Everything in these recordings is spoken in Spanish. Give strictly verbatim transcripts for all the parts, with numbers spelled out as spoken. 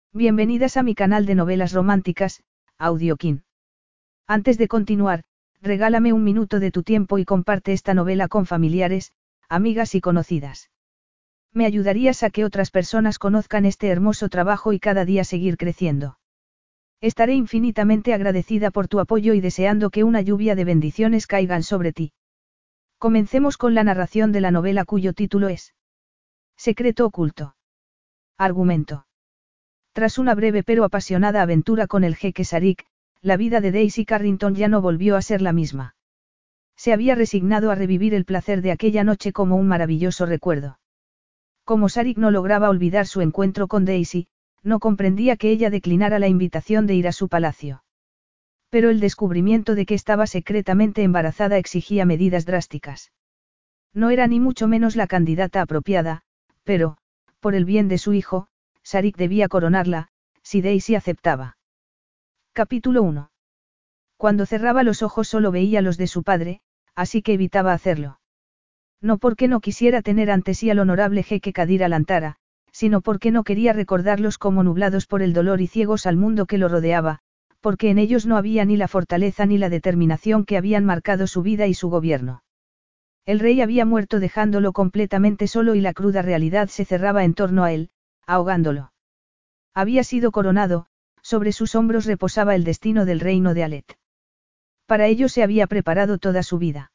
Bienvenidas a mi canal de novelas románticas, Audiokin. Antes de continuar, regálame un minuto de tu tiempo y comparte esta novela con familiares, amigas y conocidas. Me ayudarías a que otras personas conozcan este hermoso trabajo y cada día seguir creciendo. Estaré infinitamente agradecida por tu apoyo y deseando que una lluvia de bendiciones caigan sobre ti. Comencemos con la narración de la novela cuyo título es Secreto oculto. Argumento. Tras una breve pero apasionada aventura con el jeque Sarik, la vida de Daisy Carrington ya no volvió a ser la misma. Se había resignado a revivir el placer de aquella noche como un maravilloso recuerdo. Como Sarik no lograba olvidar su encuentro con Daisy, no comprendía que ella declinara la invitación de ir a su palacio. Pero el descubrimiento de que estaba secretamente embarazada exigía medidas drásticas. No era ni mucho menos la candidata apropiada, pero, por el bien de su hijo, Sarik debía coronarla, si Daisy aceptaba. Capítulo uno. Cuando cerraba los ojos solo veía los de su padre, así que evitaba hacerlo. No porque no quisiera tener ante sí al honorable jeque Kadir Alantara, sino porque no quería recordarlos como nublados por el dolor y ciegos al mundo que lo rodeaba, porque en ellos no había ni la fortaleza ni la determinación que habían marcado su vida y su gobierno. El rey había muerto dejándolo completamente solo y la cruda realidad se cerraba en torno a él, ahogándolo. Había sido coronado, sobre sus hombros reposaba el destino del reino de Alet. Para ello se había preparado toda su vida.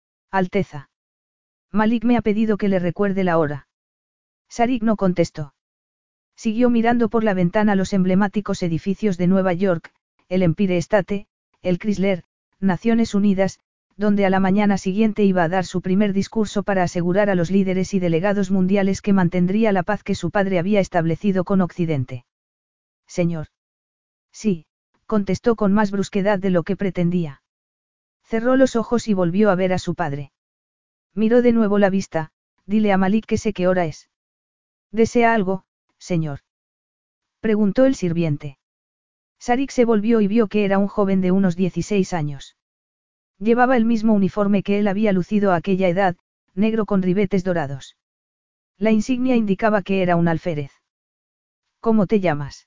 Alteza. Malik me ha pedido que le recuerde la hora. Sarik no contestó. Siguió mirando por la ventana los emblemáticos edificios de Nueva York, el Empire State, el Chrysler, Naciones Unidas, donde a la mañana siguiente iba a dar su primer discurso para asegurar a los líderes y delegados mundiales que mantendría la paz que su padre había establecido con Occidente. Señor. Sí, contestó con más brusquedad de lo que pretendía. Cerró los ojos y volvió a ver a su padre. Miró de nuevo la vista, dile a Malik que sé qué hora es. ¿Desea algo, señor? Preguntó el sirviente. Sarik se volvió y vio que era un joven de unos dieciséis años. Llevaba el mismo uniforme que él había lucido a aquella edad, negro con ribetes dorados. La insignia indicaba que era un alférez. ¿Cómo te llamas?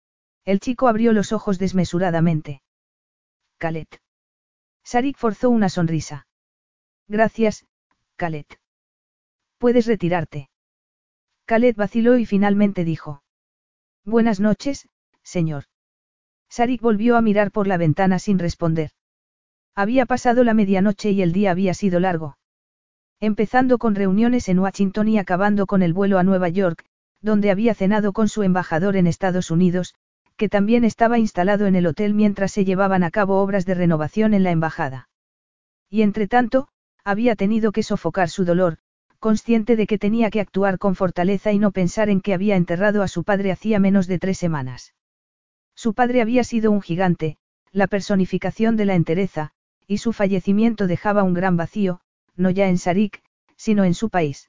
El chico abrió los ojos desmesuradamente. Khaled. Sarik forzó una sonrisa. Gracias, Khaled. Puedes retirarte. Khaled vaciló y finalmente dijo. Buenas noches, señor. Sarik volvió a mirar por la ventana sin responder. Había pasado la medianoche y el día había sido largo. Empezando con reuniones en Washington y acabando con el vuelo a Nueva York, donde había cenado con su embajador en Estados Unidos, que también estaba instalado en el hotel mientras se llevaban a cabo obras de renovación en la embajada. Y entretanto, había tenido que sofocar su dolor, consciente de que tenía que actuar con fortaleza y no pensar en que había enterrado a su padre hacía menos de tres semanas. Su padre había sido un gigante, la personificación de la entereza, y su fallecimiento dejaba un gran vacío, no ya en Sarik, sino en su país.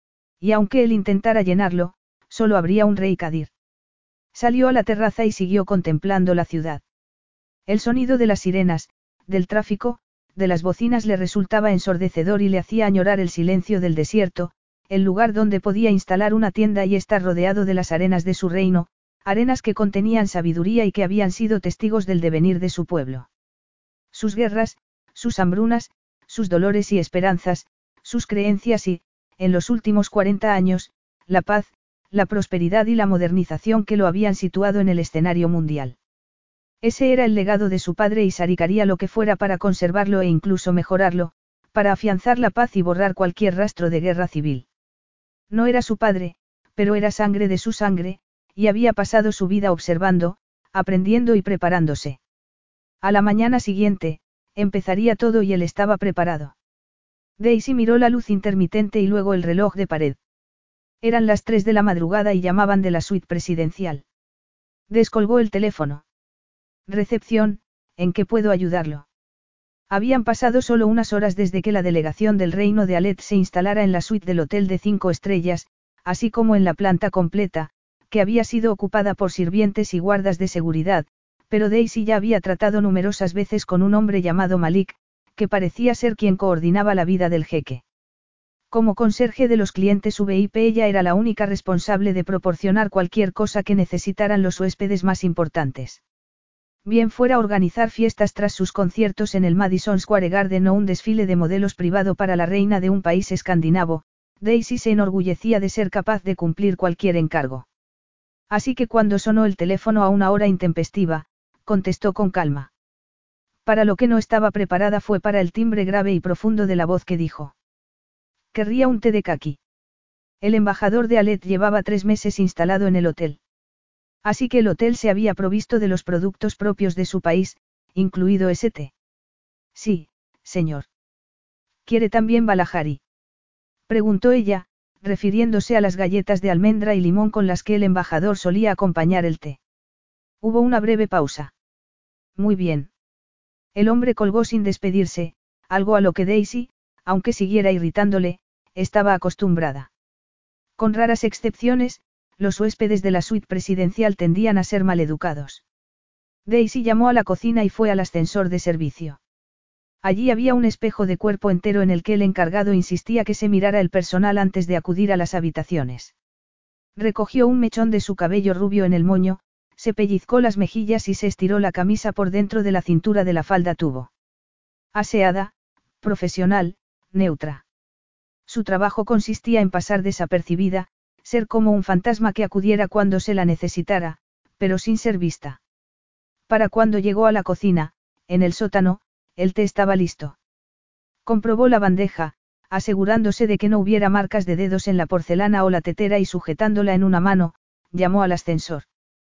Y aunque él intentara llenarlo, solo habría un rey Kadir. Salió a la terraza y siguió contemplando la ciudad. El sonido de las sirenas, del tráfico, de las bocinas le resultaba ensordecedor y le hacía añorar el silencio del desierto, el lugar donde podía instalar una tienda y estar rodeado de las arenas de su reino, arenas que contenían sabiduría y que habían sido testigos del devenir de su pueblo. Sus guerras, sus hambrunas, sus dolores y esperanzas, sus creencias y, en los últimos cuarenta años, la paz, la prosperidad y la modernización que lo habían situado en el escenario mundial. Ese era el legado de su padre y Sarik haría lo que fuera para conservarlo e incluso mejorarlo, para afianzar la paz y borrar cualquier rastro de guerra civil. No era su padre, pero era sangre de su sangre, y había pasado su vida observando, aprendiendo y preparándose. A la mañana siguiente, empezaría todo y él estaba preparado. Daisy miró la luz intermitente y luego el reloj de pared. Eran las tres de la madrugada y llamaban de la suite presidencial. Descolgó el teléfono. Recepción, ¿en qué puedo ayudarlo? Habían pasado solo unas horas desde que la delegación del reino de Alet se instalara en la suite del hotel de cinco estrellas, así como en la planta completa, que había sido ocupada por sirvientes y guardas de seguridad, pero Daisy ya había tratado numerosas veces con un hombre llamado Malik, que parecía ser quien coordinaba la vida del jeque. Como conserje de los clientes V I P, ella era la única responsable de proporcionar cualquier cosa que necesitaran los huéspedes más importantes. Bien fuera organizar fiestas tras sus conciertos en el Madison Square Garden o un desfile de modelos privado para la reina de un país escandinavo, Daisy se enorgullecía de ser capaz de cumplir cualquier encargo. Así que cuando sonó el teléfono a una hora intempestiva, contestó con calma. Para lo que no estaba preparada fue para el timbre grave y profundo de la voz que dijo: «Querría un té de caqui». El embajador de Alet llevaba tres meses instalado en el hotel. Así que el hotel se había provisto de los productos propios de su país, incluido ese té. «Sí, señor». «¿Quiere también Balahari?», preguntó ella, refiriéndose a las galletas de almendra y limón con las que el embajador solía acompañar el té. Hubo una breve pausa. «Muy bien». El hombre colgó sin despedirse, algo a lo que Daisy, aunque siguiera irritándole, estaba acostumbrada. Con raras excepciones, los huéspedes de la suite presidencial tendían a ser maleducados. Daisy llamó a la cocina y fue al ascensor de servicio. Allí había un espejo de cuerpo entero en el que el encargado insistía que se mirara el personal antes de acudir a las habitaciones. Recogió un mechón de su cabello rubio en el moño, se pellizcó las mejillas y se estiró la camisa por dentro de la cintura de la falda tubo. Aseada, profesional, neutra. Su trabajo consistía en pasar desapercibida, ser como un fantasma que acudiera cuando se la necesitara, pero sin ser vista. Para cuando llegó a la cocina, en el sótano, el té estaba listo. Comprobó la bandeja, asegurándose de que no hubiera marcas de dedos en la porcelana o la tetera y sujetándola en una mano, llamó al ascensor.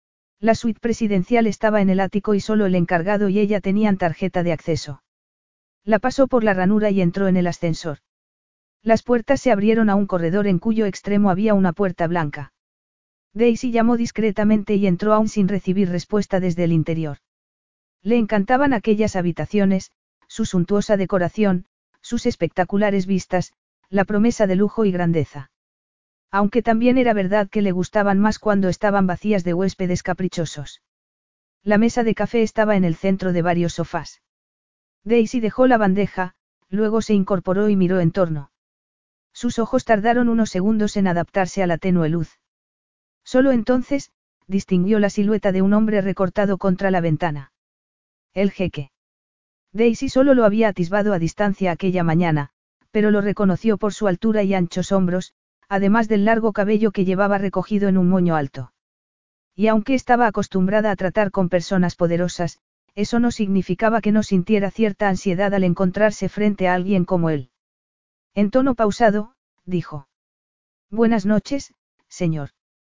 La suite presidencial estaba en el ático y solo el encargado y ella tenían tarjeta de acceso. La pasó por la ranura y entró en el ascensor. Las puertas se abrieron a un corredor en cuyo extremo había una puerta blanca. Daisy llamó discretamente y entró aún sin recibir respuesta desde el interior. Le encantaban aquellas habitaciones, su suntuosa decoración, sus espectaculares vistas, la promesa de lujo y grandeza. Aunque también era verdad que le gustaban más cuando estaban vacías de huéspedes caprichosos. La mesa de café estaba en el centro de varios sofás. Daisy dejó la bandeja, luego se incorporó y miró en torno. Sus ojos tardaron unos segundos en adaptarse a la tenue luz. Solo entonces, distinguió la silueta de un hombre recortado contra la ventana. El jeque. Daisy solo lo había atisbado a distancia aquella mañana, pero lo reconoció por su altura y anchos hombros, además del largo cabello que llevaba recogido en un moño alto. Y aunque estaba acostumbrada a tratar con personas poderosas, eso no significaba que no sintiera cierta ansiedad al encontrarse frente a alguien como él. En tono pausado, dijo: «Buenas noches, señor.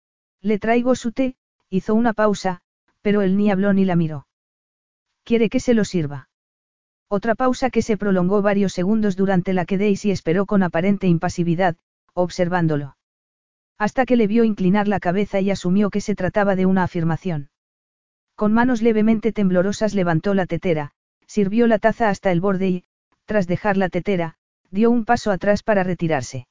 Le traigo su té», hizo una pausa, pero él ni habló ni la miró. «¿Quiere que se lo sirva?». Otra pausa que se prolongó varios segundos durante la que Daisy esperó con aparente impasividad, observándolo. Hasta que le vio inclinar la cabeza y asumió que se trataba de una afirmación. Con manos levemente temblorosas levantó la tetera, sirvió la taza hasta el borde y, tras dejar la tetera, dio un paso atrás para retirarse.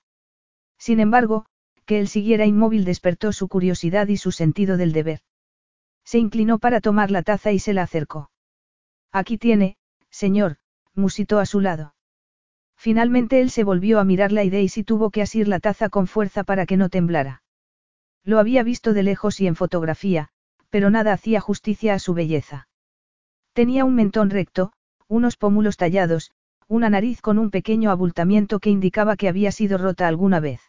Sin embargo, que él siguiera inmóvil despertó su curiosidad y su sentido del deber. Se inclinó para tomar la taza y se la acercó. «Aquí tiene, señor», musitó a su lado. Finalmente él se volvió a mirarla y Daisy tuvo que asir la taza con fuerza para que no temblara. Lo había visto de lejos y en fotografía, pero nada hacía justicia a su belleza. Tenía un mentón recto, unos pómulos tallados, una nariz con un pequeño abultamiento que indicaba que había sido rota alguna vez.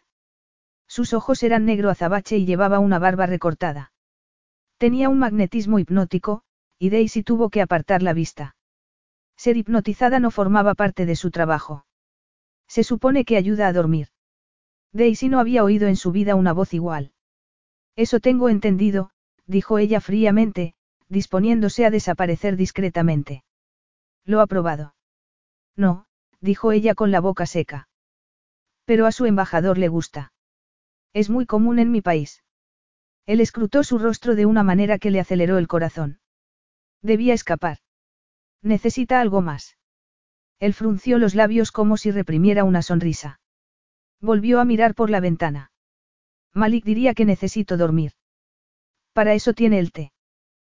Sus ojos eran negro azabache y llevaba una barba recortada. Tenía un magnetismo hipnótico, y Daisy tuvo que apartar la vista. Ser hipnotizada no formaba parte de su trabajo. Se supone que ayuda a dormir. Daisy no había oído en su vida una voz igual. «Eso tengo entendido», dijo ella fríamente, disponiéndose a desaparecer discretamente. «¿Lo ha probado?». «No», dijo ella con la boca seca. «Pero a su embajador le gusta. Es muy común en mi país». Él escrutó su rostro de una manera que le aceleró el corazón. Debía escapar. «¿Necesita algo más?». Él frunció los labios como si reprimiera una sonrisa. Volvió a mirar por la ventana. «Malik diría que necesito dormir. Para eso tiene el té.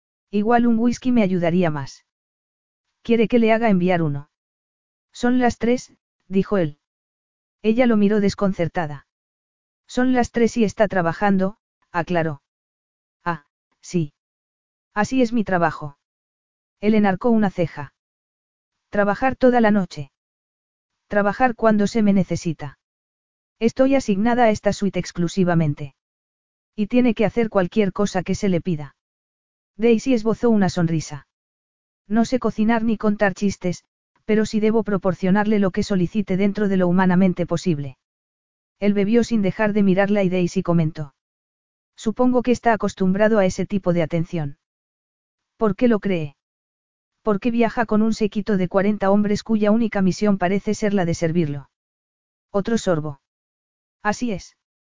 Igual un whisky me ayudaría más. ¿Quiere que le haga enviar uno?». «Son las tres», dijo él. Ella lo miró desconcertada. Son las tres y está trabajando, aclaró. Ah, sí. Así es mi trabajo. Él enarcó una ceja. Trabajar toda la noche. Trabajar cuando se me necesita. Estoy asignada a esta suite exclusivamente. Y tiene que hacer cualquier cosa que se le pida. Daisy esbozó una sonrisa. No sé cocinar ni contar chistes, pero sí debo proporcionarle lo que solicite dentro de lo humanamente posible. Él bebió sin dejar de mirarla y Daisy comentó. Supongo que está acostumbrado a ese tipo de atención. ¿Por qué lo cree? Porque viaja con un séquito de cuarenta hombres cuya única misión parece ser la de servirlo. Otro sorbo. Así es.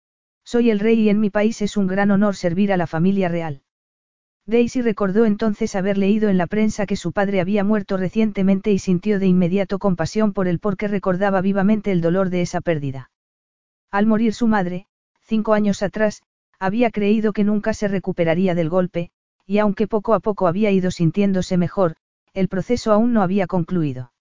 Soy el rey y en mi país es un gran honor servir a la familia real. Daisy recordó entonces haber leído en la prensa que su padre había muerto recientemente y sintió de inmediato compasión por él porque recordaba vivamente el dolor de esa pérdida. Al morir su madre, cinco años atrás, había creído que nunca se recuperaría del golpe, y aunque poco a poco había ido sintiéndose mejor, el proceso aún no había concluido.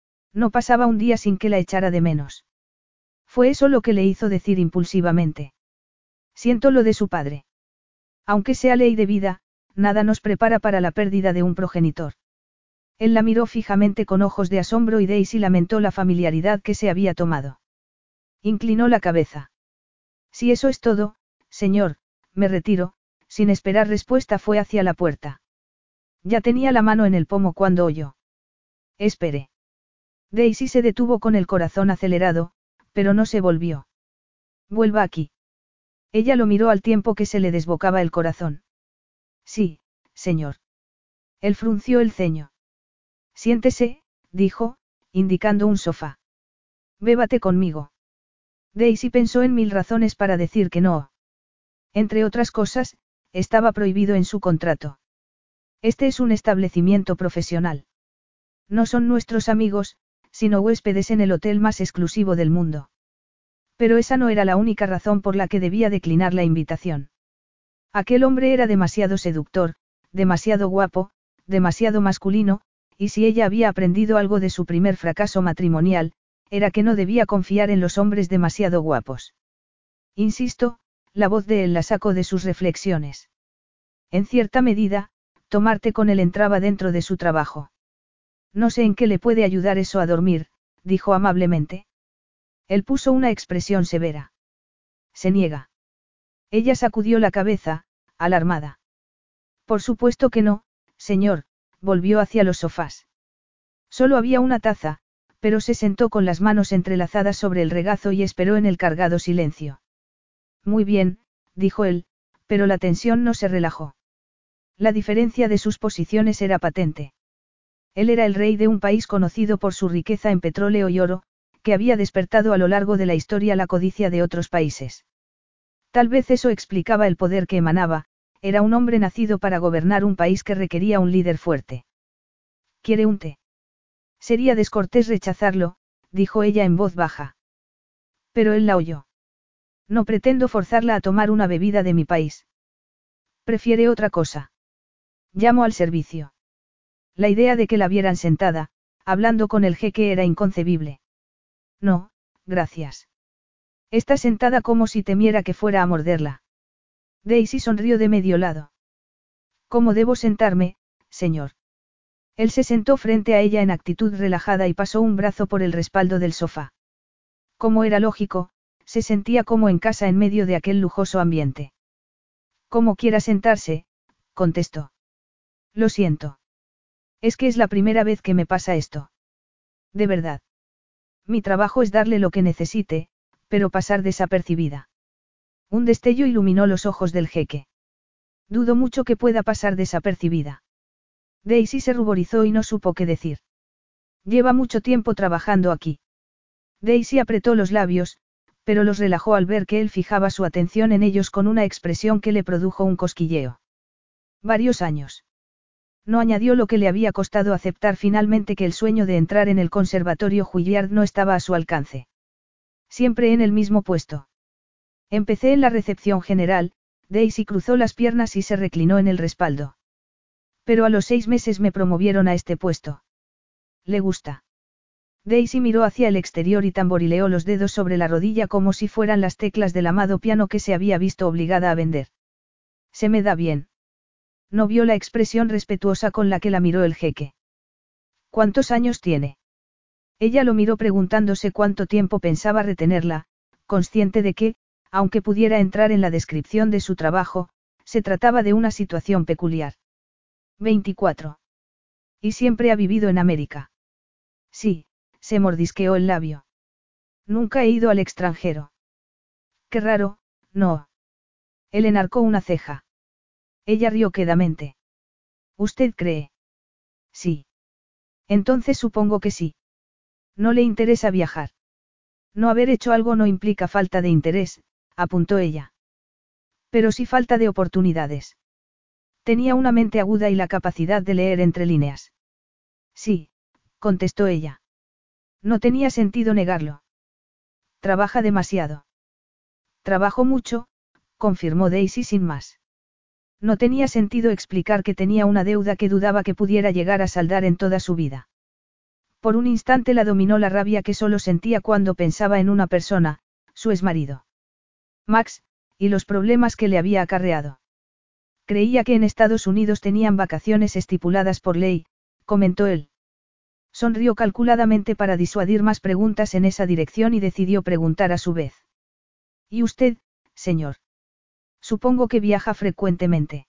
No pasaba un día sin que la echara de menos. Fue eso lo que le hizo decir impulsivamente. Siento lo de su padre. Aunque sea ley de vida, nada nos prepara para la pérdida de un progenitor. Él la miró fijamente con ojos de asombro y Daisy lamentó la familiaridad que se había tomado. Inclinó la cabeza. Si eso es todo, señor, me retiro, sin esperar respuesta fue hacia la puerta. Ya tenía la mano en el pomo cuando oyó. Espere. Daisy se detuvo con el corazón acelerado, pero no se volvió. Vuelva aquí. Ella lo miró al tiempo que se le desbocaba el corazón. Sí, señor. Él frunció el ceño. Siéntese, dijo, indicando un sofá. Bébate conmigo. Daisy pensó en mil razones para decir que no. Entre otras cosas, estaba prohibido en su contrato. Este es un establecimiento profesional. No son nuestros amigos, sino huéspedes en el hotel más exclusivo del mundo. Pero esa no era la única razón por la que debía declinar la invitación. Aquel hombre era demasiado seductor, demasiado guapo, demasiado masculino, y si ella había aprendido algo de su primer fracaso matrimonial, era que no debía confiar en los hombres demasiado guapos. Insisto, la voz de él la sacó de sus reflexiones. En cierta medida, tomarte con él entraba dentro de su trabajo. No sé en qué le puede ayudar eso a dormir, dijo amablemente. Él puso una expresión severa. Se niega. Ella sacudió la cabeza, alarmada. Por supuesto que no, señor, volvió hacia los sofás. Solo había una taza, pero se sentó con las manos entrelazadas sobre el regazo y esperó en el cargado silencio. Muy bien, dijo él, pero la tensión no se relajó. La diferencia de sus posiciones era patente. Él era el rey de un país conocido por su riqueza en petróleo y oro, que había despertado a lo largo de la historia la codicia de otros países. Tal vez eso explicaba el poder que emanaba, era un hombre nacido para gobernar un país que requería un líder fuerte. ¿Quiere un té? Sería descortés rechazarlo, dijo ella en voz baja. Pero él la oyó. No pretendo forzarla a tomar una bebida de mi país. Prefiere otra cosa. Llamo al servicio. La idea de que la vieran sentada, hablando con el jeque era inconcebible. No, gracias. Está sentada como si temiera que fuera a morderla. Daisy sonrió de medio lado. ¿Cómo debo sentarme, señor? Él se sentó frente a ella en actitud relajada y pasó un brazo por el respaldo del sofá. Como era lógico, se sentía como en casa en medio de aquel lujoso ambiente. Como quiera sentarse, contestó. Lo siento. Es que es la primera vez que me pasa esto. De verdad. Mi trabajo es darle lo que necesite, pero pasar desapercibida. Un destello iluminó los ojos del jeque. Dudo mucho que pueda pasar desapercibida. Daisy se ruborizó y no supo qué decir. Lleva mucho tiempo trabajando aquí. Daisy apretó los labios, pero los relajó al ver que él fijaba su atención en ellos con una expresión que le produjo un cosquilleo. Varios años. No añadió lo que le había costado aceptar finalmente que el sueño de entrar en el conservatorio Juilliard no estaba a su alcance. Siempre en el mismo puesto. Empecé en la recepción general, Daisy cruzó las piernas y se reclinó en el respaldo. Pero a los seis meses me promovieron a este puesto. ¿Le gusta? Daisy miró hacia el exterior y tamborileó los dedos sobre la rodilla como si fueran las teclas del amado piano que se había visto obligada a vender. Se me da bien. No vio la expresión respetuosa con la que la miró el jeque. ¿Cuántos años tiene? Ella lo miró preguntándose cuánto tiempo pensaba retenerla, consciente de que, aunque pudiera entrar en la descripción de su trabajo, se trataba de una situación peculiar. veinticuatro. ¿Y siempre ha vivido en América? Sí, se mordisqueó el labio. Nunca he ido al extranjero. Qué raro, no. Él enarcó una ceja. Ella rió quedamente. ¿Usted cree? Sí. Entonces supongo que sí. No le interesa viajar. No haber hecho algo no implica falta de interés, apuntó ella. Pero sí falta de oportunidades. Tenía una mente aguda y la capacidad de leer entre líneas. Sí, contestó ella. No tenía sentido negarlo. Trabaja demasiado. Trabajo mucho, confirmó Daisy sin más. No tenía sentido explicar que tenía una deuda que dudaba que pudiera llegar a saldar en toda su vida. Por un instante la dominó la rabia que solo sentía cuando pensaba en una persona, su exmarido. Max, y los problemas que le había acarreado. Creía que en Estados Unidos tenían vacaciones estipuladas por ley, comentó él. Sonrió calculadamente para disuadir más preguntas en esa dirección y decidió preguntar a su vez. ¿Y usted, señor? Supongo que viaja frecuentemente.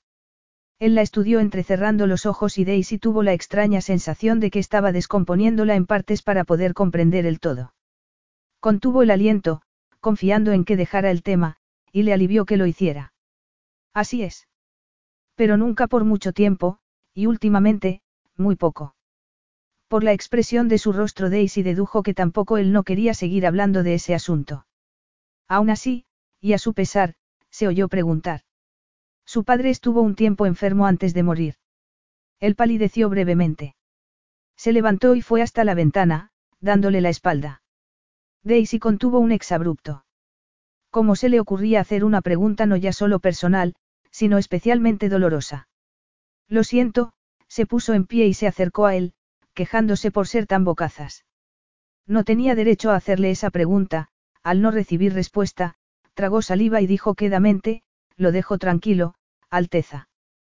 Él la estudió entrecerrando los ojos y Daisy tuvo la extraña sensación de que estaba descomponiéndola en partes para poder comprender el todo. Contuvo el aliento, confiando en que dejara el tema, y le alivió que lo hiciera. Así es. Pero nunca por mucho tiempo, y últimamente, muy poco. Por la expresión de su rostro Daisy dedujo que tampoco él no quería seguir hablando de ese asunto. Aún así, y a su pesar, se oyó preguntar. Su padre estuvo un tiempo enfermo antes de morir. Él palideció brevemente. Se levantó y fue hasta la ventana, dándole la espalda. Daisy contuvo un exabrupto. ¿Cómo se le ocurría hacer una pregunta no ya solo personal, sino especialmente dolorosa? Lo siento, se puso en pie y se acercó a él, quejándose por ser tan bocazas. No tenía derecho a hacerle esa pregunta, al no recibir respuesta, tragó saliva y dijo quedamente, lo dejo tranquilo, Alteza.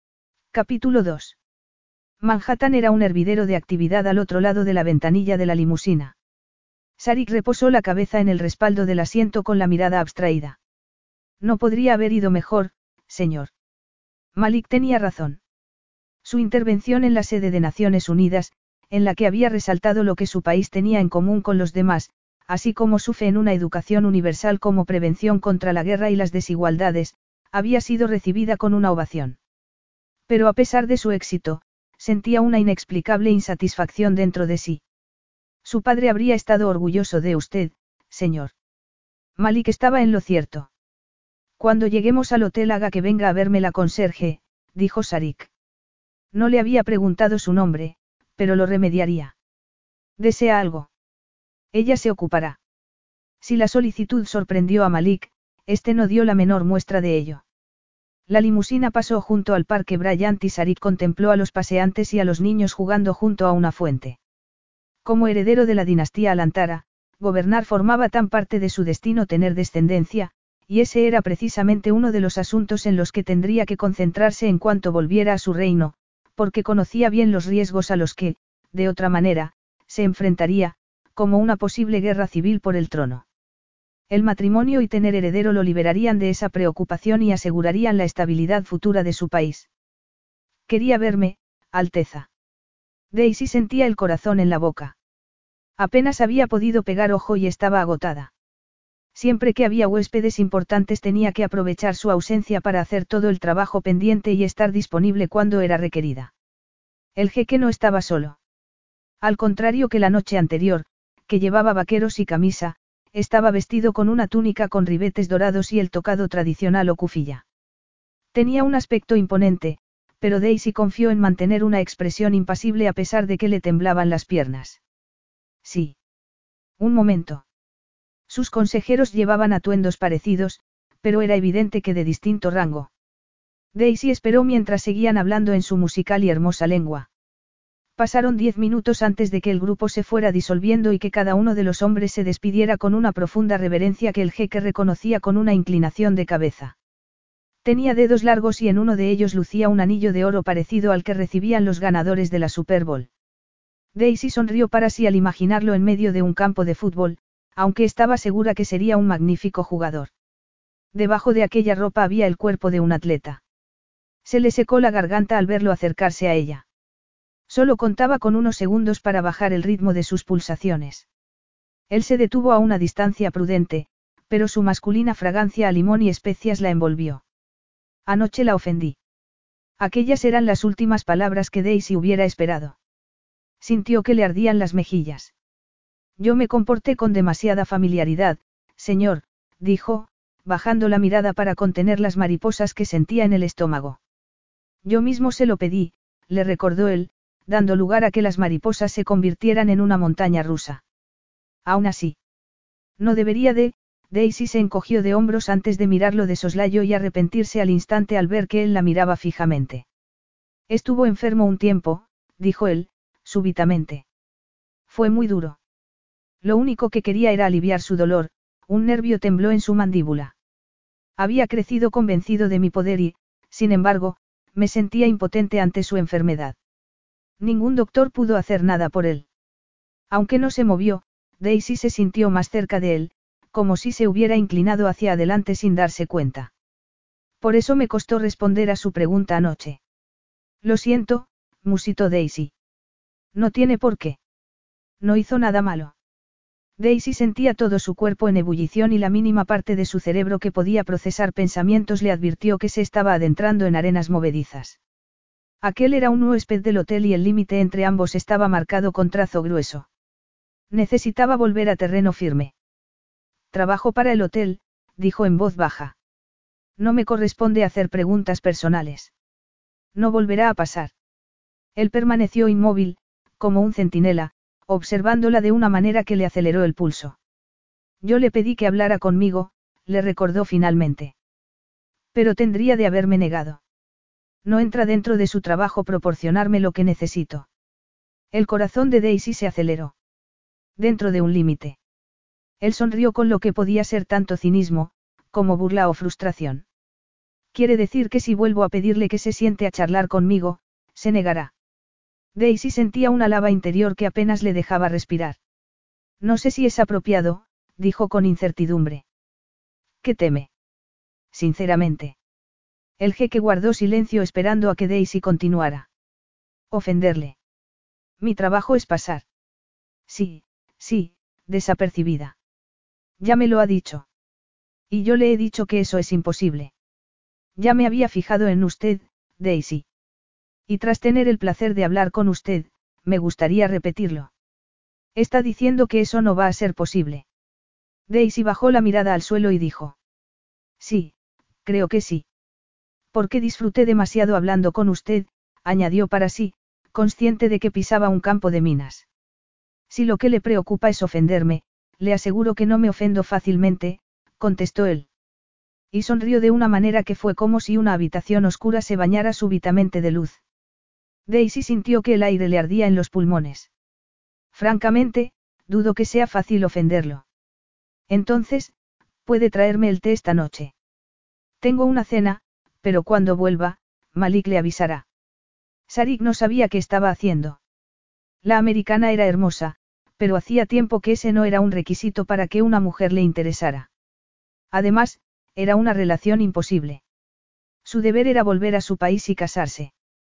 Capítulo dos. Manhattan era un hervidero de actividad al otro lado de la ventanilla de la limusina. Sarik reposó la cabeza en el respaldo del asiento con la mirada abstraída. No podría haber ido mejor, señor. Malik tenía razón. Su intervención en la sede de Naciones Unidas, en la que había resaltado lo que su país tenía en común con los demás, así como su fe en una educación universal como prevención contra la guerra y las desigualdades, había sido recibida con una ovación. Pero a pesar de su éxito, sentía una inexplicable insatisfacción dentro de sí. Su padre habría estado orgulloso de usted, señor. Malik estaba en lo cierto. Cuando lleguemos al hotel haga que venga a verme la conserje, dijo Sarik. No le había preguntado su nombre, pero lo remediaría. ¿Desea algo? Ella se ocupará. Si la solicitud sorprendió a Malik, este no dio la menor muestra de ello. La limusina pasó junto al parque Bryant y Sarik contempló a los paseantes y a los niños jugando junto a una fuente. Como heredero de la dinastía Alantara, gobernar formaba tan parte de su destino tener descendencia, y ese era precisamente uno de los asuntos en los que tendría que concentrarse en cuanto volviera a su reino, porque conocía bien los riesgos a los que, de otra manera, se enfrentaría, como una posible guerra civil por el trono. El matrimonio y tener heredero lo liberarían de esa preocupación y asegurarían la estabilidad futura de su país. Quería verme, Alteza. Daisy sentía el corazón en la boca. Apenas había podido pegar ojo y estaba agotada. Siempre que había huéspedes importantes tenía que aprovechar su ausencia para hacer todo el trabajo pendiente y estar disponible cuando era requerida. El jeque no estaba solo. Al contrario que la noche anterior, que llevaba vaqueros y camisa, estaba vestido con una túnica con ribetes dorados y el tocado tradicional o kufiyá. Tenía un aspecto imponente, pero Daisy confió en mantener una expresión impasible a pesar de que le temblaban las piernas. Sí. Un momento. Sus consejeros llevaban atuendos parecidos, pero era evidente que de distinto rango. Daisy esperó mientras seguían hablando en su musical y hermosa lengua. Pasaron diez minutos antes de que el grupo se fuera disolviendo y que cada uno de los hombres se despidiera con una profunda reverencia que el jeque reconocía con una inclinación de cabeza. Tenía dedos largos y en uno de ellos lucía un anillo de oro parecido al que recibían los ganadores de la Super Bowl. Daisy sonrió para sí al imaginarlo en medio de un campo de fútbol, aunque estaba segura que sería un magnífico jugador. Debajo de aquella ropa había el cuerpo de un atleta. Se le secó la garganta al verlo acercarse a ella. Solo contaba con unos segundos para bajar el ritmo de sus pulsaciones. Él se detuvo a una distancia prudente, pero su masculina fragancia a limón y especias la envolvió. Anoche la ofendí. Aquellas eran las últimas palabras que Daisy hubiera esperado. Sintió que le ardían las mejillas. Yo me comporté con demasiada familiaridad, señor, dijo, bajando la mirada para contener las mariposas que sentía en el estómago. Yo mismo se lo pedí, le recordó él, dando lugar a que las mariposas se convirtieran en una montaña rusa. Aún así. No debería de, Daisy se encogió de hombros antes de mirarlo de soslayo y arrepentirse al instante al ver que él la miraba fijamente. Estuvo enfermo un tiempo, dijo él, súbitamente. Fue muy duro. Lo único que quería era aliviar su dolor, un nervio tembló en su mandíbula. Había crecido convencido de mi poder y, sin embargo, me sentía impotente ante su enfermedad. Ningún doctor pudo hacer nada por él. Aunque no se movió, Daisy se sintió más cerca de él, como si se hubiera inclinado hacia adelante sin darse cuenta. Por eso me costó responder a su pregunta anoche. Lo siento, musitó Daisy. No tiene por qué. No hizo nada malo. Daisy sentía todo su cuerpo en ebullición y la mínima parte de su cerebro que podía procesar pensamientos le advirtió que se estaba adentrando en arenas movedizas. Aquel era un huésped del hotel y el límite entre ambos estaba marcado con trazo grueso. Necesitaba volver a terreno firme. Trabajo para el hotel, dijo en voz baja. No me corresponde hacer preguntas personales. No volverá a pasar. Él permaneció inmóvil, como un centinela, observándola de una manera que le aceleró el pulso. Yo le pedí que hablara conmigo, le recordó finalmente. Pero tendría de haberme negado. No entra dentro de su trabajo proporcionarme lo que necesito. El corazón de Daisy se aceleró. Dentro de un límite. Él sonrió con lo que podía ser tanto cinismo, como burla o frustración. Quiere decir que si vuelvo a pedirle que se siente a charlar conmigo, se negará. Daisy sentía una lava interior que apenas le dejaba respirar. No sé si es apropiado, dijo con incertidumbre. ¿Qué teme? Sinceramente. El jeque guardó silencio esperando a que Daisy continuara. Ofenderle. Mi trabajo es pasar. Sí, sí, desapercibida. Ya me lo ha dicho. Y yo le he dicho que eso es imposible. Ya me había fijado en usted, Daisy. Y tras tener el placer de hablar con usted, me gustaría repetirlo. Está diciendo que eso no va a ser posible. Daisy bajó la mirada al suelo y dijo. Sí, creo que sí. Porque disfruté demasiado hablando con usted, añadió para sí, consciente de que pisaba un campo de minas. Si lo que le preocupa es ofenderme, le aseguro que no me ofendo fácilmente, contestó él. Y sonrió de una manera que fue como si una habitación oscura se bañara súbitamente de luz. Daisy sintió que el aire le ardía en los pulmones. Francamente, dudo que sea fácil ofenderlo. Entonces, puede traerme el té esta noche. Tengo una cena, pero cuando vuelva, Malik le avisará. Sarik no sabía qué estaba haciendo. La americana era hermosa, pero hacía tiempo que ese no era un requisito para que una mujer le interesara. Además, era una relación imposible. Su deber era volver a su país y casarse.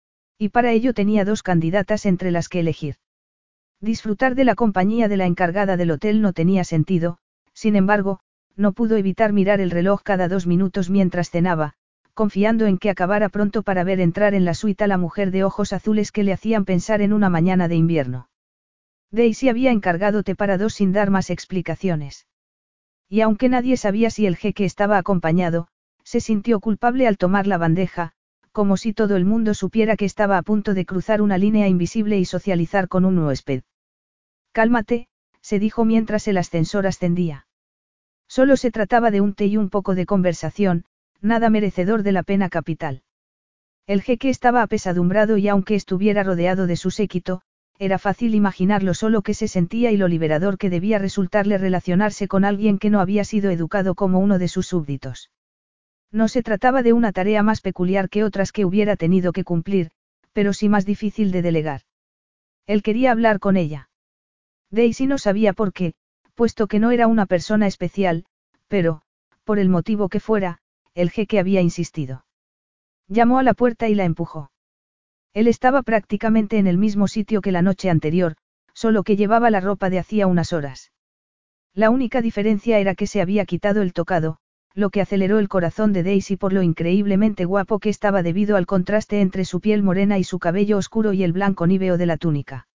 Y para ello tenía dos candidatas entre las que elegir. Disfrutar de la compañía de la encargada del hotel no tenía sentido, sin embargo, no pudo evitar mirar el reloj cada dos minutos mientras cenaba, confiando en que acabara pronto para ver entrar en la suite a la mujer de ojos azules que le hacían pensar en una mañana de invierno. Daisy había encargado té para dos sin dar más explicaciones. Y aunque nadie sabía si el jeque estaba acompañado, se sintió culpable al tomar la bandeja, como si todo el mundo supiera que estaba a punto de cruzar una línea invisible y socializar con un huésped. Cálmate, se dijo mientras el ascensor ascendía. Solo se trataba de un té y un poco de conversación, nada merecedor de la pena capital. El jeque estaba apesadumbrado y aunque estuviera rodeado de su séquito, era fácil imaginar lo solo que se sentía y lo liberador que debía resultarle relacionarse con alguien que no había sido educado como uno de sus súbditos. No se trataba de una tarea más peculiar que otras que hubiera tenido que cumplir, pero sí más difícil de delegar. Él quería hablar con ella. Daisy no sabía por qué, puesto que no era una persona especial, pero, por el motivo que fuera, el jeque había insistido. Llamó a la puerta y la empujó. Él estaba prácticamente en el mismo sitio que la noche anterior, solo que llevaba la ropa de hacía unas horas. La única diferencia era que se había quitado el tocado, lo que aceleró el corazón de Daisy por lo increíblemente guapo que estaba debido al contraste entre su piel morena y su cabello oscuro y el blanco níveo de la túnica.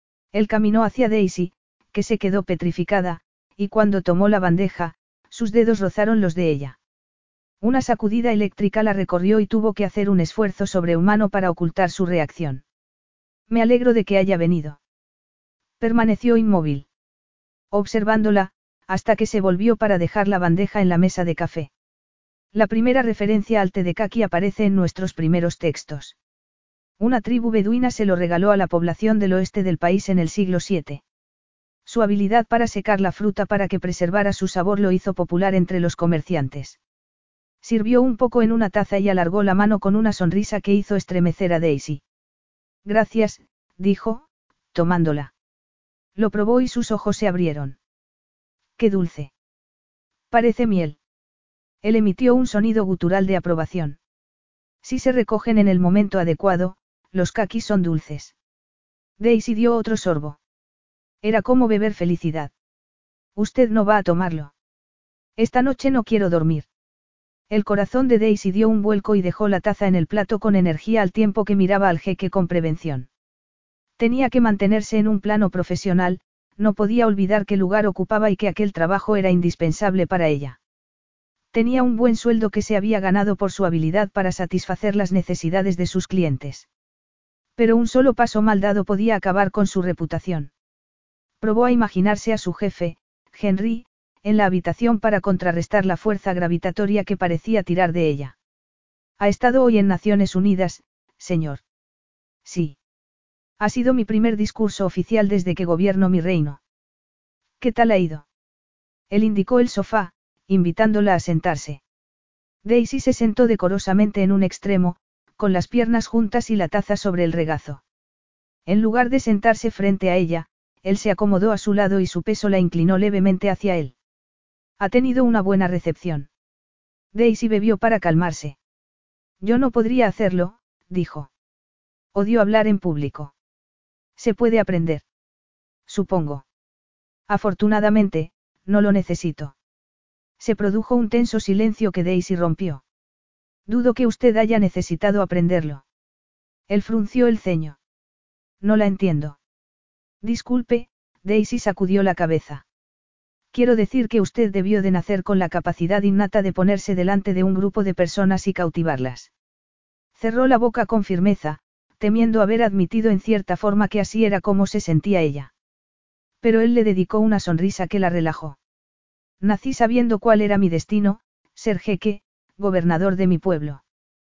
Él caminó hacia Daisy, que se quedó petrificada, y cuando tomó la bandeja, sus dedos rozaron los de ella. Una sacudida eléctrica la recorrió y tuvo que hacer un esfuerzo sobrehumano para ocultar su reacción. Me alegro de que haya venido. Permaneció inmóvil, observándola, hasta que se volvió para dejar la bandeja en la mesa de café. La primera referencia al té de caqui aparece en nuestros primeros textos. Una tribu beduina se lo regaló a la población del oeste del país en el siglo séptimo. Su habilidad para secar la fruta para que preservara su sabor lo hizo popular entre los comerciantes. Sirvió un poco en una taza y alargó la mano con una sonrisa que hizo estremecer a Daisy. Gracias, dijo, tomándola. Lo probó y sus ojos se abrieron. Qué dulce. Parece miel. Él emitió un sonido gutural de aprobación. Si se recogen en el momento adecuado, los kakis son dulces. Daisy dio otro sorbo. Era como beber felicidad. Usted no va a tomarlo. Esta noche no quiero dormir. El corazón de Daisy dio un vuelco y dejó la taza en el plato con energía al tiempo que miraba al jeque con prevención. Tenía que mantenerse en un plano profesional, no podía olvidar qué lugar ocupaba y que aquel trabajo era indispensable para ella. Tenía un buen sueldo que se había ganado por su habilidad para satisfacer las necesidades de sus clientes. Pero un solo paso mal dado podía acabar con su reputación. Probó a imaginarse a su jefe, Henry, en la habitación para contrarrestar la fuerza gravitatoria que parecía tirar de ella. ¿Ha estado hoy en Naciones Unidas, señor? Sí. Ha sido mi primer discurso oficial desde que gobierno mi reino. ¿Qué tal ha ido? Él indicó el sofá, invitándola a sentarse. Daisy se sentó decorosamente en un extremo, con las piernas juntas y la taza sobre el regazo. En lugar de sentarse frente a ella, él se acomodó a su lado y su peso la inclinó levemente hacia él. Ha tenido una buena recepción. Daisy bebió para calmarse. Yo no podría hacerlo, dijo. Odio hablar en público. Se puede aprender. Supongo. Afortunadamente, no lo necesito. Se produjo un tenso silencio que Daisy rompió. Dudo que usted haya necesitado aprenderlo. Él frunció el ceño. No la entiendo. Disculpe, Daisy sacudió la cabeza. Quiero decir que usted debió de nacer con la capacidad innata de ponerse delante de un grupo de personas y cautivarlas. Cerró la boca con firmeza, temiendo haber admitido en cierta forma que así era como se sentía ella. Pero él le dedicó una sonrisa que la relajó. Nací sabiendo cuál era mi destino, ser jeque, gobernador de mi pueblo.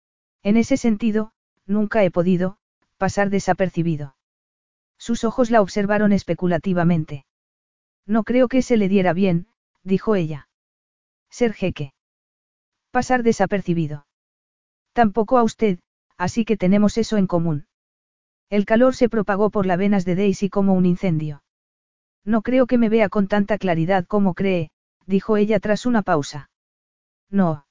En ese sentido, nunca he podido, pasar desapercibido. Sus ojos la observaron especulativamente. No creo que se le diera bien, dijo ella. Ser jeque. Pasar desapercibido. Tampoco a usted, así que tenemos eso en común. El calor se propagó por las venas de Daisy como un incendio. No creo que me vea con tanta claridad como cree, dijo ella tras una pausa. No.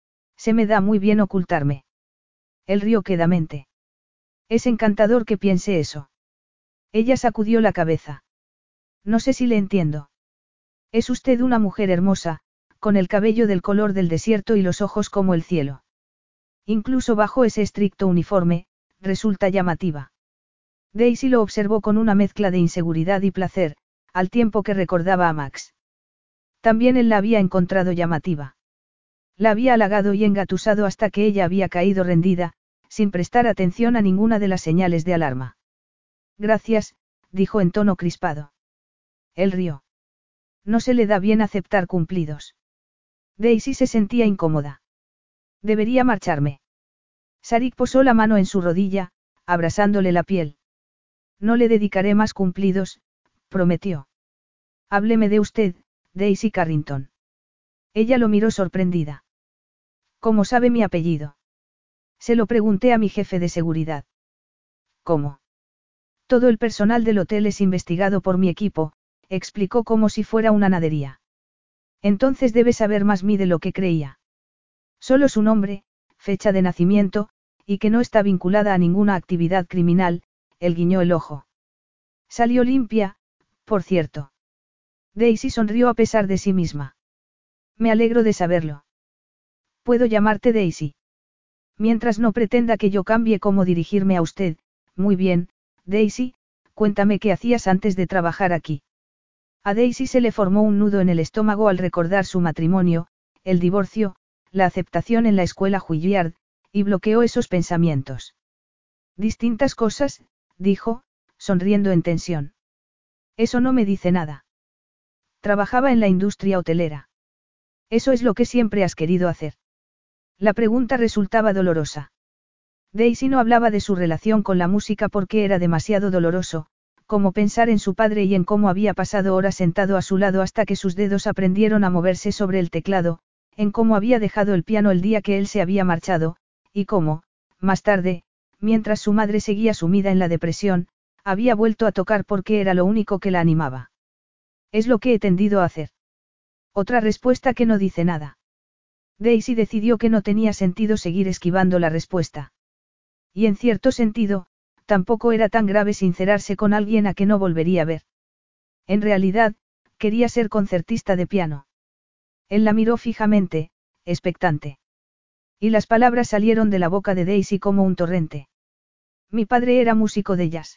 Se me da muy bien ocultarme. Él rió quedamente. Es encantador que piense eso. Ella sacudió la cabeza. No sé si le entiendo. Es usted una mujer hermosa, con el cabello del color del desierto y los ojos como el cielo. Incluso bajo ese estricto uniforme, resulta llamativa. Daisy lo observó con una mezcla de inseguridad y placer, al tiempo que recordaba a Max. También él la había encontrado llamativa. La había halagado y engatusado hasta que ella había caído rendida, sin prestar atención a ninguna de las señales de alarma. Gracias, dijo en tono crispado. Él rió. No se le da bien aceptar cumplidos. Daisy se sentía incómoda. Debería marcharme. Sarik posó la mano en su rodilla, abrasándole la piel. No le dedicaré más cumplidos, prometió. Hábleme de usted, Daisy Carrington. Ella lo miró sorprendida. ¿Cómo sabe mi apellido? Se lo pregunté a mi jefe de seguridad. ¿Cómo? Todo el personal del hotel es investigado por mi equipo, explicó como si fuera una nadería. Entonces debe saber más mí de lo que creía. Solo su nombre, fecha de nacimiento, y que no está vinculada a ninguna actividad criminal, él guiñó el ojo. Salió limpia, por cierto. Daisy sonrió a pesar de sí misma. Me alegro de saberlo. ¿Puedo llamarte Daisy? Mientras no pretenda que yo cambie cómo dirigirme a usted, muy bien, Daisy, cuéntame qué hacías antes de trabajar aquí. A Daisy se le formó un nudo en el estómago al recordar su matrimonio, el divorcio, la aceptación en la escuela Juilliard, y bloqueó esos pensamientos. Distintas cosas, dijo, sonriendo en tensión. Eso no me dice nada. Trabajaba en la industria hotelera. Eso es lo que siempre has querido hacer. La pregunta resultaba dolorosa. Daisy no hablaba de su relación con la música porque era demasiado doloroso, como pensar en su padre y en cómo había pasado horas sentado a su lado hasta que sus dedos aprendieron a moverse sobre el teclado, en cómo había dejado el piano el día que él se había marchado, y cómo, más tarde, mientras su madre seguía sumida en la depresión, había vuelto a tocar porque era lo único que la animaba. Es lo que he tendido a hacer. Otra respuesta que no dice nada. Daisy decidió que no tenía sentido seguir esquivando la respuesta. Y en cierto sentido, tampoco era tan grave sincerarse con alguien a que no volvería a ver. En realidad, quería ser concertista de piano. Él la miró fijamente, expectante. Y las palabras salieron de la boca de Daisy como un torrente. Mi padre era músico de jazz.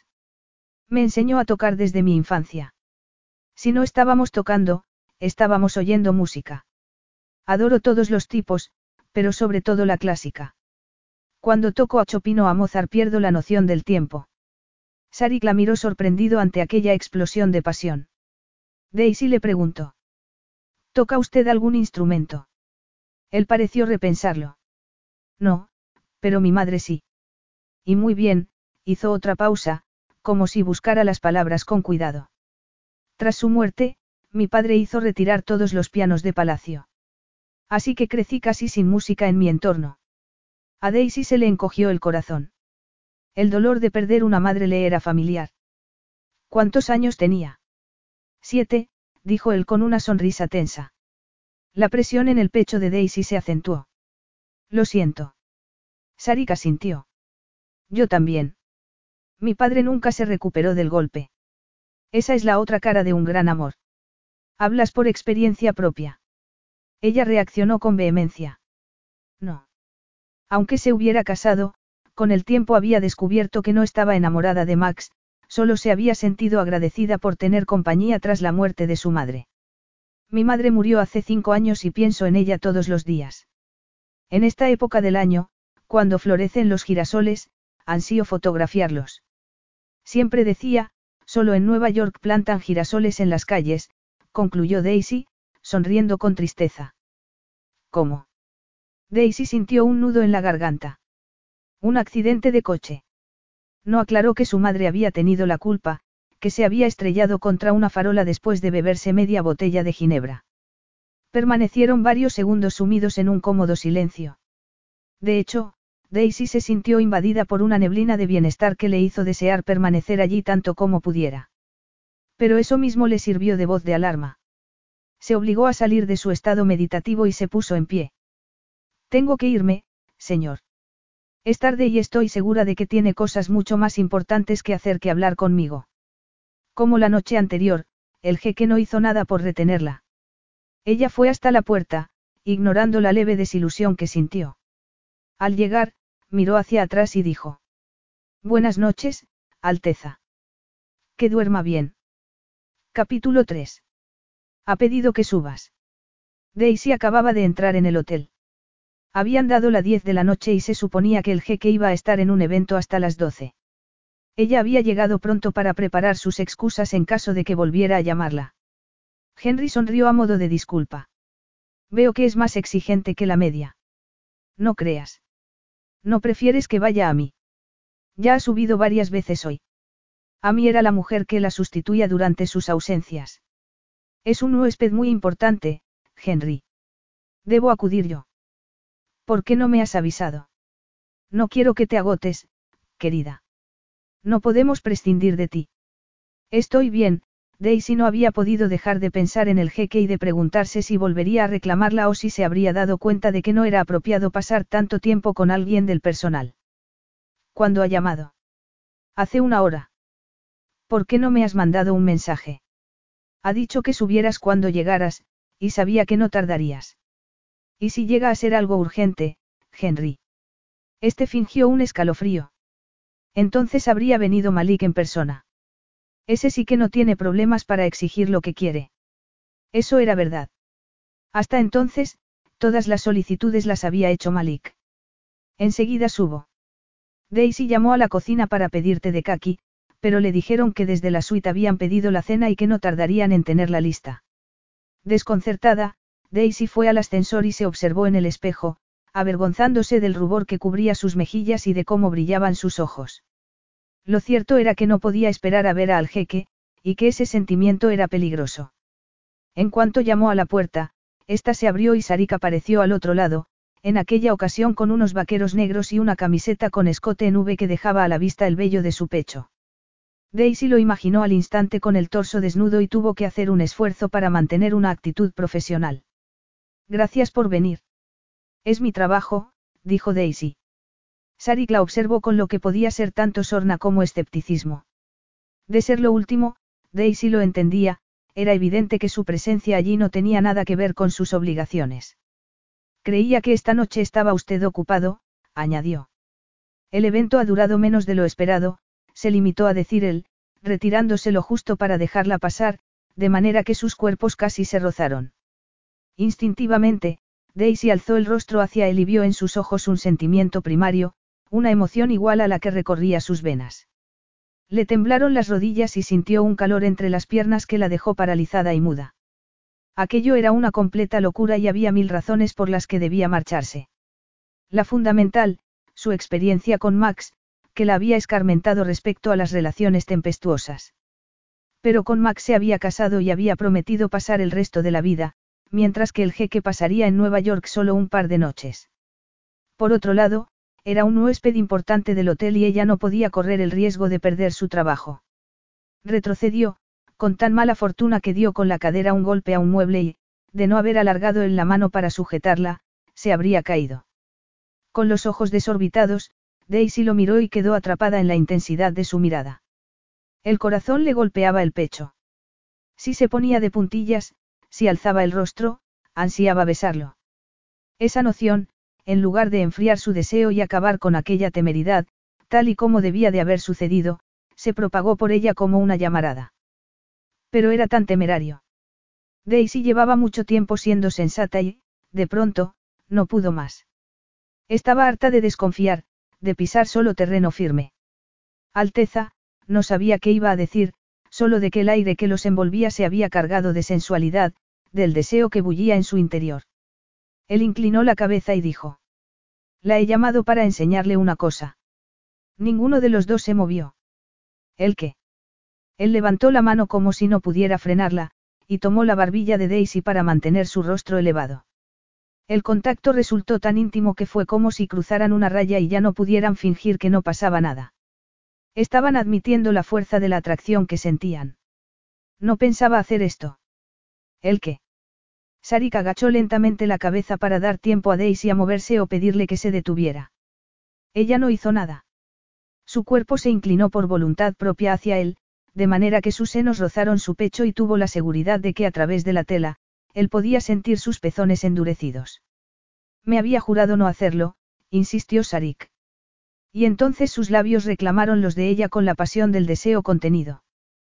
Me enseñó a tocar desde mi infancia. Si no estábamos tocando, estábamos oyendo música. Adoro todos los tipos, pero sobre todo la clásica. Cuando toco a Chopin o a Mozart pierdo la noción del tiempo. Sarik la miró sorprendido ante aquella explosión de pasión. Daisy le preguntó. ¿Toca usted algún instrumento? Él pareció repensarlo. No, pero mi madre sí. Y muy bien, hizo otra pausa, como si buscara las palabras con cuidado. Tras su muerte, mi padre hizo retirar todos los pianos de palacio. Así que crecí casi sin música en mi entorno. A Daisy se le encogió el corazón. El dolor de perder una madre le era familiar. ¿Cuántos años tenía? Siete, dijo él con una sonrisa tensa. La presión en el pecho de Daisy se acentuó. Lo siento. Sarik asintió. Yo también. Mi padre nunca se recuperó del golpe. Esa es la otra cara de un gran amor. Hablas por experiencia propia. Ella reaccionó con vehemencia. No. Aunque se hubiera casado, con el tiempo había descubierto que no estaba enamorada de Max, solo se había sentido agradecida por tener compañía tras la muerte de su madre. Mi madre murió hace cinco años y pienso en ella todos los días. En esta época del año, cuando florecen los girasoles, ansío fotografiarlos. Siempre decía, solo en Nueva York plantan girasoles en las calles, concluyó Daisy, sonriendo con tristeza. ¿Cómo? Daisy sintió un nudo en la garganta. Un accidente de coche. No aclaró que su madre había tenido la culpa, que se había estrellado contra una farola después de beberse media botella de ginebra. Permanecieron varios segundos sumidos en un cómodo silencio. De hecho, Daisy se sintió invadida por una neblina de bienestar que le hizo desear permanecer allí tanto como pudiera. Pero eso mismo le sirvió de voz de alarma. Se obligó a salir de su estado meditativo y se puso en pie. Tengo que irme, señor. Es tarde y estoy segura de que tiene cosas mucho más importantes que hacer que hablar conmigo. Como la noche anterior, el jeque no hizo nada por retenerla. Ella fue hasta la puerta, ignorando la leve desilusión que sintió. Al llegar, miró hacia atrás y dijo. Buenas noches, Alteza. Que duerma bien. Capítulo tres. Ha pedido que subas. Daisy acababa de entrar en el hotel. Habían dado las diez de la noche y se suponía que el jeque iba a estar en un evento hasta las doce. Ella había llegado pronto para preparar sus excusas en caso de que volviera a llamarla. Henry sonrió a modo de disculpa. Veo que es más exigente que la media. No creas. ¿No prefieres que vaya a mí? Ya ha subido varias veces hoy. Amy era la mujer que la sustituía durante sus ausencias. Es un huésped muy importante, Henry. Debo acudir yo. ¿Por qué no me has avisado? No quiero que te agotes, querida. No podemos prescindir de ti. Estoy bien. Daisy no había podido dejar de pensar en el jeque y de preguntarse si volvería a reclamarla o si se habría dado cuenta de que no era apropiado pasar tanto tiempo con alguien del personal. ¿Cuándo ha llamado? Hace una hora. ¿Por qué no me has mandado un mensaje? Ha dicho que subieras cuando llegaras, y sabía que no tardarías. ¿Y si llega a ser algo urgente, Henry? Este fingió un escalofrío. Entonces habría venido Malik en persona. Ese sí que no tiene problemas para exigir lo que quiere. Eso era verdad. Hasta entonces, todas las solicitudes las había hecho Malik. Enseguida subo. Daisy llamó a la cocina para pedir té de kaki, pero le dijeron que desde la suite habían pedido la cena y que no tardarían en tenerla lista. Desconcertada, Daisy fue al ascensor y se observó en el espejo, avergonzándose del rubor que cubría sus mejillas y de cómo brillaban sus ojos. Lo cierto era que no podía esperar a ver al jeque, y que ese sentimiento era peligroso. En cuanto llamó a la puerta, ésta se abrió y Sarik apareció al otro lado, en aquella ocasión con unos vaqueros negros y una camiseta con escote en V que dejaba a la vista el vello de su pecho. Daisy lo imaginó al instante con el torso desnudo y tuvo que hacer un esfuerzo para mantener una actitud profesional. Gracias por venir. Es mi trabajo, dijo Daisy. Sarik la observó con lo que podía ser tanto sorna como escepticismo. De ser lo último, Daisy lo entendía, era evidente que su presencia allí no tenía nada que ver con sus obligaciones. Creía que esta noche estaba usted ocupado, añadió. El evento ha durado menos de lo esperado, se limitó a decir él, retirándose lo justo para dejarla pasar, de manera que sus cuerpos casi se rozaron. Instintivamente, Daisy alzó el rostro hacia él y vio en sus ojos un sentimiento primario, una emoción igual a la que recorría sus venas. Le temblaron las rodillas y sintió un calor entre las piernas que la dejó paralizada y muda. Aquello era una completa locura y había mil razones por las que debía marcharse. La fundamental, su experiencia con Max, que la había escarmentado respecto a las relaciones tempestuosas. Pero con Max se había casado y había prometido pasar el resto de la vida, mientras que el jeque pasaría en Nueva York solo un par de noches. Por otro lado, era un huésped importante del hotel y ella no podía correr el riesgo de perder su trabajo. Retrocedió, con tan mala fortuna que dio con la cadera un golpe a un mueble y, de no haber alargado él la mano para sujetarla, se habría caído. Con los ojos desorbitados, Daisy lo miró y quedó atrapada en la intensidad de su mirada. El corazón le golpeaba el pecho. Si se ponía de puntillas, si alzaba el rostro, ansiaba besarlo. Esa noción, en lugar de enfriar su deseo y acabar con aquella temeridad, tal y como debía de haber sucedido, se propagó por ella como una llamarada. Pero era tan temerario. Daisy llevaba mucho tiempo siendo sensata y, de pronto, no pudo más. Estaba harta de desconfiar, de pisar solo terreno firme. Alteza, no sabía qué iba a decir, solo de que el aire que los envolvía se había cargado de sensualidad, del deseo que bullía en su interior. Él inclinó la cabeza y dijo: La he llamado para enseñarle una cosa. Ninguno de los dos se movió. ¿El qué? Él levantó la mano como si no pudiera frenarla, y tomó la barbilla de Daisy para mantener su rostro elevado. El contacto resultó tan íntimo que fue como si cruzaran una raya y ya no pudieran fingir que no pasaba nada. Estaban admitiendo la fuerza de la atracción que sentían. No pensaba hacer esto. ¿El qué? Sarik agachó lentamente la cabeza para dar tiempo a Daisy a moverse o pedirle que se detuviera. Ella no hizo nada. Su cuerpo se inclinó por voluntad propia hacia él, de manera que sus senos rozaron su pecho y tuvo la seguridad de que a través de la tela, él podía sentir sus pezones endurecidos. Me había jurado no hacerlo, insistió Sarik. Y entonces sus labios reclamaron los de ella con la pasión del deseo contenido.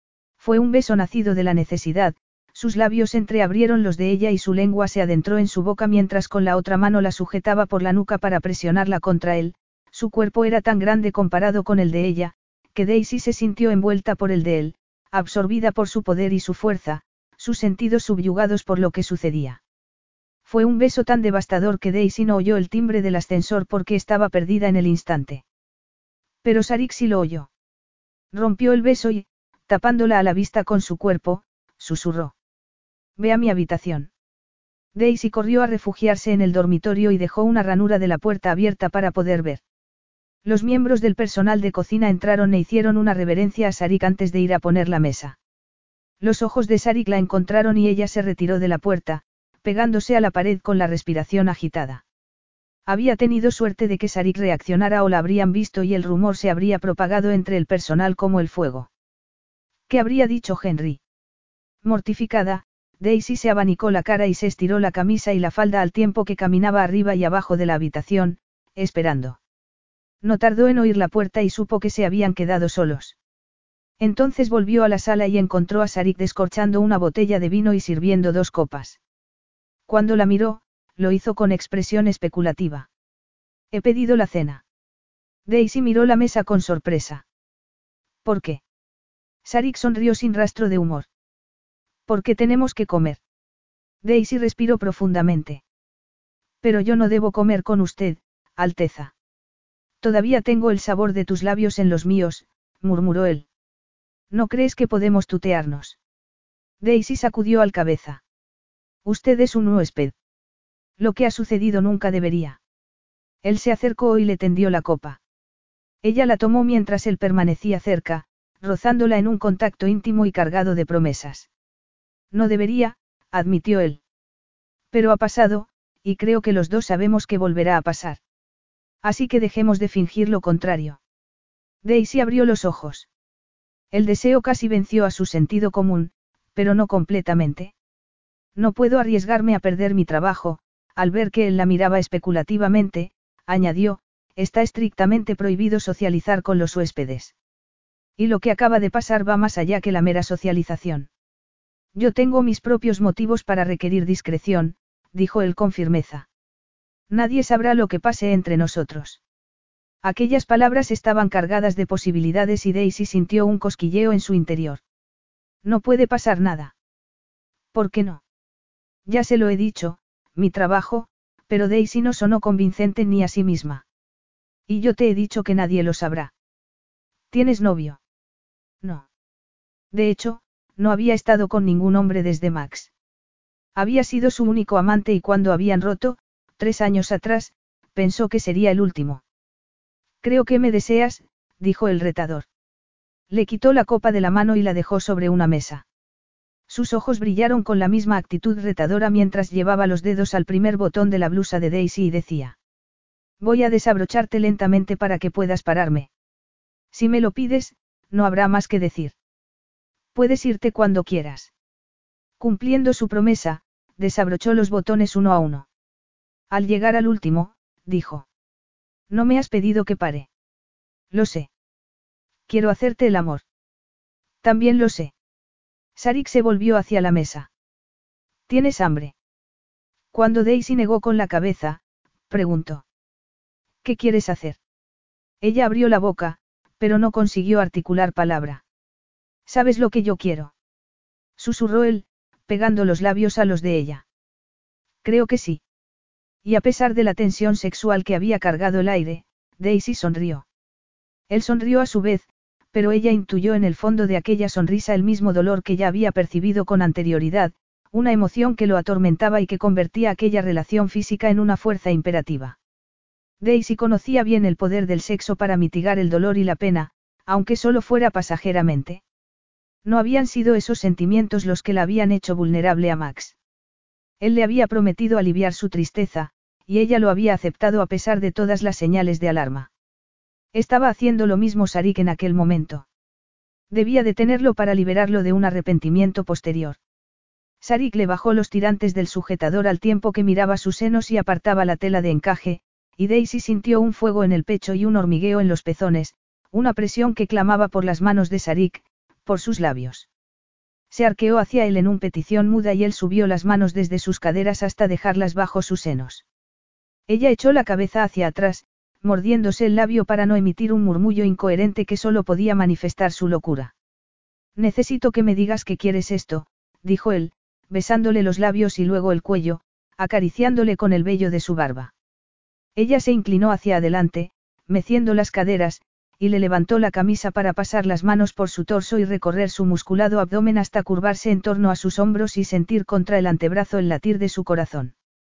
Fue un beso nacido de la necesidad. Sus labios entreabrieron los de ella y su lengua se adentró en su boca mientras con la otra mano la sujetaba por la nuca para presionarla contra él. Su cuerpo era tan grande comparado con el de ella, que Daisy se sintió envuelta por el de él, absorbida por su poder y su fuerza, sus sentidos subyugados por lo que sucedía. Fue un beso tan devastador que Daisy no oyó el timbre del ascensor porque estaba perdida en el instante. Pero Sarik sí lo oyó. Rompió el beso y, tapándola a la vista con su cuerpo, susurró. Ve a mi habitación. Daisy corrió a refugiarse en el dormitorio y dejó una ranura de la puerta abierta para poder ver. Los miembros del personal de cocina entraron e hicieron una reverencia a Sarik antes de ir a poner la mesa. Los ojos de Sarik la encontraron y ella se retiró de la puerta, pegándose a la pared con la respiración agitada. Había tenido suerte de que Sarik reaccionara o la habrían visto y el rumor se habría propagado entre el personal como el fuego. ¿Qué habría dicho Henry? Mortificada, Daisy se abanicó la cara y se estiró la camisa y la falda al tiempo que caminaba arriba y abajo de la habitación, esperando. No tardó en oír la puerta y supo que se habían quedado solos. Entonces volvió a la sala y encontró a Sarik descorchando una botella de vino y sirviendo dos copas. Cuando la miró, lo hizo con expresión especulativa. He pedido la cena. Daisy miró la mesa con sorpresa. ¿Por qué? Sarik sonrió sin rastro de humor. ¿Por qué tenemos que comer? Daisy respiró profundamente. Pero yo no debo comer con usted, Alteza. Todavía tengo el sabor de tus labios en los míos, murmuró él. ¿No crees que podemos tutearnos? Daisy sacudió al cabeza. Usted es un huésped. Lo que ha sucedido nunca debería. Él se acercó y le tendió la copa. Ella la tomó mientras él permanecía cerca, rozándola en un contacto íntimo y cargado de promesas. No debería, admitió él. Pero ha pasado, y creo que los dos sabemos que volverá a pasar. Así que dejemos de fingir lo contrario. Daisy abrió los ojos. El deseo casi venció a su sentido común, pero no completamente. No puedo arriesgarme a perder mi trabajo, al ver que él la miraba especulativamente, añadió, está estrictamente prohibido socializar con los huéspedes. Y lo que acaba de pasar va más allá que la mera socialización. Yo tengo mis propios motivos para requerir discreción, dijo él con firmeza. Nadie sabrá lo que pase entre nosotros. Aquellas palabras estaban cargadas de posibilidades y Daisy sintió un cosquilleo en su interior. No puede pasar nada. ¿Por qué no? Ya se lo he dicho, mi trabajo, pero Daisy no sonó convincente ni a sí misma. Y yo te he dicho que nadie lo sabrá. ¿Tienes novio? No. De hecho, no había estado con ningún hombre desde Max. Había sido su único amante y cuando habían roto, tres años atrás, pensó que sería el último. Creo que me deseas, dijo el retador. Le quitó la copa de la mano y la dejó sobre una mesa. Sus ojos brillaron con la misma actitud retadora mientras llevaba los dedos al primer botón de la blusa de Daisy y decía. Voy a desabrocharte lentamente para que puedas pararme. Si me lo pides, no habrá más que decir. Puedes irte cuando quieras. Cumpliendo su promesa, desabrochó los botones uno a uno. Al llegar al último, dijo. No me has pedido que pare. Lo sé. Quiero hacerte el amor. También lo sé. Sarik se volvió hacia la mesa. ¿Tienes hambre? Cuando Daisy negó con la cabeza, preguntó. ¿Qué quieres hacer? Ella abrió la boca, pero no consiguió articular palabra. ¿Sabes lo que yo quiero? Susurró él, pegando los labios a los de ella. Creo que sí. Y a pesar de la tensión sexual que había cargado el aire, Daisy sonrió. Él sonrió a su vez, pero ella intuyó en el fondo de aquella sonrisa el mismo dolor que ya había percibido con anterioridad, una emoción que lo atormentaba y que convertía aquella relación física en una fuerza imperativa. Daisy conocía bien el poder del sexo para mitigar el dolor y la pena, aunque solo fuera pasajeramente. No habían sido esos sentimientos los que la habían hecho vulnerable a Max. Él le había prometido aliviar su tristeza, y ella lo había aceptado a pesar de todas las señales de alarma. Estaba haciendo lo mismo Sarik en aquel momento. Debía detenerlo para liberarlo de un arrepentimiento posterior. Sarik le bajó los tirantes del sujetador al tiempo que miraba sus senos y apartaba la tela de encaje, y Daisy sintió un fuego en el pecho y un hormigueo en los pezones, una presión que clamaba por las manos de Sarik, por sus labios. Se arqueó hacia él en un petición muda y él subió las manos desde sus caderas hasta dejarlas bajo sus senos. Ella echó la cabeza hacia atrás, mordiéndose el labio para no emitir un murmullo incoherente que solo podía manifestar su locura. Necesito que me digas que quieres esto, dijo él, besándole los labios y luego el cuello, acariciándole con el vello de su barba. Ella se inclinó hacia adelante, meciendo las caderas, y le levantó la camisa para pasar las manos por su torso y recorrer su musculado abdomen hasta curvarse en torno a sus hombros y sentir contra el antebrazo el latir de su corazón.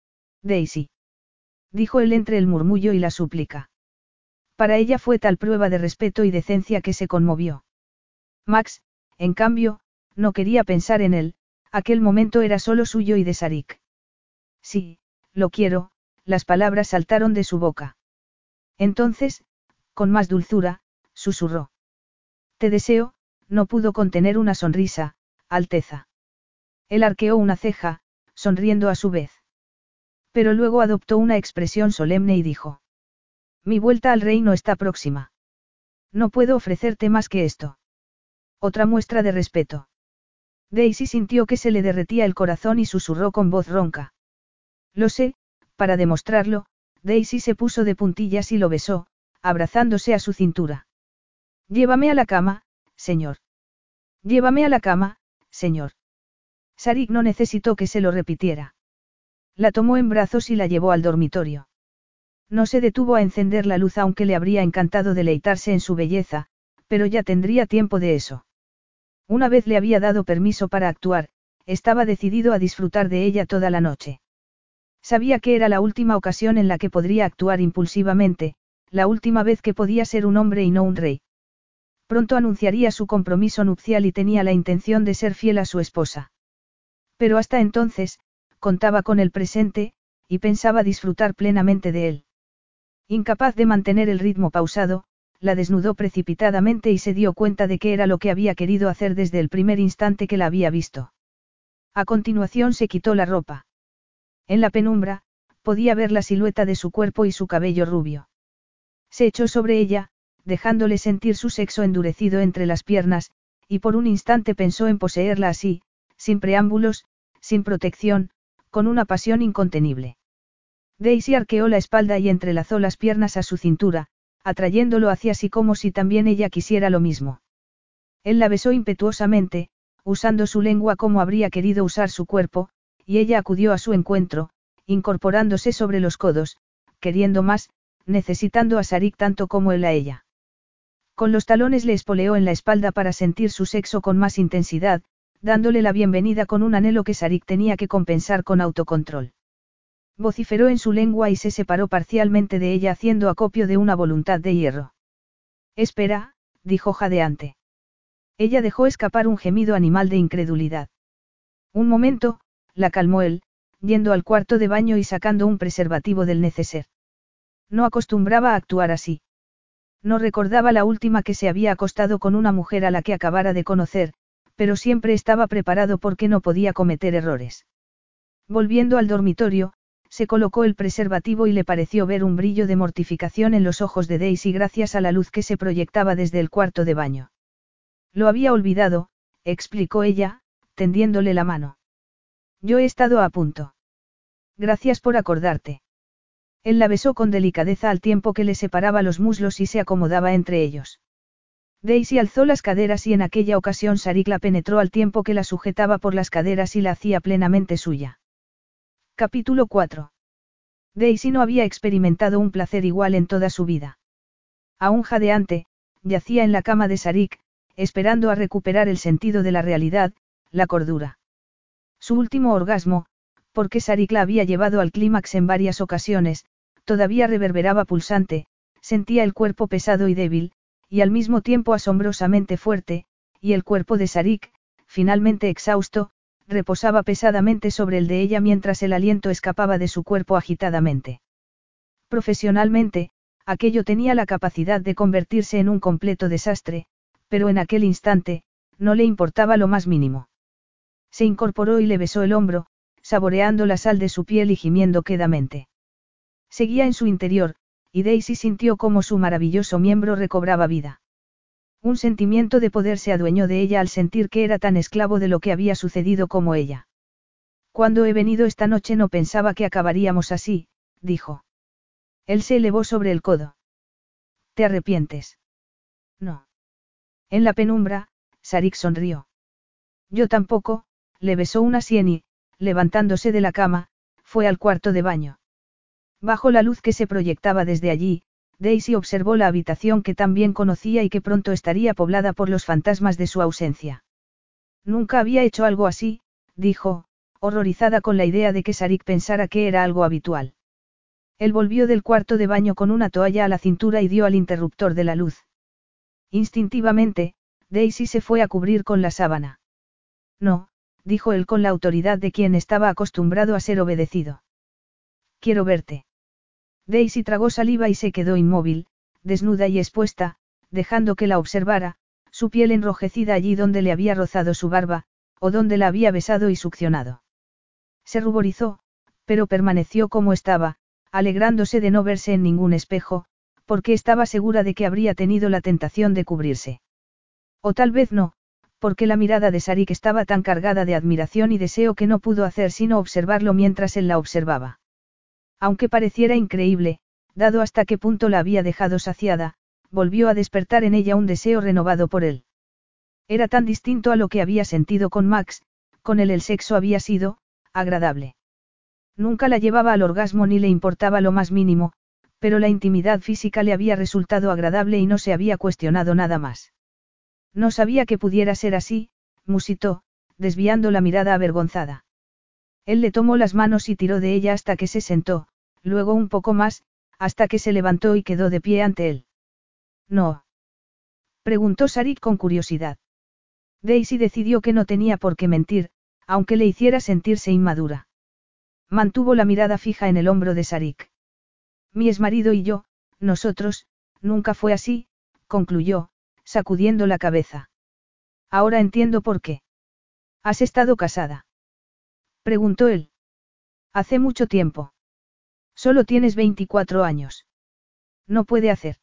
Daisy. Dijo él entre el murmullo y la súplica. Para ella fue tal prueba de respeto y decencia que se conmovió. Max, en cambio, no quería pensar en él, aquel momento era solo suyo y de Sarik. Sí, lo quiero, las palabras saltaron de su boca. Entonces, con más dulzura, susurró. Te deseo, no pudo contener una sonrisa, Alteza. Él arqueó una ceja, sonriendo a su vez. Pero luego adoptó una expresión solemne y dijo. Mi vuelta al reino está próxima. No puedo ofrecerte más que esto. Otra muestra de respeto. Daisy sintió que se le derretía el corazón y susurró con voz ronca. Lo sé, para demostrarlo, Daisy se puso de puntillas y lo besó, abrazándose a su cintura. Llévame a la cama, señor. Llévame a la cama, señor. Sarik no necesitó que se lo repitiera. La tomó en brazos y la llevó al dormitorio. No se detuvo a encender la luz aunque le habría encantado deleitarse en su belleza, pero ya tendría tiempo de eso. Una vez le había dado permiso para actuar, estaba decidido a disfrutar de ella toda la noche. Sabía que era la última ocasión en la que podría actuar impulsivamente, la última vez que podía ser un hombre y no un rey. Pronto anunciaría su compromiso nupcial y tenía la intención de ser fiel a su esposa. Pero hasta entonces, contaba con el presente, y pensaba disfrutar plenamente de él. Incapaz de mantener el ritmo pausado, la desnudó precipitadamente y se dio cuenta de que era lo que había querido hacer desde el primer instante que la había visto. A continuación se quitó la ropa. En la penumbra, podía ver la silueta de su cuerpo y su cabello rubio. Se echó sobre ella, dejándole sentir su sexo endurecido entre las piernas, y por un instante pensó en poseerla así, sin preámbulos, sin protección, con una pasión incontenible. Daisy arqueó la espalda y entrelazó las piernas a su cintura, atrayéndolo hacia sí como si también ella quisiera lo mismo. Él la besó impetuosamente, usando su lengua como habría querido usar su cuerpo, y ella acudió a su encuentro, incorporándose sobre los codos, queriendo más, necesitando a Sarik tanto como él a ella. Con los talones le espoleó en la espalda para sentir su sexo con más intensidad, dándole la bienvenida con un anhelo que Sarik tenía que compensar con autocontrol. Vociferó en su lengua y se separó parcialmente de ella haciendo acopio de una voluntad de hierro. Espera, dijo jadeante. Ella dejó escapar un gemido animal de incredulidad. Un momento, la calmó él, yendo al cuarto de baño y sacando un preservativo del neceser. No acostumbraba a actuar así. No recordaba la última que se había acostado con una mujer a la que acabara de conocer, pero siempre estaba preparado porque no podía cometer errores. Volviendo al dormitorio, se colocó el preservativo y le pareció ver un brillo de mortificación en los ojos de Daisy gracias a la luz que se proyectaba desde el cuarto de baño. Lo había olvidado, explicó ella, tendiéndole la mano. Yo he estado a punto. Gracias por acordarte. Él la besó con delicadeza al tiempo que le separaba los muslos y se acomodaba entre ellos. Daisy alzó las caderas y en aquella ocasión Sarik la penetró al tiempo que la sujetaba por las caderas y la hacía plenamente suya. Capítulo cuatro. Daisy no había experimentado un placer igual en toda su vida. Aún jadeante, yacía en la cama de Sarik, esperando a recuperar el sentido de la realidad, la cordura. Su último orgasmo, porque Sarik la había llevado al clímax en varias ocasiones, todavía reverberaba pulsante, sentía el cuerpo pesado y débil, y al mismo tiempo asombrosamente fuerte, y el cuerpo de Sarik, finalmente exhausto, reposaba pesadamente sobre el de ella mientras el aliento escapaba de su cuerpo agitadamente. Profesionalmente, aquello tenía la capacidad de convertirse en un completo desastre, pero en aquel instante, no le importaba lo más mínimo. Se incorporó y le besó el hombro, saboreando la sal de su piel y gimiendo quedamente. Seguía en su interior, y Daisy sintió cómo su maravilloso miembro recobraba vida. Un sentimiento de poder se adueñó de ella al sentir que era tan esclavo de lo que había sucedido como ella. Cuando he venido esta noche no pensaba que acabaríamos así, dijo. Él se elevó sobre el codo. ¿Te arrepientes? No. En la penumbra, Sarik sonrió. Yo tampoco, le besó una sien y, levantándose de la cama, fue al cuarto de baño. Bajo la luz que se proyectaba desde allí, Daisy observó la habitación que tan bien conocía y que pronto estaría poblada por los fantasmas de su ausencia. Nunca había hecho algo así, dijo, horrorizada con la idea de que Sarik pensara que era algo habitual. Él volvió del cuarto de baño con una toalla a la cintura y dio al interruptor de la luz. Instintivamente, Daisy se fue a cubrir con la sábana. No, dijo él con la autoridad de quien estaba acostumbrado a ser obedecido. Quiero verte. Daisy tragó saliva y se quedó inmóvil, desnuda y expuesta, dejando que la observara, su piel enrojecida allí donde le había rozado su barba, o donde la había besado y succionado. Se ruborizó, pero permaneció como estaba, alegrándose de no verse en ningún espejo, porque estaba segura de que habría tenido la tentación de cubrirse. O tal vez no, porque la mirada de Sarik estaba tan cargada de admiración y deseo que no pudo hacer sino observarlo mientras él la observaba. Aunque pareciera increíble, dado hasta qué punto la había dejado saciada, volvió a despertar en ella un deseo renovado por él. Era tan distinto a lo que había sentido con Max, con él el sexo había sido, agradable. Nunca la llevaba al orgasmo ni le importaba lo más mínimo, pero la intimidad física le había resultado agradable y no se había cuestionado nada más. No sabía que pudiera ser así, musitó, desviando la mirada avergonzada. Él le tomó las manos y tiró de ella hasta que se sentó, luego un poco más, hasta que se levantó y quedó de pie ante él. ¿No? Preguntó Sarik con curiosidad. Daisy decidió que no tenía por qué mentir, aunque le hiciera sentirse inmadura. Mantuvo la mirada fija en el hombro de Sarik. Mi exmarido y yo, nosotros, nunca fue así, concluyó, sacudiendo la cabeza. Ahora entiendo por qué. ¿Has estado casada? Preguntó él. Hace mucho tiempo. Solo tienes veinticuatro años. No puede hacer.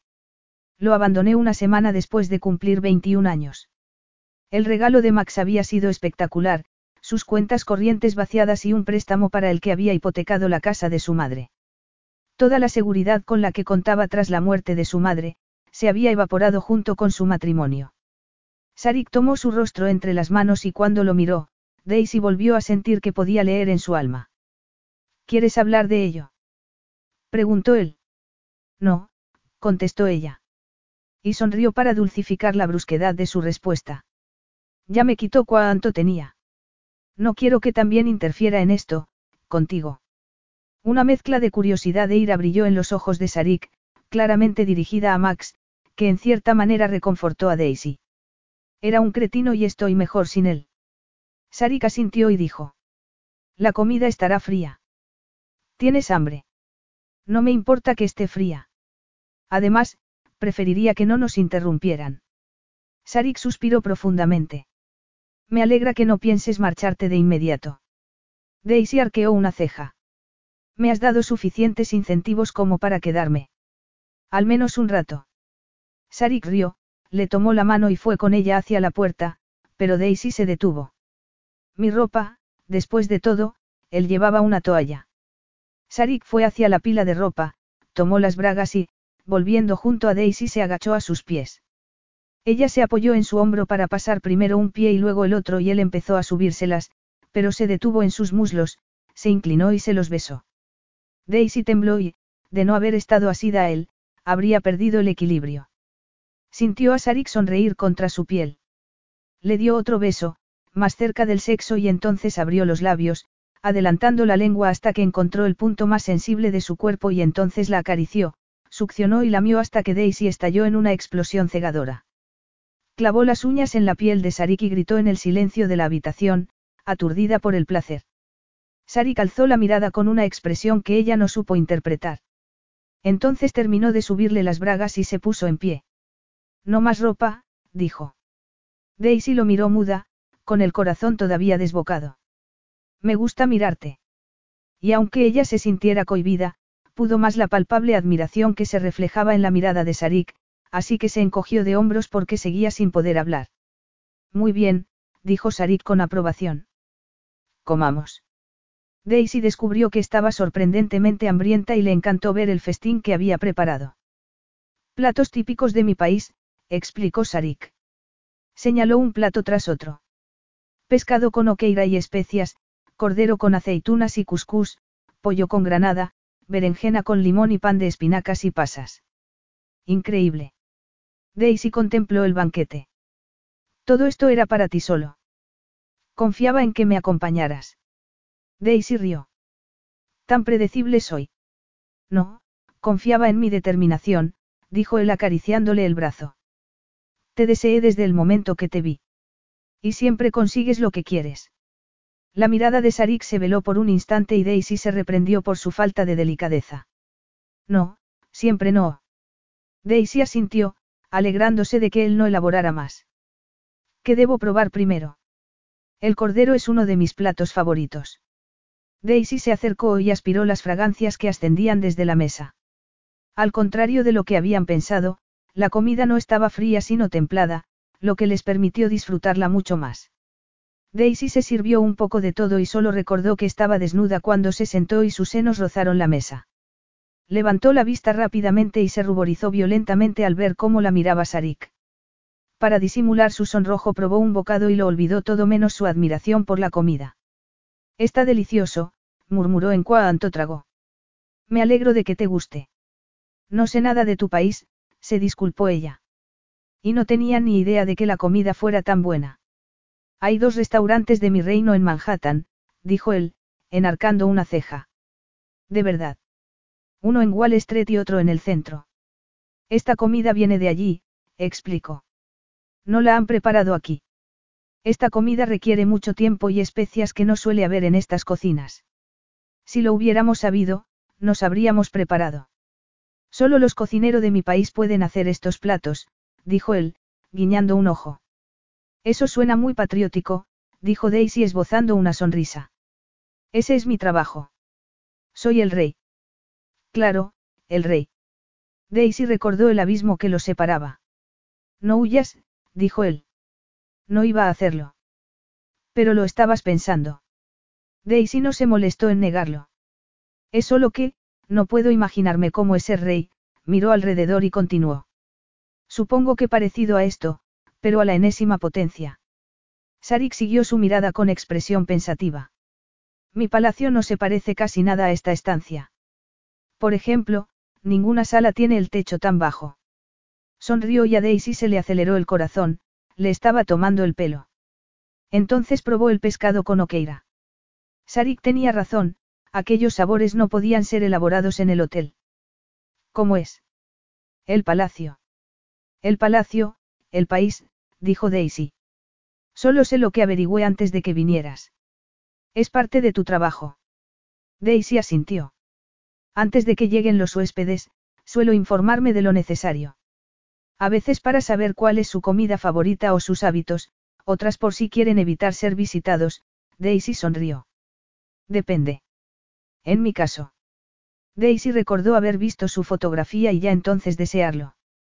Lo abandoné una semana después de cumplir veintiún años. El regalo de Max había sido espectacular, sus cuentas corrientes vaciadas y un préstamo para el que había hipotecado la casa de su madre. Toda la seguridad con la que contaba tras la muerte de su madre, se había evaporado junto con su matrimonio. Sarik tomó su rostro entre las manos y cuando lo miró, Daisy volvió a sentir que podía leer en su alma. ¿Quieres hablar de ello? Preguntó él. No, contestó ella. Y sonrió para dulcificar la brusquedad de su respuesta. Ya me quitó cuanto tenía. No quiero que también interfiera en esto, contigo. Una mezcla de curiosidad e ira brilló en los ojos de Sarik, claramente dirigida a Max, que en cierta manera reconfortó a Daisy. Era un cretino y estoy mejor sin él. Sarik asintió y dijo. La comida estará fría. ¿Tienes hambre? No me importa que esté fría. Además, preferiría que no nos interrumpieran. Sarik suspiró profundamente. Me alegra que no pienses marcharte de inmediato. Daisy arqueó una ceja. Me has dado suficientes incentivos como para quedarme. Al menos un rato. Sarik rió, le tomó la mano y fue con ella hacia la puerta, pero Daisy se detuvo. Mi ropa, después de todo, él llevaba una toalla. Sarik fue hacia la pila de ropa, tomó las bragas y, volviendo junto a Daisy, se agachó a sus pies. Ella se apoyó en su hombro para pasar primero un pie y luego el otro y él empezó a subírselas, pero se detuvo en sus muslos, se inclinó y se los besó. Daisy tembló y, de no haber estado asida a él, habría perdido el equilibrio. Sintió a Sarik sonreír contra su piel. Le dio otro beso, más cerca del sexo y entonces abrió los labios, adelantando la lengua hasta que encontró el punto más sensible de su cuerpo y entonces la acarició, succionó y lamió hasta que Daisy estalló en una explosión cegadora. Clavó las uñas en la piel de Sarik y gritó en el silencio de la habitación, aturdida por el placer. Sarik alzó la mirada con una expresión que ella no supo interpretar. Entonces terminó de subirle las bragas y se puso en pie. No más ropa, dijo. Daisy lo miró muda, con el corazón todavía desbocado. Me gusta mirarte. Y aunque ella se sintiera cohibida, pudo más la palpable admiración que se reflejaba en la mirada de Sarik, así que se encogió de hombros porque seguía sin poder hablar. Muy bien, dijo Sarik con aprobación. Comamos. Daisy descubrió que estaba sorprendentemente hambrienta y le encantó ver el festín que había preparado. Platos típicos de mi país, explicó Sarik. Señaló un plato tras otro. Pescado con oqueira y especias, cordero con aceitunas y cuscús, pollo con granada, berenjena con limón y pan de espinacas y pasas. Increíble. Daisy contempló el banquete. Todo esto era para ti solo. Confiaba en que me acompañaras. Daisy rió. Tan predecible soy. No, confiaba en mi determinación, dijo él acariciándole el brazo. Te deseé desde el momento que te vi. Y siempre consigues lo que quieres. La mirada de Sarik se veló por un instante y Daisy se reprendió por su falta de delicadeza. No, siempre no. Daisy asintió, alegrándose de que él no elaborara más. ¿Qué debo probar primero? El cordero es uno de mis platos favoritos. Daisy se acercó y aspiró las fragancias que ascendían desde la mesa. Al contrario de lo que habían pensado, la comida no estaba fría sino templada, lo que les permitió disfrutarla mucho más. Daisy se sirvió un poco de todo y solo recordó que estaba desnuda cuando se sentó y sus senos rozaron la mesa. Levantó la vista rápidamente y se ruborizó violentamente al ver cómo la miraba Sarik. Para disimular su sonrojo probó un bocado y lo olvidó todo menos su admiración por la comida. Está delicioso, murmuró en cuanto tragó. Me alegro de que te guste. No sé nada de tu país, se disculpó ella. Y no tenía ni idea de que la comida fuera tan buena. Hay dos restaurantes de mi reino en Manhattan, dijo él, enarcando una ceja. De verdad. Uno en Wall Street y otro en el centro. Esta comida viene de allí, explicó. No la han preparado aquí. Esta comida requiere mucho tiempo y especias que no suele haber en estas cocinas. Si lo hubiéramos sabido, nos habríamos preparado. Solo los cocineros de mi país pueden hacer estos platos, dijo él, guiñando un ojo. Eso suena muy patriótico, dijo Daisy esbozando una sonrisa. Ese es mi trabajo. Soy el rey. Claro, el rey. Daisy recordó el abismo que los separaba. No huyas, dijo él. No iba a hacerlo. Pero lo estabas pensando. Daisy no se molestó en negarlo. Es solo que, no puedo imaginarme cómo es ser rey, miró alrededor y continuó. Supongo que parecido a esto, pero a la enésima potencia. Sarik siguió su mirada con expresión pensativa. Mi palacio no se parece casi nada a esta estancia. Por ejemplo, ninguna sala tiene el techo tan bajo. Sonrió y a Daisy se le aceleró el corazón, le estaba tomando el pelo. Entonces probó el pescado con oqueira. Sarik tenía razón, aquellos sabores no podían ser elaborados en el hotel. ¿Cómo es? El palacio. El palacio, el país, dijo Daisy. Solo sé lo que averigüé antes de que vinieras. Es parte de tu trabajo. Daisy asintió. Antes de que lleguen los huéspedes, suelo informarme de lo necesario. A veces para saber cuál es su comida favorita o sus hábitos, otras por si quieren evitar ser visitados, Daisy sonrió. Depende. En mi caso. Daisy recordó haber visto su fotografía y ya entonces desearlo.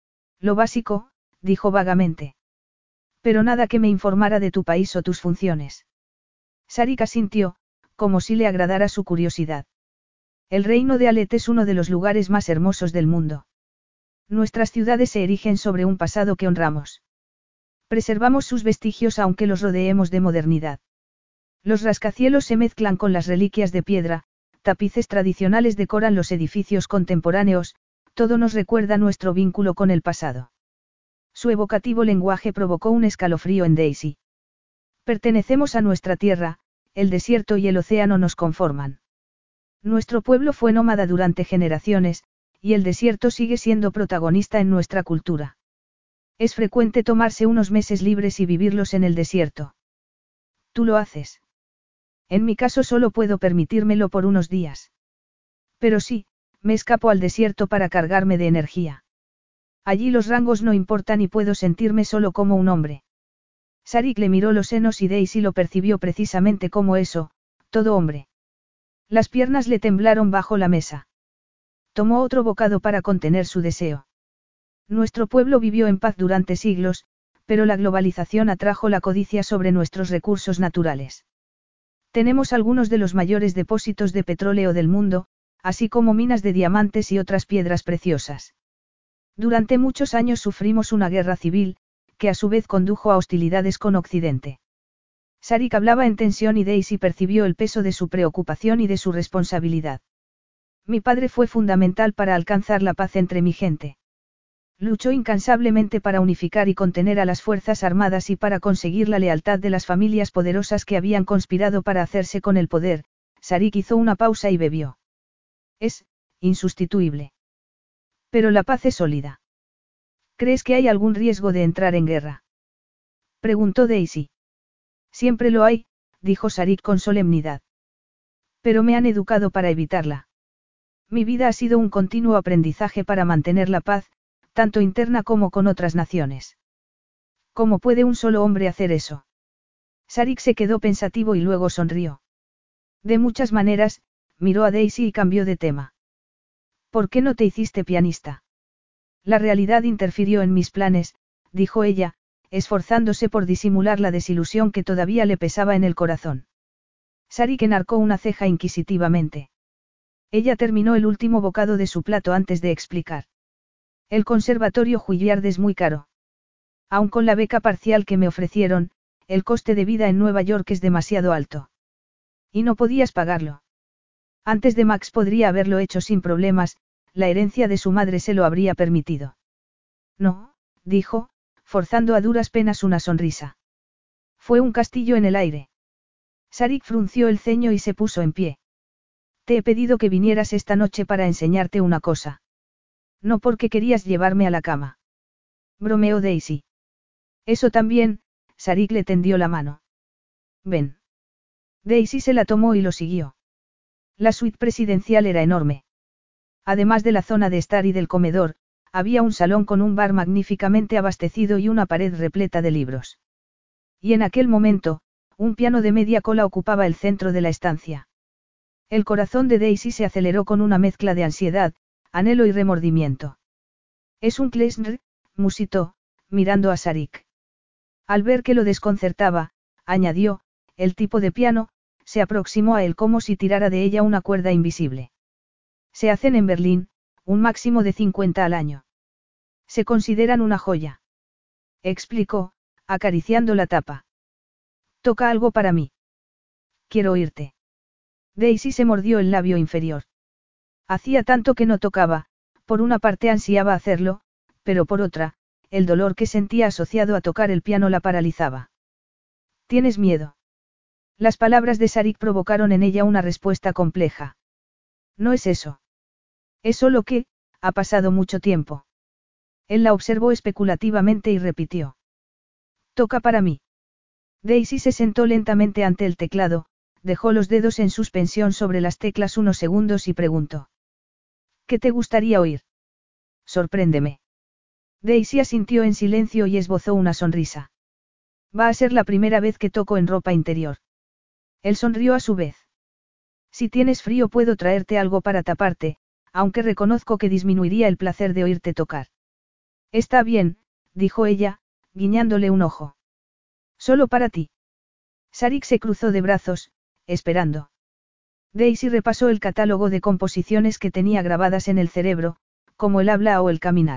Lo básico, dijo vagamente. Pero nada que me informara de tu país o tus funciones. Sarik asintió, como si le agradara su curiosidad. El reino de Alet es uno de los lugares más hermosos del mundo. Nuestras ciudades se erigen sobre un pasado que honramos. Preservamos sus vestigios aunque los rodeemos de modernidad. Los rascacielos se mezclan con las reliquias de piedra, tapices tradicionales decoran los edificios contemporáneos, todo nos recuerda nuestro vínculo con el pasado. Su evocativo lenguaje provocó un escalofrío en Daisy. Pertenecemos a nuestra tierra, el desierto y el océano nos conforman. Nuestro pueblo fue nómada durante generaciones, y el desierto sigue siendo protagonista en nuestra cultura. Es frecuente tomarse unos meses libres y vivirlos en el desierto. ¿Tú lo haces? En mi caso solo puedo permitírmelo por unos días. Pero sí, me escapo al desierto para cargarme de energía. Allí los rangos no importan y puedo sentirme solo como un hombre. Sarik le miró los senos y Daisy lo percibió precisamente como eso, todo hombre. Las piernas le temblaron bajo la mesa. Tomó otro bocado para contener su deseo. Nuestro pueblo vivió en paz durante siglos, pero la globalización atrajo la codicia sobre nuestros recursos naturales. Tenemos algunos de los mayores depósitos de petróleo del mundo, así como minas de diamantes y otras piedras preciosas. Durante muchos años sufrimos una guerra civil, que a su vez condujo a hostilidades con Occidente. Sarik hablaba en tensión y Daisy percibió el peso de su preocupación y de su responsabilidad. Mi padre fue fundamental para alcanzar la paz entre mi gente. Luchó incansablemente para unificar y contener a las Fuerzas Armadas y para conseguir la lealtad de las familias poderosas que habían conspirado para hacerse con el poder. Sarik hizo una pausa y bebió. Es insustituible. Pero la paz es sólida. ¿Crees que hay algún riesgo de entrar en guerra? Preguntó Daisy. Siempre lo hay, dijo Sarik con solemnidad. Pero me han educado para evitarla. Mi vida ha sido un continuo aprendizaje para mantener la paz, tanto interna como con otras naciones. ¿Cómo puede un solo hombre hacer eso? Sarik se quedó pensativo y luego sonrió. De muchas maneras, miró a Daisy y cambió de tema. ¿Por qué no te hiciste pianista? La realidad interfirió en mis planes, dijo ella, esforzándose por disimular la desilusión que todavía le pesaba en el corazón. Sarik enarcó una ceja inquisitivamente. Ella terminó el último bocado de su plato antes de explicar. El conservatorio Juilliard es muy caro. Aun con la beca parcial que me ofrecieron, el coste de vida en Nueva York es demasiado alto. Y no podías pagarlo. Antes de Max podría haberlo hecho sin problemas, la herencia de su madre se lo habría permitido. No, dijo, forzando a duras penas una sonrisa. Fue un castillo en el aire. Sarik frunció el ceño y se puso en pie. Te he pedido que vinieras esta noche para enseñarte una cosa. No porque querías llevarme a la cama. Bromeó Daisy. Eso también, Sarik le tendió la mano. Ven. Daisy se la tomó y lo siguió. La suite presidencial era enorme. Además de la zona de estar y del comedor, había un salón con un bar magníficamente abastecido y una pared repleta de libros. Y en aquel momento, un piano de media cola ocupaba el centro de la estancia. El corazón de Daisy se aceleró con una mezcla de ansiedad, anhelo y remordimiento. Es un klezmer, musitó, mirando a Sarik. Al ver que lo desconcertaba, añadió, el tipo de piano, se aproximó a él como si tirara de ella una cuerda invisible. Se hacen en Berlín, un máximo de cincuenta al año. Se consideran una joya. Explicó, acariciando la tapa. Toca algo para mí. Quiero oírte. Daisy se mordió el labio inferior. Hacía tanto que no tocaba, por una parte ansiaba hacerlo, pero por otra, el dolor que sentía asociado a tocar el piano la paralizaba. ¿Tienes miedo? Las palabras de Sarik provocaron en ella una respuesta compleja. No es eso. Es solo que, ha pasado mucho tiempo. Él la observó especulativamente y repitió. Toca para mí. Daisy se sentó lentamente ante el teclado, dejó los dedos en suspensión sobre las teclas unos segundos y preguntó. ¿Qué te gustaría oír? Sorpréndeme. Daisy asintió en silencio y esbozó una sonrisa. Va a ser la primera vez que toco en ropa interior. Él sonrió a su vez. Si tienes frío puedo traerte algo para taparte, aunque reconozco que disminuiría el placer de oírte tocar. Está bien, dijo ella, guiñándole un ojo. Solo para ti. Sarik se cruzó de brazos, esperando. Daisy repasó el catálogo de composiciones que tenía grabadas en el cerebro, como el habla o el caminar.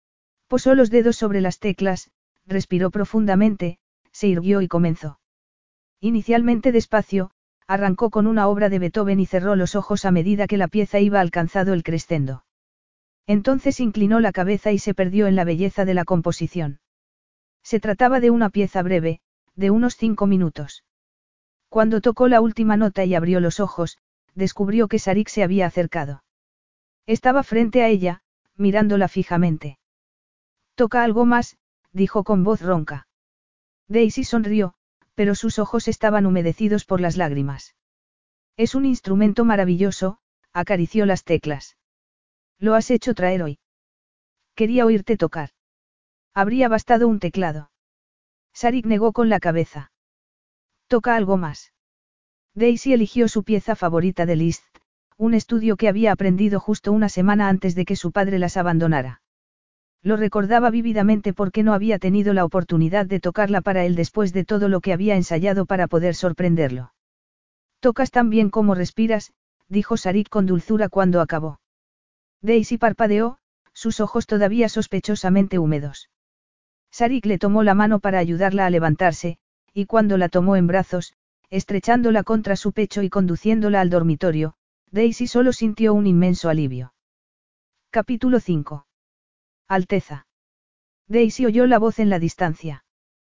Posó los dedos sobre las teclas, respiró profundamente, se irguió y comenzó. Inicialmente despacio, arrancó con una obra de Beethoven y cerró los ojos a medida que la pieza iba alcanzando el crescendo. Entonces inclinó la cabeza y se perdió en la belleza de la composición. Se trataba de una pieza breve, de unos cinco minutos. Cuando tocó la última nota y abrió los ojos, descubrió que Sarik se había acercado. Estaba frente a ella, mirándola fijamente. Toca algo más, dijo con voz ronca. Daisy sonrió, pero sus ojos estaban humedecidos por las lágrimas. Es un instrumento maravilloso, acarició las teclas. Lo has hecho traer hoy. Quería oírte tocar. Habría bastado un teclado. Sarik negó con la cabeza. Toca algo más. Daisy eligió su pieza favorita de Liszt, un estudio que había aprendido justo una semana antes de que su padre las abandonara. Lo recordaba vívidamente porque no había tenido la oportunidad de tocarla para él después de todo lo que había ensayado para poder sorprenderlo. Tocas tan bien como respiras, dijo Sarik con dulzura cuando acabó. Daisy parpadeó, sus ojos todavía sospechosamente húmedos. Sarik le tomó la mano para ayudarla a levantarse, y cuando la tomó en brazos, estrechándola contra su pecho y conduciéndola al dormitorio, Daisy solo sintió un inmenso alivio. Capítulo cinco. Alteza. Daisy oyó la voz en la distancia.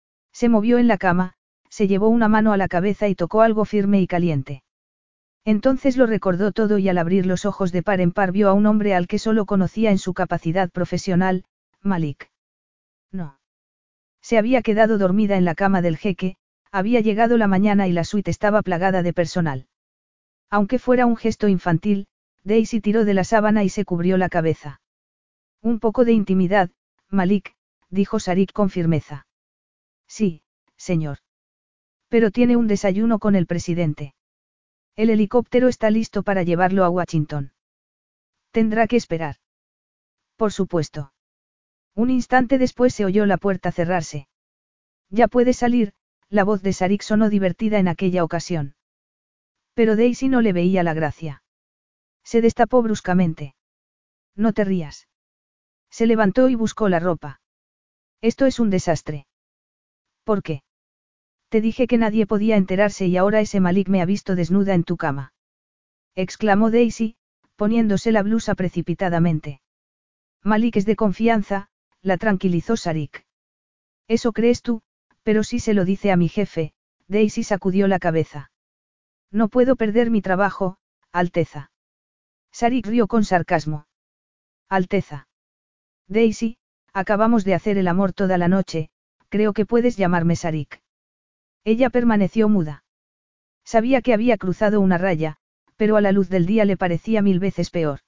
Se movió en la cama, se llevó una mano a la cabeza y tocó algo firme y caliente. Entonces lo recordó todo y al abrir los ojos de par en par vio a un hombre al que solo conocía en su capacidad profesional, Malik. No. Se había quedado dormida en la cama del jeque, había llegado la mañana y la suite estaba plagada de personal. Aunque fuera un gesto infantil, Daisy tiró de la sábana y se cubrió la cabeza. Un poco de intimidad, Malik, dijo Sarik con firmeza. Sí, señor. Pero tiene un desayuno con el presidente. El helicóptero está listo para llevarlo a Washington. Tendrá que esperar. Por supuesto. Un instante después se oyó la puerta cerrarse. Ya puede salir, la voz de Sarik sonó divertida en aquella ocasión. Pero Daisy no le veía la gracia. Se destapó bruscamente. No te rías. Se levantó y buscó la ropa. Esto es un desastre. ¿Por qué? Te dije que nadie podía enterarse y ahora ese Malik me ha visto desnuda en tu cama. Exclamó Daisy, poniéndose la blusa precipitadamente. Malik es de confianza, la tranquilizó Sarik. Eso crees tú, pero si se lo dice a mi jefe, Daisy sacudió la cabeza. No puedo perder mi trabajo, Alteza. Sarik rió con sarcasmo. Alteza. Daisy, acabamos de hacer el amor toda la noche, creo que puedes llamarme Sarik. Ella permaneció muda. Sabía que había cruzado una raya, pero a la luz del día le parecía mil veces peor.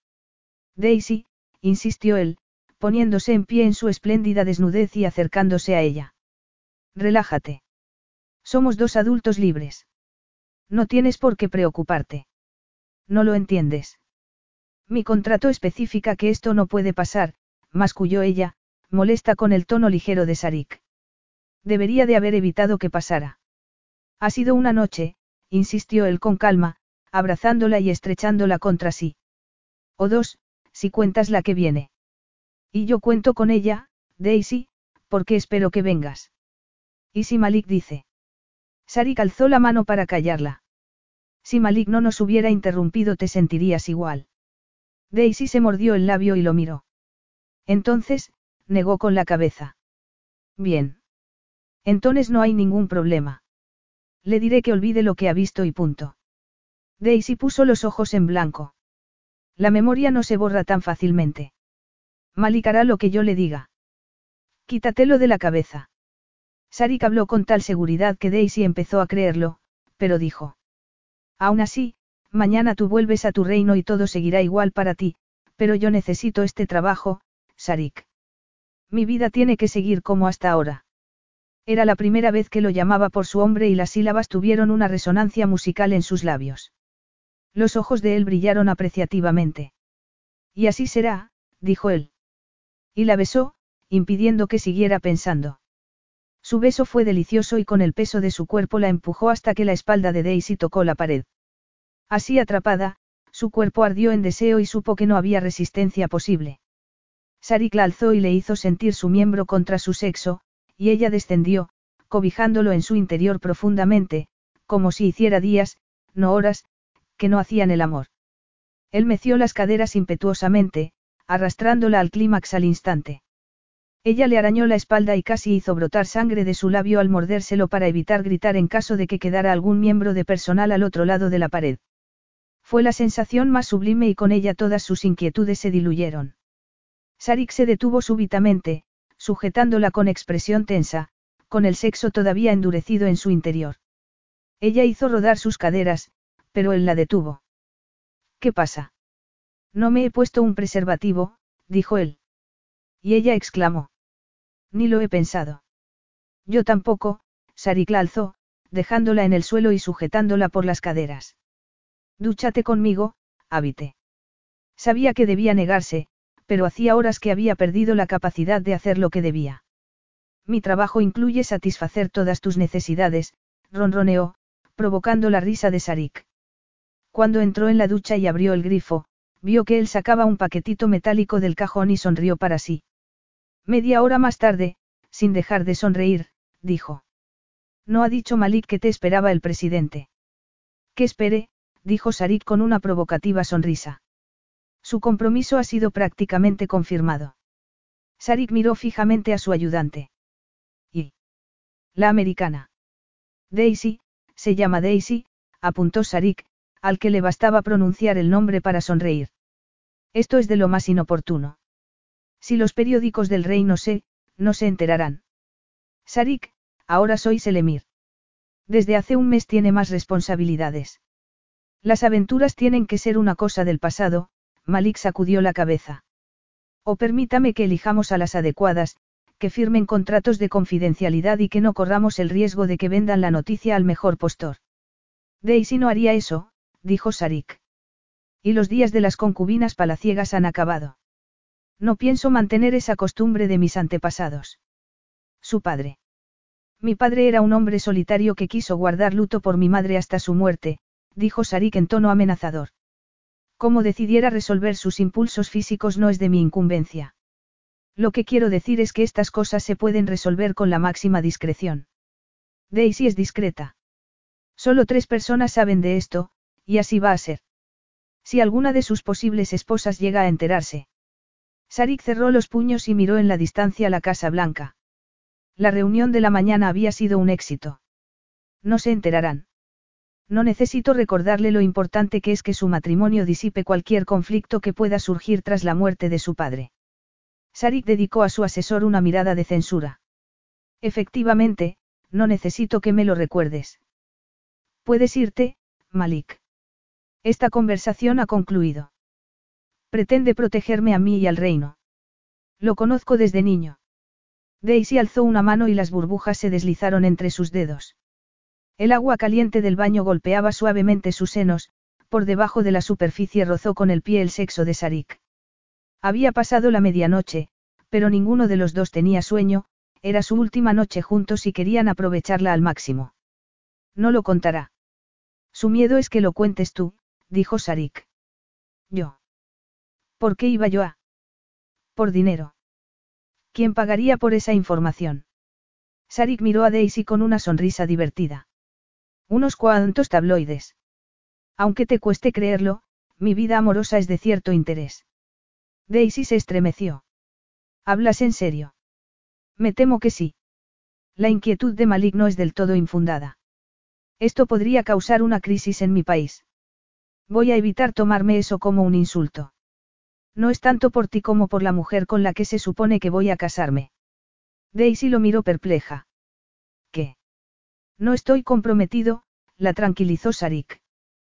Daisy, insistió él, poniéndose en pie en su espléndida desnudez y acercándose a ella. Relájate. Somos dos adultos libres. No tienes por qué preocuparte. No lo entiendes. Mi contrato especifica que esto no puede pasar, masculló ella, molesta con el tono ligero de Sarik. Debería de haber evitado que pasara. Ha sido una noche, insistió él con calma, abrazándola y estrechándola contra sí. O dos, si cuentas la que viene. Y yo cuento con ella, Daisy, porque espero que vengas. ¿Y si Malik dice? Sarik alzó la mano para callarla. Si Malik no nos hubiera interrumpido te sentirías igual. Daisy se mordió el labio y lo miró. Entonces, negó con la cabeza. Bien. Entonces no hay ningún problema. Le diré que olvide lo que ha visto y punto. Daisy puso los ojos en blanco. La memoria no se borra tan fácilmente. Malik hará lo que yo le diga. Quítatelo de la cabeza. Sarik habló con tal seguridad que Daisy empezó a creerlo, pero dijo. Aún así, mañana tú vuelves a tu reino y todo seguirá igual para ti, pero yo necesito este trabajo, Sarik. Mi vida tiene que seguir como hasta ahora. Era la primera vez que lo llamaba por su hombre y las sílabas tuvieron una resonancia musical en sus labios. Los ojos de él brillaron apreciativamente. Y así será, dijo él. Y la besó, impidiendo que siguiera pensando. Su beso fue delicioso y con el peso de su cuerpo la empujó hasta que la espalda de Daisy tocó la pared. Así atrapada, su cuerpo ardió en deseo y supo que no había resistencia posible. Sarik la alzó y le hizo sentir su miembro contra su sexo, y ella descendió, cobijándolo en su interior profundamente, como si hiciera días, no horas, que no hacían el amor. Él meció las caderas impetuosamente, arrastrándola al clímax al instante. Ella le arañó la espalda y casi hizo brotar sangre de su labio al mordérselo para evitar gritar en caso de que quedara algún miembro de personal al otro lado de la pared. Fue la sensación más sublime y con ella todas sus inquietudes se diluyeron. Sarik se detuvo súbitamente, sujetándola con expresión tensa, con el sexo todavía endurecido en su interior. Ella hizo rodar sus caderas, pero él la detuvo. ¿Qué pasa? No me he puesto un preservativo, dijo él. Y ella exclamó. Ni lo he pensado. Yo tampoco, Sarik la alzó, dejándola en el suelo y sujetándola por las caderas. Dúchate conmigo, Habite. Sabía que debía negarse, pero hacía horas que había perdido la capacidad de hacer lo que debía. Mi trabajo incluye satisfacer todas tus necesidades, ronroneó, provocando la risa de Sarik. Cuando entró en la ducha y abrió el grifo, vio que él sacaba un paquetito metálico del cajón y sonrió para sí. Media hora más tarde, sin dejar de sonreír, dijo. No ha dicho Malik que te esperaba el presidente. Que espere, dijo Sarik con una provocativa sonrisa. Su compromiso ha sido prácticamente confirmado. Sarik miró fijamente a su ayudante. ¿Y? La americana. Daisy, se llama Daisy, apuntó Sarik, al que le bastaba pronunciar el nombre para sonreír. Esto es de lo más inoportuno. Si los periódicos del reino se, no se enterarán. Sarik, ahora sois el emir. Desde hace un mes tiene más responsabilidades. Las aventuras tienen que ser una cosa del pasado, Malik sacudió la cabeza. O permítame que elijamos a las adecuadas, que firmen contratos de confidencialidad y que no corramos el riesgo de que vendan la noticia al mejor postor. Daisy no haría eso, dijo Sarik. Y los días de las concubinas palaciegas han acabado. No pienso mantener esa costumbre de mis antepasados. Su padre. Mi padre era un hombre solitario que quiso guardar luto por mi madre hasta su muerte, dijo Sarik en tono amenazador. Cómo decidiera resolver sus impulsos físicos no es de mi incumbencia. Lo que quiero decir es que estas cosas se pueden resolver con la máxima discreción. Daisy es discreta. Solo tres personas saben de esto, y así va a ser. Si alguna de sus posibles esposas llega a enterarse. Sarik cerró los puños y miró en la distancia la Casa Blanca. La reunión de la mañana había sido un éxito. No se enterarán. No necesito recordarle lo importante que es que su matrimonio disipe cualquier conflicto que pueda surgir tras la muerte de su padre. Sarik dedicó a su asesor una mirada de censura. Efectivamente, no necesito que me lo recuerdes. Puedes irte, Malik. Esta conversación ha concluido. Pretende protegerme a mí y al reino. Lo conozco desde niño. Daisy alzó una mano y las burbujas se deslizaron entre sus dedos. El agua caliente del baño golpeaba suavemente sus senos, por debajo de la superficie rozó con el pie el sexo de Sarik. Había pasado la medianoche, pero ninguno de los dos tenía sueño, era su última noche juntos y querían aprovecharla al máximo. No lo contará. Su miedo es que lo cuentes tú, dijo Sarik. Yo. ¿Por qué iba yo a? Por dinero. ¿Quién pagaría por esa información? Sarik miró a Daisy con una sonrisa divertida. Unos cuantos tabloides. Aunque te cueste creerlo, mi vida amorosa es de cierto interés. Daisy se estremeció. ¿Hablas en serio? Me temo que sí. La inquietud de Malik no es del todo infundada. Esto podría causar una crisis en mi país. Voy a evitar tomarme eso como un insulto. No es tanto por ti como por la mujer con la que se supone que voy a casarme. Daisy lo miró perpleja. ¿Qué? No estoy comprometido, la tranquilizó Sarik.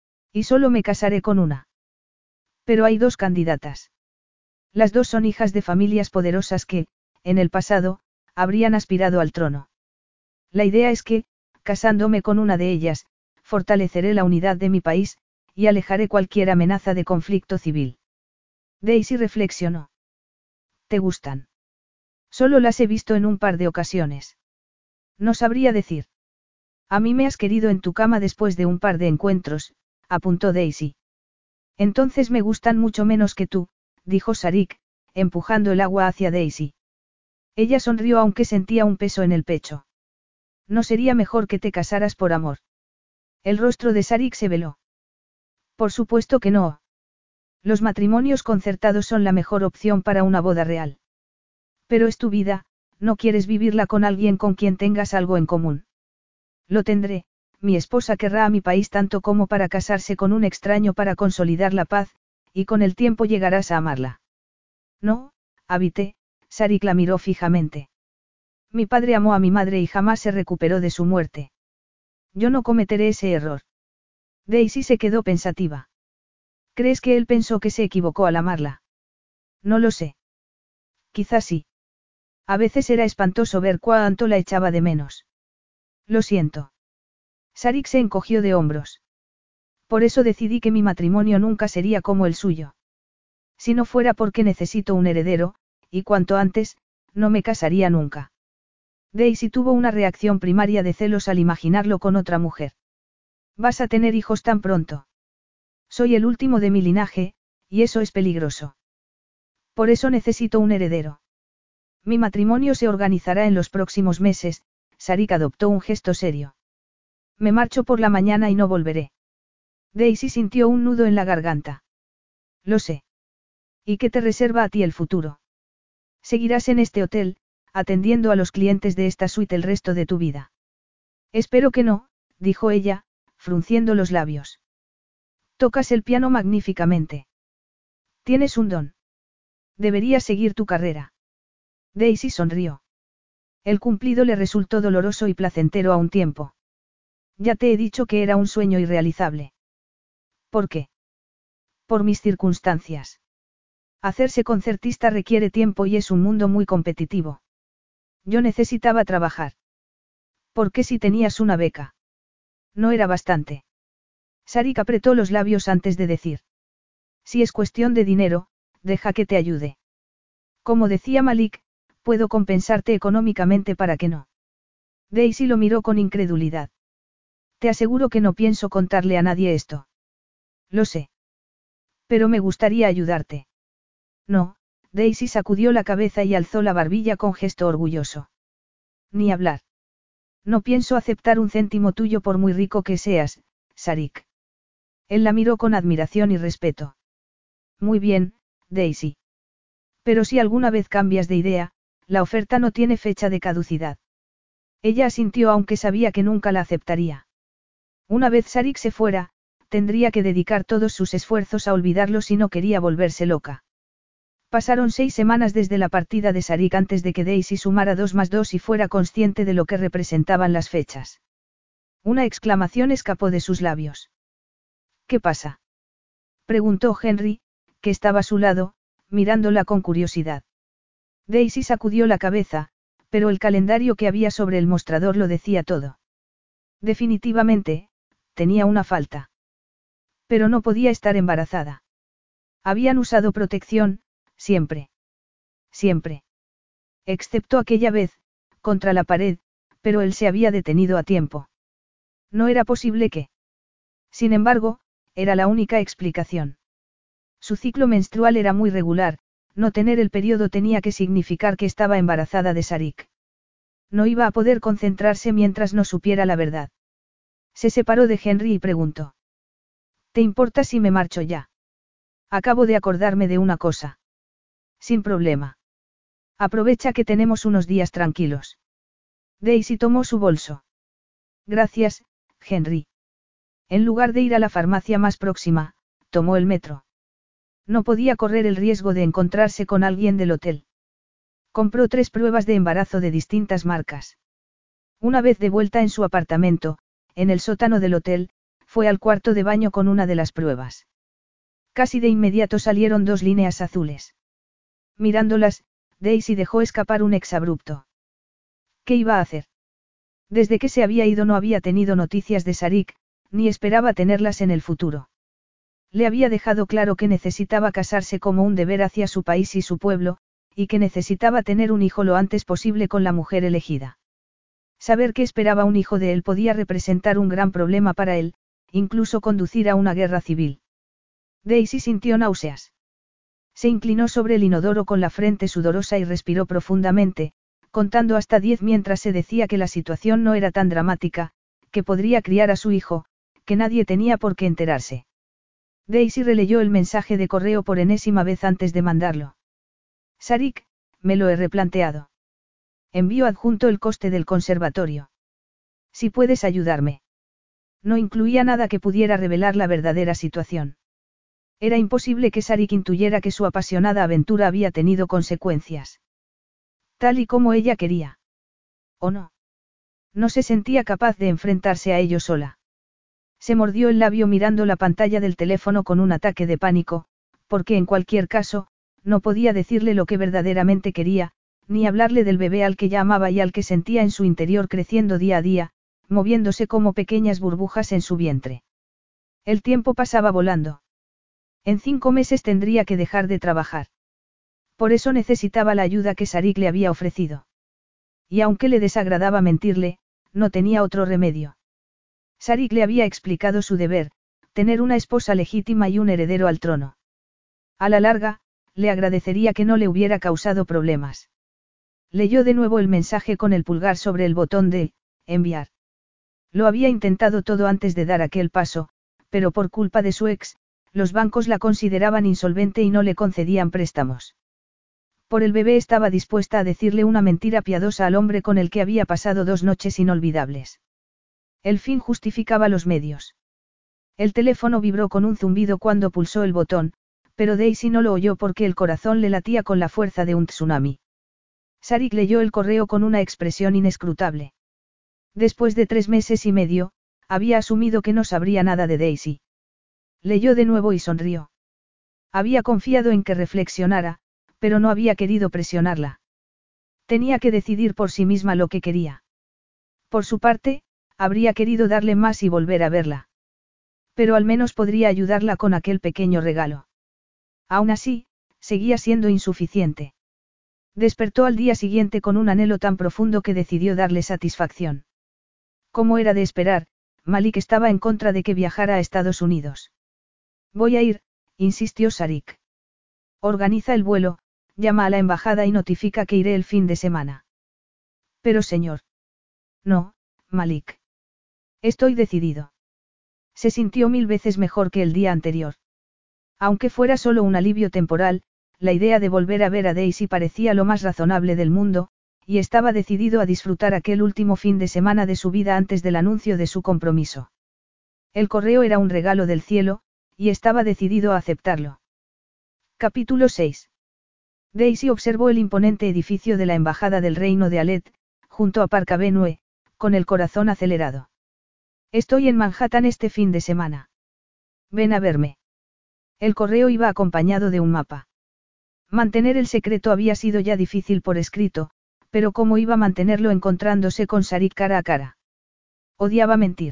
Y solo me casaré con una. Pero hay dos candidatas. Las dos son hijas de familias poderosas que, en el pasado, habrían aspirado al trono. La idea es que, casándome con una de ellas, fortaleceré la unidad de mi país, y alejaré cualquier amenaza de conflicto civil. Daisy reflexionó. ¿Te gustan? Solo las he visto en un par de ocasiones. No sabría decir. A mí me has querido en tu cama después de un par de encuentros, apuntó Daisy. Entonces me gustan mucho menos que tú, dijo Sarik, empujando el agua hacia Daisy. Ella sonrió aunque sentía un peso en el pecho. ¿No sería mejor que te casaras por amor? El rostro de Sarik se veló. Por supuesto que no. Los matrimonios concertados son la mejor opción para una boda real. Pero es tu vida, no quieres vivirla con alguien con quien tengas algo en común. Lo tendré, mi esposa querrá a mi país tanto como para casarse con un extraño para consolidar la paz, y con el tiempo llegarás a amarla. No, Habité, Sarik la miró fijamente. Mi padre amó a mi madre y jamás se recuperó de su muerte. Yo no cometeré ese error. Daisy se quedó pensativa. ¿Crees que él pensó que se equivocó al amarla? No lo sé. Quizás sí. A veces era espantoso ver cuánto la echaba de menos. Lo siento. Sarik se encogió de hombros. Por eso decidí que mi matrimonio nunca sería como el suyo. Si no fuera porque necesito un heredero, y cuanto antes, no me casaría nunca. Daisy tuvo una reacción primaria de celos al imaginarlo con otra mujer. ¿Vas a tener hijos tan pronto? Soy el último de mi linaje, y eso es peligroso. Por eso necesito un heredero. Mi matrimonio se organizará en los próximos meses, Sarik adoptó un gesto serio. Me marcho por la mañana y no volveré. Daisy sintió un nudo en la garganta. Lo sé. ¿Y qué te reserva a ti el futuro? Seguirás en este hotel, atendiendo a los clientes de esta suite el resto de tu vida. Espero que no, dijo ella, frunciendo los labios. Tocas el piano magníficamente. Tienes un don. Deberías seguir tu carrera. Daisy sonrió. El cumplido le resultó doloroso y placentero a un tiempo. Ya te he dicho que era un sueño irrealizable. ¿Por qué? Por mis circunstancias. Hacerse concertista requiere tiempo y es un mundo muy competitivo. Yo necesitaba trabajar. ¿Por qué si tenías una beca? No era bastante. Sarik apretó los labios antes de decir. Si es cuestión de dinero, deja que te ayude. Como decía Malik, puedo compensarte económicamente para que no. Daisy lo miró con incredulidad. Te aseguro que no pienso contarle a nadie esto. Lo sé. Pero me gustaría ayudarte. No, Daisy sacudió la cabeza y alzó la barbilla con gesto orgulloso. Ni hablar. No pienso aceptar un céntimo tuyo por muy rico que seas, Sarik. Él la miró con admiración y respeto. Muy bien, Daisy. Pero si alguna vez cambias de idea, la oferta no tiene fecha de caducidad. Ella asintió aunque sabía que nunca la aceptaría. Una vez Sarik se fuera, tendría que dedicar todos sus esfuerzos a olvidarlo si no quería volverse loca. Pasaron seis semanas desde la partida de Sarik antes de que Daisy sumara dos más dos y fuera consciente de lo que representaban las fechas. Una exclamación escapó de sus labios. ¿Qué pasa? Preguntó Henry, que estaba a su lado, mirándola con curiosidad. Daisy sacudió la cabeza, pero el calendario que había sobre el mostrador lo decía todo. Definitivamente, tenía una falta. Pero no podía estar embarazada. Habían usado protección, siempre. Siempre. Excepto aquella vez, contra la pared, pero él se había detenido a tiempo. No era posible que. Sin embargo, era la única explicación. Su ciclo menstrual era muy regular, no tener el periodo tenía que significar que estaba embarazada de Sarik. No iba a poder concentrarse mientras no supiera la verdad. Se separó de Henry y preguntó. ¿Te importa si me marcho ya? Acabo de acordarme de una cosa. Sin problema. Aprovecha que tenemos unos días tranquilos. Daisy tomó su bolso. Gracias, Henry. En lugar de ir a la farmacia más próxima, tomó el metro. No podía correr el riesgo de encontrarse con alguien del hotel. Compró tres pruebas de embarazo de distintas marcas. Una vez de vuelta en su apartamento, en el sótano del hotel, fue al cuarto de baño con una de las pruebas. Casi de inmediato salieron dos líneas azules. Mirándolas, Daisy dejó escapar un exabrupto. ¿Qué iba a hacer? Desde que se había ido no había tenido noticias de Sarik, ni esperaba tenerlas en el futuro. Le había dejado claro que necesitaba casarse como un deber hacia su país y su pueblo, y que necesitaba tener un hijo lo antes posible con la mujer elegida. Saber que esperaba un hijo de él podía representar un gran problema para él, incluso conducir a una guerra civil. Daisy sintió náuseas. Se inclinó sobre el inodoro con la frente sudorosa y respiró profundamente, contando hasta diez mientras se decía que la situación no era tan dramática, que podría criar a su hijo, que nadie tenía por qué enterarse. Daisy releyó el mensaje de correo por enésima vez antes de mandarlo. Sarik, me lo he replanteado. Envío adjunto el coste del conservatorio. Si puedes ayudarme. No incluía nada que pudiera revelar la verdadera situación. Era imposible que Sarik intuyera que su apasionada aventura había tenido consecuencias. Tal y como ella quería. ¿O no? No se sentía capaz de enfrentarse a ello sola. Se mordió el labio mirando la pantalla del teléfono con un ataque de pánico, porque en cualquier caso, no podía decirle lo que verdaderamente quería, ni hablarle del bebé al que ya amaba y al que sentía en su interior creciendo día a día, moviéndose como pequeñas burbujas en su vientre. El tiempo pasaba volando. En cinco meses tendría que dejar de trabajar. Por eso necesitaba la ayuda que Sarik le había ofrecido. Y aunque le desagradaba mentirle, no tenía otro remedio. Sarik le había explicado su deber, tener una esposa legítima y un heredero al trono. A la larga, le agradecería que no le hubiera causado problemas. Leyó de nuevo el mensaje con el pulgar sobre el botón de enviar. Lo había intentado todo antes de dar aquel paso, pero por culpa de su ex, los bancos la consideraban insolvente y no le concedían préstamos. Por el bebé estaba dispuesta a decirle una mentira piadosa al hombre con el que había pasado dos noches inolvidables. El fin justificaba los medios. El teléfono vibró con un zumbido cuando pulsó el botón, pero Daisy no lo oyó porque el corazón le latía con la fuerza de un tsunami. Sarik leyó el correo con una expresión inescrutable. Después de tres meses y medio, había asumido que no sabría nada de Daisy. Leyó de nuevo y sonrió. Había confiado en que reflexionara, pero no había querido presionarla. Tenía que decidir por sí misma lo que quería. Por su parte, habría querido darle más y volver a verla. Pero al menos podría ayudarla con aquel pequeño regalo. Aún así, seguía siendo insuficiente. Despertó al día siguiente con un anhelo tan profundo que decidió darle satisfacción. Como era de esperar, Malik estaba en contra de que viajara a Estados Unidos. Voy a ir, insistió Sarik. Organiza el vuelo, llama a la embajada y notifica que iré el fin de semana. Pero señor. No, Malik. Estoy decidido. Se sintió mil veces mejor que el día anterior. Aunque fuera solo un alivio temporal, la idea de volver a ver a Daisy parecía lo más razonable del mundo, y estaba decidido a disfrutar aquel último fin de semana de su vida antes del anuncio de su compromiso. El correo era un regalo del cielo, y estaba decidido a aceptarlo. Capítulo seis. Daisy observó el imponente edificio de la Embajada del Reino de Alet, junto a Park Avenue, con el corazón acelerado. Estoy en Manhattan este fin de semana. Ven a verme. El correo iba acompañado de un mapa. Mantener el secreto había sido ya difícil por escrito, pero ¿cómo iba a mantenerlo encontrándose con Sarik cara a cara? Odiaba mentir.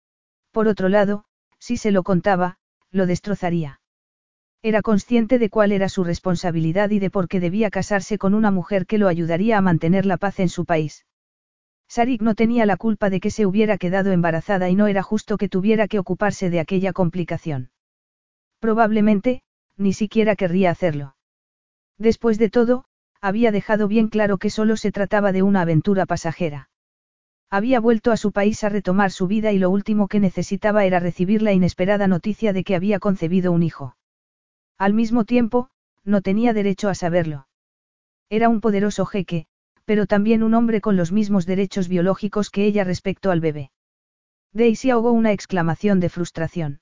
Por otro lado, si se lo contaba, lo destrozaría. Era consciente de cuál era su responsabilidad y de por qué debía casarse con una mujer que lo ayudaría a mantener la paz en su país. Sarik no tenía la culpa de que se hubiera quedado embarazada y no era justo que tuviera que ocuparse de aquella complicación. Probablemente, ni siquiera querría hacerlo. Después de todo, había dejado bien claro que solo se trataba de una aventura pasajera. Había vuelto a su país a retomar su vida y lo último que necesitaba era recibir la inesperada noticia de que había concebido un hijo. Al mismo tiempo, no tenía derecho a saberlo. Era un poderoso jeque, pero también un hombre con los mismos derechos biológicos que ella respecto al bebé. Daisy ahogó una exclamación de frustración.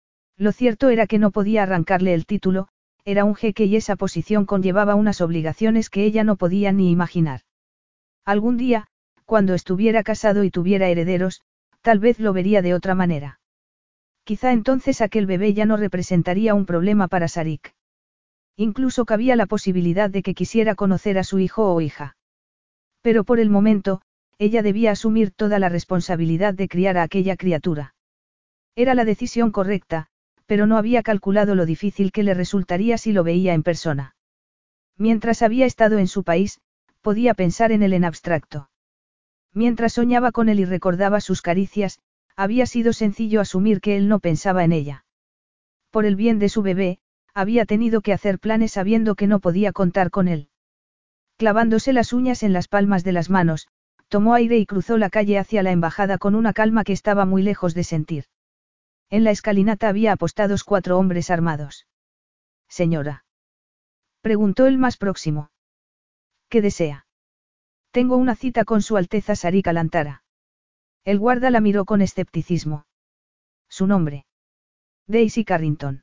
Lo cierto era que no podía arrancarle el título, era un jeque y esa posición conllevaba unas obligaciones que ella no podía ni imaginar. Algún día, cuando estuviera casado y tuviera herederos, tal vez lo vería de otra manera. Quizá entonces aquel bebé ya no representaría un problema para Sarik. Incluso cabía la posibilidad de que quisiera conocer a su hijo o hija. Pero por el momento, ella debía asumir toda la responsabilidad de criar a aquella criatura. Era la decisión correcta, pero no había calculado lo difícil que le resultaría si lo veía en persona. Mientras había estado en su país, podía pensar en él en abstracto. Mientras soñaba con él y recordaba sus caricias, había sido sencillo asumir que él no pensaba en ella. Por el bien de su bebé, había tenido que hacer planes sabiendo que no podía contar con él. Clavándose las uñas en las palmas de las manos, tomó aire y cruzó la calle hacia la embajada con una calma que estaba muy lejos de sentir. En la escalinata había apostados cuatro hombres armados. Señora. Preguntó el más próximo. ¿Qué desea? Tengo una cita con Su Alteza Sarik Alantara. El guarda la miró con escepticismo. Su nombre. Daisy Carrington.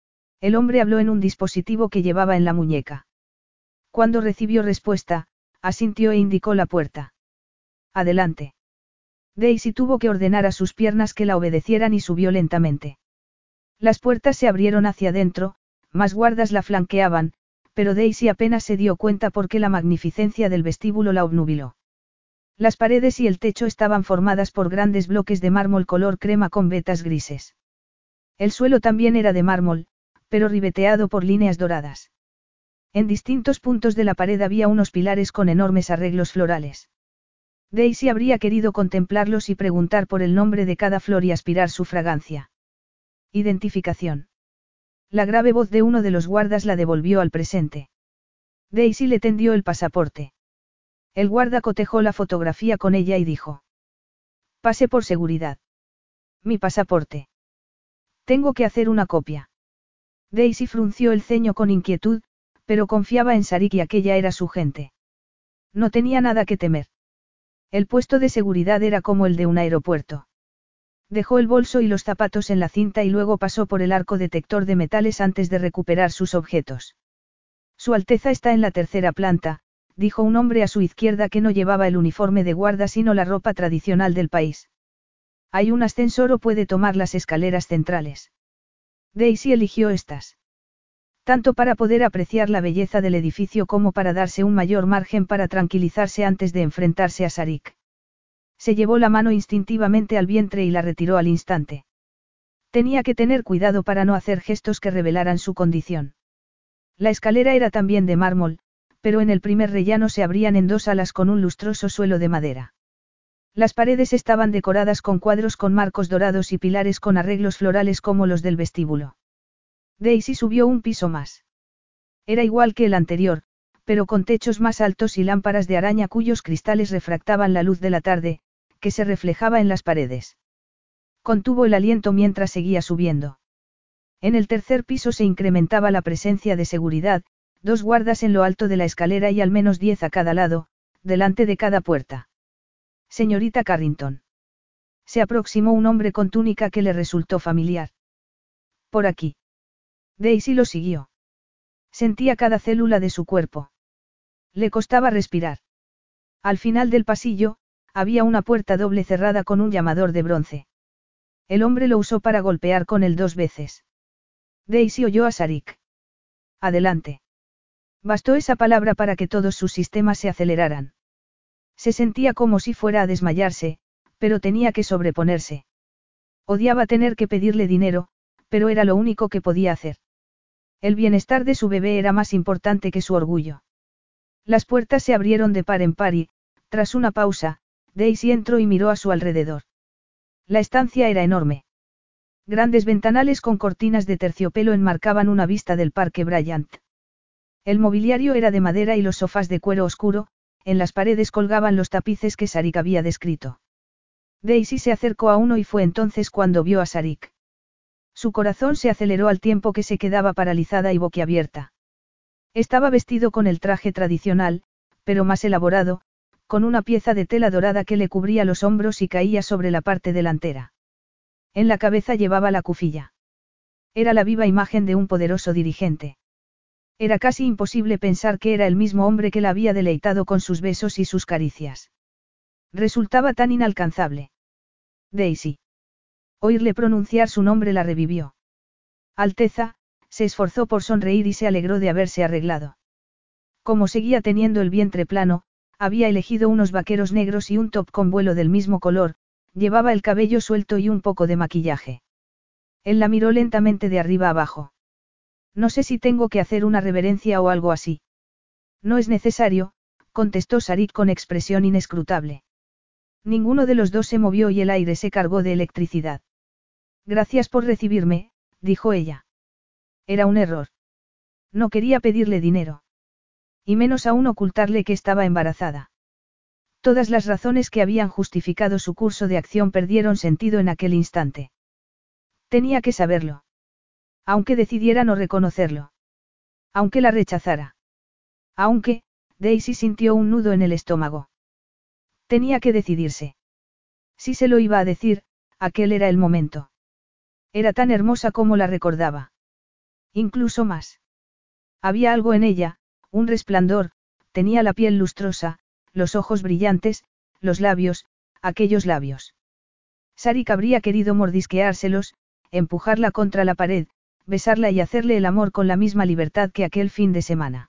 El hombre habló en un dispositivo que llevaba en la muñeca. Cuando recibió respuesta, asintió e indicó la puerta. Adelante. Daisy tuvo que ordenar a sus piernas que la obedecieran y subió lentamente. Las puertas se abrieron hacia adentro, más guardas la flanqueaban, pero Daisy apenas se dio cuenta porque la magnificencia del vestíbulo la obnubiló. Las paredes y el techo estaban formadas por grandes bloques de mármol color crema con vetas grises. El suelo también era de mármol, pero ribeteado por líneas doradas. En distintos puntos de la pared había unos pilares con enormes arreglos florales. Daisy habría querido contemplarlos y preguntar por el nombre de cada flor y aspirar su fragancia. Identificación. La grave voz de uno de los guardas la devolvió al presente. Daisy le tendió el pasaporte. El guarda cotejó la fotografía con ella y dijo. Pase por seguridad. Mi pasaporte. Tengo que hacer una copia. Daisy frunció el ceño con inquietud, Pero confiaba en Sarik y aquella era su gente. No tenía nada que temer. El puesto de seguridad era como el de un aeropuerto. Dejó el bolso y los zapatos en la cinta y luego pasó por el arco detector de metales antes de recuperar sus objetos. Su Alteza está en la tercera planta, dijo un hombre a su izquierda que no llevaba el uniforme de guarda sino la ropa tradicional del país. Hay un ascensor o puede tomar las escaleras centrales. Daisy eligió estas. Tanto para poder apreciar la belleza del edificio como para darse un mayor margen para tranquilizarse antes de enfrentarse a Sarik. Se llevó la mano instintivamente al vientre y la retiró al instante. Tenía que tener cuidado para no hacer gestos que revelaran su condición. La escalera era también de mármol, pero en el primer rellano se abrían en dos alas con un lustroso suelo de madera. Las paredes estaban decoradas con cuadros con marcos dorados y pilares con arreglos florales como los del vestíbulo. Daisy subió un piso más. Era igual que el anterior, pero con techos más altos y lámparas de araña cuyos cristales refractaban la luz de la tarde, que se reflejaba en las paredes. Contuvo el aliento mientras seguía subiendo. En el tercer piso se incrementaba la presencia de seguridad, dos guardas en lo alto de la escalera y al menos diez a cada lado, delante de cada puerta. Señorita Carrington. Se aproximó un hombre con túnica que le resultó familiar. Por aquí. Daisy lo siguió. Sentía cada célula de su cuerpo. Le costaba respirar. Al final del pasillo, había una puerta doble cerrada con un llamador de bronce. El hombre lo usó para golpear con él dos veces. Daisy oyó a Sarik. Adelante. Bastó esa palabra para que todos sus sistemas se aceleraran. Se sentía como si fuera a desmayarse, pero tenía que sobreponerse. Odiaba tener que pedirle dinero, pero era lo único que podía hacer. El bienestar de su bebé era más importante que su orgullo. Las puertas se abrieron de par en par y, tras una pausa, Daisy entró y miró a su alrededor. La estancia era enorme. Grandes ventanales con cortinas de terciopelo enmarcaban una vista del Parque Bryant. El mobiliario era de madera y los sofás de cuero oscuro, en las paredes colgaban los tapices que Sarik había descrito. Daisy se acercó a uno y fue entonces cuando vio a Sarik. Su corazón se aceleró al tiempo que se quedaba paralizada y boquiabierta. Estaba vestido con el traje tradicional, pero más elaborado, con una pieza de tela dorada que le cubría los hombros y caía sobre la parte delantera. En la cabeza llevaba la cufilla. Era la viva imagen de un poderoso dirigente. Era casi imposible pensar que era el mismo hombre que la había deleitado con sus besos y sus caricias. Resultaba tan inalcanzable. Daisy. Oírle pronunciar su nombre la revivió. Alteza, se esforzó por sonreír y se alegró de haberse arreglado. Como seguía teniendo el vientre plano, había elegido unos vaqueros negros y un top con vuelo del mismo color, llevaba el cabello suelto y un poco de maquillaje. Él la miró lentamente de arriba abajo. No sé si tengo que hacer una reverencia o algo así. No es necesario, contestó Sarik con expresión inescrutable. Ninguno de los dos se movió y el aire se cargó de electricidad. Gracias por recibirme, dijo ella. Era un error. No quería pedirle dinero. Y menos aún ocultarle que estaba embarazada. Todas las razones que habían justificado su curso de acción perdieron sentido en aquel instante. Tenía que saberlo. Aunque decidiera no reconocerlo. Aunque la rechazara. Aunque, Daisy sintió un nudo en el estómago. Tenía que decidirse. Si se lo iba a decir, aquel era el momento. Era tan hermosa como la recordaba. Incluso más. Había algo en ella, un resplandor, tenía la piel lustrosa, los ojos brillantes, los labios, aquellos labios. Sarik habría querido mordisqueárselos, empujarla contra la pared, besarla y hacerle el amor con la misma libertad que aquel fin de semana.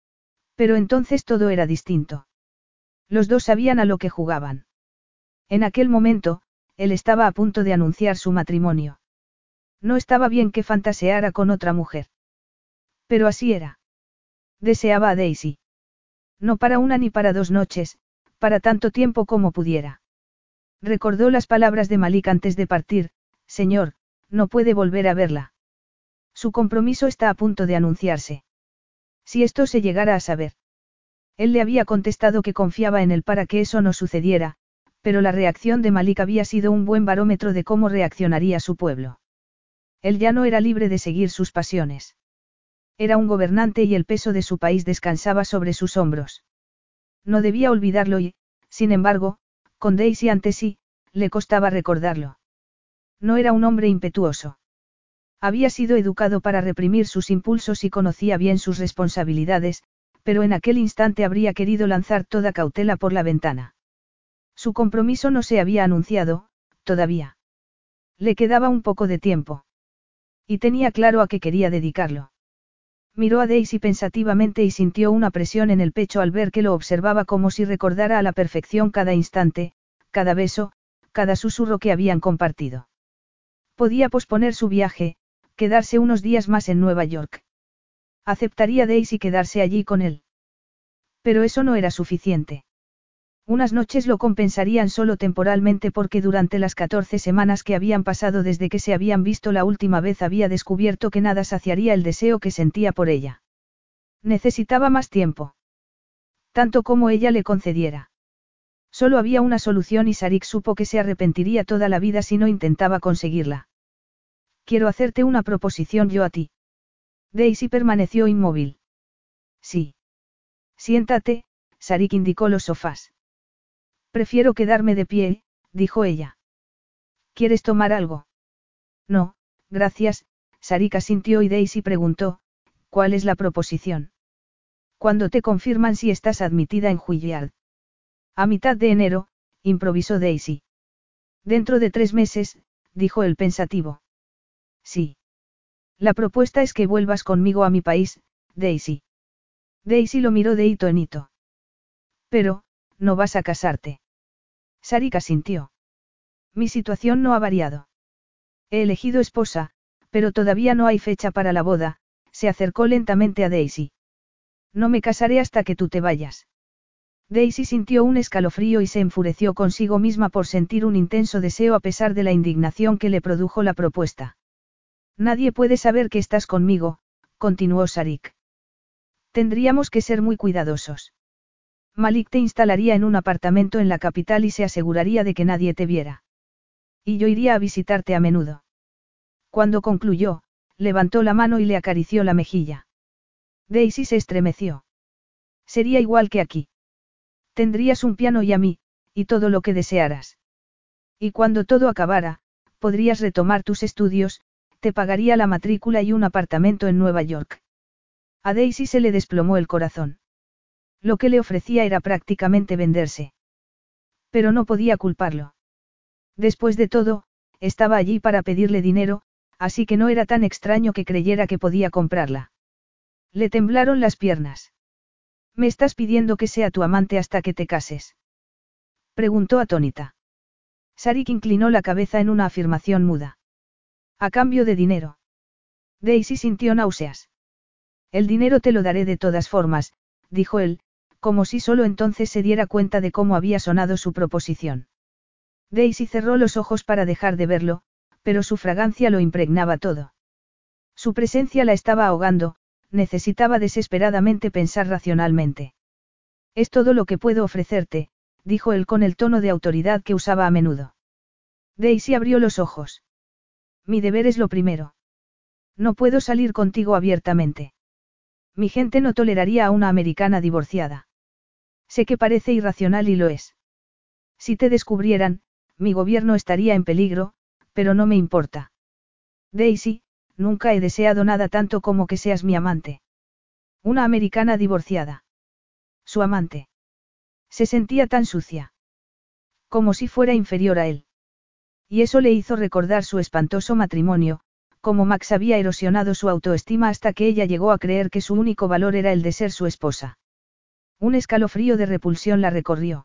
Pero entonces todo era distinto. Los dos sabían a lo que jugaban. En aquel momento, él estaba a punto de anunciar su matrimonio. No estaba bien que fantaseara con otra mujer. Pero así era. Deseaba a Daisy. No para una ni para dos noches, para tanto tiempo como pudiera. Recordó las palabras de Malik antes de partir, señor, no puede volver a verla. Su compromiso está a punto de anunciarse. Si esto se llegara a saber. Él le había contestado que confiaba en él para que eso no sucediera, pero la reacción de Malik había sido un buen barómetro de cómo reaccionaría su pueblo. Él ya no era libre de seguir sus pasiones. Era un gobernante y el peso de su país descansaba sobre sus hombros. No debía olvidarlo y, sin embargo, con Daisy ante sí, le costaba recordarlo. No era un hombre impetuoso. Había sido educado para reprimir sus impulsos y conocía bien sus responsabilidades, pero en aquel instante habría querido lanzar toda cautela por la ventana. Su compromiso no se había anunciado, todavía. Le quedaba un poco de tiempo. Y tenía claro a qué quería dedicarlo. Miró a Daisy pensativamente y sintió una presión en el pecho al ver que lo observaba como si recordara a la perfección cada instante, cada beso, cada susurro que habían compartido. Podía posponer su viaje, quedarse unos días más en Nueva York. Aceptaría Daisy quedarse allí con él. Pero eso no era suficiente. Unas noches lo compensarían solo temporalmente porque durante las catorce semanas que habían pasado desde que se habían visto la última vez había descubierto que nada saciaría el deseo que sentía por ella. Necesitaba más tiempo. Tanto como ella le concediera. Solo había una solución y Sarik supo que se arrepentiría toda la vida si no intentaba conseguirla. Quiero hacerte una proposición yo a ti. Daisy permaneció inmóvil. Sí. Siéntate, Sarik indicó los sofás. Prefiero quedarme de pie, dijo ella. ¿Quieres tomar algo? No, gracias, Sarik asintió y Daisy preguntó, ¿cuál es la proposición? Cuando te confirman si estás admitida en Juilliard. A mitad de enero, improvisó Daisy. Dentro de tres meses, dijo el pensativo. Sí. La propuesta es que vuelvas conmigo a mi país, Daisy. Daisy lo miró de hito en hito. Pero, no vas a casarte. Sarik asintió. Mi situación no ha variado. He elegido esposa, pero todavía no hay fecha para la boda, se acercó lentamente a Daisy. No me casaré hasta que tú te vayas. Daisy sintió un escalofrío y se enfureció consigo misma por sentir un intenso deseo a pesar de la indignación que le produjo la propuesta. Nadie puede saber que estás conmigo, continuó Sarik. Tendríamos que ser muy cuidadosos. Malik te instalaría en un apartamento en la capital y se aseguraría de que nadie te viera. Y yo iría a visitarte a menudo. Cuando concluyó, levantó la mano y le acarició la mejilla. Daisy se estremeció. Sería igual que aquí. Tendrías un piano y a mí, y todo lo que desearas. Y cuando todo acabara, podrías retomar tus estudios, te pagaría la matrícula y un apartamento en Nueva York. A Daisy se le desplomó el corazón. Lo que le ofrecía era prácticamente venderse. Pero no podía culparlo. Después de todo, estaba allí para pedirle dinero, así que no era tan extraño que creyera que podía comprarla. Le temblaron las piernas. ¿Me estás pidiendo que sea tu amante hasta que te cases? Preguntó atónita. Sarik inclinó la cabeza en una afirmación muda. A cambio de dinero. Daisy sintió náuseas. El dinero te lo daré de todas formas, dijo él, como si solo entonces se diera cuenta de cómo había sonado su proposición. Daisy cerró los ojos para dejar de verlo, pero su fragancia lo impregnaba todo. Su presencia la estaba ahogando, necesitaba desesperadamente pensar racionalmente. Es todo lo que puedo ofrecerte, dijo él con el tono de autoridad que usaba a menudo. Daisy abrió los ojos. Mi deber es lo primero. No puedo salir contigo abiertamente. Mi gente no toleraría a una americana divorciada. Sé que parece irracional y lo es. Si te descubrieran, mi gobierno estaría en peligro, pero no me importa. Daisy, nunca he deseado nada tanto como que seas mi amante. Una americana divorciada. Su amante. Se sentía tan sucia. Como si fuera inferior a él. Y eso le hizo recordar su espantoso matrimonio, como Max había erosionado su autoestima hasta que ella llegó a creer que su único valor era el de ser su esposa. Un escalofrío de repulsión la recorrió.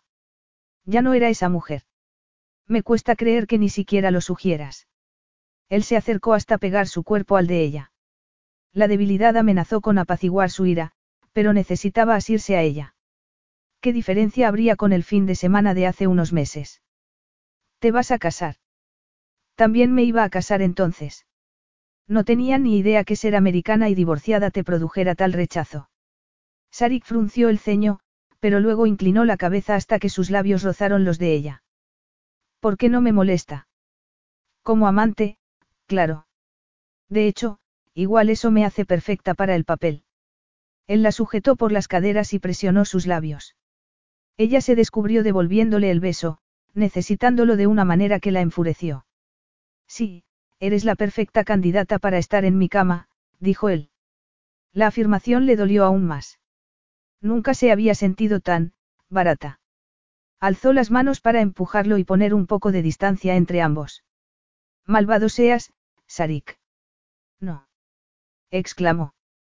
Ya no era esa mujer. Me cuesta creer que ni siquiera lo sugieras. Él se acercó hasta pegar su cuerpo al de ella. La debilidad amenazó con apaciguar su ira, pero necesitaba asirse a ella. ¿Qué diferencia habría con el fin de semana de hace unos meses? ¿Te vas a casar? También me iba a casar entonces. No tenía ni idea que ser americana y divorciada te produjera tal rechazo. Sarik frunció el ceño, pero luego inclinó la cabeza hasta que sus labios rozaron los de ella. ¿Por qué no me molesta? Como amante, claro. De hecho, igual eso me hace perfecta para el papel. Él la sujetó por las caderas y presionó sus labios. Ella se descubrió devolviéndole el beso, necesitándolo de una manera que la enfureció. Sí, eres la perfecta candidata para estar en mi cama, dijo él. La afirmación le dolió aún más. Nunca se había sentido tan, barata. Alzó las manos para empujarlo y poner un poco de distancia entre ambos. Malvado seas, Sarik. No. Exclamó.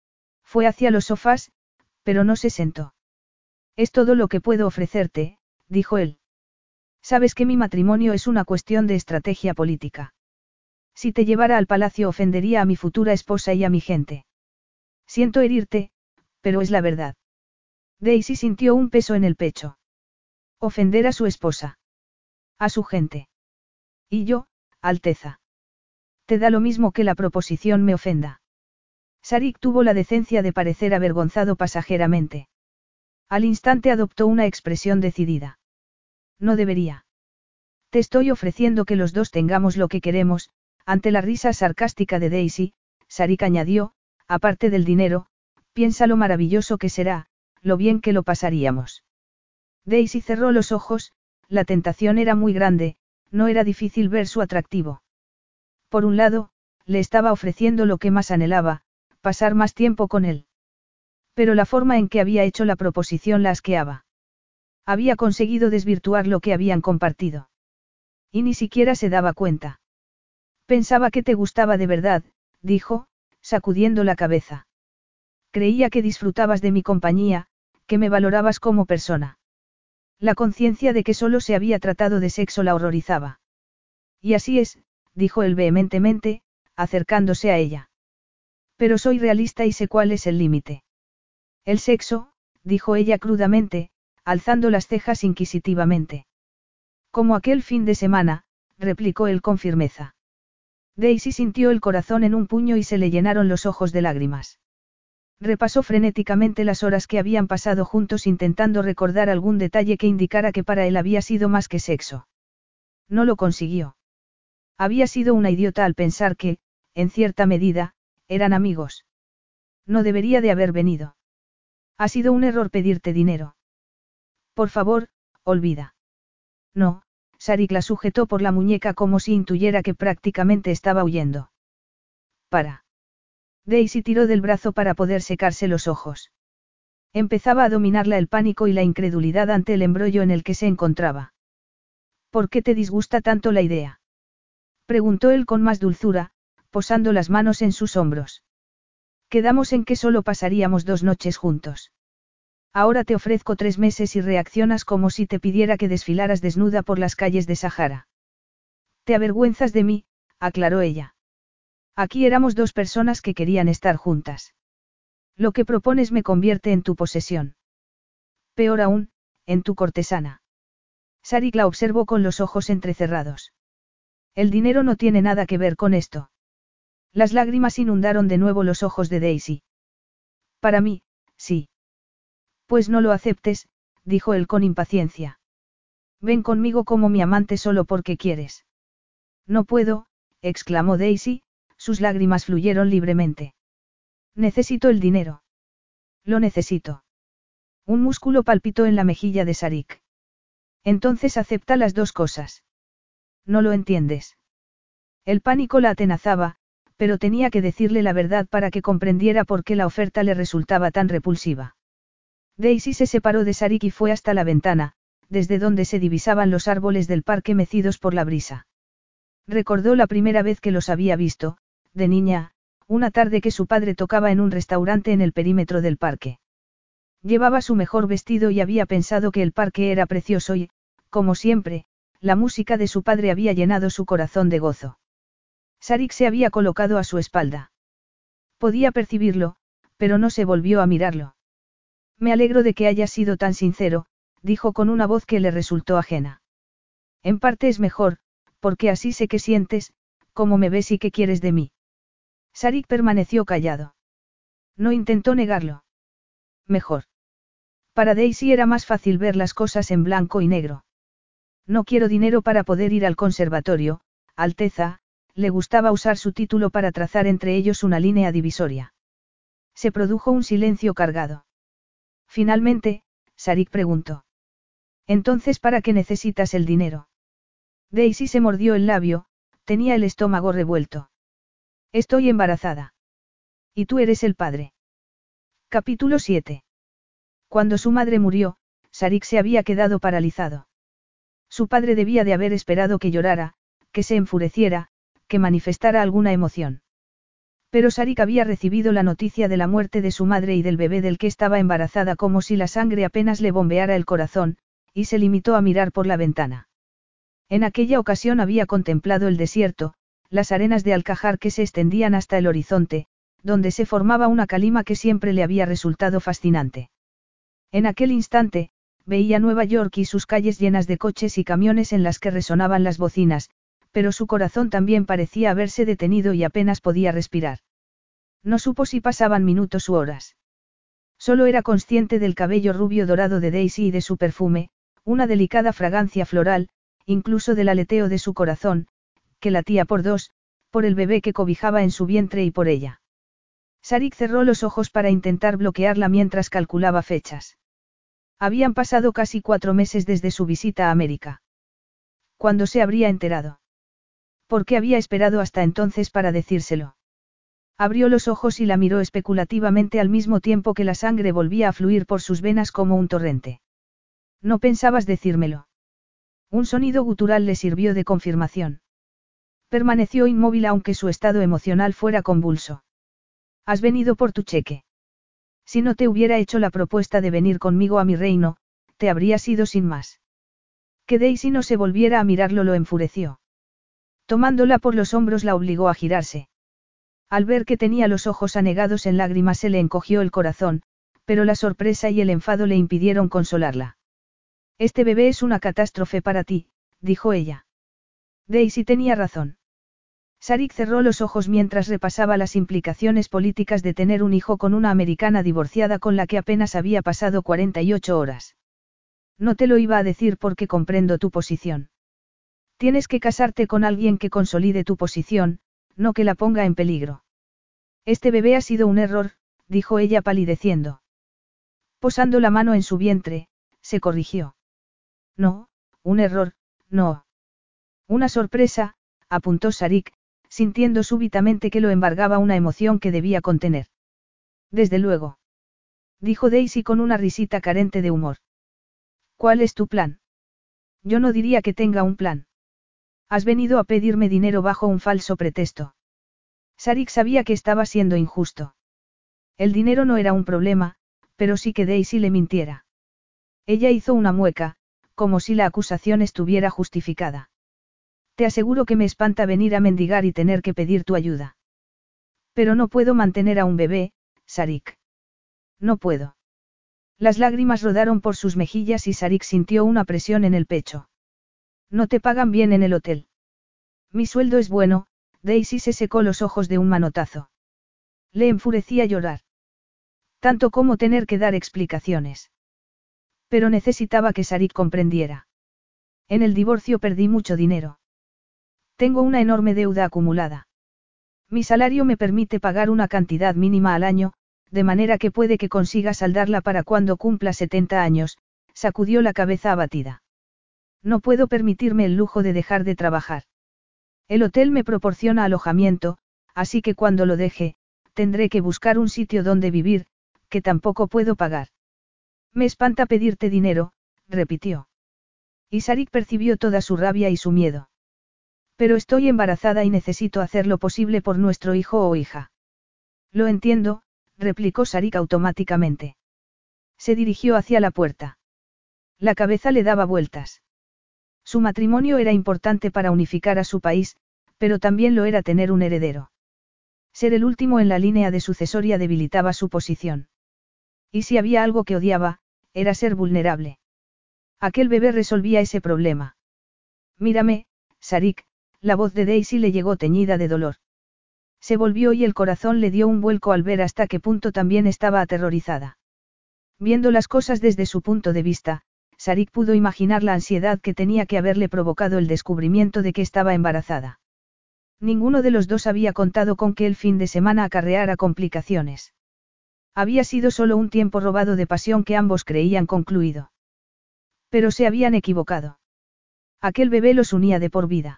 Fue hacia los sofás, pero no se sentó. Es todo lo que puedo ofrecerte, dijo él. Sabes que mi matrimonio es una cuestión de estrategia política. Si te llevara al palacio ofendería a mi futura esposa y a mi gente. Siento herirte, pero es la verdad. Daisy sintió un peso en el pecho. Ofender a su esposa. A su gente. Y yo, Alteza. Te da lo mismo que la proposición me ofenda. Sarik tuvo la decencia de parecer avergonzado pasajeramente. Al instante adoptó una expresión decidida. No debería. Te estoy ofreciendo que los dos tengamos lo que queremos. Ante la risa sarcástica de Daisy, Sarik añadió, aparte del dinero, piensa lo maravilloso que será, lo bien que lo pasaríamos. Daisy cerró los ojos, la tentación era muy grande, no era difícil ver su atractivo. Por un lado, le estaba ofreciendo lo que más anhelaba, pasar más tiempo con él. Pero la forma en que había hecho la proposición la asqueaba. Había conseguido desvirtuar lo que habían compartido. Y ni siquiera se daba cuenta. Pensaba que te gustaba de verdad, dijo, sacudiendo la cabeza. Creía que disfrutabas de mi compañía, que me valorabas como persona. La conciencia de que solo se había tratado de sexo la horrorizaba. Y así es, dijo él vehementemente, acercándose a ella. Pero soy realista y sé cuál es el límite. El sexo, dijo ella crudamente, alzando las cejas inquisitivamente. Como aquel fin de semana, replicó él con firmeza. Daisy sintió el corazón en un puño y se le llenaron los ojos de lágrimas. Repasó frenéticamente las horas que habían pasado juntos intentando recordar algún detalle que indicara que para él había sido más que sexo. No lo consiguió. Había sido una idiota al pensar que, en cierta medida, eran amigos. No debería de haber venido. Ha sido un error pedirte dinero. Por favor, olvida. No, Sarik la sujetó por la muñeca como si intuyera que prácticamente estaba huyendo. Para. Daisy tiró del brazo para poder secarse los ojos. Empezaba a dominarla el pánico y la incredulidad ante el embrollo en el que se encontraba. ¿Por qué te disgusta tanto la idea? Preguntó él con más dulzura, posando las manos en sus hombros. Quedamos en que solo pasaríamos dos noches juntos. Ahora te ofrezco tres meses y reaccionas como si te pidiera que desfilaras desnuda por las calles de Sahara. Te avergüenzas de mí, aclaró ella. Aquí éramos dos personas que querían estar juntas. Lo que propones me convierte en tu posesión. Peor aún, en tu cortesana. Sarik la observó con los ojos entrecerrados. El dinero no tiene nada que ver con esto. Las lágrimas inundaron de nuevo los ojos de Daisy. Para mí, sí. Pues no lo aceptes, dijo él con impaciencia. Ven conmigo como mi amante solo porque quieres. No puedo, exclamó Daisy, sus lágrimas fluyeron libremente. Necesito el dinero. Lo necesito. Un músculo palpitó en la mejilla de Sarik. Entonces acepta las dos cosas. No lo entiendes. El pánico la atenazaba, pero tenía que decirle la verdad para que comprendiera por qué la oferta le resultaba tan repulsiva. Daisy se separó de Sarik y fue hasta la ventana, desde donde se divisaban los árboles del parque mecidos por la brisa. Recordó la primera vez que los había visto, de niña, una tarde que su padre tocaba en un restaurante en el perímetro del parque. Llevaba su mejor vestido y había pensado que el parque era precioso y, como siempre, la música de su padre había llenado su corazón de gozo. Sarik se había colocado a su espalda. Podía percibirlo, pero no se volvió a mirarlo. Me alegro de que hayas sido tan sincero, dijo con una voz que le resultó ajena. En parte es mejor, porque así sé qué sientes, cómo me ves y qué quieres de mí. Sarik permaneció callado. No intentó negarlo. Mejor. Para Daisy era más fácil ver las cosas en blanco y negro. No quiero dinero para poder ir al conservatorio, Alteza, le gustaba usar su título para trazar entre ellos una línea divisoria. Se produjo un silencio cargado. Finalmente, Sarik preguntó. Entonces, ¿para qué necesitas el dinero? Daisy se mordió el labio, tenía el estómago revuelto. Estoy embarazada. Y tú eres el padre. Capítulo siete. Cuando su madre murió, Sarik se había quedado paralizado. Su padre debía de haber esperado que llorara, que se enfureciera, que manifestara alguna emoción. Pero Sarik había recibido la noticia de la muerte de su madre y del bebé del que estaba embarazada como si la sangre apenas le bombeara el corazón, y se limitó a mirar por la ventana. En aquella ocasión había contemplado el desierto, las arenas de Alcajar que se extendían hasta el horizonte, donde se formaba una calima que siempre le había resultado fascinante. En aquel instante, veía Nueva York y sus calles llenas de coches y camiones en las que resonaban las bocinas, pero su corazón también parecía haberse detenido y apenas podía respirar. No supo si pasaban minutos u horas. Solo era consciente del cabello rubio dorado de Daisy y de su perfume, una delicada fragancia floral, incluso del aleteo de su corazón, que latía por dos, por el bebé que cobijaba en su vientre y por ella. Sarik cerró los ojos para intentar bloquearla mientras calculaba fechas. Habían pasado casi cuatro meses desde su visita a América. ¿Cuándo se habría enterado? ¿Por qué había esperado hasta entonces para decírselo? Abrió los ojos y la miró especulativamente al mismo tiempo que la sangre volvía a fluir por sus venas como un torrente. ¿No pensabas decírmelo? Un sonido gutural le sirvió de confirmación. Permaneció inmóvil aunque su estado emocional fuera convulso. Has venido por tu cheque. Si no te hubiera hecho la propuesta de venir conmigo a mi reino, te habrías ido sin más. Que Daisy no se volviera a mirarlo lo enfureció. Tomándola por los hombros la obligó a girarse. Al ver que tenía los ojos anegados en lágrimas se le encogió el corazón, pero la sorpresa y el enfado le impidieron consolarla. Este bebé es una catástrofe para ti, dijo ella. Daisy tenía razón. Sarik cerró los ojos mientras repasaba las implicaciones políticas de tener un hijo con una americana divorciada con la que apenas había pasado cuarenta y ocho horas. No te lo iba a decir porque comprendo tu posición. Tienes que casarte con alguien que consolide tu posición, no que la ponga en peligro. Este bebé ha sido un error, dijo ella palideciendo. Posando la mano en su vientre, se corrigió. No, un error, no. Una sorpresa, apuntó Sarik, sintiendo súbitamente que lo embargaba una emoción que debía contener. Desde luego. Dijo Daisy con una risita carente de humor. ¿Cuál es tu plan? Yo no diría que tenga un plan. Has venido a pedirme dinero bajo un falso pretexto. Sarik sabía que estaba siendo injusto. El dinero no era un problema, pero sí que Daisy le mintiera. Ella hizo una mueca, como si la acusación estuviera justificada. Te aseguro que me espanta venir a mendigar y tener que pedir tu ayuda. Pero no puedo mantener a un bebé, Sarik. No puedo. Las lágrimas rodaron por sus mejillas y Sarik sintió una presión en el pecho. No te pagan bien en el hotel. Mi sueldo es bueno, Daisy se secó los ojos de un manotazo. Le enfurecía llorar. Tanto como tener que dar explicaciones. Pero necesitaba que Sarik comprendiera. En el divorcio perdí mucho dinero. Tengo una enorme deuda acumulada. Mi salario me permite pagar una cantidad mínima al año, de manera que puede que consiga saldarla para cuando cumpla setenta años, sacudió la cabeza abatida. No puedo permitirme el lujo de dejar de trabajar. El hotel me proporciona alojamiento, así que cuando lo deje, tendré que buscar un sitio donde vivir, que tampoco puedo pagar. Me espanta pedirte dinero, repitió. Y Sarik percibió toda su rabia y su miedo. Pero estoy embarazada y necesito hacer lo posible por nuestro hijo o hija. Lo entiendo, replicó Sarik automáticamente. Se dirigió hacia la puerta. La cabeza le daba vueltas. Su matrimonio era importante para unificar a su país, pero también lo era tener un heredero. Ser el último en la línea de sucesoria debilitaba su posición. Y si había algo que odiaba, era ser vulnerable. Aquel bebé resolvía ese problema. Mírame, Sarik, la voz de Daisy le llegó teñida de dolor. Se volvió y el corazón le dio un vuelco al ver hasta qué punto también estaba aterrorizada. Viendo las cosas desde su punto de vista, Sarik pudo imaginar la ansiedad que tenía que haberle provocado el descubrimiento de que estaba embarazada. Ninguno de los dos había contado con que el fin de semana acarreara complicaciones. Había sido solo un tiempo robado de pasión que ambos creían concluido. Pero se habían equivocado. Aquel bebé los unía de por vida.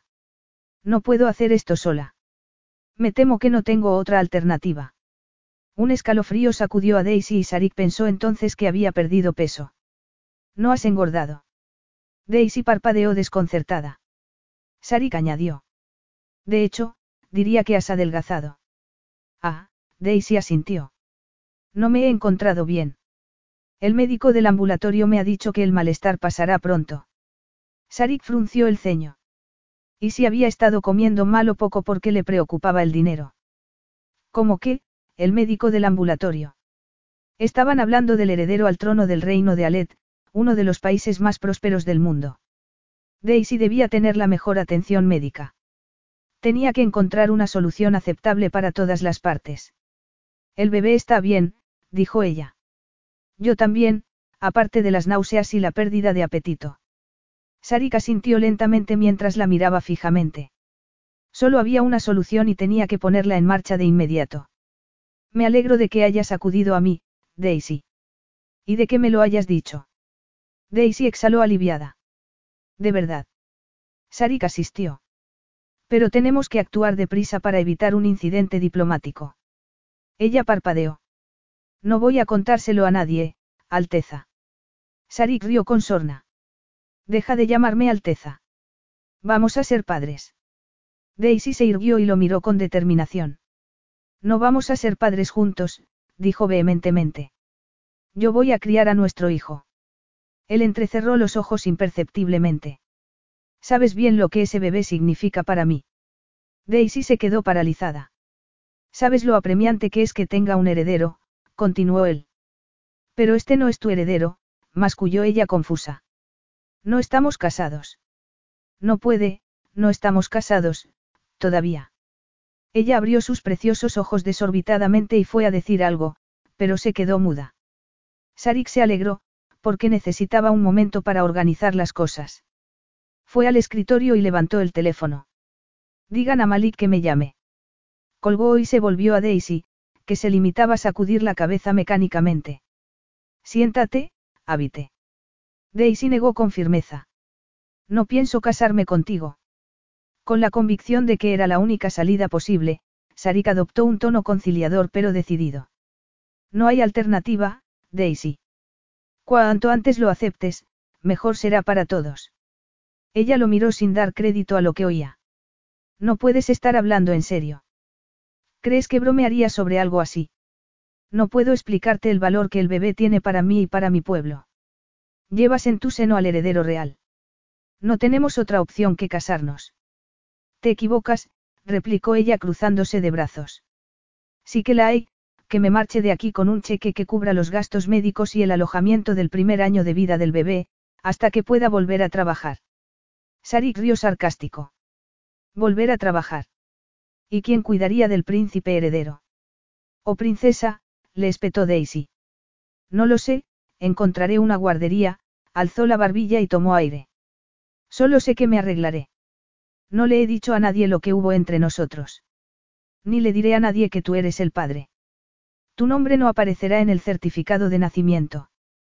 No puedo hacer esto sola. Me temo que no tengo otra alternativa. Un escalofrío sacudió a Daisy y Sarik pensó entonces que había perdido peso. No has engordado. Daisy parpadeó desconcertada. Sarik añadió. De hecho, diría que has adelgazado. Ah, Daisy asintió. No me he encontrado bien. El médico del ambulatorio me ha dicho que el malestar pasará pronto. Sarik frunció el ceño. ¿Y si había estado comiendo mal o poco porque le preocupaba el dinero? ¿Cómo que, el médico del ambulatorio? Estaban hablando del heredero al trono del reino de Alet, uno de los países más prósperos del mundo. Daisy debía tener la mejor atención médica. Tenía que encontrar una solución aceptable para todas las partes. El bebé está bien, dijo ella. Yo también, aparte de las náuseas y la pérdida de apetito. Sarik asintió lentamente mientras la miraba fijamente. Solo había una solución y tenía que ponerla en marcha de inmediato. Me alegro de que hayas acudido a mí, Daisy. Y de que me lo hayas dicho. Daisy exhaló aliviada. De verdad. Sarik asistió. Pero tenemos que actuar deprisa para evitar un incidente diplomático. Ella parpadeó. No voy a contárselo a nadie, Alteza. Sarik rió con sorna. Deja de llamarme Alteza. Vamos a ser padres. Daisy se irguió y lo miró con determinación. No vamos a ser padres juntos, dijo vehementemente. Yo voy a criar a nuestro hijo. Él entrecerró los ojos imperceptiblemente. ¿Sabes bien lo que ese bebé significa para mí? Daisy se quedó paralizada. ¿Sabes lo apremiante que es que tenga un heredero? Continuó él. Pero este no es tu heredero, masculló ella confusa. No estamos casados. No puede, no estamos casados, todavía. Ella abrió sus preciosos ojos desorbitadamente y fue a decir algo, pero se quedó muda. Sarik se alegró, porque necesitaba un momento para organizar las cosas. Fue al escritorio y levantó el teléfono. Digan a Malik que me llame. Colgó y se volvió a Daisy, que se limitaba a sacudir la cabeza mecánicamente. Siéntate, Abite. Daisy negó con firmeza. No pienso casarme contigo. Con la convicción de que era la única salida posible, Sarik adoptó un tono conciliador pero decidido. No hay alternativa, Daisy. Cuanto antes lo aceptes, mejor será para todos. Ella lo miró sin dar crédito a lo que oía. No puedes estar hablando en serio. ¿Crees que bromearía sobre algo así? No puedo explicarte el valor que el bebé tiene para mí y para mi pueblo. Llevas en tu seno al heredero real. No tenemos otra opción que casarnos. Te equivocas, replicó ella cruzándose de brazos. Sí que la hay, que me marche de aquí con un cheque que cubra los gastos médicos y el alojamiento del primer año de vida del bebé, hasta que pueda volver a trabajar. Sarik rió sarcástico. Volver a trabajar. ¿Y quién cuidaría del príncipe heredero? O princesa, le espetó Daisy. No lo sé, encontraré una guardería, alzó la barbilla y tomó aire. Solo sé que me arreglaré. No le he dicho a nadie lo que hubo entre nosotros. Ni le diré a nadie que tú eres el padre. Tu nombre no aparecerá en el certificado de nacimiento.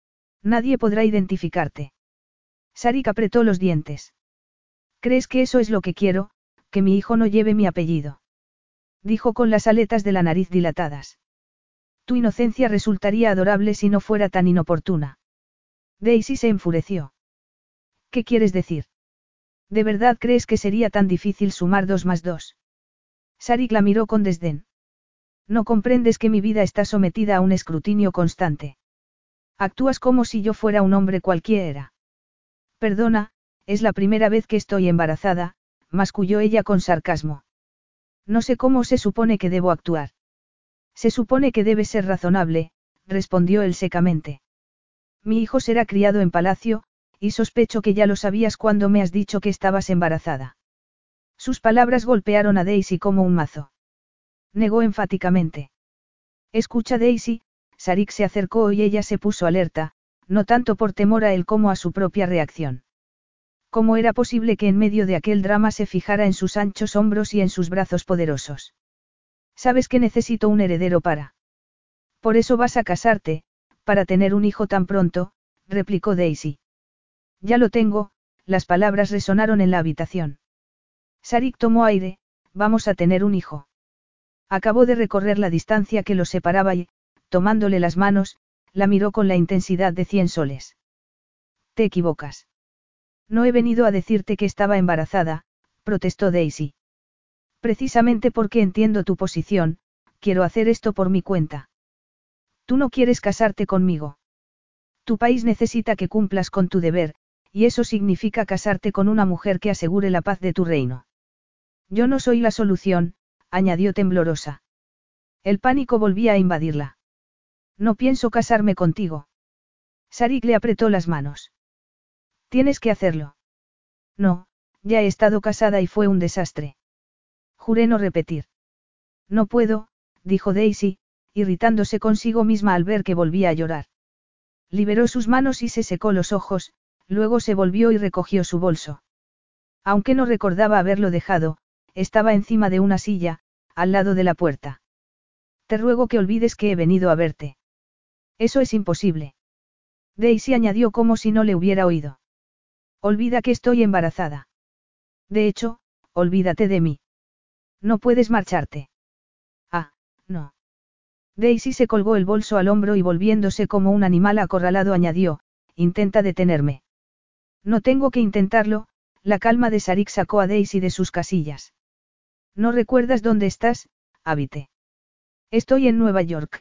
Nadie podrá identificarte. Sarik apretó los dientes. ¿Crees que eso es lo que quiero, que mi hijo no lleve mi apellido? Dijo con las aletas de la nariz dilatadas. Tu inocencia resultaría adorable si no fuera tan inoportuna. Daisy se enfureció. ¿Qué quieres decir? ¿De verdad crees que sería tan difícil sumar dos más dos? Sarik la miró con desdén. No comprendes que mi vida está sometida a un escrutinio constante. Actúas como si yo fuera un hombre cualquiera. Perdona, es la primera vez que estoy embarazada, masculló ella con sarcasmo. No sé cómo se supone que debo actuar. Se supone que debes ser razonable, respondió él secamente. Mi hijo será criado en palacio, y sospecho que ya lo sabías cuando me has dicho que estabas embarazada. Sus palabras golpearon a Daisy como un mazo. Negó enfáticamente. Escucha, Daisy, Sarik se acercó y ella se puso alerta, no tanto por temor a él como a su propia reacción. ¿Cómo era posible que en medio de aquel drama se fijara en sus anchos hombros y en sus brazos poderosos? Sabes que necesito un heredero para. Por eso vas a casarte, para tener un hijo tan pronto, replicó Daisy. Ya lo tengo, las palabras resonaron en la habitación. Sarik tomó aire, vamos a tener un hijo. Acabó de recorrer la distancia que los separaba y, tomándole las manos, la miró con la intensidad de cien soles. Te equivocas. No he venido a decirte que estaba embarazada, protestó Daisy. Precisamente porque entiendo tu posición, quiero hacer esto por mi cuenta. Tú no quieres casarte conmigo. Tu país necesita que cumplas con tu deber, y eso significa casarte con una mujer que asegure la paz de tu reino. Yo no soy la solución, añadió temblorosa. El pánico volvía a invadirla. No pienso casarme contigo. Sarik le apretó las manos. Tienes que hacerlo. No, ya he estado casada y fue un desastre. Juré no repetir. No puedo, dijo Daisy, irritándose consigo misma al ver que volvía a llorar. Liberó sus manos y se secó los ojos, luego se volvió y recogió su bolso. Aunque no recordaba haberlo dejado, estaba encima de una silla, al lado de la puerta. Te ruego que olvides que he venido a verte. Eso es imposible. Daisy añadió como si no le hubiera oído. Olvida que estoy embarazada. De hecho, olvídate de mí. No puedes marcharte. Ah, no. Daisy se colgó el bolso al hombro y volviéndose como un animal acorralado añadió, intenta detenerme. No tengo que intentarlo, la calma de Sarik sacó a Daisy de sus casillas. ¿No recuerdas dónde estás, Habite? Estoy en Nueva York.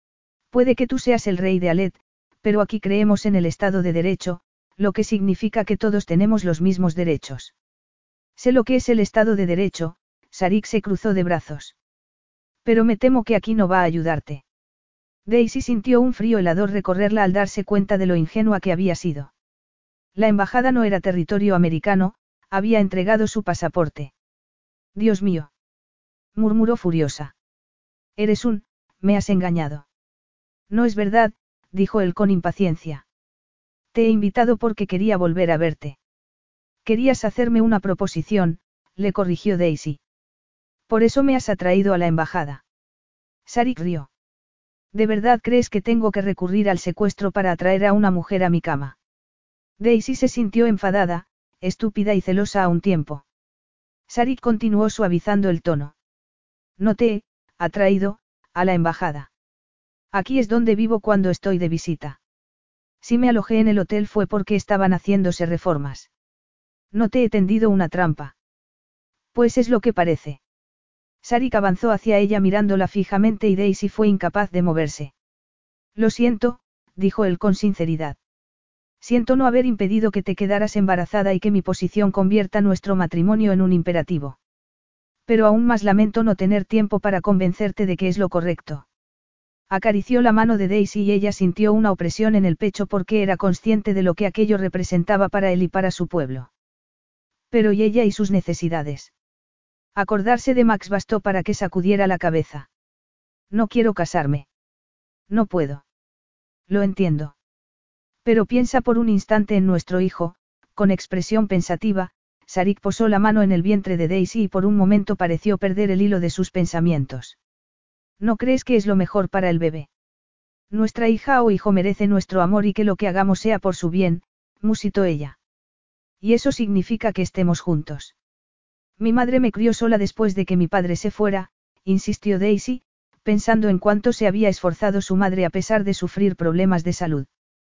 Puede que tú seas el rey de Alet, pero aquí creemos en el Estado de Derecho, lo que significa que todos tenemos los mismos derechos. Sé lo que es el Estado de Derecho, Sarik se cruzó de brazos. Pero me temo que aquí no va a ayudarte. Daisy sintió un frío helador recorrerla al darse cuenta de lo ingenua que había sido. La embajada no era territorio americano, había entregado su pasaporte. Dios mío. Murmuró furiosa. Eres un, me has engañado. No es verdad, dijo él con impaciencia. Te he invitado porque quería volver a verte. Querías hacerme una proposición, le corrigió Daisy. Por eso me has atraído a la embajada. Sarik rió. ¿De verdad crees que tengo que recurrir al secuestro para atraer a una mujer a mi cama? Daisy se sintió enfadada, estúpida y celosa a un tiempo. Sarik continuó suavizando el tono. No te he atraído a la embajada. Aquí es donde vivo cuando estoy de visita. Si me alojé en el hotel fue porque estaban haciéndose reformas. No te he tendido una trampa. Pues es lo que parece. Sarik avanzó hacia ella mirándola fijamente y Daisy fue incapaz de moverse. Lo siento, dijo él con sinceridad. Siento no haber impedido que te quedaras embarazada y que mi posición convierta nuestro matrimonio en un imperativo. Pero aún más lamento no tener tiempo para convencerte de que es lo correcto. Acarició la mano de Daisy y ella sintió una opresión en el pecho porque era consciente de lo que aquello representaba para él y para su pueblo. Pero ¿y ella y sus necesidades? Acordarse de Max bastó para que sacudiera la cabeza. No quiero casarme. No puedo. Lo entiendo. Pero piensa por un instante en nuestro hijo, con expresión pensativa, Sarik posó la mano en el vientre de Daisy y por un momento pareció perder el hilo de sus pensamientos. ¿No crees que es lo mejor para el bebé? Nuestra hija o hijo merece nuestro amor y que lo que hagamos sea por su bien, musitó ella. Y eso significa que estemos juntos. Mi madre me crió sola después de que mi padre se fuera, insistió Daisy, pensando en cuánto se había esforzado su madre a pesar de sufrir problemas de salud.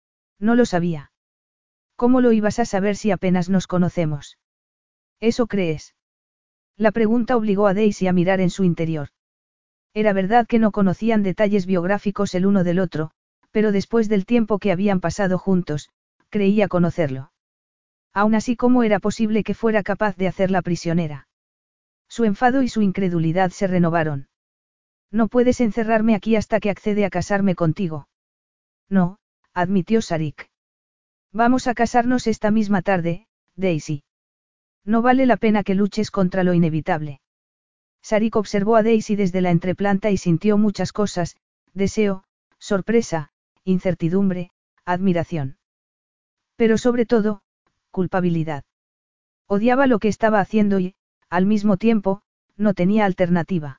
No lo sabía. ¿Cómo lo ibas a saber si apenas nos conocemos? ¿Eso crees? La pregunta obligó a Daisy a mirar en su interior. Era verdad que no conocían detalles biográficos el uno del otro, pero después del tiempo que habían pasado juntos, creía conocerlo. Aún así, ¿cómo era posible que fuera capaz de hacerla prisionera? Su enfado y su incredulidad se renovaron. No puedes encerrarme aquí hasta que accede a casarme contigo. No, admitió Sarik. Vamos a casarnos esta misma tarde, Daisy. No vale la pena que luches contra lo inevitable. Sarik observó a Daisy desde la entreplanta y sintió muchas cosas, deseo, sorpresa, incertidumbre, admiración. Pero sobre todo, culpabilidad. Odiaba lo que estaba haciendo y, al mismo tiempo, no tenía alternativa.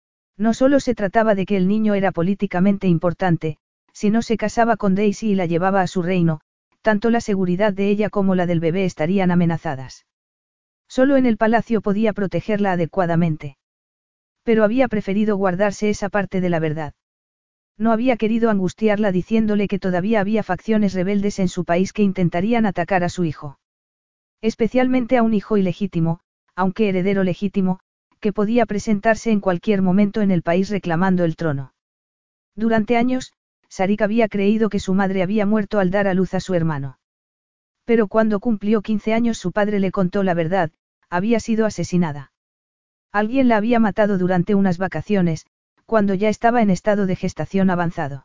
No solo se trataba de que el niño era políticamente importante, si no se casaba con Daisy y la llevaba a su reino, tanto la seguridad de ella como la del bebé estarían amenazadas. Solo en el palacio podía protegerla adecuadamente. Pero había preferido guardarse esa parte de la verdad. No había querido angustiarla diciéndole que todavía había facciones rebeldes en su país que intentarían atacar a su hijo. Especialmente a un hijo ilegítimo, aunque heredero legítimo, que podía presentarse en cualquier momento en el país reclamando el trono. Durante años, Sarik había creído que su madre había muerto al dar a luz a su hermano. Pero cuando cumplió quince años su padre le contó la verdad, había sido asesinada. Alguien la había matado durante unas vacaciones, cuando ya estaba en estado de gestación avanzado.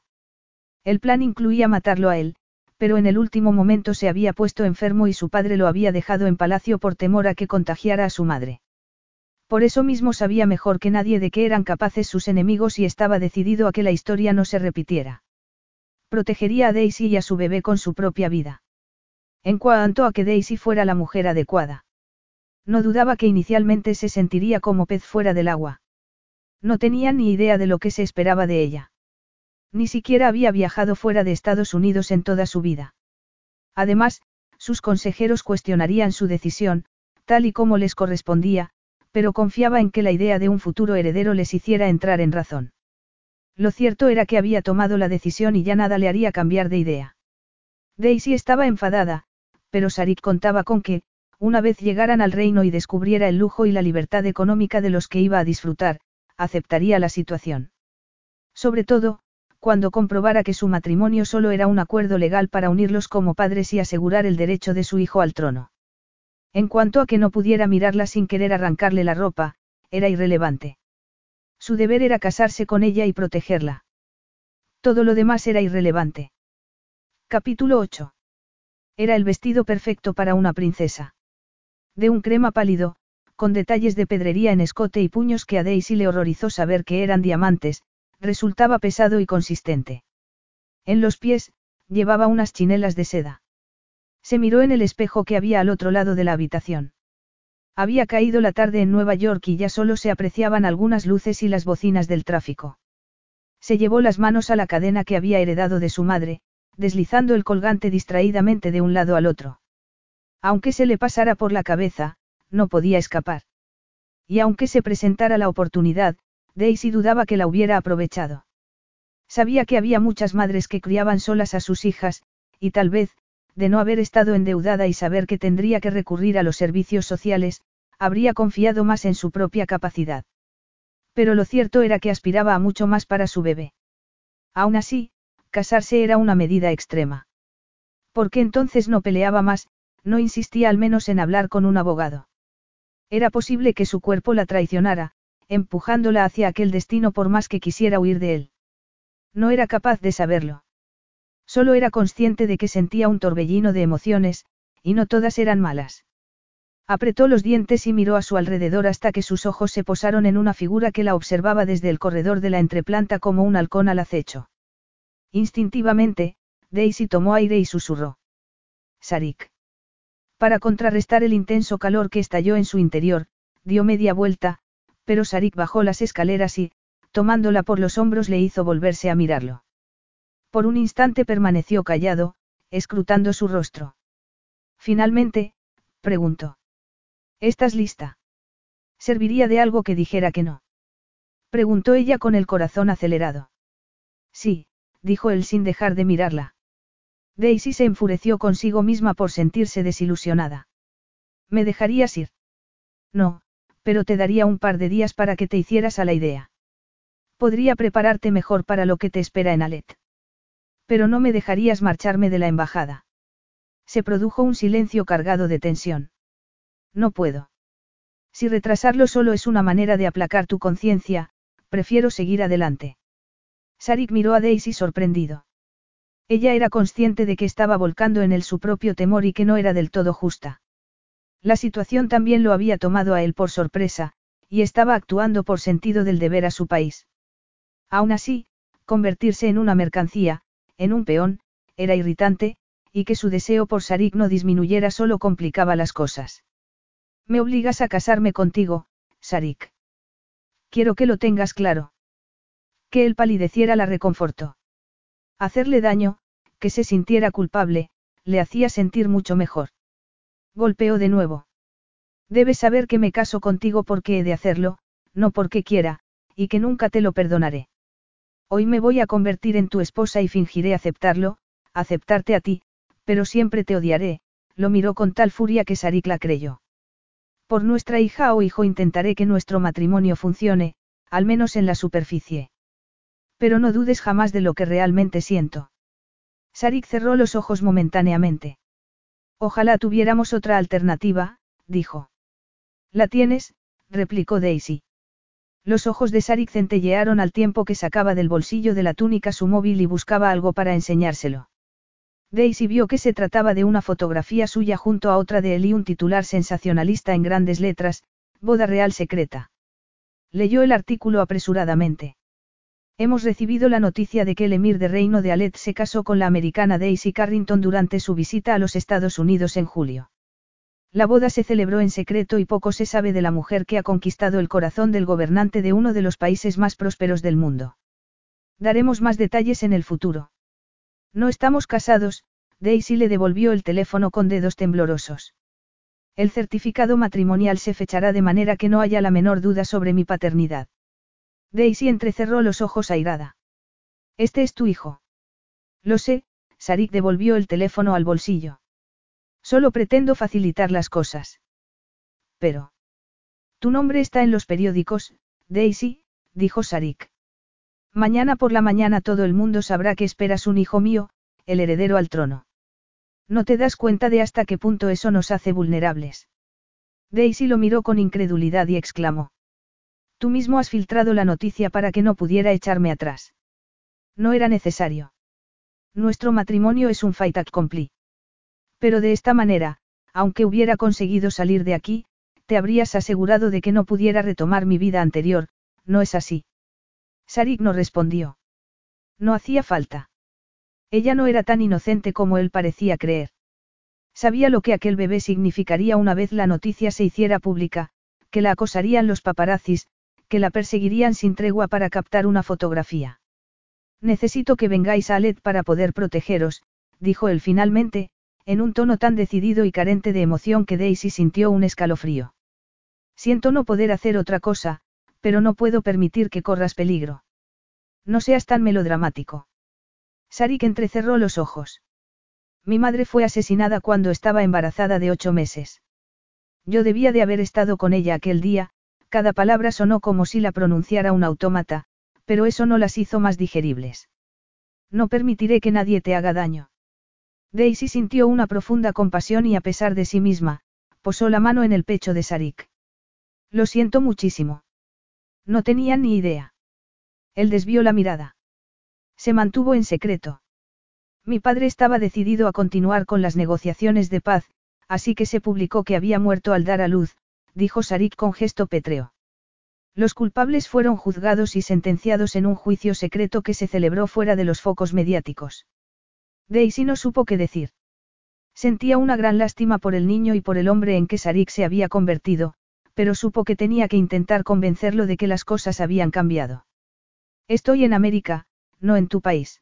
El plan incluía matarlo a él, pero en el último momento se había puesto enfermo y su padre lo había dejado en palacio por temor a que contagiara a su madre. Por eso mismo sabía mejor que nadie de qué eran capaces sus enemigos y estaba decidido a que la historia no se repitiera. Protegería a Daisy y a su bebé con su propia vida. En cuanto a que Daisy fuera la mujer adecuada. No dudaba que inicialmente se sentiría como pez fuera del agua. No tenía ni idea de lo que se esperaba de ella. Ni siquiera había viajado fuera de Estados Unidos en toda su vida. Además, sus consejeros cuestionarían su decisión, tal y como les correspondía, pero confiaba en que la idea de un futuro heredero les hiciera entrar en razón. Lo cierto era que había tomado la decisión y ya nada le haría cambiar de idea. Daisy estaba enfadada, pero Sarik contaba con que, una vez llegaran al reino y descubriera el lujo y la libertad económica de los que iba a disfrutar, aceptaría la situación. Sobre todo, cuando comprobara que su matrimonio solo era un acuerdo legal para unirlos como padres y asegurar el derecho de su hijo al trono. En cuanto a que no pudiera mirarla sin querer arrancarle la ropa, era irrelevante. Su deber era casarse con ella y protegerla. Todo lo demás era irrelevante. Capítulo ocho. Era el vestido perfecto para una princesa. De un crema pálido, con detalles de pedrería en escote y puños que a Daisy le horrorizó saber que eran diamantes, resultaba pesado y consistente. En los pies, llevaba unas chinelas de seda. Se miró en el espejo que había al otro lado de la habitación. Había caído la tarde en Nueva York y ya solo se apreciaban algunas luces y las bocinas del tráfico. Se llevó las manos a la cadena que había heredado de su madre, deslizando el colgante distraídamente de un lado al otro. Aunque se le pasara por la cabeza, no podía escapar. Y aunque se presentara la oportunidad, Daisy dudaba que la hubiera aprovechado. Sabía que había muchas madres que criaban solas a sus hijas, y tal vez, de no haber estado endeudada y saber que tendría que recurrir a los servicios sociales, habría confiado más en su propia capacidad. Pero lo cierto era que aspiraba a mucho más para su bebé. Aún así, casarse era una medida extrema. ¿Por qué entonces no peleaba más, no insistía al menos en hablar con un abogado? Era posible que su cuerpo la traicionara, empujándola hacia aquel destino por más que quisiera huir de él. No era capaz de saberlo. Solo era consciente de que sentía un torbellino de emociones, y no todas eran malas. Apretó los dientes y miró a su alrededor hasta que sus ojos se posaron en una figura que la observaba desde el corredor de la entreplanta como un halcón al acecho. Instintivamente, Daisy tomó aire y susurró. Sarik. Para contrarrestar el intenso calor que estalló en su interior, dio media vuelta, pero Sarik bajó las escaleras y, tomándola por los hombros, le hizo volverse a mirarlo. Por un instante permaneció callado, escrutando su rostro. Finalmente, preguntó. ¿Estás lista? ¿Serviría de algo que dijera que no? Preguntó ella con el corazón acelerado. Sí, dijo él sin dejar de mirarla. Daisy se enfureció consigo misma por sentirse desilusionada. ¿Me dejarías ir? No, pero te daría un par de días para que te hicieras a la idea. Podría prepararte mejor para lo que te espera en Alet. Pero no me dejarías marcharme de la embajada. Se produjo un silencio cargado de tensión. No puedo. Si retrasarlo solo es una manera de aplacar tu conciencia, prefiero seguir adelante. Sarik miró a Daisy sorprendido. Ella era consciente de que estaba volcando en él su propio temor y que no era del todo justa. La situación también lo había tomado a él por sorpresa, y estaba actuando por sentido del deber a su país. Aún así, convertirse en una mercancía, en un peón, era irritante, y que su deseo por Sarik no disminuyera solo complicaba las cosas. Me obligas a casarme contigo, Sarik. Quiero que lo tengas claro. Que él palideciera la reconfortó. Hacerle daño, que se sintiera culpable, le hacía sentir mucho mejor. Golpeó de nuevo. Debes saber que me caso contigo porque he de hacerlo, no porque quiera, y que nunca te lo perdonaré. Hoy me voy a convertir en tu esposa y fingiré aceptarlo, aceptarte a ti, pero siempre te odiaré, lo miró con tal furia que Sarik la creyó. Por nuestra hija o hijo intentaré que nuestro matrimonio funcione, al menos en la superficie. Pero no dudes jamás de lo que realmente siento. Sarik cerró los ojos momentáneamente. Ojalá tuviéramos otra alternativa, dijo. La tienes, replicó Daisy. Los ojos de Sarik centellearon al tiempo que sacaba del bolsillo de la túnica su móvil y buscaba algo para enseñárselo. Daisy vio que se trataba de una fotografía suya junto a otra de él y un titular sensacionalista en grandes letras, boda real secreta. Leyó el artículo apresuradamente. Hemos recibido la noticia de que el emir de Reino de Alet se casó con la americana Daisy Carrington durante su visita a los Estados Unidos en julio. La boda se celebró en secreto y poco se sabe de la mujer que ha conquistado el corazón del gobernante de uno de los países más prósperos del mundo. Daremos más detalles en el futuro. No estamos casados, Daisy le devolvió el teléfono con dedos temblorosos. El certificado matrimonial se fechará de manera que no haya la menor duda sobre mi paternidad. Daisy entrecerró los ojos airada. Este es tu hijo. Lo sé, Sarik devolvió el teléfono al bolsillo. Solo pretendo facilitar las cosas. Pero. Tu nombre está en los periódicos, Daisy, dijo Sarik. Mañana por la mañana todo el mundo sabrá que esperas un hijo mío, el heredero al trono. No te das cuenta de hasta qué punto eso nos hace vulnerables. Daisy lo miró con incredulidad y exclamó. Tú mismo has filtrado la noticia para que no pudiera echarme atrás. No era necesario. Nuestro matrimonio es un fait accompli. Pero de esta manera, aunque hubiera conseguido salir de aquí, te habrías asegurado de que no pudiera retomar mi vida anterior, ¿no es así? Sarik no respondió. No hacía falta. Ella no era tan inocente como él parecía creer. Sabía lo que aquel bebé significaría una vez la noticia se hiciera pública, que la acosarían los paparazzis, que la perseguirían sin tregua para captar una fotografía. Necesito que vengáis a Alet para poder protegeros, dijo él finalmente, en un tono tan decidido y carente de emoción que Daisy sintió un escalofrío. Siento no poder hacer otra cosa, pero no puedo permitir que corras peligro. No seas tan melodramático. Sarik entrecerró los ojos. Mi madre fue asesinada cuando estaba embarazada de ocho meses. Yo debía de haber estado con ella aquel día, cada palabra sonó como si la pronunciara un autómata, pero eso no las hizo más digeribles. No permitiré que nadie te haga daño. Daisy sintió una profunda compasión y a pesar de sí misma, posó la mano en el pecho de Sarik. Lo siento muchísimo. No tenía ni idea. Él desvió la mirada. Se mantuvo en secreto. Mi padre estaba decidido a continuar con las negociaciones de paz, así que se publicó que había muerto al dar a luz, dijo Sarik con gesto pétreo. Los culpables fueron juzgados y sentenciados en un juicio secreto que se celebró fuera de los focos mediáticos. Daisy no supo qué decir. Sentía una gran lástima por el niño y por el hombre en que Sarik se había convertido, pero supo que tenía que intentar convencerlo de que las cosas habían cambiado. Estoy en América, no en tu país.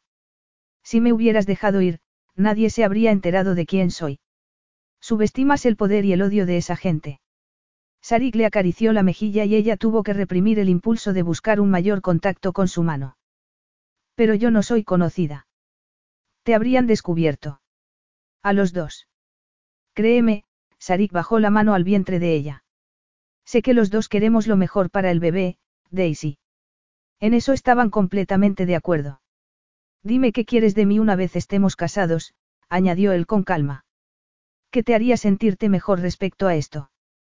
Si me hubieras dejado ir, nadie se habría enterado de quién soy. Subestimas el poder y el odio de esa gente. Sarik le acarició la mejilla y ella tuvo que reprimir el impulso de buscar un mayor contacto con su mano. Pero yo no soy conocida. Te habrían descubierto. A los dos. Créeme, Sarik bajó la mano al vientre de ella. Sé que los dos queremos lo mejor para el bebé, Daisy. En eso estaban completamente de acuerdo. Dime qué quieres de mí una vez estemos casados, añadió él con calma. ¿Qué te haría sentirte mejor respecto a esto?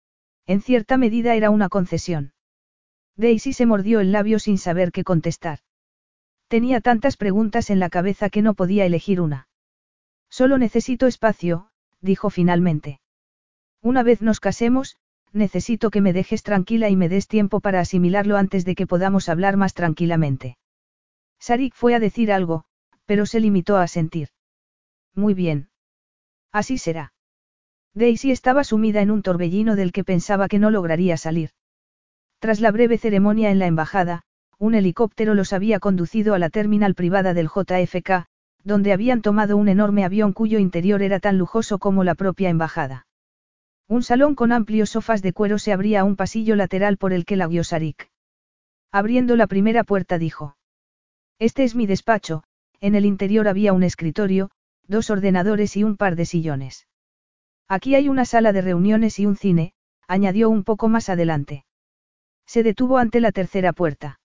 En cierta medida era una concesión. Daisy se mordió el labio sin saber qué contestar. Tenía tantas preguntas en la cabeza que no podía elegir una. Solo necesito espacio, dijo finalmente. Una vez nos casemos, necesito que me dejes tranquila y me des tiempo para asimilarlo antes de que podamos hablar más tranquilamente. Sarik fue a decir algo, pero se limitó a asentir. Muy bien. Así será. Daisy estaba sumida en un torbellino del que pensaba que no lograría salir. Tras la breve ceremonia en la embajada, un helicóptero los había conducido a la terminal privada del J F K, donde habían tomado un enorme avión cuyo interior era tan lujoso como la propia embajada. Un salón con amplios sofás de cuero se abría a un pasillo lateral por el que la guió Sarik. Abriendo la primera puerta dijo: Este es mi despacho. En el interior había un escritorio, dos ordenadores y un par de sillones. Aquí hay una sala de reuniones y un cine, añadió un poco más adelante. Se detuvo ante la tercera puerta.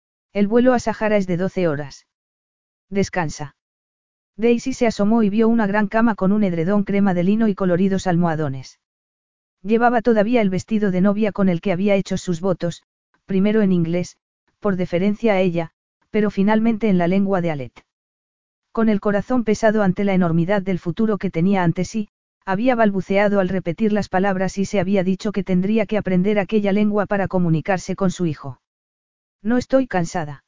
El vuelo a Sahara es de doce horas. Descansa. Daisy se asomó y vio una gran cama con un edredón crema de lino y coloridos almohadones. Llevaba todavía el vestido de novia con el que había hecho sus votos, primero en inglés, por deferencia a ella, pero finalmente en la lengua de Alet. Con el corazón pesado ante la enormidad del futuro que tenía ante sí, había balbuceado al repetir las palabras y se había dicho que tendría que aprender aquella lengua para comunicarse con su hijo. No estoy cansada.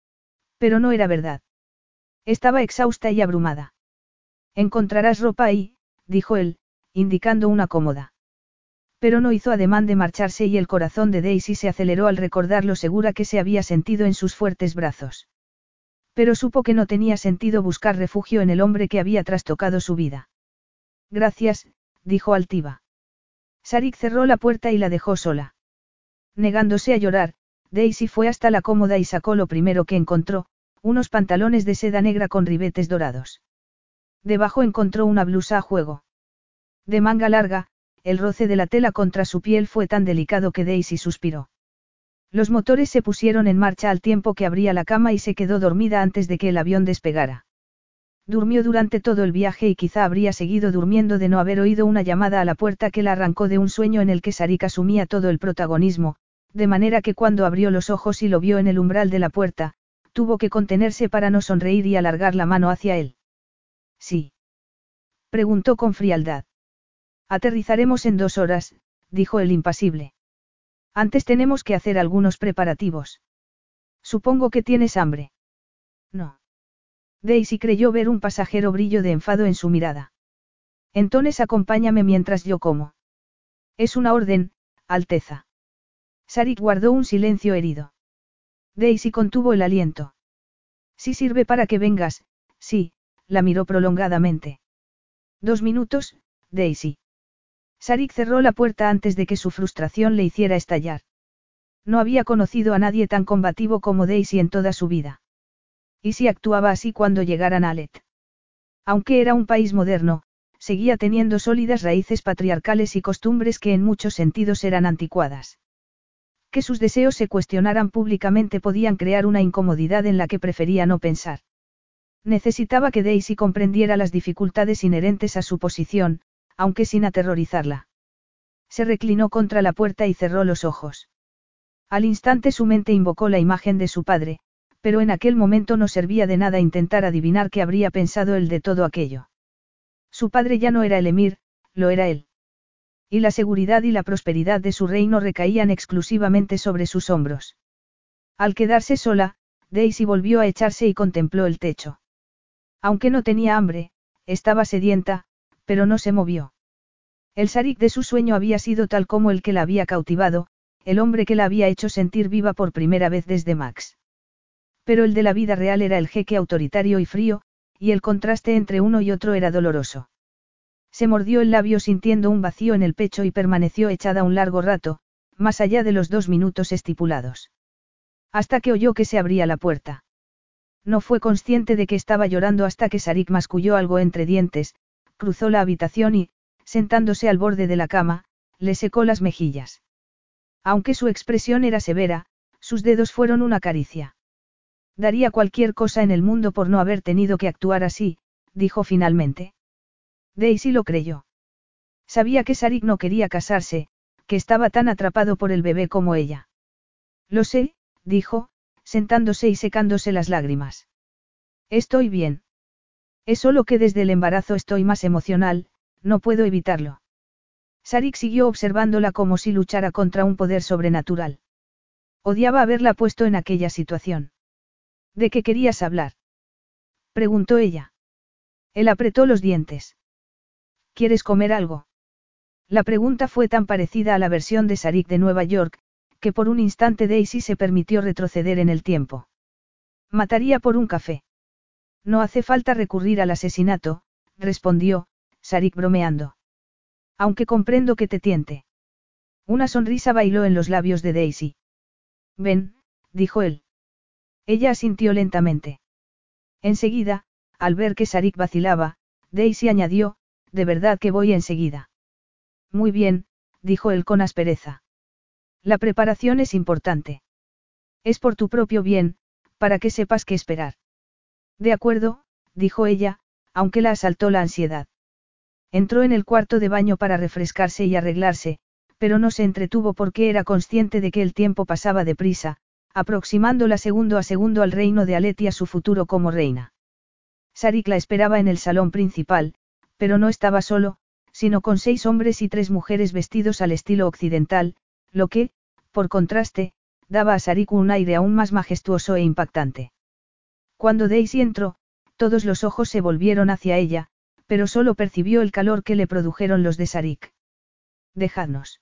Pero no era verdad. Estaba exhausta y abrumada. Encontrarás ropa ahí, dijo él, indicando una cómoda. Pero no hizo ademán de marcharse y el corazón de Daisy se aceleró al recordar lo segura que se había sentido en sus fuertes brazos. Pero supo que no tenía sentido buscar refugio en el hombre que había trastocado su vida. Gracias, dijo altiva. Sarik cerró la puerta y la dejó sola. Negándose a llorar, Daisy fue hasta la cómoda y sacó lo primero que encontró, unos pantalones de seda negra con ribetes dorados. Debajo encontró una blusa a juego. De manga larga, el roce de la tela contra su piel fue tan delicado que Daisy suspiró. Los motores se pusieron en marcha al tiempo que abría la cama y se quedó dormida antes de que el avión despegara. Durmió durante todo el viaje y quizá habría seguido durmiendo de no haber oído una llamada a la puerta que la arrancó de un sueño en el que Sarik asumía todo el protagonismo, de manera que cuando abrió los ojos y lo vio en el umbral de la puerta, tuvo que contenerse para no sonreír y alargar la mano hacia él. ¿Sí? Preguntó con frialdad. Aterrizaremos en dos horas, dijo el impasible. Antes tenemos que hacer algunos preparativos. Supongo que tienes hambre. No. Daisy creyó ver un pasajero brillo de enfado en su mirada. Entonces acompáñame mientras yo como. Es una orden, Alteza. Sarik guardó un silencio herido. Daisy contuvo el aliento. Si sirve para que vengas, sí, la miró prolongadamente. Dos minutos, Daisy. Sarik cerró la puerta antes de que su frustración le hiciera estallar. No había conocido a nadie tan combativo como Daisy en toda su vida. ¿Y si actuaba así cuando llegaran a Alet? Aunque era un país moderno, seguía teniendo sólidas raíces patriarcales y costumbres que en muchos sentidos eran anticuadas. Que sus deseos se cuestionaran públicamente podían crear una incomodidad en la que prefería no pensar. Necesitaba que Daisy comprendiera las dificultades inherentes a su posición, aunque sin aterrorizarla. Se reclinó contra la puerta y cerró los ojos. Al instante su mente invocó la imagen de su padre, pero en aquel momento no servía de nada intentar adivinar qué habría pensado él de todo aquello. Su padre ya no era el emir, lo era él. Y la seguridad y la prosperidad de su reino recaían exclusivamente sobre sus hombros. Al quedarse sola, Daisy volvió a echarse y contempló el techo. Aunque no tenía hambre, estaba sedienta, pero no se movió. El Sarik de su sueño había sido tal como el que la había cautivado, el hombre que la había hecho sentir viva por primera vez desde Max. Pero el de la vida real era el jeque autoritario y frío, y el contraste entre uno y otro era doloroso. Se mordió el labio sintiendo un vacío en el pecho y permaneció echada un largo rato, más allá de los dos minutos estipulados. Hasta que oyó que se abría la puerta. No fue consciente de que estaba llorando hasta que Sarik masculló algo entre dientes, cruzó la habitación y, sentándose al borde de la cama, le secó las mejillas. Aunque su expresión era severa, sus dedos fueron una caricia. Daría cualquier cosa en el mundo por no haber tenido que actuar así, dijo finalmente. Daisy lo creyó. Sabía que Sarik no quería casarse, que estaba tan atrapado por el bebé como ella. Lo sé, dijo, sentándose y secándose las lágrimas. Estoy bien. Es solo que desde el embarazo estoy más emocional, no puedo evitarlo. Sarik siguió observándola como si luchara contra un poder sobrenatural. Odiaba haberla puesto en aquella situación. ¿De qué querías hablar? Preguntó ella. Él apretó los dientes. ¿Quieres comer algo? La pregunta fue tan parecida a la versión de Sarik de Nueva York, que por un instante Daisy se permitió retroceder en el tiempo. Mataría por un café. No hace falta recurrir al asesinato, respondió, Sarik bromeando. Aunque comprendo que te tiente. Una sonrisa bailó en los labios de Daisy. Ven, dijo él. Ella asintió lentamente. Enseguida, al ver que Sarik vacilaba, Daisy añadió, de verdad que voy enseguida. Muy bien, dijo él con aspereza. La preparación es importante. Es por tu propio bien, para que sepas qué esperar. De acuerdo, dijo ella, aunque la asaltó la ansiedad. Entró en el cuarto de baño para refrescarse y arreglarse, pero no se entretuvo porque era consciente de que el tiempo pasaba deprisa, aproximándola segundo a segundo al reino de Alet y a su futuro como reina. Sarik la esperaba en el salón principal, pero no estaba solo, sino con seis hombres y tres mujeres vestidos al estilo occidental, lo que, por contraste, daba a Sarik un aire aún más majestuoso e impactante. Cuando Daisy entró, todos los ojos se volvieron hacia ella, pero solo percibió el calor que le produjeron los de Sarik. Dejadnos.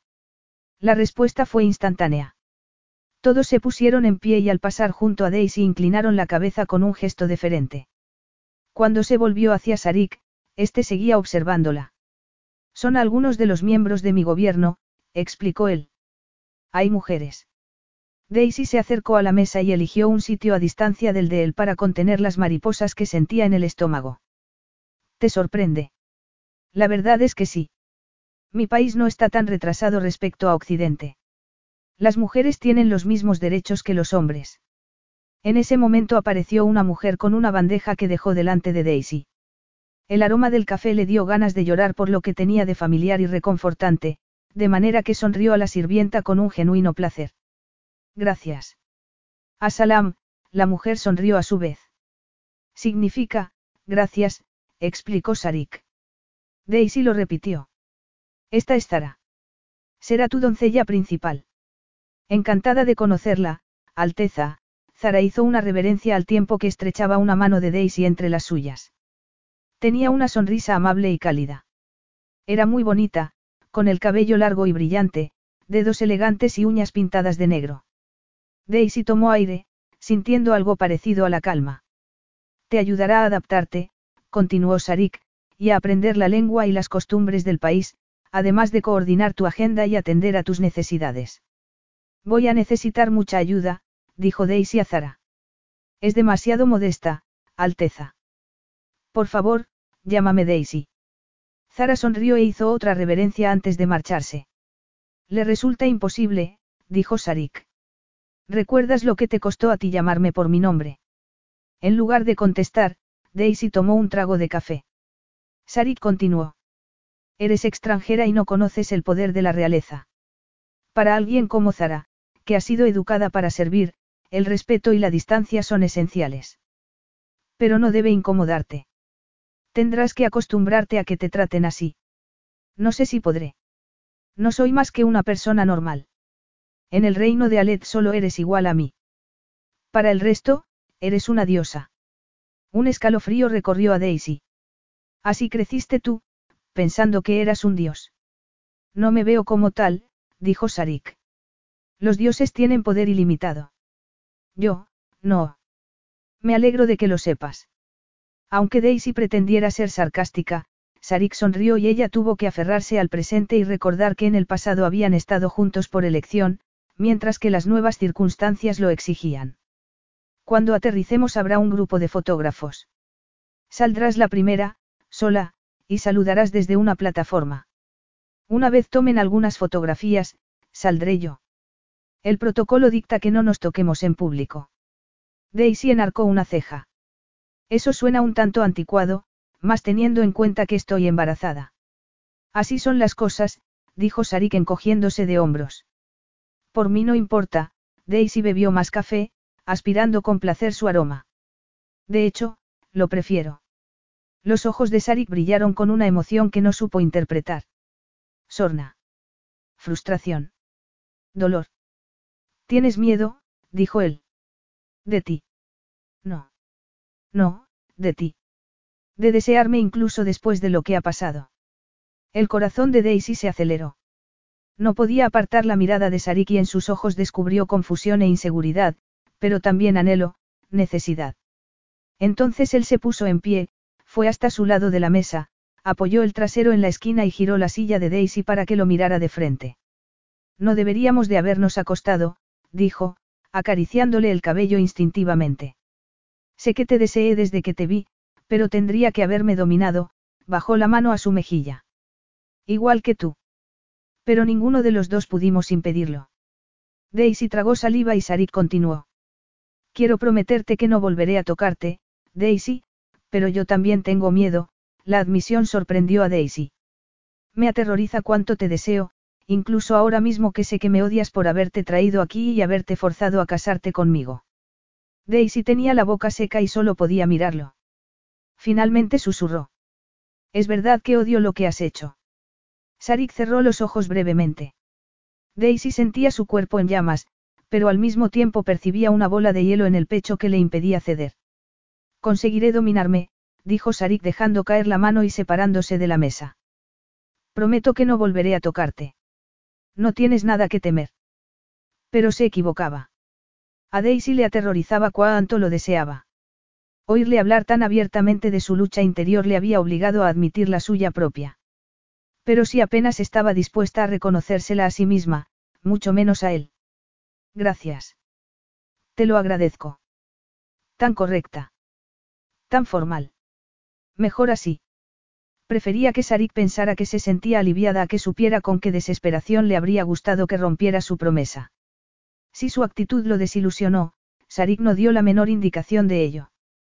La respuesta fue instantánea. Todos se pusieron en pie y al pasar junto a Daisy inclinaron la cabeza con un gesto deferente. Cuando se volvió hacia Sarik, este seguía observándola. Son algunos de los miembros de mi gobierno, explicó él. Hay mujeres. Daisy se acercó a la mesa y eligió un sitio a distancia del de él para contener las mariposas que sentía en el estómago. ¿Te sorprende? La verdad es que sí. Mi país no está tan retrasado respecto a Occidente. Las mujeres tienen los mismos derechos que los hombres. En ese momento apareció una mujer con una bandeja que dejó delante de Daisy. El aroma del café le dio ganas de llorar por lo que tenía de familiar y reconfortante, de manera que sonrió a la sirvienta con un genuino placer. Gracias. As-salam, la mujer sonrió a su vez. Significa, gracias, explicó Sarik. Daisy lo repitió. Esta es Zara. Será tu doncella principal. Encantada de conocerla, Alteza, Zara hizo una reverencia al tiempo que estrechaba una mano de Daisy entre las suyas. Tenía una sonrisa amable y cálida. Era muy bonita, con el cabello largo y brillante, dedos elegantes y uñas pintadas de negro. Daisy tomó aire, sintiendo algo parecido a la calma. Te ayudará a adaptarte, continuó Sarik, y a aprender la lengua y las costumbres del país, además de coordinar tu agenda y atender a tus necesidades. Voy a necesitar mucha ayuda, dijo Daisy a Zara. Es demasiado modesta, Alteza. Por favor, llámame Daisy. Zara sonrió e hizo otra reverencia antes de marcharse. Le resulta imposible, dijo Sarik. ¿Recuerdas lo que te costó a ti llamarme por mi nombre? En lugar de contestar, Daisy tomó un trago de café. Sarik continuó. Eres extranjera y no conoces el poder de la realeza. Para alguien como Zara, que ha sido educada para servir, el respeto y la distancia son esenciales. Pero no debe incomodarte. Tendrás que acostumbrarte a que te traten así. No sé si podré. No soy más que una persona normal. En el reino de Alet solo eres igual a mí. Para el resto, eres una diosa. Un escalofrío recorrió a Daisy. Así creciste tú, pensando que eras un dios. No me veo como tal, dijo Sarik. Los dioses tienen poder ilimitado. Yo, no. Me alegro de que lo sepas. Aunque Daisy pretendiera ser sarcástica, Sarik sonrió y ella tuvo que aferrarse al presente y recordar que en el pasado habían estado juntos por elección, mientras que las nuevas circunstancias lo exigían. Cuando aterricemos habrá un grupo de fotógrafos. Saldrás la primera, sola, y saludarás desde una plataforma. Una vez tomen algunas fotografías, saldré yo. El protocolo dicta que no nos toquemos en público. Daisy enarcó una ceja. Eso suena un tanto anticuado, más teniendo en cuenta que estoy embarazada. Así son las cosas, dijo Sarik encogiéndose de hombros. Por mí no importa, Daisy bebió más café, aspirando con placer su aroma. De hecho, lo prefiero. Los ojos de Sarik brillaron con una emoción que no supo interpretar. Sorna. Frustración. Dolor. ¿Tienes miedo? Dijo él. ¿De ti? No. No, de ti. De desearme incluso después de lo que ha pasado. El corazón de Daisy se aceleró. No podía apartar la mirada de Sarik y en sus ojos descubrió confusión e inseguridad, pero también anhelo, necesidad. Entonces él se puso en pie, fue hasta su lado de la mesa, apoyó el trasero en la esquina y giró la silla de Daisy para que lo mirara de frente. No deberíamos de habernos acostado, dijo, acariciándole el cabello instintivamente. Sé que te deseé desde que te vi, pero tendría que haberme dominado, bajó la mano a su mejilla. Igual que tú. Pero ninguno de los dos pudimos impedirlo. Daisy tragó saliva y Sarik continuó. Quiero prometerte que no volveré a tocarte, Daisy, pero yo también tengo miedo, la admisión sorprendió a Daisy. Me aterroriza cuánto te deseo, incluso ahora mismo que sé que me odias por haberte traído aquí y haberte forzado a casarte conmigo. Daisy tenía la boca seca y solo podía mirarlo. Finalmente susurró. Es verdad que odio lo que has hecho. Sarik cerró los ojos brevemente. Daisy sentía su cuerpo en llamas, pero al mismo tiempo percibía una bola de hielo en el pecho que le impedía ceder. Conseguiré dominarme, dijo Sarik dejando caer la mano y separándose de la mesa. Prometo que no volveré a tocarte. No tienes nada que temer. Pero se equivocaba. A Daisy le aterrorizaba cuánto lo deseaba. Oírle hablar tan abiertamente de su lucha interior le había obligado a admitir la suya propia. Pero si apenas estaba dispuesta a reconocérsela a sí misma, mucho menos a él. Gracias. Te lo agradezco. Tan correcta. Tan formal. Mejor así. Prefería que Sarik pensara que se sentía aliviada a que supiera con qué desesperación le habría gustado que rompiera su promesa. Si su actitud lo desilusionó, Sarik no dio la menor indicación de ello.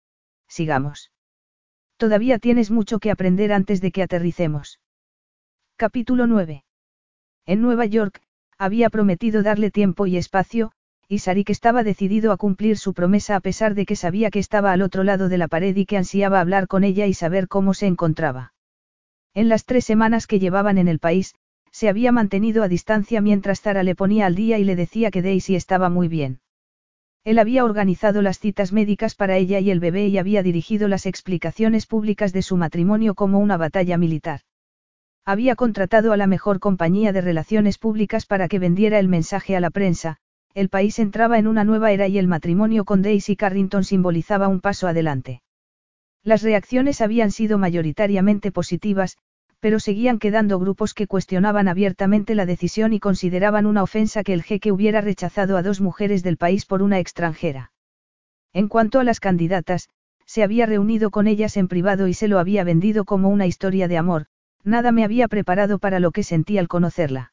Sigamos. Todavía tienes mucho que aprender antes de que aterricemos. Capítulo nueve. En Nueva York, había prometido darle tiempo y espacio, y Sarik estaba decidido a cumplir su promesa a pesar de que sabía que estaba al otro lado de la pared y que ansiaba hablar con ella y saber cómo se encontraba. En las tres semanas que llevaban en el país, se había mantenido a distancia mientras Zara le ponía al día y le decía que Daisy estaba muy bien. Él había organizado las citas médicas para ella y el bebé y había dirigido las explicaciones públicas de su matrimonio como una batalla militar. Había contratado a la mejor compañía de relaciones públicas para que vendiera el mensaje a la prensa. El país entraba en una nueva era y el matrimonio con Daisy Carrington simbolizaba un paso adelante. Las reacciones habían sido mayoritariamente positivas, pero seguían quedando grupos que cuestionaban abiertamente la decisión y consideraban una ofensa que el jeque hubiera rechazado a dos mujeres del país por una extranjera. En cuanto a las candidatas, se había reunido con ellas en privado y se lo había vendido como una historia de amor. Nada me había preparado para lo que sentí al conocerla.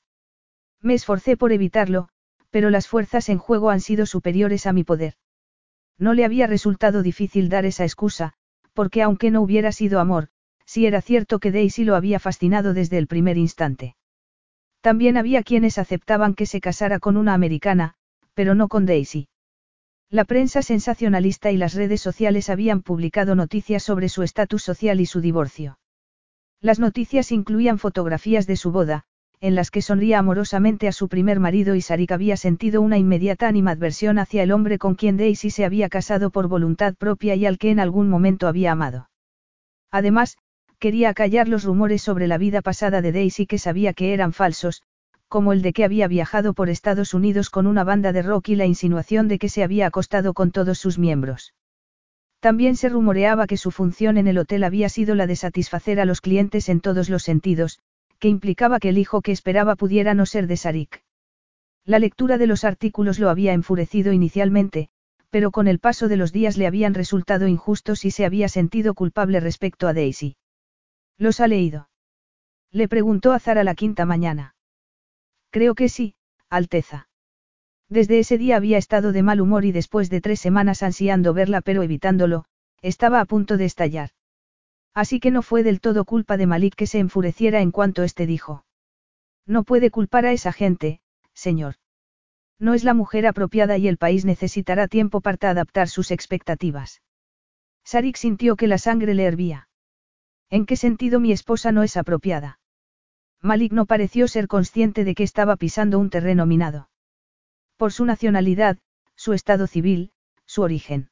Me esforcé por evitarlo, pero las fuerzas en juego han sido superiores a mi poder. No le había resultado difícil dar esa excusa, porque aunque no hubiera sido amor, sí era cierto que Daisy lo había fascinado desde el primer instante. También había quienes aceptaban que se casara con una americana, pero no con Daisy. La prensa sensacionalista y las redes sociales habían publicado noticias sobre su estatus social y su divorcio. Las noticias incluían fotografías de su boda, en las que sonría amorosamente a su primer marido y Sarik había sentido una inmediata animadversión hacia el hombre con quien Daisy se había casado por voluntad propia y al que en algún momento había amado. Además, quería acallar los rumores sobre la vida pasada de Daisy que sabía que eran falsos, como el de que había viajado por Estados Unidos con una banda de rock y la insinuación de que se había acostado con todos sus miembros. También se rumoreaba que su función en el hotel había sido la de satisfacer a los clientes en todos los sentidos, que implicaba que el hijo que esperaba pudiera no ser de Sarik. La lectura de los artículos lo había enfurecido inicialmente, pero con el paso de los días le habían resultado injustos y se había sentido culpable respecto a Daisy. ¿Los ha leído? Le preguntó a Zara la quinta mañana. Creo que sí, Alteza. Desde ese día había estado de mal humor y después de tres semanas ansiando verla pero evitándolo, estaba a punto de estallar. Así que no fue del todo culpa de Malik que se enfureciera en cuanto éste dijo. No puede culpar a esa gente, señor. No es la mujer apropiada y el país necesitará tiempo para adaptar sus expectativas. Sarik sintió que la sangre le hervía. ¿En qué sentido mi esposa no es apropiada? Malik no pareció ser consciente de que estaba pisando un terreno minado. Por su nacionalidad, su estado civil, su origen.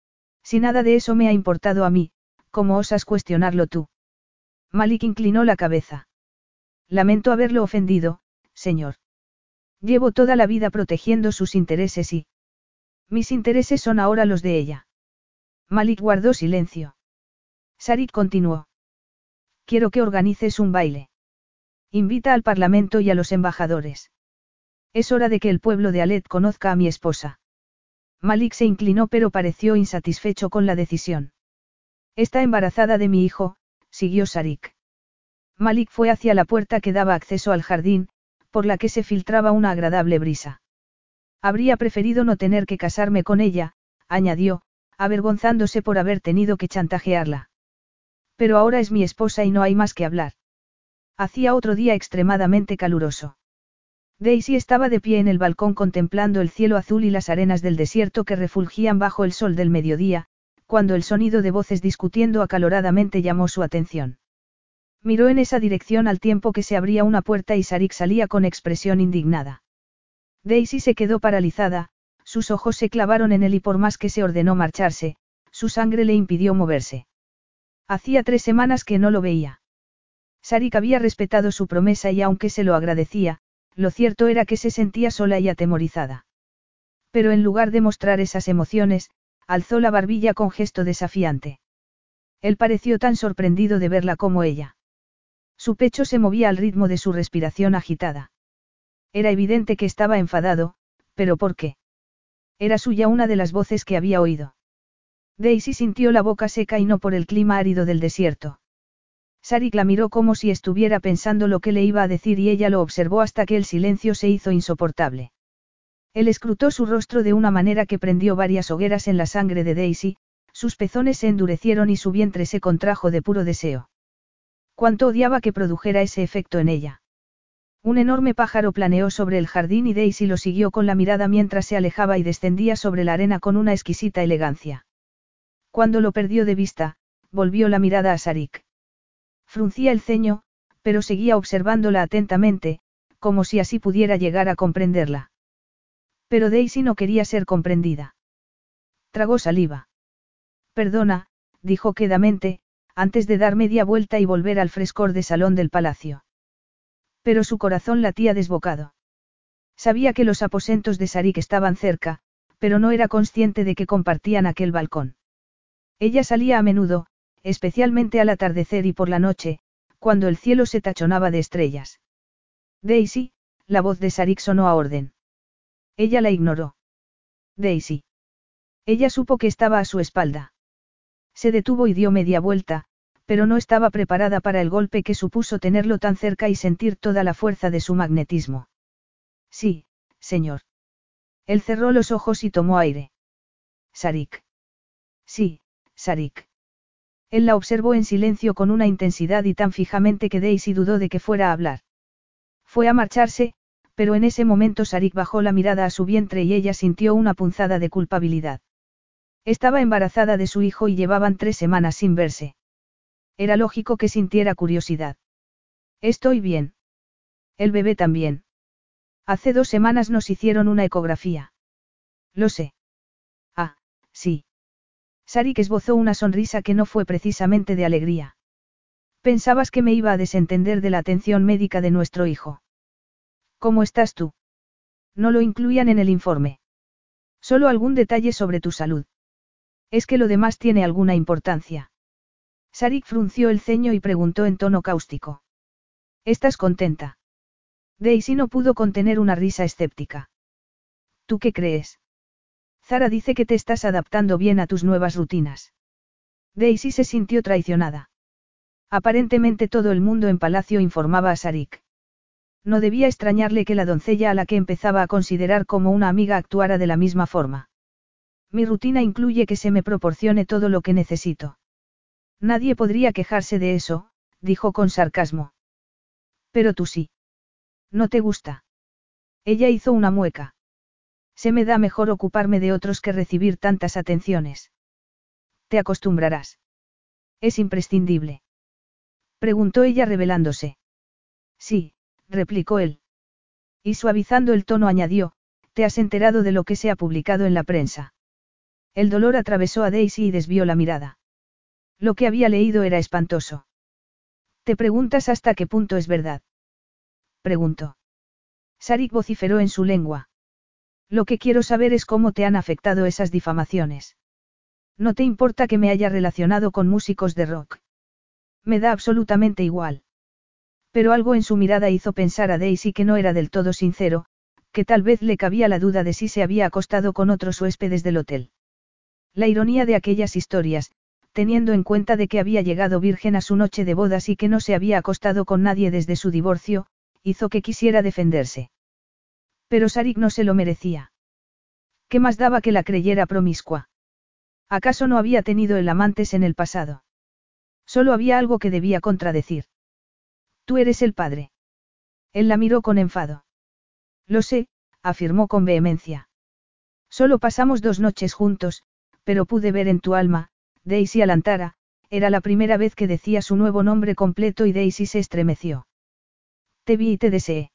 Si nada de eso me ha importado a mí, ¿cómo osas cuestionarlo tú? Malik inclinó la cabeza. Lamento haberlo ofendido, señor. Llevo toda la vida protegiendo sus intereses y... Mis intereses son ahora los de ella. Malik guardó silencio. Sarik continuó. Quiero que organices un baile. Invita al Parlamento y a los embajadores. Es hora de que el pueblo de Alet conozca a mi esposa. Malik se inclinó pero pareció insatisfecho con la decisión. Está embarazada de mi hijo, siguió Sarik. Malik fue hacia la puerta que daba acceso al jardín, por la que se filtraba una agradable brisa. Habría preferido no tener que casarme con ella, añadió, avergonzándose por haber tenido que chantajearla. Pero ahora es mi esposa y no hay más que hablar. Hacía otro día extremadamente caluroso. Daisy estaba de pie en el balcón contemplando el cielo azul y las arenas del desierto que refulgían bajo el sol del mediodía, cuando el sonido de voces discutiendo acaloradamente llamó su atención. Miró en esa dirección al tiempo que se abría una puerta y Sarik salía con expresión indignada. Daisy se quedó paralizada, sus ojos se clavaron en él y por más que se ordenó marcharse, su sangre le impidió moverse. Hacía tres semanas que no lo veía. Sarik había respetado su promesa y aunque se lo agradecía, lo cierto era que se sentía sola y atemorizada. Pero en lugar de mostrar esas emociones, alzó la barbilla con gesto desafiante. Él pareció tan sorprendido de verla como ella. Su pecho se movía al ritmo de su respiración agitada. Era evidente que estaba enfadado, pero ¿por qué? Era suya una de las voces que había oído. Daisy sintió la boca seca y no por el clima árido del desierto. Sarik la miró como si estuviera pensando lo que le iba a decir y ella lo observó hasta que el silencio se hizo insoportable. Él escrutó su rostro de una manera que prendió varias hogueras en la sangre de Daisy, sus pezones se endurecieron y su vientre se contrajo de puro deseo. Cuánto odiaba que produjera ese efecto en ella. Un enorme pájaro planeó sobre el jardín y Daisy lo siguió con la mirada mientras se alejaba y descendía sobre la arena con una exquisita elegancia. Cuando lo perdió de vista, volvió la mirada a Sarik. Fruncía el ceño, pero seguía observándola atentamente, como si así pudiera llegar a comprenderla. Pero Daisy no quería ser comprendida. Tragó saliva. Perdona, dijo quedamente, antes de dar media vuelta y volver al frescor de salón del palacio. Pero su corazón latía desbocado. Sabía que los aposentos de Sarik estaban cerca, pero no era consciente de que compartían aquel balcón. Ella salía a menudo, especialmente al atardecer y por la noche, cuando el cielo se tachonaba de estrellas. Daisy, la voz de Sarik sonó a orden. Ella la ignoró. Daisy. Ella supo que estaba a su espalda. Se detuvo y dio media vuelta, pero no estaba preparada para el golpe que supuso tenerlo tan cerca y sentir toda la fuerza de su magnetismo. Sí, señor. Él cerró los ojos y tomó aire. Sarik. Sí, Sarik. Él la observó en silencio con una intensidad y tan fijamente que Daisy dudó de que fuera a hablar. Fue a marcharse, pero en ese momento Sarik bajó la mirada a su vientre y ella sintió una punzada de culpabilidad. Estaba embarazada de su hijo y llevaban tres semanas sin verse. Era lógico que sintiera curiosidad. Estoy bien. El bebé también. Hace dos semanas nos hicieron una ecografía. Lo sé. Ah, sí. Sarik esbozó una sonrisa que no fue precisamente de alegría. Pensabas que me iba a desentender de la atención médica de nuestro hijo. ¿Cómo estás tú? No lo incluían en el informe. Solo algún detalle sobre tu salud. ¿Es que lo demás tiene alguna importancia? Sarik frunció el ceño y preguntó en tono cáustico. ¿Estás contenta? Daisy no pudo contener una risa escéptica. ¿Tú qué crees? Zara dice que te estás adaptando bien a tus nuevas rutinas. Daisy se sintió traicionada. Aparentemente todo el mundo en palacio informaba a Sarik. No debía extrañarle que la doncella a la que empezaba a considerar como una amiga actuara de la misma forma. Mi rutina incluye que se me proporcione todo lo que necesito. Nadie podría quejarse de eso, dijo con sarcasmo. Pero tú sí. ¿No te gusta? Ella hizo una mueca. Se me da mejor ocuparme de otros que recibir tantas atenciones. Te acostumbrarás. Es imprescindible. Preguntó ella revelándose. Sí, replicó él. Y suavizando el tono añadió, ¿te has enterado de lo que se ha publicado en la prensa? El dolor atravesó a Daisy y desvió la mirada. Lo que había leído era espantoso. Te preguntas hasta qué punto es verdad. preguntó. Sarik vociferó en su lengua. Lo que quiero saber es cómo te han afectado esas difamaciones. ¿No te importa que me haya relacionado con músicos de rock? Me da absolutamente igual. Pero algo en su mirada hizo pensar a Daisy que no era del todo sincero, que tal vez le cabía la duda de si se había acostado con otros huéspedes del hotel. La ironía de aquellas historias, teniendo en cuenta de que había llegado virgen a su noche de bodas y que no se había acostado con nadie desde su divorcio, hizo que quisiera defenderse. Pero Sarik no se lo merecía. ¿Qué más daba que la creyera promiscua? ¿Acaso no había tenido el amantes en el pasado? Solo había algo que debía contradecir. Tú eres el padre. Él la miró con enfado. Lo sé, afirmó con vehemencia. Solo pasamos dos noches juntos, pero pude ver en tu alma, Daisy Alantara, era la primera vez que decía su nuevo nombre completo y Daisy se estremeció. Te vi y te deseé.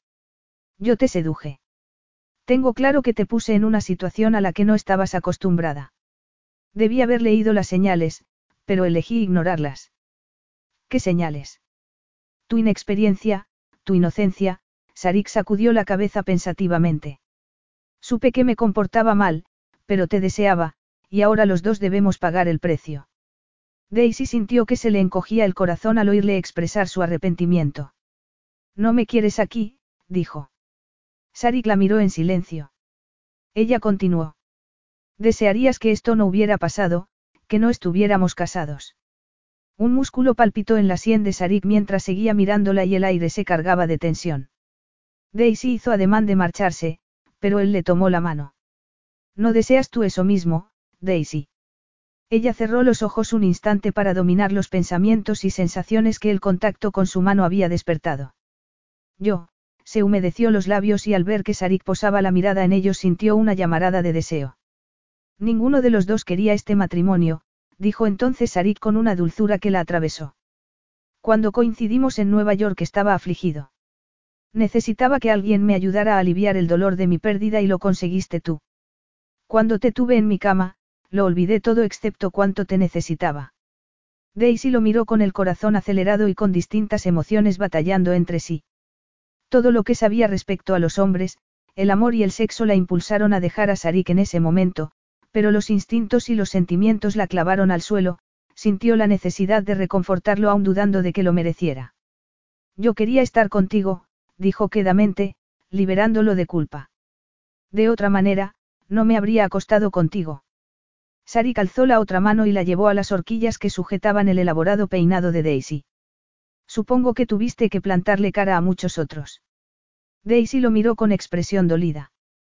Yo te seduje. Tengo claro que te puse en una situación a la que no estabas acostumbrada. Debí haber leído las señales, pero elegí ignorarlas. ¿Qué señales? Tu inexperiencia, tu inocencia, Sarik sacudió la cabeza pensativamente. Supe que me comportaba mal, pero te deseaba, y ahora los dos debemos pagar el precio. Daisy sintió que se le encogía el corazón al oírle expresar su arrepentimiento. No me quieres aquí, dijo. Sarik la miró en silencio. Ella continuó. Desearías que esto no hubiera pasado, que no estuviéramos casados. Un músculo palpitó en la sien de Sarik mientras seguía mirándola y el aire se cargaba de tensión. Daisy hizo ademán de marcharse, pero él le tomó la mano. ¿No deseas tú eso mismo, Daisy? Ella cerró los ojos un instante para dominar los pensamientos y sensaciones que el contacto con su mano había despertado. Yo, se humedeció los labios y al ver que Sarik posaba la mirada en ellos sintió una llamarada de deseo. Ninguno de los dos quería este matrimonio, dijo entonces Sarik con una dulzura que la atravesó. Cuando coincidimos en Nueva York estaba afligido. Necesitaba que alguien me ayudara a aliviar el dolor de mi pérdida y lo conseguiste tú. Cuando te tuve en mi cama, lo olvidé todo excepto cuánto te necesitaba. Daisy lo miró con el corazón acelerado y con distintas emociones batallando entre sí. Todo lo que sabía respecto a los hombres, el amor y el sexo la impulsaron a dejar a Sarik en ese momento, pero los instintos y los sentimientos la clavaron al suelo, sintió la necesidad de reconfortarlo aún dudando de que lo mereciera. Yo quería estar contigo, dijo quedamente, liberándolo de culpa. De otra manera, no me habría acostado contigo. Sarik alzó la otra mano y la llevó a las horquillas que sujetaban el elaborado peinado de Daisy. Supongo que tuviste que plantarle cara a muchos otros. Daisy lo miró con expresión dolida.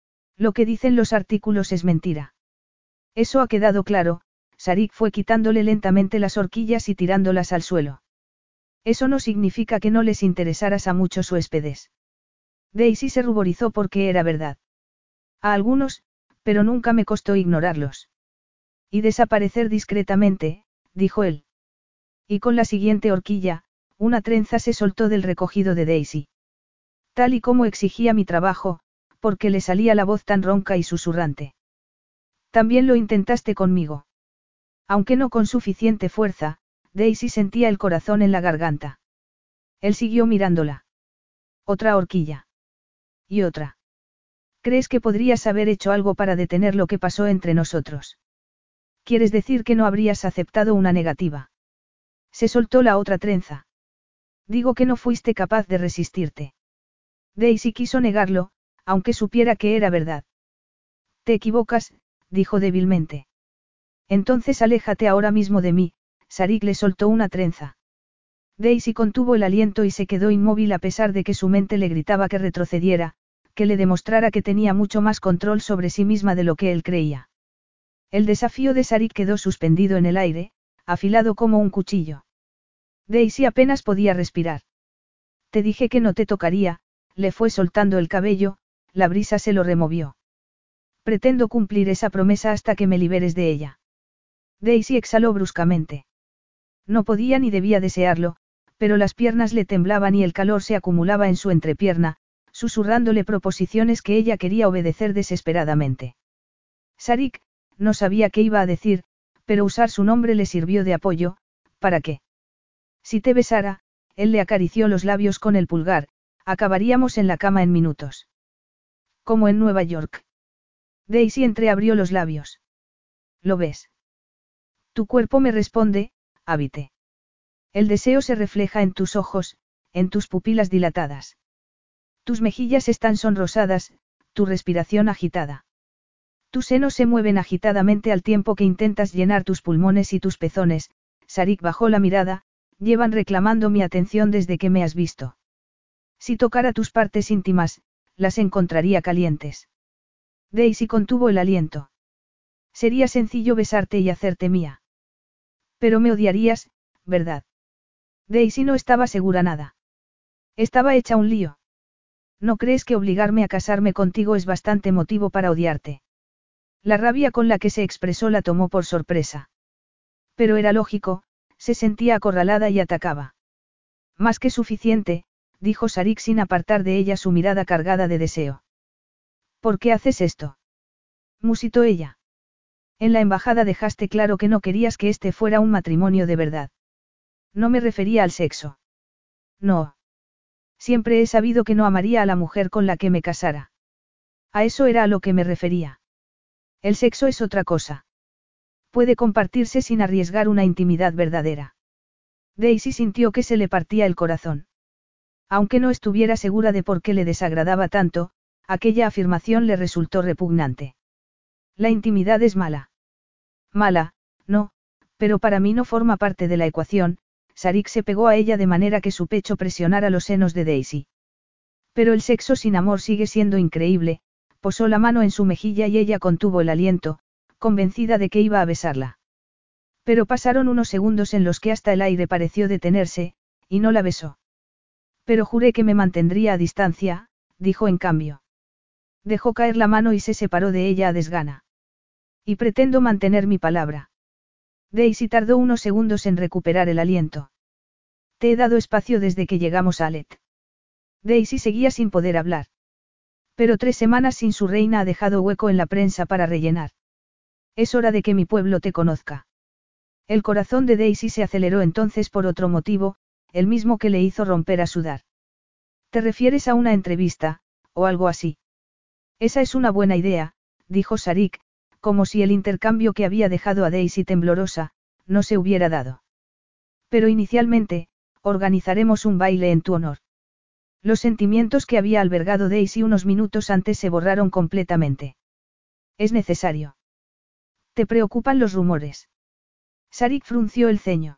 Lo que dicen los artículos es mentira. Eso ha quedado claro, Sarik fue quitándole lentamente las horquillas y tirándolas al suelo. Eso no significa que no les interesaras a muchos huéspedes. Daisy se ruborizó porque era verdad. A algunos, pero nunca me costó ignorarlos. Y desaparecer discretamente, dijo él. Y con la siguiente horquilla, una trenza se soltó del recogido de Daisy. Tal y como exigía mi trabajo, porque le salía la voz tan ronca y susurrante. También lo intentaste conmigo. Aunque no con suficiente fuerza, Daisy sentía el corazón en la garganta. Él siguió mirándola. Otra horquilla. Y otra. ¿Crees que podrías haber hecho algo para detener lo que pasó entre nosotros? ¿Quieres decir que no habrías aceptado una negativa? Se soltó la otra trenza. Digo que no fuiste capaz de resistirte. Daisy quiso negarlo, aunque supiera que era verdad. Te equivocas, dijo débilmente. Entonces aléjate ahora mismo de mí, Sarik le soltó una trenza. Daisy contuvo el aliento y se quedó inmóvil a pesar de que su mente le gritaba que retrocediera, que le demostrara que tenía mucho más control sobre sí misma de lo que él creía. El desafío de Sarik quedó suspendido en el aire, afilado como un cuchillo. Daisy apenas podía respirar. Te dije que no te tocaría, le fue soltando el cabello, la brisa se lo removió. Pretendo cumplir esa promesa hasta que me liberes de ella. Daisy exhaló bruscamente. No podía ni debía desearlo, pero las piernas le temblaban y el calor se acumulaba en su entrepierna, susurrándole proposiciones que ella quería obedecer desesperadamente. Sarik, no sabía qué iba a decir, pero usar su nombre le sirvió de apoyo. ¿Para qué? Si te besara, él le acarició los labios con el pulgar, Acabaríamos en la cama en minutos. Como en Nueva York. Daisy entreabrió los labios. ¿Lo ves? Tu cuerpo me responde, hábite. El deseo se refleja en tus ojos, en tus pupilas dilatadas. Tus mejillas están sonrosadas, tu respiración agitada. Tus senos se mueven agitadamente al tiempo que intentas llenar tus pulmones y tus pezones. Sarik bajó la mirada, llevan reclamando mi atención desde que me has visto. Si tocara tus partes íntimas, las encontraría calientes. Daisy contuvo el aliento. Sería sencillo besarte y hacerte mía. Pero me odiarías, ¿verdad? Daisy no estaba segura nada. Estaba hecha un lío. ¿No crees que obligarme a casarme contigo es bastante motivo para odiarte? La rabia con la que se expresó la tomó por sorpresa. Pero era lógico, se sentía acorralada y atacaba. Más que suficiente, dijo Sarik sin apartar de ella su mirada cargada de deseo. ¿Por qué haces esto? Musitó ella. En la embajada dejaste claro que no querías que este fuera un matrimonio de verdad. No me refería al sexo. No. Siempre he sabido que no amaría a la mujer con la que me casara. A eso era a lo que me refería. El sexo es otra cosa. Puede compartirse sin arriesgar una intimidad verdadera. Daisy sintió que se le partía el corazón. Aunque no estuviera segura de por qué le desagradaba tanto, aquella afirmación le resultó repugnante. La intimidad es mala. Mala, no, pero para mí no forma parte de la ecuación. Sarik se pegó a ella de manera que su pecho presionara los senos de Daisy. Pero el sexo sin amor sigue siendo increíble. Posó la mano en su mejilla y ella contuvo el aliento, convencida de que iba a besarla. Pero pasaron unos segundos en los que hasta el aire pareció detenerse, y no la besó. Pero juré que me mantendría a distancia, dijo en cambio. Dejó caer la mano y se separó de ella a desgana. Y pretendo mantener mi palabra. Daisy tardó unos segundos en recuperar el aliento. Te he dado espacio desde que llegamos a Alet. Daisy seguía sin poder hablar. Pero tres semanas sin su reina ha dejado hueco en la prensa para rellenar. Es hora de que mi pueblo te conozca. El corazón de Daisy se aceleró entonces por otro motivo, el mismo que le hizo romper a sudar. ¿Te refieres a una entrevista, o algo así? Esa es una buena idea, dijo Sarik, como si el intercambio que había dejado a Daisy temblorosa, no se hubiera dado. Pero inicialmente, organizaremos un baile en tu honor. Los sentimientos que había albergado Daisy unos minutos antes se borraron completamente. Es necesario. ¿Te preocupan los rumores? Sarik frunció el ceño.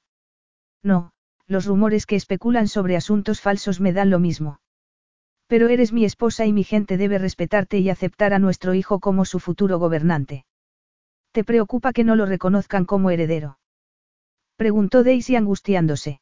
No, los rumores que especulan sobre asuntos falsos me dan lo mismo. Pero eres mi esposa y mi gente debe respetarte y aceptar a nuestro hijo como su futuro gobernante. ¿Te preocupa que no lo reconozcan como heredero? Preguntó Daisy angustiándose.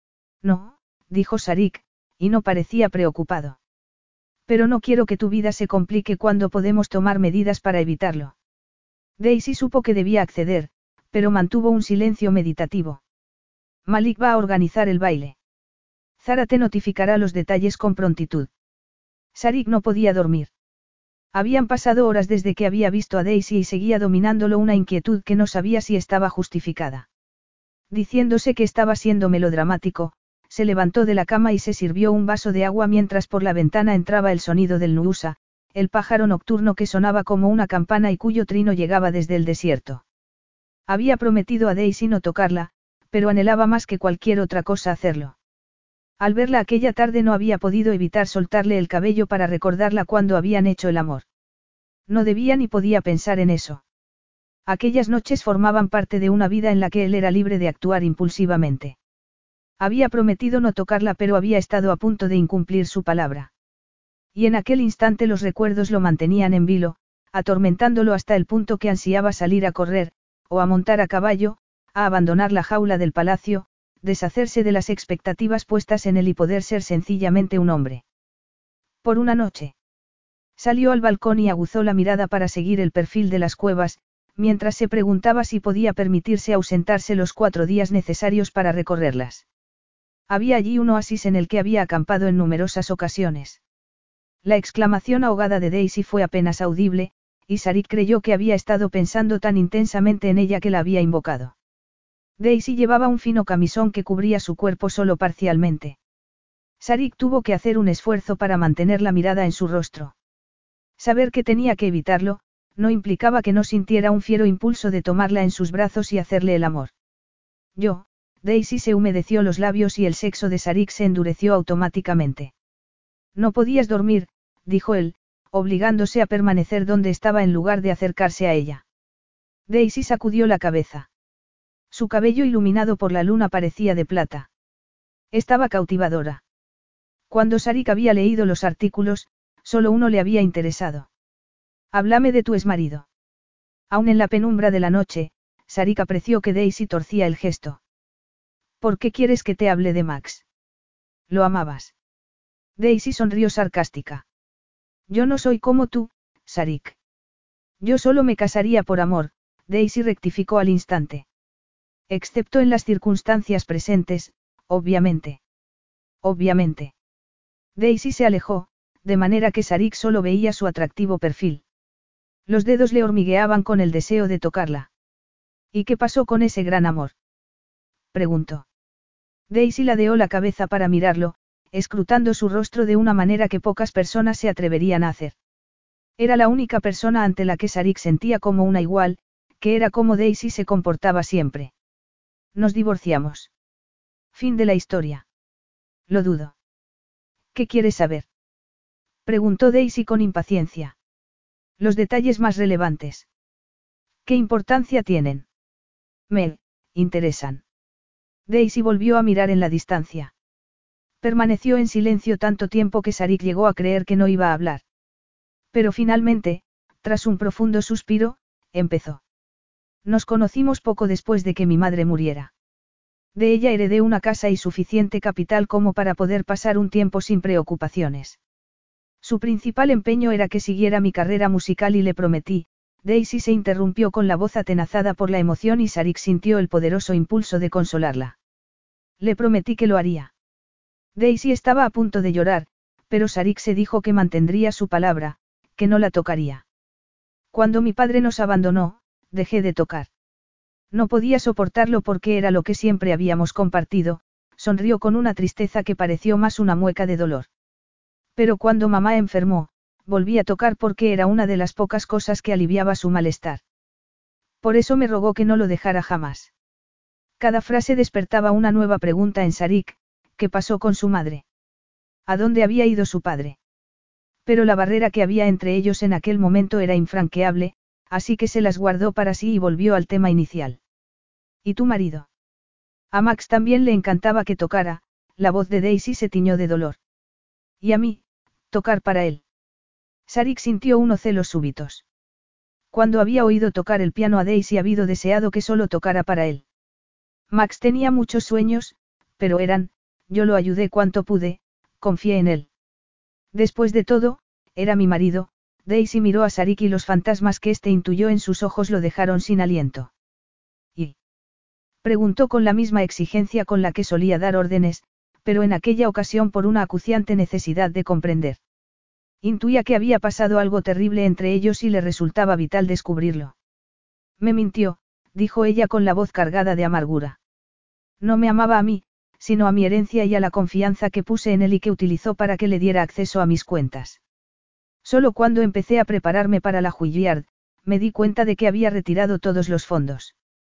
No, dijo Sarik, y no parecía preocupado. Pero no quiero que tu vida se complique cuando podemos tomar medidas para evitarlo. Daisy supo que debía acceder, pero mantuvo un silencio meditativo. Malik va a organizar el baile. Zara te notificará los detalles con prontitud. Sarik no podía dormir. Habían pasado horas desde que había visto a Daisy y seguía dominándolo una inquietud que no sabía si estaba justificada. Diciéndose que estaba siendo melodramático, se levantó de la cama y se sirvió un vaso de agua mientras por la ventana entraba el sonido del nuusa, el pájaro nocturno que sonaba como una campana y cuyo trino llegaba desde el desierto. Había prometido a Daisy no tocarla, pero anhelaba más que cualquier otra cosa hacerlo. Al verla aquella tarde no había podido evitar soltarle el cabello para recordarla cuando habían hecho el amor. No debía ni podía pensar en eso. Aquellas noches formaban parte de una vida en la que él era libre de actuar impulsivamente. Había prometido no tocarla pero había estado a punto de incumplir su palabra. Y en aquel instante los recuerdos lo mantenían en vilo, atormentándolo hasta el punto que ansiaba salir a correr, o a montar a caballo, a abandonar la jaula del palacio, deshacerse de las expectativas puestas en él y poder ser sencillamente un hombre. Por una noche. Salió al balcón y aguzó la mirada para seguir el perfil de las cuevas, mientras se preguntaba si podía permitirse ausentarse los cuatro días necesarios para recorrerlas. Había allí un oasis en el que había acampado en numerosas ocasiones. La exclamación ahogada de Daisy fue apenas audible, y Sarik creyó que había estado pensando tan intensamente en ella que la había invocado. Daisy llevaba un fino camisón que cubría su cuerpo solo parcialmente. Sarik tuvo que hacer un esfuerzo para mantener la mirada en su rostro. Saber que tenía que evitarlo, no implicaba que no sintiera un fiero impulso de tomarla en sus brazos y hacerle el amor. Yo, Daisy se humedeció los labios y el sexo de Sarik se endureció automáticamente. No podías dormir, dijo él, obligándose a permanecer donde estaba en lugar de acercarse a ella. Daisy sacudió la cabeza. Su cabello iluminado por la luna parecía de plata. Estaba cautivadora. Cuando Sarik había leído los artículos, solo uno le había interesado. Háblame de tu exmarido. Aún en la penumbra de la noche, Sarik apreció que Daisy torcía el gesto. ¿Por qué quieres que te hable de Max? ¿Lo amabas? Daisy sonrió sarcástica. Yo no soy como tú, Sarik. Yo solo me casaría por amor, Daisy rectificó al instante. Excepto en las circunstancias presentes, obviamente. Obviamente. Daisy se alejó, de manera que Sarik solo veía su atractivo perfil. Los dedos le hormigueaban con el deseo de tocarla. ¿Y qué pasó con ese gran amor? Preguntó. Daisy ladeó la cabeza para mirarlo, escrutando su rostro de una manera que pocas personas se atreverían a hacer. Era la única persona ante la que Sarik sentía como una igual, que era como Daisy se comportaba siempre. Nos divorciamos. Fin de la historia. Lo dudo. ¿Qué quieres saber? Preguntó Daisy con impaciencia. Los detalles más relevantes. ¿Qué importancia tienen? Me interesan. Daisy volvió a mirar en la distancia. Permaneció en silencio tanto tiempo que Sarik llegó a creer que no iba a hablar. Pero finalmente, tras un profundo suspiro, empezó. Nos conocimos poco después de que mi madre muriera. De ella heredé una casa y suficiente capital como para poder pasar un tiempo sin preocupaciones. Su principal empeño era que siguiera mi carrera musical y le prometí. Daisy se interrumpió con la voz atenazada por la emoción y Sarik sintió el poderoso impulso de consolarla. Le prometí que lo haría. Daisy estaba a punto de llorar, pero Sarik se dijo que mantendría su palabra, que no la tocaría. Cuando mi padre nos abandonó, dejé de tocar. No podía soportarlo porque era lo que siempre habíamos compartido, sonrió con una tristeza que pareció más una mueca de dolor. Pero cuando mamá enfermó, volví a tocar porque era una de las pocas cosas que aliviaba su malestar. Por eso me rogó que no lo dejara jamás. Cada frase despertaba una nueva pregunta en Sarik: ¿qué pasó con su madre? ¿A dónde había ido su padre? Pero la barrera que había entre ellos en aquel momento era infranqueable, así que se las guardó para sí y volvió al tema inicial. ¿Y tu marido? A Max también le encantaba que tocara, la voz de Daisy se tiñó de dolor. ¿Y a mí, tocar para él? Sarik sintió unos celos súbitos. Cuando había oído tocar el piano a Daisy había deseado que solo tocara para él. Max tenía muchos sueños, pero eran, yo lo ayudé cuanto pude, confié en él. Después de todo, era mi marido. Daisy miró a Sarik y los fantasmas que éste intuyó en sus ojos lo dejaron sin aliento. ¿Y? Preguntó con la misma exigencia con la que solía dar órdenes, pero en aquella ocasión por una acuciante necesidad de comprender. Intuía que había pasado algo terrible entre ellos y le resultaba vital descubrirlo. Me mintió, dijo ella con la voz cargada de amargura. No me amaba a mí, sino a mi herencia y a la confianza que puse en él y que utilizó para que le diera acceso a mis cuentas. Solo cuando empecé a prepararme para la Juilliard, me di cuenta de que había retirado todos los fondos.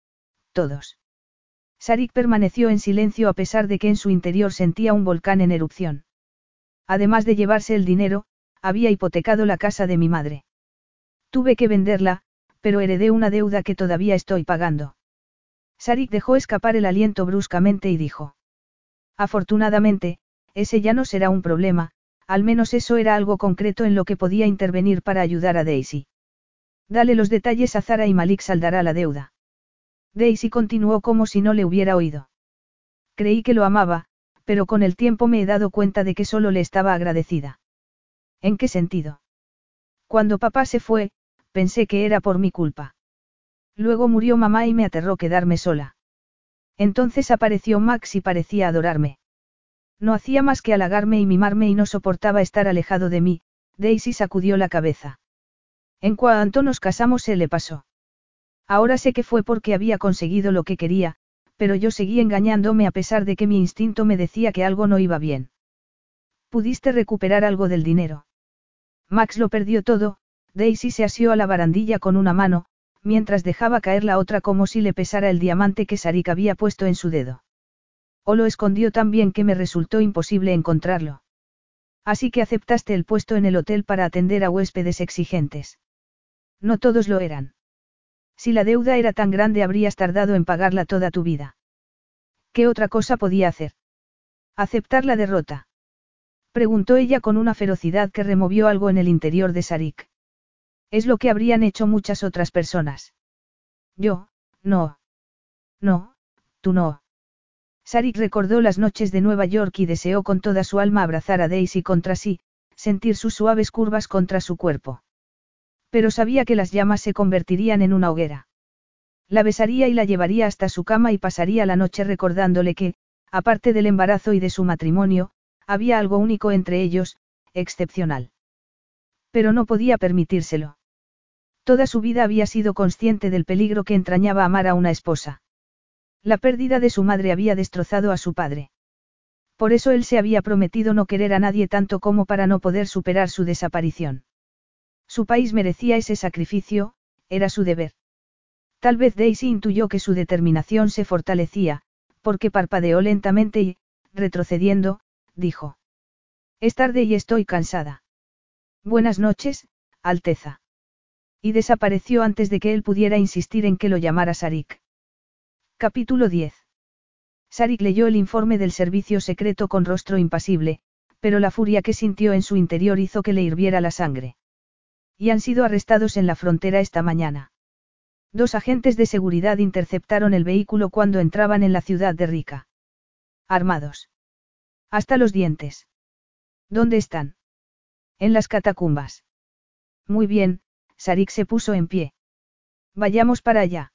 Todos. Sarik permaneció en silencio a pesar de que en su interior sentía un volcán en erupción. Además de llevarse el dinero, había hipotecado la casa de mi madre. Tuve que venderla, pero heredé una deuda que todavía estoy pagando. Sarik dejó escapar el aliento bruscamente y dijo. Afortunadamente, ese ya no será un problema, al menos eso era algo concreto en lo que podía intervenir para ayudar a Daisy. Dale los detalles a Zara y Malik saldará la deuda. Daisy continuó como si no le hubiera oído. Creí que lo amaba, pero con el tiempo me he dado cuenta de que solo le estaba agradecida. ¿En qué sentido? Cuando papá se fue, pensé que era por mi culpa. Luego murió mamá y me aterró quedarme sola. Entonces apareció Max y parecía adorarme. No hacía más que halagarme y mimarme y no soportaba estar alejado de mí. Daisy sacudió la cabeza. En cuanto nos casamos se le pasó. Ahora sé que fue porque había conseguido lo que quería, pero yo seguí engañándome a pesar de que mi instinto me decía que algo no iba bien. Pudiste recuperar algo del dinero. Max lo perdió todo. Daisy se asió a la barandilla con una mano, mientras dejaba caer la otra como si le pesara el diamante que Sarik había puesto en su dedo. O lo escondió tan bien que me resultó imposible encontrarlo. Así que aceptaste el puesto en el hotel para atender a huéspedes exigentes. No todos lo eran. Si la deuda era tan grande habrías tardado en pagarla toda tu vida. ¿Qué otra cosa podía hacer? ¿Aceptar la derrota? Preguntó ella con una ferocidad que removió algo en el interior de Sarik. Es lo que habrían hecho muchas otras personas. Yo, no. No, tú no. Sarik recordó las noches de Nueva York y deseó con toda su alma abrazar a Daisy contra sí, sentir sus suaves curvas contra su cuerpo. Pero sabía que las llamas se convertirían en una hoguera. La besaría y la llevaría hasta su cama y pasaría la noche recordándole que, aparte del embarazo y de su matrimonio, había algo único entre ellos, excepcional. Pero no podía permitírselo. Toda su vida había sido consciente del peligro que entrañaba amar a una esposa. La pérdida de su madre había destrozado a su padre. Por eso él se había prometido no querer a nadie tanto como para no poder superar su desaparición. Su país merecía ese sacrificio, era su deber. Tal vez Daisy intuyó que su determinación se fortalecía, porque parpadeó lentamente y, retrocediendo, dijo. Es tarde y estoy cansada. Buenas noches, Alteza. Y desapareció antes de que él pudiera insistir en que lo llamara Sarik. Capítulo diez. Sarik leyó el informe del servicio secreto con rostro impasible, pero la furia que sintió en su interior hizo que le hirviera la sangre. Y han sido arrestados en la frontera esta mañana. Dos agentes de seguridad interceptaron el vehículo cuando entraban en la ciudad de Rica. Armados. Hasta los dientes. ¿Dónde están? En las catacumbas. Muy bien, Sarik se puso en pie. Vayamos para allá.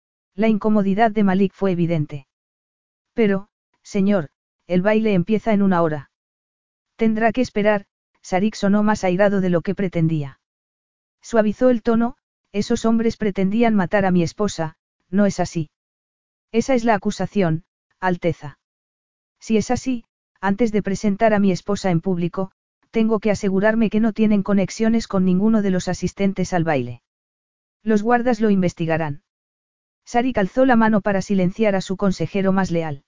La incomodidad de Malik fue evidente. Pero, señor, el baile empieza en una hora. Tendrá que esperar, Sarik sonó más airado de lo que pretendía. Suavizó el tono, esos hombres pretendían matar a mi esposa, ¿no es así? Esa es la acusación, Alteza. Si es así, antes de presentar a mi esposa en público, tengo que asegurarme que no tienen conexiones con ninguno de los asistentes al baile. Los guardas lo investigarán. Sarik alzó la mano para silenciar a su consejero más leal.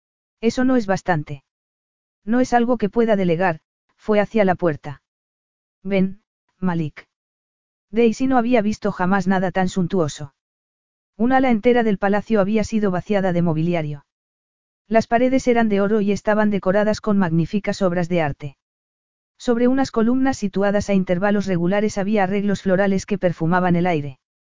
Eso no es bastante. No es algo que pueda delegar, fue hacia la puerta. Ven, Malik. Daisy no había visto jamás nada tan suntuoso. Un ala entera del palacio había sido vaciada de mobiliario. Las paredes eran de oro y estaban decoradas con magníficas obras de arte. Sobre unas columnas situadas a intervalos regulares había arreglos florales que perfumaban el aire.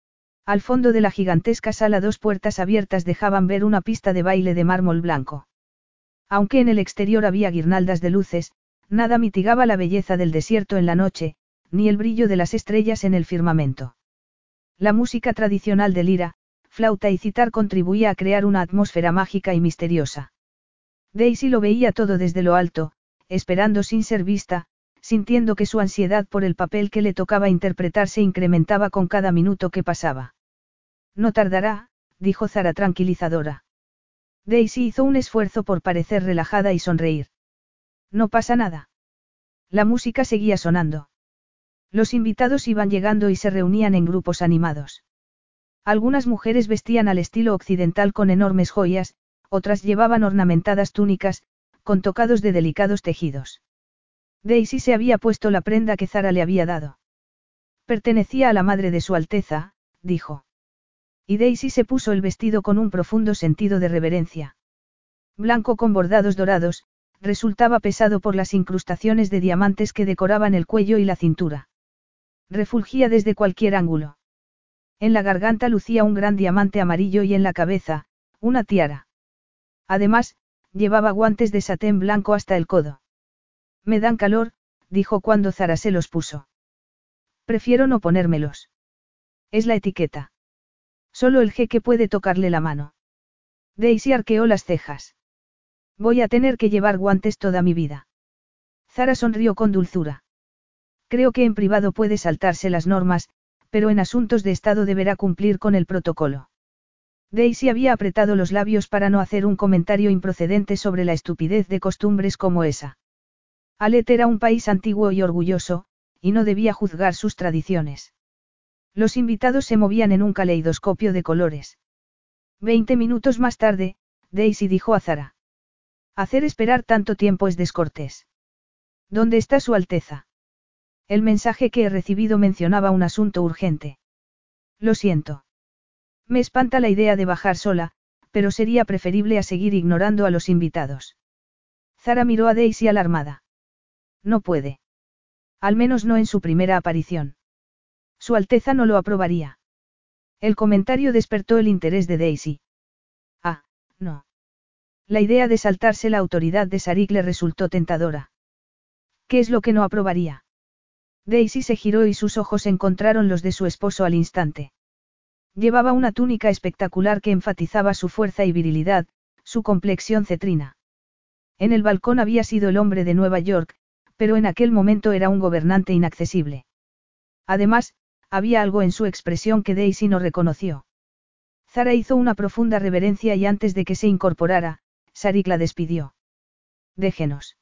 Al fondo de la gigantesca sala dos puertas abiertas dejaban ver una pista de baile de mármol blanco. Aunque en el exterior había guirnaldas de luces, nada mitigaba la belleza del desierto en la noche, ni el brillo de las estrellas en el firmamento. La música tradicional de lira, flauta y citar contribuía a crear una atmósfera mágica y misteriosa. Daisy lo veía todo desde lo alto, esperando sin ser vista, sintiendo que su ansiedad por el papel que le tocaba interpretar se incrementaba con cada minuto que pasaba. No tardará, dijo Zara tranquilizadora. Daisy hizo un esfuerzo por parecer relajada y sonreír. No pasa nada. La música seguía sonando. Los invitados iban llegando y se reunían en grupos animados. Algunas mujeres vestían al estilo occidental con enormes joyas, otras llevaban ornamentadas túnicas, con tocados de delicados tejidos. Daisy se había puesto la prenda que Zara le había dado. Pertenecía a la madre de Su Alteza, dijo. Y Daisy se puso el vestido con un profundo sentido de reverencia. Blanco con bordados dorados, resultaba pesado por las incrustaciones de diamantes que decoraban el cuello y la cintura. Refulgía desde cualquier ángulo. En la garganta lucía un gran diamante amarillo y en la cabeza, una tiara. Además, llevaba guantes de satén blanco hasta el codo. Me dan calor, dijo cuando Zara se los puso. Prefiero no ponérmelos. Es la etiqueta. Solo el jeque puede tocarle la mano. Daisy arqueó las cejas. Voy a tener que llevar guantes toda mi vida. Zara sonrió con dulzura. Creo que en privado puede saltarse las normas, pero en asuntos de estado deberá cumplir con el protocolo. Daisy había apretado los labios para no hacer un comentario improcedente sobre la estupidez de costumbres como esa. Alet era un país antiguo y orgulloso, y no debía juzgar sus tradiciones. Los invitados se movían en un caleidoscopio de colores. Veinte minutos más tarde, Daisy dijo a Zara. Hacer esperar tanto tiempo es descortés. ¿Dónde está Su Alteza? El mensaje que he recibido mencionaba un asunto urgente. Lo siento. Me espanta la idea de bajar sola, pero sería preferible a seguir ignorando a los invitados. Zara miró a Daisy alarmada. No puede. Al menos no en su primera aparición. Su Alteza no lo aprobaría. El comentario despertó el interés de Daisy. Ah, no. La idea de saltarse la autoridad de Sarik le resultó tentadora. ¿Qué es lo que no aprobaría? Daisy se giró y sus ojos encontraron los de su esposo al instante. Llevaba una túnica espectacular que enfatizaba su fuerza y virilidad, su complexión cetrina. En el balcón había sido el hombre de Nueva York, pero en aquel momento era un gobernante inaccesible. Además, había algo en su expresión que Daisy no reconoció. Zara hizo una profunda reverencia y antes de que se incorporara, Sarik la despidió. Déjenos.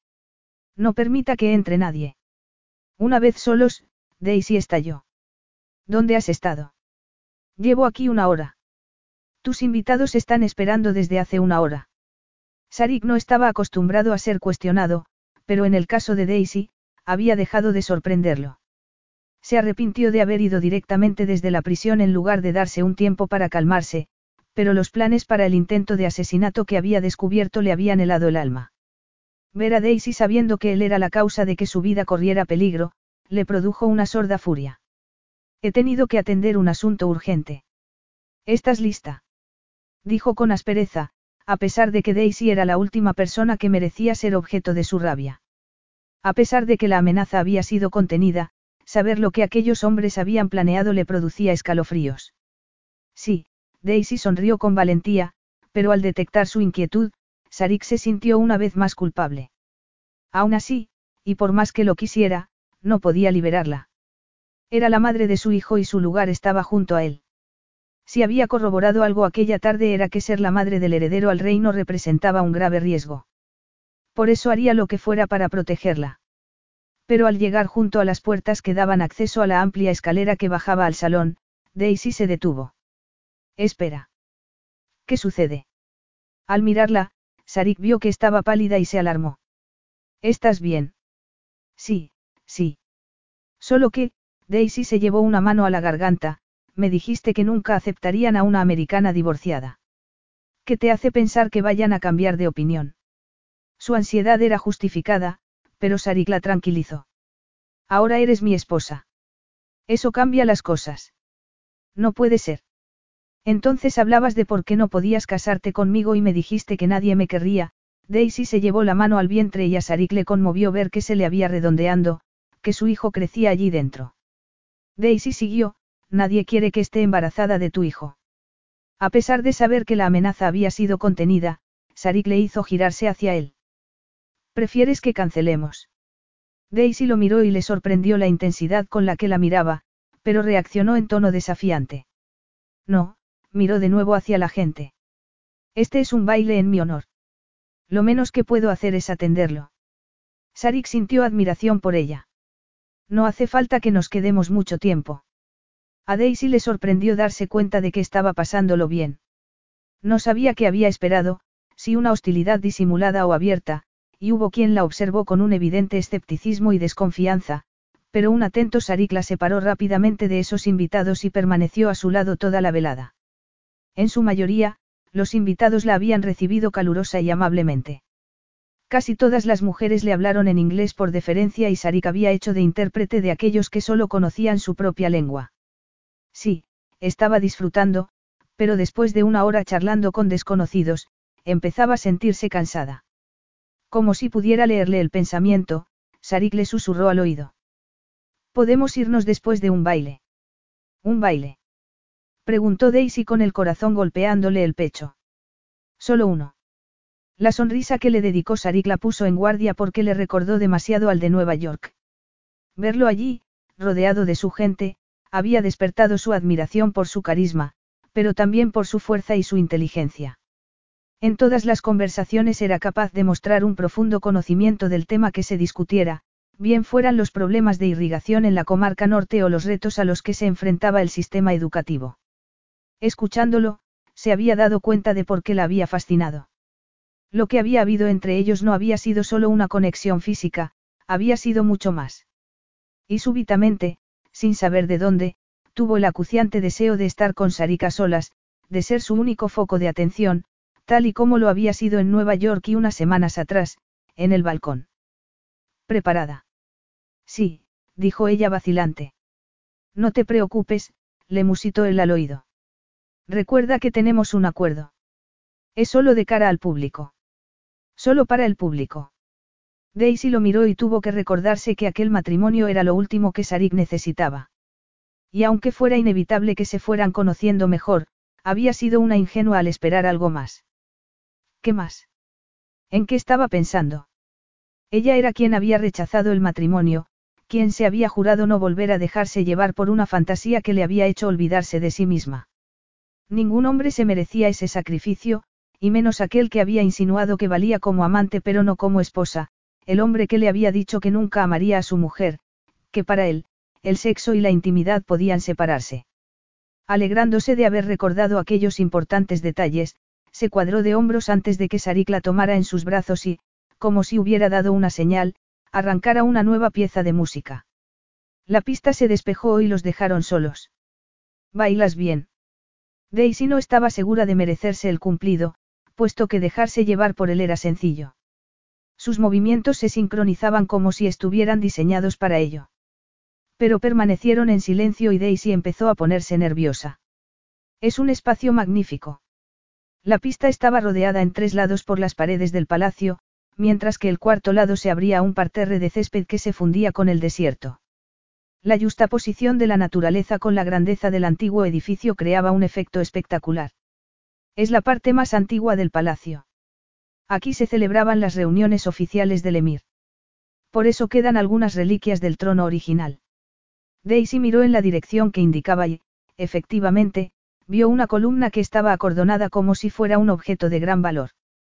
No permita que entre nadie. Una vez solos, Daisy estalló. ¿Dónde has estado? Llevo aquí una hora. Tus invitados están esperando desde hace una hora. Sarik no estaba acostumbrado a ser cuestionado, pero en el caso de Daisy, había dejado de sorprenderlo. Se arrepintió de haber ido directamente desde la prisión en lugar de darse un tiempo para calmarse, pero los planes para el intento de asesinato que había descubierto le habían helado el alma. Ver a Daisy sabiendo que él era la causa de que su vida corriera peligro, le produjo una sorda furia. He tenido que atender un asunto urgente. ¿Estás lista? Dijo con aspereza, a pesar de que Daisy era la última persona que merecía ser objeto de su rabia. A pesar de que la amenaza había sido contenida, saber lo que aquellos hombres habían planeado le producía escalofríos. Sí, Daisy sonrió con valentía, pero al detectar su inquietud, Sarik se sintió una vez más culpable. Aún así, y por más que lo quisiera, no podía liberarla. Era la madre de su hijo y su lugar estaba junto a él. Si había corroborado algo aquella tarde era que ser la madre del heredero al reino representaba un grave riesgo. Por eso haría lo que fuera para protegerla. Pero al llegar junto a las puertas que daban acceso a la amplia escalera que bajaba al salón, Daisy se detuvo. Espera. ¿Qué sucede? Al mirarla, Sarik vio que estaba pálida y se alarmó. ¿Estás bien? Sí, sí. Solo que, Daisy se llevó una mano a la garganta, me dijiste que nunca aceptarían a una americana divorciada. ¿Qué te hace pensar que vayan a cambiar de opinión? Su ansiedad era justificada, pero Sarik la tranquilizó. Ahora eres mi esposa. Eso cambia las cosas. No puede ser. Entonces hablabas de por qué no podías casarte conmigo y me dijiste que nadie me querría. Daisy se llevó la mano al vientre y a Sarik le conmovió ver que se le había redondeando, que su hijo crecía allí dentro. Daisy siguió, nadie quiere que esté embarazada de tu hijo. A pesar de saber que la amenaza había sido contenida, Sarik le hizo girarse hacia él. ¿Prefieres que cancelemos? Daisy lo miró y le sorprendió la intensidad con la que la miraba, pero reaccionó en tono desafiante. No, miró de nuevo hacia la gente. Este es un baile en mi honor. Lo menos que puedo hacer es atenderlo. Sarik sintió admiración por ella. No hace falta que nos quedemos mucho tiempo. A Daisy le sorprendió darse cuenta de que estaba pasándolo bien. No sabía qué había esperado, si una hostilidad disimulada o abierta, y hubo quien la observó con un evidente escepticismo y desconfianza, pero un atento Sarik la separó rápidamente de esos invitados y permaneció a su lado toda la velada. En su mayoría, los invitados la habían recibido calurosa y amablemente. Casi todas las mujeres le hablaron en inglés por deferencia y Sarik había hecho de intérprete de aquellos que solo conocían su propia lengua. Sí, estaba disfrutando, pero después de una hora charlando con desconocidos, empezaba a sentirse cansada. Como si pudiera leerle el pensamiento, Sarik le susurró al oído. ¿Podemos irnos después de un baile? ¿Un baile? Preguntó Daisy con el corazón golpeándole el pecho. Solo uno. La sonrisa que le dedicó Sarik la puso en guardia porque le recordó demasiado al de Nueva York. Verlo allí, rodeado de su gente, había despertado su admiración por su carisma, pero también por su fuerza y su inteligencia. En todas las conversaciones era capaz de mostrar un profundo conocimiento del tema que se discutiera, bien fueran los problemas de irrigación en la comarca norte o los retos a los que se enfrentaba el sistema educativo. Escuchándolo, se había dado cuenta de por qué la había fascinado. Lo que había habido entre ellos no había sido solo una conexión física, había sido mucho más. Y súbitamente, sin saber de dónde, tuvo el acuciante deseo de estar con Sarika solas, de ser su único foco de atención, tal y como lo había sido en Nueva York y unas semanas atrás, en el balcón. ¿Preparada? Sí, dijo ella vacilante. No te preocupes, le musitó él al oído. Recuerda que tenemos un acuerdo. Es solo de cara al público. Solo para el público. Daisy lo miró y tuvo que recordarse que aquel matrimonio era lo último que Sarik necesitaba. Y aunque fuera inevitable que se fueran conociendo mejor, había sido una ingenua al esperar algo más. ¿Qué más? ¿En qué estaba pensando? Ella era quien había rechazado el matrimonio, quien se había jurado no volver a dejarse llevar por una fantasía que le había hecho olvidarse de sí misma. Ningún hombre se merecía ese sacrificio, y menos aquel que había insinuado que valía como amante pero no como esposa, el hombre que le había dicho que nunca amaría a su mujer, que para él, el sexo y la intimidad podían separarse. Alegrándose de haber recordado aquellos importantes detalles, se cuadró de hombros antes de que Sarik la tomara en sus brazos y, como si hubiera dado una señal, arrancara una nueva pieza de música. La pista se despejó y los dejaron solos. ¿Bailas bien? Daisy no estaba segura de merecerse el cumplido, puesto que dejarse llevar por él era sencillo. Sus movimientos se sincronizaban como si estuvieran diseñados para ello. Pero permanecieron en silencio y Daisy empezó a ponerse nerviosa. Es un espacio magnífico. La pista estaba rodeada en tres lados por las paredes del palacio, mientras que el cuarto lado se abría a un parterre de césped que se fundía con el desierto. La yuxtaposición de la naturaleza con la grandeza del antiguo edificio creaba un efecto espectacular. Es la parte más antigua del palacio. Aquí se celebraban las reuniones oficiales del emir. Por eso quedan algunas reliquias del trono original. Daisy miró en la dirección que indicaba y, efectivamente, vio una columna que estaba acordonada como si fuera un objeto de gran valor.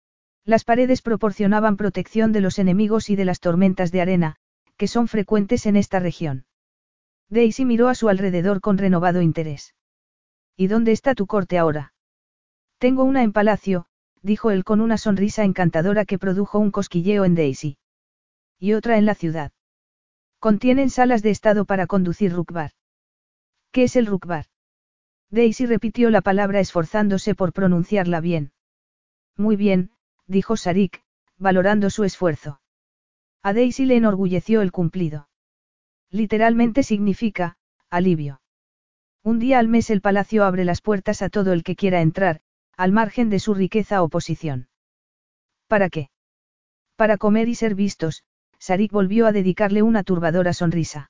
Las paredes proporcionaban protección de los enemigos y de las tormentas de arena, que son frecuentes en esta región. Daisy miró a su alrededor con renovado interés. ¿Y dónde está tu corte ahora? Tengo una en palacio, dijo él con una sonrisa encantadora que produjo un cosquilleo en Daisy. Y otra en la ciudad. Contienen salas de estado para conducir rukbar. ¿Qué es el rukbar? Daisy repitió la palabra esforzándose por pronunciarla bien. Muy bien, dijo Sarik, valorando su esfuerzo. A Daisy le enorgulleció el cumplido. Literalmente significa, alivio. Un día al mes el palacio abre las puertas a todo el que quiera entrar, al margen de su riqueza o posición. ¿Para qué? Para comer y ser vistos, Sarik volvió a dedicarle una turbadora sonrisa.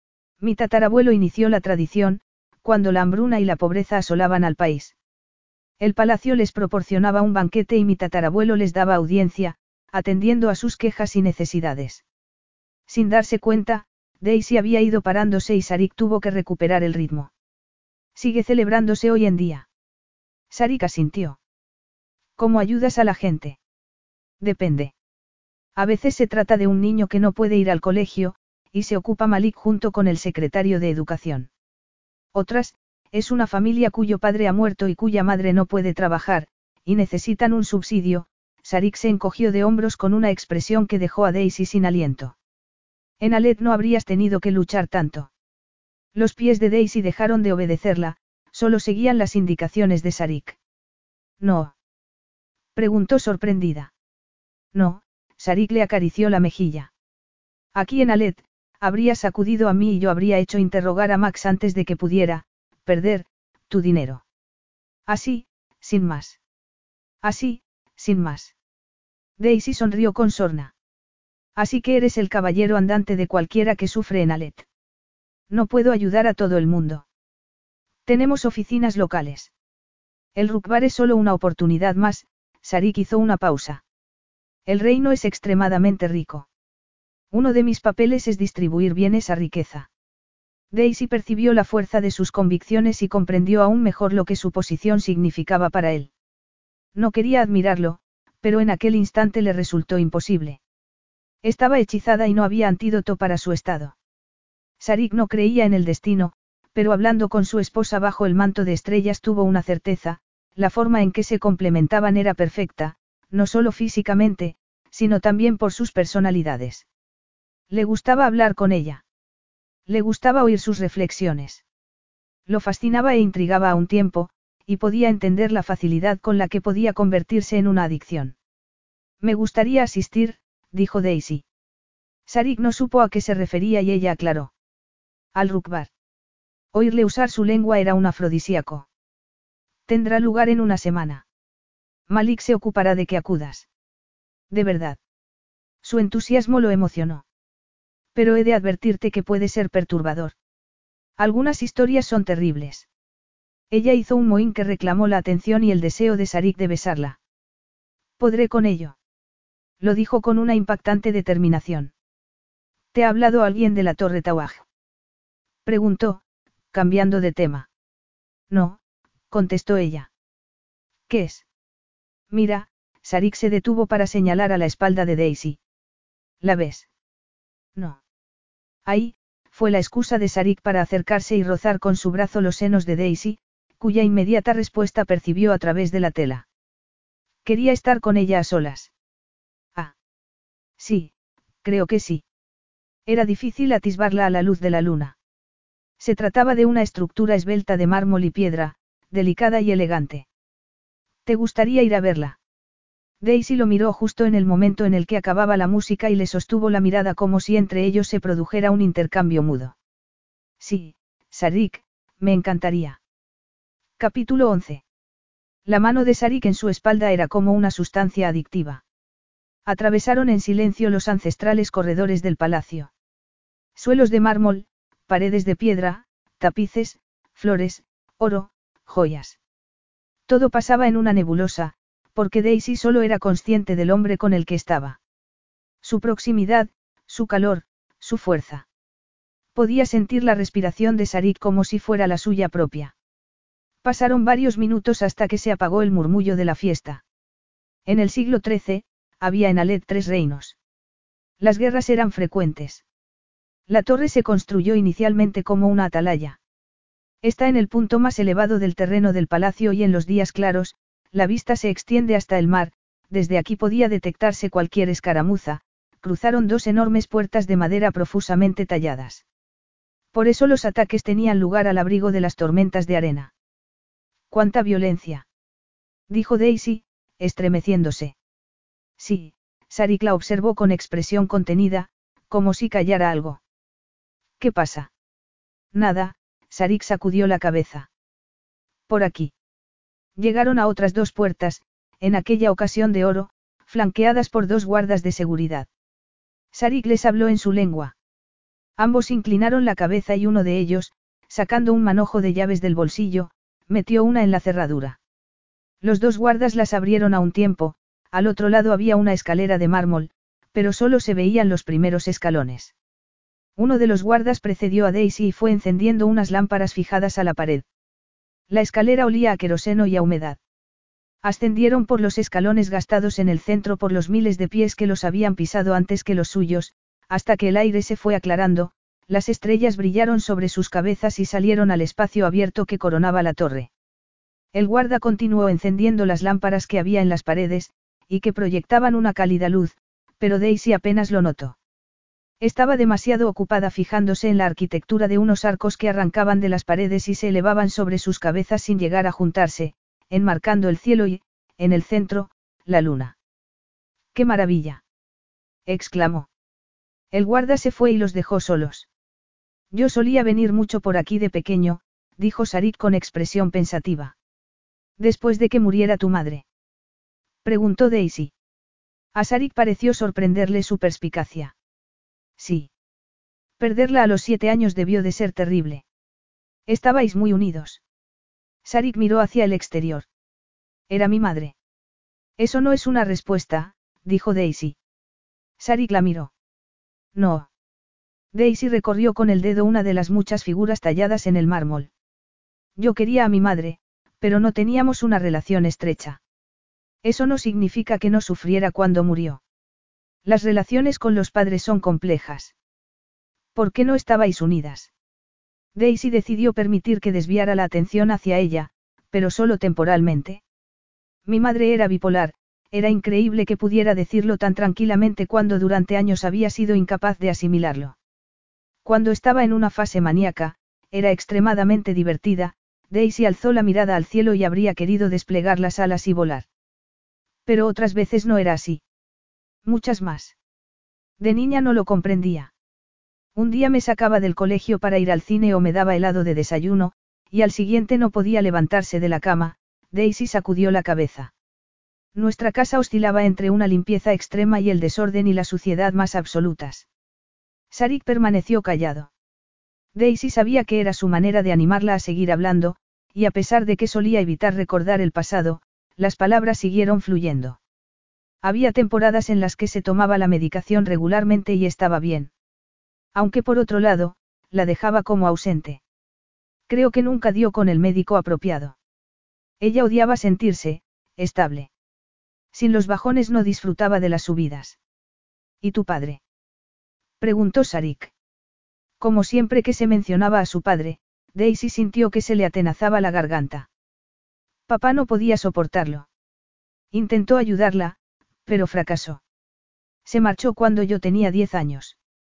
Mi tatarabuelo inició la tradición, cuando la hambruna y la pobreza asolaban al país. El palacio les proporcionaba un banquete y mi tatarabuelo les daba audiencia, atendiendo a sus quejas y necesidades. Sin darse cuenta, Daisy había ido parándose y Sarik tuvo que recuperar el ritmo. Sigue celebrándose hoy en día. Sarik asintió. ¿Cómo ayudas a la gente? Depende. A veces se trata de un niño que no puede ir al colegio, y se ocupa Malik junto con el secretario de Educación. Otras, es una familia cuyo padre ha muerto y cuya madre no puede trabajar, y necesitan un subsidio. Sarik se encogió de hombros con una expresión que dejó a Daisy sin aliento. En Alet no habrías tenido que luchar tanto. Los pies de Daisy dejaron de obedecerla, solo seguían las indicaciones de Sarik. ¿No? Preguntó sorprendida. No, Sarik le acarició la mejilla. Aquí en Alet, habrías acudido a mí y yo habría hecho interrogar a Max antes de que pudiera, perder, tu dinero. Así, sin más. Así, sin más. Daisy sonrió con sorna. Así que eres el caballero andante de cualquiera que sufre en Alet. No puedo ayudar a todo el mundo. Tenemos oficinas locales. El rukbar es solo una oportunidad más. Sarik hizo una pausa. El reino es extremadamente rico. Uno de mis papeles es distribuir bien esa riqueza. Daisy percibió la fuerza de sus convicciones y comprendió aún mejor lo que su posición significaba para él. No quería admirarlo, pero en aquel instante le resultó imposible. Estaba hechizada y no había antídoto para su estado. Sarik no creía en el destino, pero hablando con su esposa bajo el manto de estrellas tuvo una certeza: la forma en que se complementaban era perfecta, no solo físicamente, sino también por sus personalidades. Le gustaba hablar con ella. Le gustaba oír sus reflexiones. Lo fascinaba e intrigaba a un tiempo, y podía entender la facilidad con la que podía convertirse en una adicción. Me gustaría asistir, dijo Daisy. Sarik no supo a qué se refería y ella aclaró. Al rukbar. Oírle usar su lengua era un afrodisíaco. Tendrá lugar en una semana. Malik se ocupará de que acudas. De verdad. Su entusiasmo lo emocionó. Pero he de advertirte que puede ser perturbador. Algunas historias son terribles. Ella hizo un mohín que reclamó la atención y el deseo de Sarik de besarla. Podré con ello. Lo dijo con una impactante determinación. ¿Te ha hablado alguien de la Torre Tawaj? Preguntó, cambiando de tema. No, contestó ella. ¿Qué es? Mira, Sarik se detuvo para señalar a la espalda de Daisy. ¿La ves? No. Ahí, fue la excusa de Sarik para acercarse y rozar con su brazo los senos de Daisy, cuya inmediata respuesta percibió a través de la tela. Quería estar con ella a solas. Ah. Sí, creo que sí. Era difícil atisbarla a la luz de la luna. Se trataba de una estructura esbelta de mármol y piedra, delicada y elegante. ¿Te gustaría ir a verla? Daisy lo miró justo en el momento en el que acababa la música y le sostuvo la mirada como si entre ellos se produjera un intercambio mudo. Sí, Sarik, me encantaría. Capítulo once. La mano de Sarik en su espalda era como una sustancia adictiva. Atravesaron en silencio los ancestrales corredores del palacio. Suelos de mármol, paredes de piedra, tapices, flores, oro, joyas. Todo pasaba en una nebulosa, porque Daisy solo era consciente del hombre con el que estaba. Su proximidad, su calor, su fuerza. Podía sentir la respiración de Sarik como si fuera la suya propia. Pasaron varios minutos hasta que se apagó el murmullo de la fiesta. En el siglo trece, había en Aled tres reinos. Las guerras eran frecuentes. La torre se construyó inicialmente como una atalaya. Está en el punto más elevado del terreno del palacio y en los días claros, la vista se extiende hasta el mar, desde aquí podía detectarse cualquier escaramuza. Cruzaron dos enormes puertas de madera profusamente talladas. Por eso los ataques tenían lugar al abrigo de las tormentas de arena. ¡Cuánta violencia!, dijo Daisy, estremeciéndose. Sí, Sarik la observó con expresión contenida, como si callara algo. ¿Qué pasa? Nada, Sarik sacudió la cabeza. Por aquí. Llegaron a otras dos puertas, en aquella ocasión de oro, flanqueadas por dos guardas de seguridad. Sarik les habló en su lengua. Ambos inclinaron la cabeza y uno de ellos, sacando un manojo de llaves del bolsillo, metió una en la cerradura. Los dos guardas las abrieron a un tiempo. Al otro lado había una escalera de mármol, pero solo se veían los primeros escalones. Uno de los guardas precedió a Daisy y fue encendiendo unas lámparas fijadas a la pared. La escalera olía a queroseno y a humedad. Ascendieron por los escalones gastados en el centro por los miles de pies que los habían pisado antes que los suyos, hasta que el aire se fue aclarando, las estrellas brillaron sobre sus cabezas y salieron al espacio abierto que coronaba la torre. El guarda continuó encendiendo las lámparas que había en las paredes, y que proyectaban una cálida luz, pero Daisy apenas lo notó. Estaba demasiado ocupada fijándose en la arquitectura de unos arcos que arrancaban de las paredes y se elevaban sobre sus cabezas sin llegar a juntarse, enmarcando el cielo y, en el centro, la luna. ¡Qué maravilla!, exclamó. El guarda se fue y los dejó solos. Yo solía venir mucho por aquí de pequeño, dijo Sarik con expresión pensativa. Después de que muriera tu madre. Preguntó Daisy. A Sarik pareció sorprenderle su perspicacia. Sí. Perderla a los siete años debió de ser terrible. Estabais muy unidos. Sarik miró hacia el exterior. Era mi madre. Eso no es una respuesta, dijo Daisy. Sarik la miró. No. Daisy recorrió con el dedo una de las muchas figuras talladas en el mármol. Yo quería a mi madre, pero no teníamos una relación estrecha. Eso no significa que no sufriera cuando murió. Las relaciones con los padres son complejas. ¿Por qué no estabais unidas? Daisy decidió permitir que desviara la atención hacia ella, pero solo temporalmente. Mi madre era bipolar, era increíble que pudiera decirlo tan tranquilamente cuando durante años había sido incapaz de asimilarlo. Cuando estaba en una fase maníaca, era extremadamente divertida. Daisy alzó la mirada al cielo y habría querido desplegar las alas y volar. Pero otras veces no era así. Muchas más. De niña no lo comprendía. Un día me sacaba del colegio para ir al cine o me daba helado de desayuno, y al siguiente no podía levantarse de la cama. Daisy sacudió la cabeza. Nuestra casa oscilaba entre una limpieza extrema y el desorden y la suciedad más absolutas. Sarik permaneció callado. Daisy sabía que era su manera de animarla a seguir hablando, y a pesar de que solía evitar recordar el pasado, las palabras siguieron fluyendo. Había temporadas en las que se tomaba la medicación regularmente y estaba bien. Aunque por otro lado, la dejaba como ausente. Creo que nunca dio con el médico apropiado. Ella odiaba sentirse, estable. Sin los bajones no disfrutaba de las subidas. ¿Y tu padre? Preguntó Sarik. Como siempre que se mencionaba a su padre, Daisy sintió que se le atenazaba la garganta. Papá no podía soportarlo. Intentó ayudarla, pero fracasó. Se marchó cuando yo tenía diez años.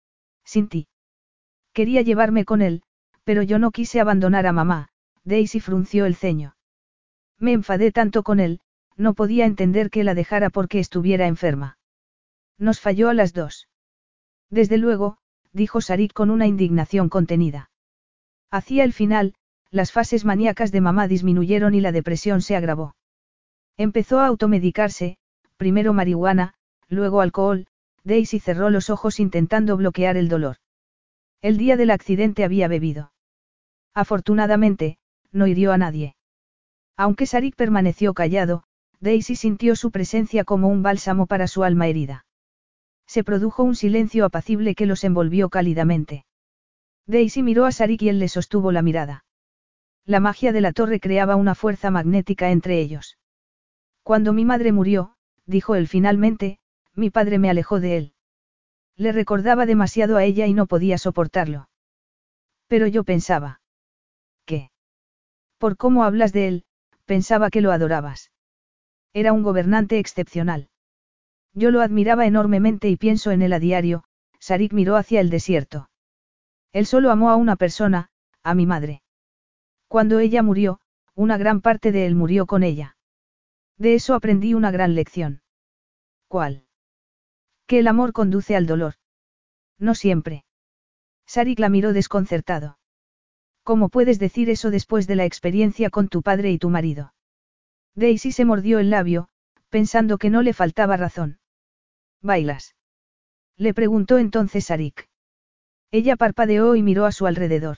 Sin ti. Quería llevarme con él, pero yo no quise abandonar a mamá. Daisy frunció el ceño. Me enfadé tanto con él, no podía entender que la dejara porque estuviera enferma. Nos falló a las dos. Desde luego, dijo Sarik con una indignación contenida. Hacia el final, las fases maníacas de mamá disminuyeron y la depresión se agravó. Empezó a automedicarse, primero marihuana, luego alcohol. Daisy cerró los ojos intentando bloquear el dolor. El día del accidente había bebido. Afortunadamente, no hirió a nadie. Aunque Sarik permaneció callado, Daisy sintió su presencia como un bálsamo para su alma herida. Se produjo un silencio apacible que los envolvió cálidamente. Daisy miró a Sarik y él le sostuvo la mirada. La magia de la torre creaba una fuerza magnética entre ellos. Cuando mi madre murió, dijo él finalmente, mi padre me alejó de él. Le recordaba demasiado a ella y no podía soportarlo. Pero yo pensaba. ¿Qué? Por cómo hablas de él, pensaba que lo adorabas. Era un gobernante excepcional. Yo lo admiraba enormemente y pienso en él a diario. Sarik miró hacia el desierto. Él solo amó a una persona, a mi madre. Cuando ella murió, una gran parte de él murió con ella. De eso aprendí una gran lección. ¿Cuál? Que el amor conduce al dolor. No siempre. Sarik la miró desconcertado. ¿Cómo puedes decir eso después de la experiencia con tu padre y tu marido? Daisy se mordió el labio, pensando que no le faltaba razón. ¿Bailas? Le preguntó entonces Sarik. Ella parpadeó y miró a su alrededor.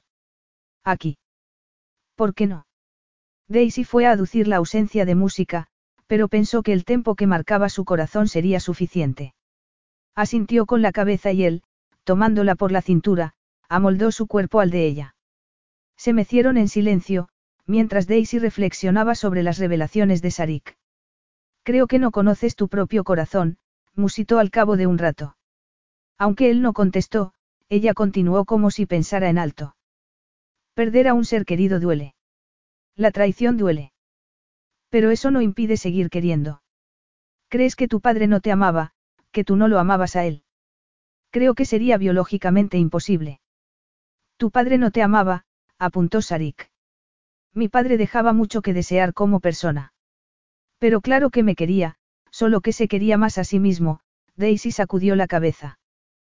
Aquí. ¿Por qué no? Daisy fue a aducir la ausencia de música, pero pensó que el tempo que marcaba su corazón sería suficiente. Asintió con la cabeza y él, tomándola por la cintura, amoldó su cuerpo al de ella. Se mecieron en silencio, mientras Daisy reflexionaba sobre las revelaciones de Sarik. Creo que no conoces tu propio corazón, musitó al cabo de un rato. Aunque él no contestó, ella continuó como si pensara en alto. Perder a un ser querido duele. La traición duele. Pero eso no impide seguir queriendo. ¿Crees que tu padre no te amaba, que tú no lo amabas a él? Creo que sería biológicamente imposible. Tu padre no te amaba, apuntó Sarik. Mi padre dejaba mucho que desear como persona. Pero claro que me quería, solo que se quería más a sí mismo. Daisy sacudió la cabeza.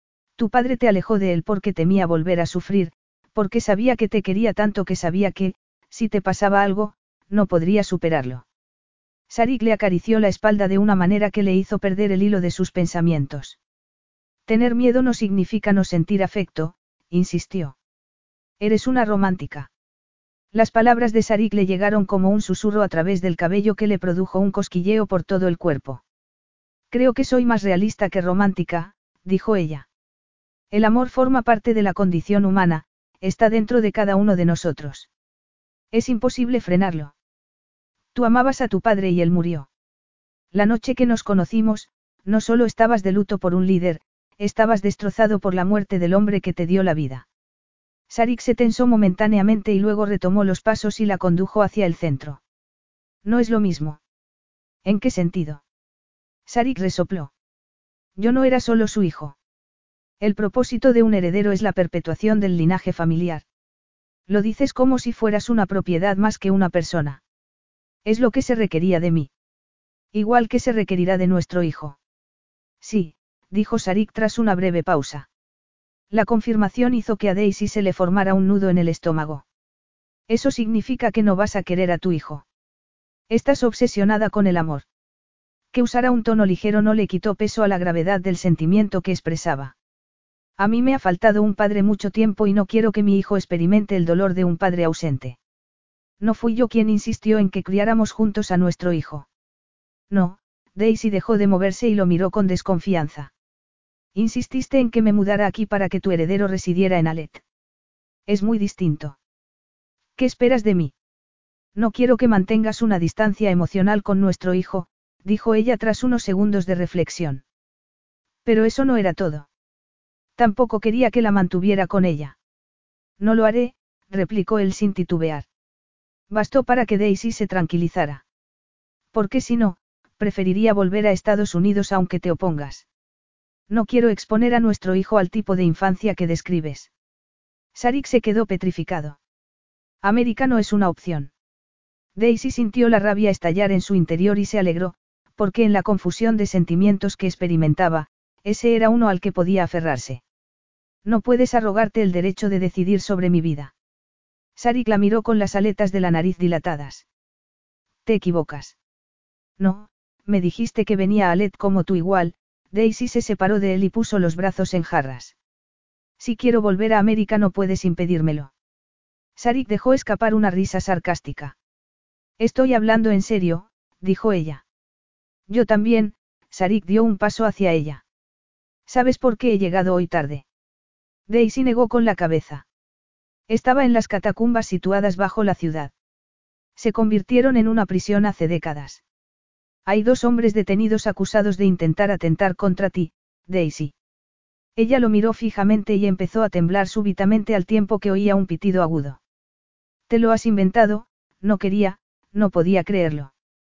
Tu padre te alejó de él porque temía volver a sufrir, porque sabía que te quería tanto que sabía que, si te pasaba algo, no podría superarlo. Sarik le acarició la espalda de una manera que le hizo perder el hilo de sus pensamientos. Tener miedo no significa no sentir afecto, insistió. Eres una romántica. Las palabras de Sarik le llegaron como un susurro a través del cabello que le produjo un cosquilleo por todo el cuerpo. Creo que soy más realista que romántica, dijo ella. El amor forma parte de la condición humana, está dentro de cada uno de nosotros. Es imposible frenarlo. Tú amabas a tu padre y él murió. La noche que nos conocimos, no solo estabas de luto por un líder, estabas destrozado por la muerte del hombre que te dio la vida. Sarik se tensó momentáneamente y luego retomó los pasos y la condujo hacia el centro. No es lo mismo. ¿En qué sentido? Sarik resopló. Yo no era solo su hijo. El propósito de un heredero es la perpetuación del linaje familiar. Lo dices como si fueras una propiedad más que una persona. Es lo que se requería de mí. Igual que se requerirá de nuestro hijo. Sí, dijo Sarik tras una breve pausa. La confirmación hizo que a Daisy se le formara un nudo en el estómago. Eso significa que no vas a querer a tu hijo. Estás obsesionada con el amor. Que usara un tono ligero no le quitó peso a la gravedad del sentimiento que expresaba. A mí me ha faltado un padre mucho tiempo y no quiero que mi hijo experimente el dolor de un padre ausente. No fui yo quien insistió en que criáramos juntos a nuestro hijo. No, Daisy dejó de moverse y lo miró con desconfianza. Insististe en que me mudara aquí para que tu heredero residiera en Alet. Es muy distinto. ¿Qué esperas de mí? No quiero que mantengas una distancia emocional con nuestro hijo, dijo ella tras unos segundos de reflexión. Pero eso no era todo. Tampoco quería que la mantuviera con ella. No lo haré, replicó él sin titubear. Bastó para que Daisy se tranquilizara. Porque si no, preferiría volver a Estados Unidos aunque te opongas. No quiero exponer a nuestro hijo al tipo de infancia que describes. Sarik se quedó petrificado. América no es una opción. Daisy sintió la rabia estallar en su interior y se alegró, porque en la confusión de sentimientos que experimentaba, ese era uno al que podía aferrarse. No puedes arrogarte el derecho de decidir sobre mi vida. Sarik la miró con las aletas de la nariz dilatadas. Te equivocas. No, me dijiste que venía a Alet como tu igual. Daisy se separó de él y puso los brazos en jarras. Si quiero volver a América no puedes impedírmelo. Sarik dejó escapar una risa sarcástica. Estoy hablando en serio, dijo ella. Yo también, Sarik dio un paso hacia ella. ¿Sabes por qué he llegado hoy tarde? Daisy negó con la cabeza. Estaba en las catacumbas situadas bajo la ciudad. Se convirtieron en una prisión hace décadas. Hay dos hombres detenidos acusados de intentar atentar contra ti, Daisy. Ella lo miró fijamente y empezó a temblar súbitamente al tiempo que oía un pitido agudo. Te lo has inventado, no quería, no podía creerlo.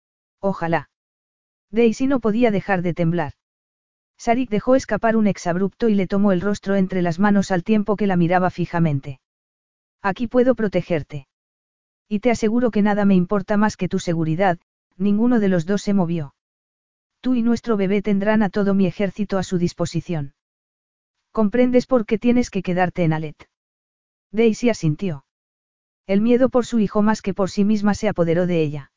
Ojalá. Daisy no podía dejar de temblar. Sarik dejó escapar un exabrupto y le tomó el rostro entre las manos al tiempo que la miraba fijamente. Aquí puedo protegerte. Y te aseguro que nada me importa más que tu seguridad. Ninguno de los dos se movió. Tú y nuestro bebé tendrán a todo mi ejército a su disposición. ¿Comprendes por qué tienes que quedarte en Alet? Daisy asintió. El miedo por su hijo más que por sí misma se apoderó de ella.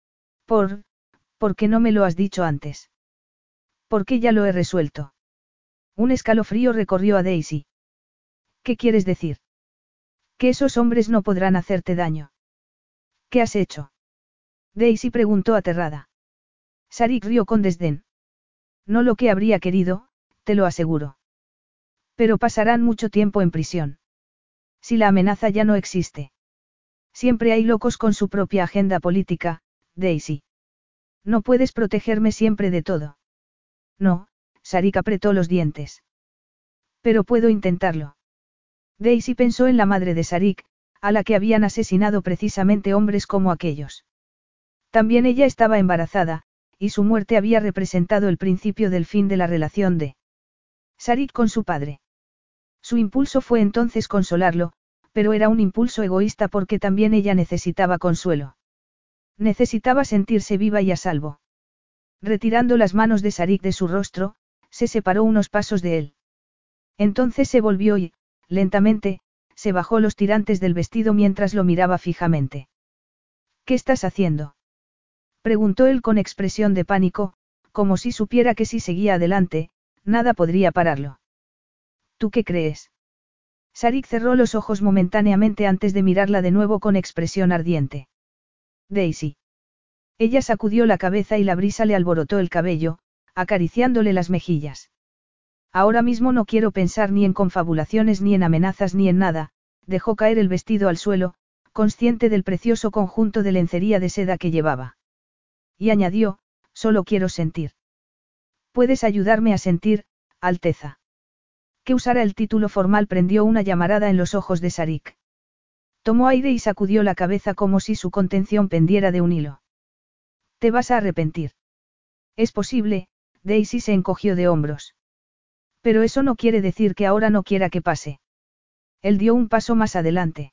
Por, ¿por qué no me lo has dicho antes? Porque ya lo he resuelto. Un escalofrío recorrió a Daisy. ¿Qué quieres decir? Que esos hombres no podrán hacerte daño. ¿Qué has hecho? Daisy preguntó aterrada. Sarik rió con desdén. No lo que habría querido, te lo aseguro. Pero pasarán mucho tiempo en prisión. Si la amenaza ya no existe. Siempre hay locos con su propia agenda política, Daisy. No puedes protegerme siempre de todo. No, Sarik apretó los dientes. Pero puedo intentarlo. Daisy pensó en la madre de Sarik, a la que habían asesinado precisamente hombres como aquellos. También ella estaba embarazada, y su muerte había representado el principio del fin de la relación de Sarik con su padre. Su impulso fue entonces consolarlo, pero era un impulso egoísta porque también ella necesitaba consuelo. Necesitaba sentirse viva y a salvo. Retirando las manos de Sarik de su rostro, se separó unos pasos de él. Entonces se volvió y, lentamente, se bajó los tirantes del vestido mientras lo miraba fijamente. ¿Qué estás haciendo? Preguntó él con expresión de pánico, como si supiera que si seguía adelante, nada podría pararlo. ¿Tú qué crees? Sarik cerró los ojos momentáneamente antes de mirarla de nuevo con expresión ardiente. Daisy. Ella sacudió la cabeza y la brisa le alborotó el cabello, acariciándole las mejillas. Ahora mismo no quiero pensar ni en confabulaciones ni en amenazas ni en nada, dejó caer el vestido al suelo, consciente del precioso conjunto de lencería de seda que llevaba. Y añadió, Solo quiero sentir. ¿Puedes ayudarme a sentir, Alteza? Que usara el título formal prendió una llamarada en los ojos de Sarik. Tomó aire y sacudió la cabeza como si su contención pendiera de un hilo. Te vas a arrepentir. Es posible, Daisy se encogió de hombros. Pero eso no quiere decir que ahora no quiera que pase. Él dio un paso más adelante.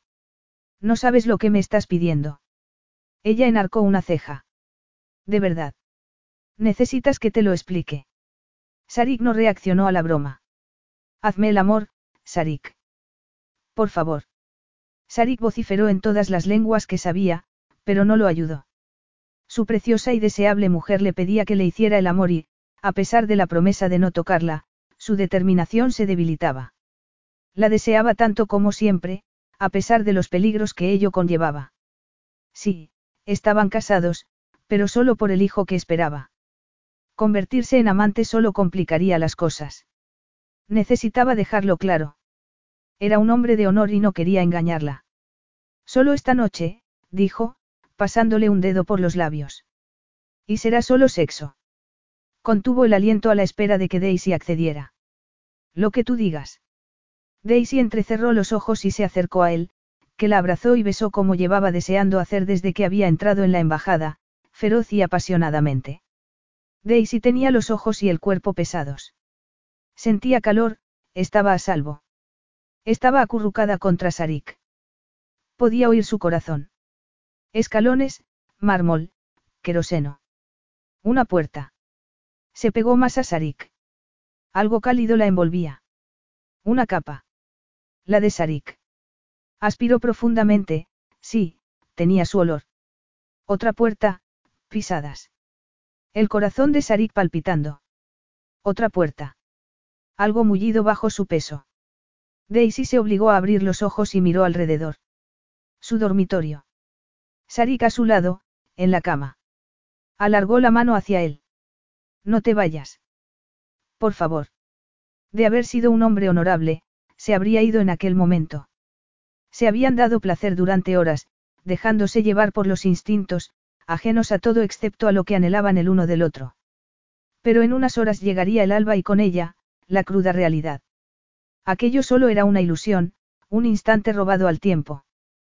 No sabes lo que me estás pidiendo. Ella enarcó una ceja. De verdad. Necesitas que te lo explique. Sarik no reaccionó a la broma. Hazme el amor, Sarik. Por favor. Sarik vociferó en todas las lenguas que sabía, pero no lo ayudó. Su preciosa y deseable mujer le pedía que le hiciera el amor y, a pesar de la promesa de no tocarla, su determinación se debilitaba. La deseaba tanto como siempre, a pesar de los peligros que ello conllevaba. Sí, estaban casados, pero solo por el hijo que esperaba. Convertirse en amante solo complicaría las cosas. Necesitaba dejarlo claro. Era un hombre de honor y no quería engañarla. Solo esta noche, dijo, pasándole un dedo por los labios. Y será solo sexo. Contuvo el aliento a la espera de que Daisy accediera. Lo que tú digas. Daisy entrecerró los ojos y se acercó a él, que la abrazó y besó como llevaba deseando hacer desde que había entrado en la embajada, feroz y apasionadamente. Daisy tenía los ojos y el cuerpo pesados. Sentía calor, estaba a salvo. Estaba acurrucada contra Sarik. Podía oír su corazón. Escalones, mármol, queroseno. Una puerta. Se pegó más a Sarik. Algo cálido la envolvía. Una capa. La de Sarik. Aspiró profundamente, sí, tenía su olor. Otra puerta, pisadas. El corazón de Sarik palpitando. Otra puerta. Algo mullido bajo su peso. Daisy se obligó a abrir los ojos y miró alrededor. Su dormitorio. Sarik a su lado, en la cama. Alargó la mano hacia él. No te vayas. Por favor. De haber sido un hombre honorable, se habría ido en aquel momento. Se habían dado placer durante horas, dejándose llevar por los instintos, ajenos a todo excepto a lo que anhelaban el uno del otro. Pero en unas horas llegaría el alba y con ella, la cruda realidad. Aquello solo era una ilusión, un instante robado al tiempo.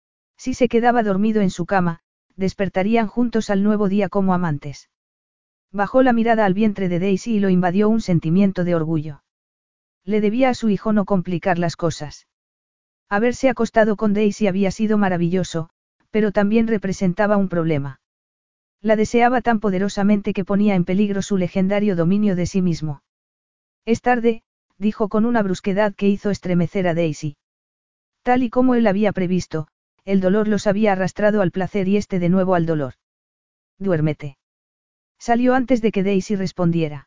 Si se quedaba dormido en su cama, despertarían juntos al nuevo día como amantes. Bajó la mirada al vientre de Daisy y lo invadió un sentimiento de orgullo. Le debía a su hijo no complicar las cosas. Haberse acostado con Daisy había sido maravilloso, pero también representaba un problema. La deseaba tan poderosamente que ponía en peligro su legendario dominio de sí mismo. Es tarde, dijo con una brusquedad que hizo estremecer a Daisy. Tal y como él había previsto, el dolor los había arrastrado al placer y este de nuevo al dolor. Duérmete. Salió antes de que Daisy respondiera.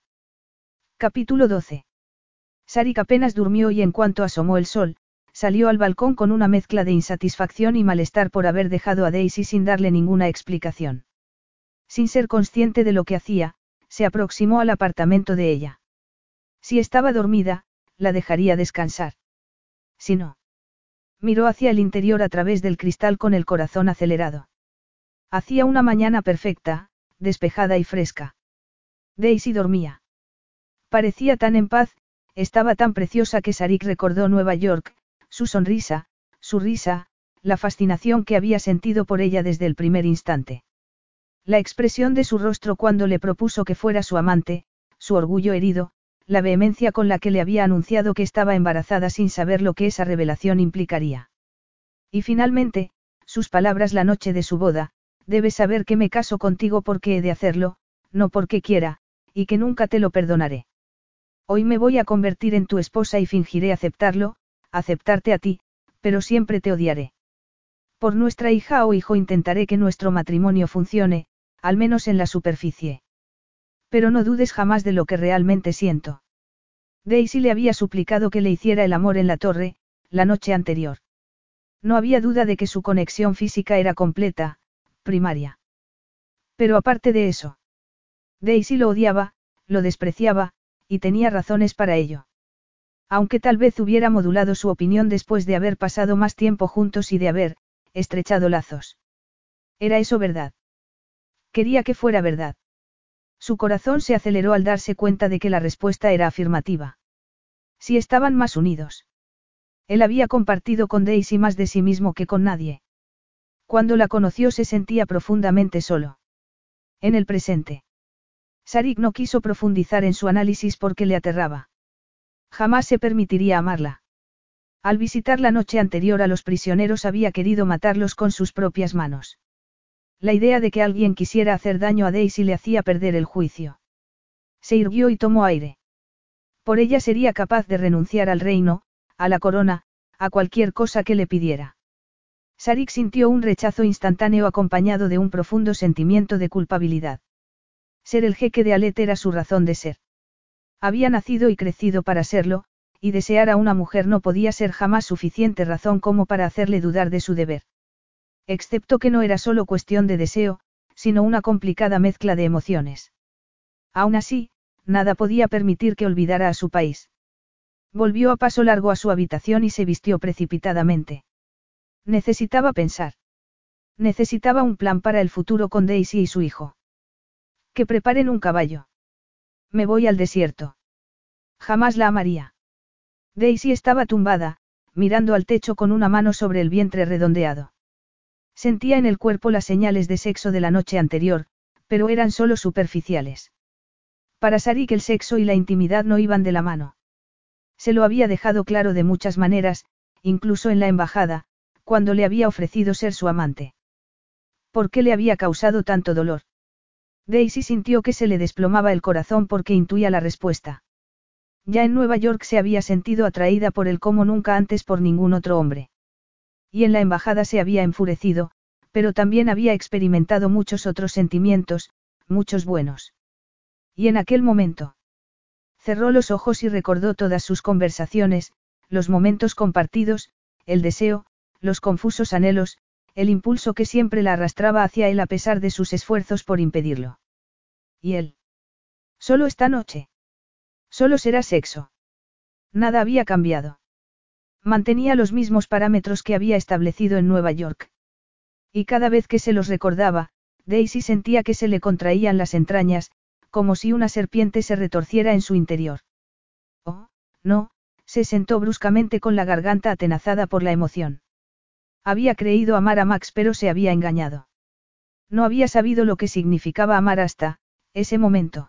Capítulo doce. Sarik apenas durmió y en cuanto asomó el sol, salió al balcón con una mezcla de insatisfacción y malestar por haber dejado a Daisy sin darle ninguna explicación. Sin ser consciente de lo que hacía, se aproximó al apartamento de ella. Si estaba dormida, la dejaría descansar. Si no. Miró hacia el interior a través del cristal con el corazón acelerado. Hacía una mañana perfecta, despejada y fresca. Daisy dormía. Parecía tan en paz, estaba tan preciosa que Sarik recordó Nueva York, su sonrisa, su risa, la fascinación que había sentido por ella desde el primer instante. La expresión de su rostro cuando le propuso que fuera su amante, su orgullo herido, la vehemencia con la que le había anunciado que estaba embarazada sin saber lo que esa revelación implicaría. Y finalmente, sus palabras la noche de su boda: debes saber que me caso contigo porque he de hacerlo, no porque quiera, y que nunca te lo perdonaré. Hoy me voy a convertir en tu esposa y fingiré aceptarlo, aceptarte a ti, pero siempre te odiaré. Por nuestra hija o hijo intentaré que nuestro matrimonio funcione, al menos en la superficie. Pero no dudes jamás de lo que realmente siento. Daisy le había suplicado que le hiciera el amor en la torre, la noche anterior. No había duda de que su conexión física era completa, primaria. Pero aparte de eso, Daisy lo odiaba, lo despreciaba, y tenía razones para ello. Aunque tal vez hubiera modulado su opinión después de haber pasado más tiempo juntos y de haber estrechado lazos. ¿Era eso verdad? Quería que fuera verdad. Su corazón se aceleró al darse cuenta de que la respuesta era afirmativa. Si estaban más unidos. Él había compartido con Daisy más de sí mismo que con nadie. Cuando la conoció se sentía profundamente solo. En el presente. Sarik no quiso profundizar en su análisis porque le aterraba. Jamás se permitiría amarla. Al visitar la noche anterior a los prisioneros había querido matarlos con sus propias manos. La idea de que alguien quisiera hacer daño a Daisy le hacía perder el juicio. Se irguió y tomó aire. Por ella sería capaz de renunciar al reino, a la corona, a cualquier cosa que le pidiera. Sarik sintió un rechazo instantáneo acompañado de un profundo sentimiento de culpabilidad. Ser el jeque de Alet era su razón de ser. Había nacido y crecido para serlo, y desear a una mujer no podía ser jamás suficiente razón como para hacerle dudar de su deber. Excepto que no era solo cuestión de deseo, sino una complicada mezcla de emociones. Aún así, nada podía permitir que olvidara a su país. Volvió a paso largo a su habitación y se vistió precipitadamente. Necesitaba pensar. Necesitaba un plan para el futuro con Daisy y su hijo. Que preparen un caballo. Me voy al desierto. Jamás la amaría. Daisy estaba tumbada, mirando al techo con una mano sobre el vientre redondeado. Sentía en el cuerpo las señales de sexo de la noche anterior, pero eran solo superficiales. Para Sarik el sexo y la intimidad no iban de la mano. Se lo había dejado claro de muchas maneras, incluso en la embajada, cuando le había ofrecido ser su amante. ¿Por qué le había causado tanto dolor? Daisy sintió que se le desplomaba el corazón porque intuía la respuesta. Ya en Nueva York se había sentido atraída por él como nunca antes por ningún otro hombre. Y en la embajada se había enfurecido, pero también había experimentado muchos otros sentimientos, muchos buenos. Y en aquel momento. Cerró los ojos y recordó todas sus conversaciones, los momentos compartidos, el deseo, los confusos anhelos, el impulso que siempre la arrastraba hacia él a pesar de sus esfuerzos por impedirlo. ¿Y él? Solo esta noche. Solo será sexo. Nada había cambiado. Mantenía los mismos parámetros que había establecido en Nueva York. Y cada vez que se los recordaba, Daisy sentía que se le contraían las entrañas, como si una serpiente se retorciera en su interior. Oh, no, se sentó bruscamente con la garganta atenazada por la emoción. Había creído amar a Max pero se había engañado. No había sabido lo que significaba amar hasta ese momento.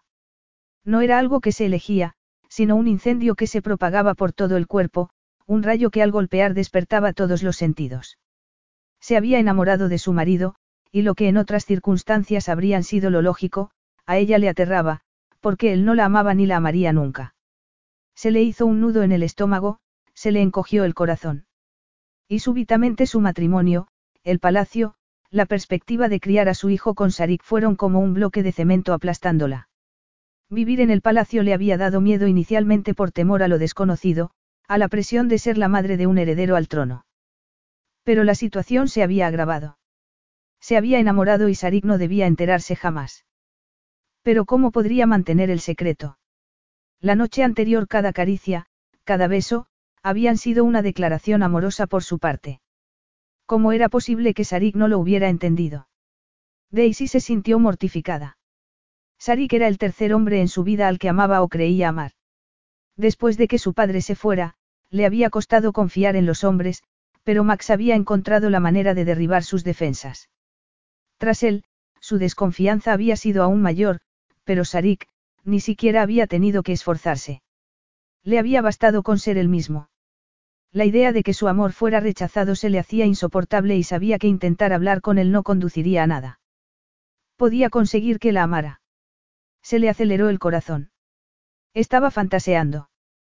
No era algo que se elegía, sino un incendio que se propagaba por todo el cuerpo, un rayo que al golpear despertaba todos los sentidos. Se había enamorado de su marido, y lo que en otras circunstancias habrían sido lo lógico, a ella le aterraba, porque él no la amaba ni la amaría nunca. Se le hizo un nudo en el estómago, se le encogió el corazón. Y súbitamente su matrimonio, el palacio, la perspectiva de criar a su hijo con Sarik fueron como un bloque de cemento aplastándola. Vivir en el palacio le había dado miedo inicialmente por temor a lo desconocido, a la presión de ser la madre de un heredero al trono. Pero la situación se había agravado. Se había enamorado y Sarik no debía enterarse jamás. Pero ¿cómo podría mantener el secreto? La noche anterior cada caricia, cada beso, habían sido una declaración amorosa por su parte. ¿Cómo era posible que Sarik no lo hubiera entendido? Daisy se sintió mortificada. Sarik era el tercer hombre en su vida al que amaba o creía amar. Después de que su padre se fuera, le había costado confiar en los hombres, pero Max había encontrado la manera de derribar sus defensas. Tras él, su desconfianza había sido aún mayor, pero Sarik, ni siquiera había tenido que esforzarse. Le había bastado con ser él mismo. La idea de que su amor fuera rechazado se le hacía insoportable y sabía que intentar hablar con él no conduciría a nada. Podía conseguir que la amara. Se le aceleró el corazón. Estaba fantaseando.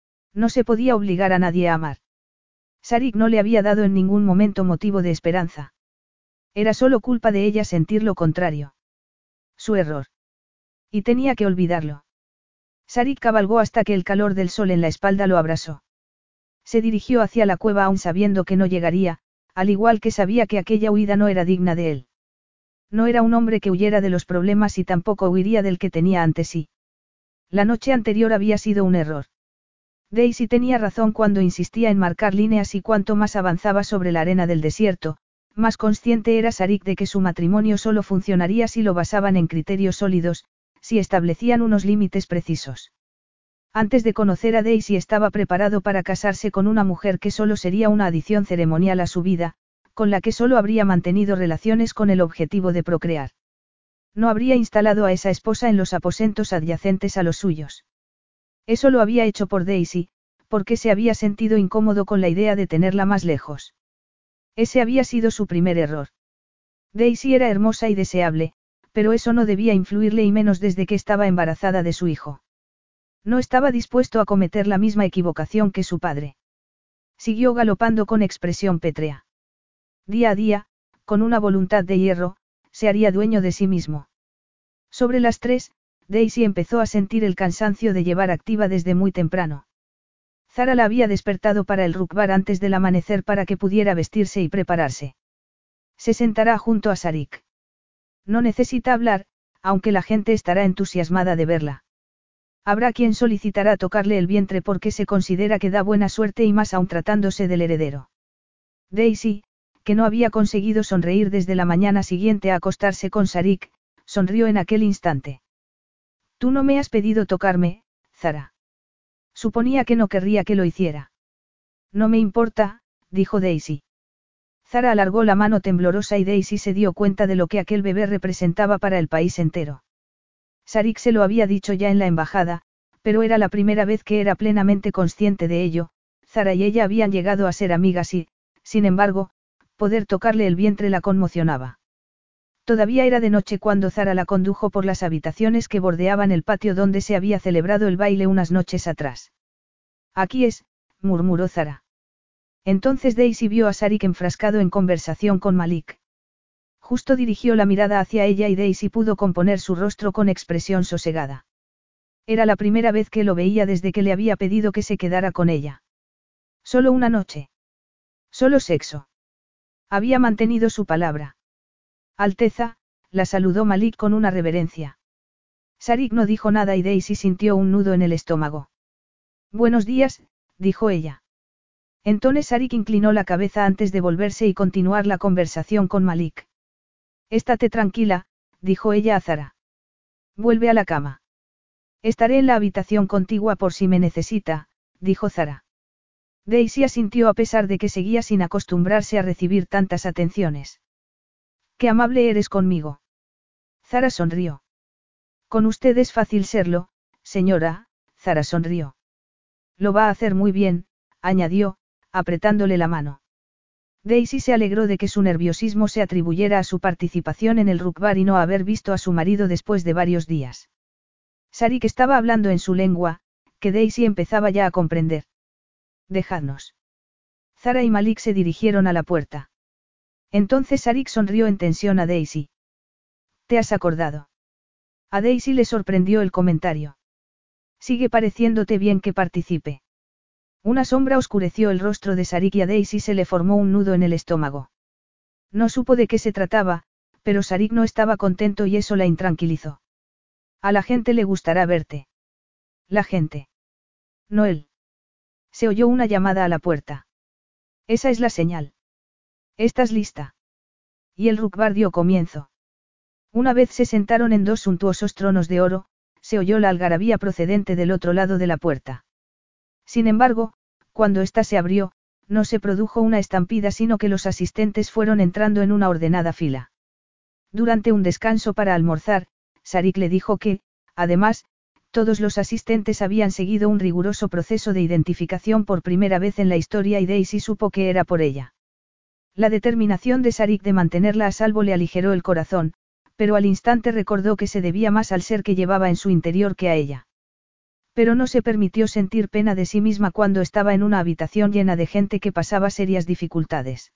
No se podía obligar a nadie a amar. Sarik no le había dado en ningún momento motivo de esperanza. Era solo culpa de ella sentir lo contrario. Su error. Y tenía que olvidarlo. Sarik cabalgó hasta que el calor del sol en la espalda lo abrasó. Se dirigió hacia la cueva aún sabiendo que no llegaría, al igual que sabía que aquella huida no era digna de él. No era un hombre que huyera de los problemas y tampoco huiría del que tenía ante sí. La noche anterior había sido un error. Daisy tenía razón cuando insistía en marcar líneas y cuanto más avanzaba sobre la arena del desierto, más consciente era Sarik de que su matrimonio solo funcionaría si lo basaban en criterios sólidos, si establecían unos límites precisos. Antes de conocer a Daisy estaba preparado para casarse con una mujer que solo sería una adición ceremonial a su vida, con la que solo habría mantenido relaciones con el objetivo de procrear. No habría instalado a esa esposa en los aposentos adyacentes a los suyos. Eso lo había hecho por Daisy, porque se había sentido incómodo con la idea de tenerla más lejos. Ese había sido su primer error. Daisy era hermosa y deseable, pero eso no debía influirle y menos desde que estaba embarazada de su hijo. No estaba dispuesto a cometer la misma equivocación que su padre. Siguió galopando con expresión pétrea. Día a día, con una voluntad de hierro, se haría dueño de sí mismo. Sobre las tres, Daisy empezó a sentir el cansancio de llevar activa desde muy temprano. Zara la había despertado para el rukbar antes del amanecer para que pudiera vestirse y prepararse. Se sentará junto a Sarik. No necesita hablar, aunque la gente estará entusiasmada de verla. Habrá quien solicitará tocarle el vientre porque se considera que da buena suerte y más aún tratándose del heredero. Daisy, que no había conseguido sonreír desde la mañana siguiente a acostarse con Sarik, sonrió en aquel instante. Tú no me has pedido tocarme, Zara. Suponía que no querría que lo hiciera. No me importa, dijo Daisy. Zara alargó la mano temblorosa y Daisy se dio cuenta de lo que aquel bebé representaba para el país entero. Sarik se lo había dicho ya en la embajada, pero era la primera vez que era plenamente consciente de ello. Zara y ella habían llegado a ser amigas y, sin embargo, poder tocarle el vientre la conmocionaba. Todavía era de noche cuando Zara la condujo por las habitaciones que bordeaban el patio donde se había celebrado el baile unas noches atrás. Aquí es, murmuró Zara. Entonces Daisy vio a Sarik enfrascado en conversación con Malik. Justo dirigió la mirada hacia ella y Daisy pudo componer su rostro con expresión sosegada. Era la primera vez que lo veía desde que le había pedido que se quedara con ella. Solo una noche. Solo sexo. Había mantenido su palabra. Alteza, la saludó Malik con una reverencia. Sarik no dijo nada y Daisy sintió un nudo en el estómago. Buenos días, dijo ella. Entonces Sarik inclinó la cabeza antes de volverse y continuar la conversación con Malik. Estate tranquila, dijo ella a Zara. Vuelve a la cama. Estaré en la habitación contigua por si me necesita, dijo Zara. Daisy asintió a pesar de que seguía sin acostumbrarse a recibir tantas atenciones. Qué amable eres conmigo. Zara sonrió. Con usted es fácil serlo, señora, Zara sonrió. Lo va a hacer muy bien, añadió, apretándole la mano. Daisy se alegró de que su nerviosismo se atribuyera a su participación en el rukbar y no a haber visto a su marido después de varios días. Sarik estaba hablando en su lengua, que Daisy empezaba ya a comprender. Dejadnos. Zara y Malik se dirigieron a la puerta. Entonces Sarik sonrió en tensión a Daisy. ¿Te has acordado? A Daisy le sorprendió el comentario. Sigue pareciéndote bien que participe. Una sombra oscureció el rostro de Sarik y a Daisy se le formó un nudo en el estómago. No supo de qué se trataba, pero Sarik no estaba contento y eso la intranquilizó. A la gente le gustará verte. La gente. No él. Se oyó una llamada a la puerta. Esa es la señal. ¿Estás lista? Y el rukbar dio comienzo. Una vez se sentaron en dos suntuosos tronos de oro, se oyó la algarabía procedente del otro lado de la puerta. Sin embargo, cuando ésta se abrió, no se produjo una estampida sino que los asistentes fueron entrando en una ordenada fila. Durante un descanso para almorzar, Sarik le dijo que, además, todos los asistentes habían seguido un riguroso proceso de identificación por primera vez en la historia y Daisy supo que era por ella. La determinación de Sarik de mantenerla a salvo le aligeró el corazón, pero al instante recordó que se debía más al ser que llevaba en su interior que a ella. Pero no se permitió sentir pena de sí misma cuando estaba en una habitación llena de gente que pasaba serias dificultades.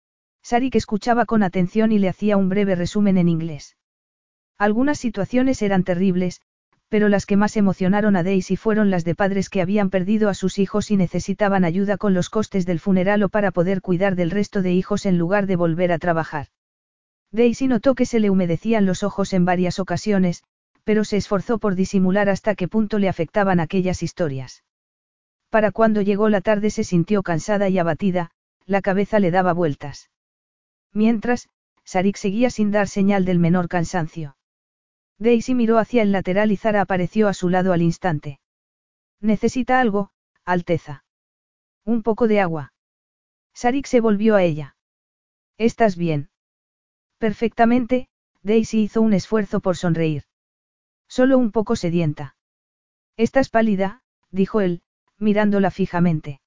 Sarik escuchaba con atención y le hacía un breve resumen en inglés. Algunas situaciones eran terribles, pero las que más emocionaron a Daisy fueron las de padres que habían perdido a sus hijos y necesitaban ayuda con los costes del funeral o para poder cuidar del resto de hijos en lugar de volver a trabajar. Daisy notó que se le humedecían los ojos en varias ocasiones, pero se esforzó por disimular hasta qué punto le afectaban aquellas historias. Para cuando llegó la tarde se sintió cansada y abatida, la cabeza le daba vueltas. Mientras, Sarik seguía sin dar señal del menor cansancio. Daisy miró hacia el lateral y Zara apareció a su lado al instante. ¿Necesita algo, Alteza? Un poco de agua. Sarik se volvió a ella. ¿Estás bien? Perfectamente, Daisy hizo un esfuerzo por sonreír. Solo un poco sedienta. Estás pálida, dijo él, mirándola fijamente.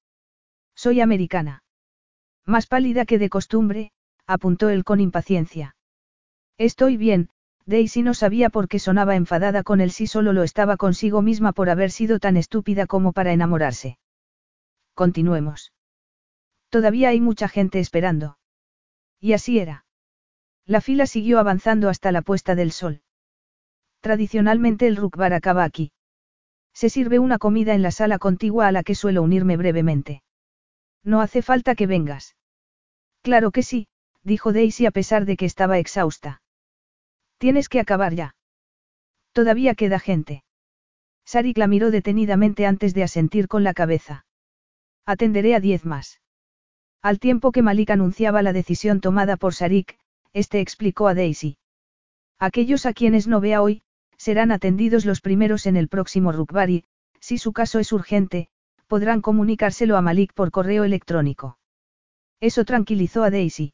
Soy americana. Más pálida que de costumbre, apuntó él con impaciencia. Estoy bien. Daisy no sabía por qué sonaba enfadada con él si solo lo estaba consigo misma por haber sido tan estúpida como para enamorarse. Continuemos. Todavía hay mucha gente esperando. Y así era. La fila siguió avanzando hasta la puesta del sol. Tradicionalmente el rukbar acaba aquí. Se sirve una comida en la sala contigua a la que suelo unirme brevemente. No hace falta que vengas. Claro que sí, dijo Daisy a pesar de que estaba exhausta. Tienes que acabar ya. Todavía queda gente. Sarik la miró detenidamente antes de asentir con la cabeza. Atenderé a diez más. Al tiempo que Malik anunciaba la decisión tomada por Sarik, este explicó a Daisy. Aquellos a quienes no vea hoy, serán atendidos los primeros en el próximo rukbar y, si su caso es urgente, podrán comunicárselo a Malik por correo electrónico. Eso tranquilizó a Daisy.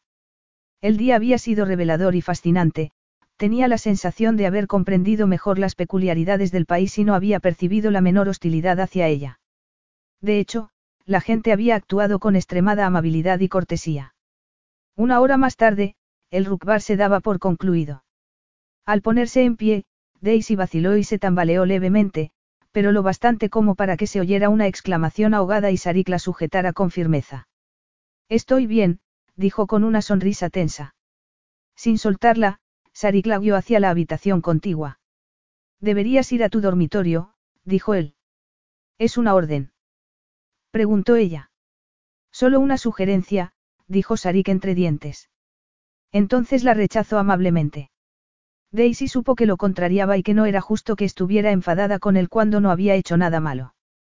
El día había sido revelador y fascinante, tenía la sensación de haber comprendido mejor las peculiaridades del país y no había percibido la menor hostilidad hacia ella. De hecho, la gente había actuado con extremada amabilidad y cortesía. Una hora más tarde, el rukbar se daba por concluido. Al ponerse en pie, Daisy vaciló y se tambaleó levemente, pero lo bastante como para que se oyera una exclamación ahogada y Sarik la sujetara con firmeza. Estoy bien, dijo con una sonrisa tensa. Sin soltarla, Sarik la guió hacia la habitación contigua. Deberías ir a tu dormitorio, dijo él. ¿Es una orden? Preguntó ella. Solo una sugerencia, dijo Sarik entre dientes. Entonces la rechazó amablemente. Daisy supo que lo contrariaba y que no era justo que estuviera enfadada con él cuando no había hecho nada malo.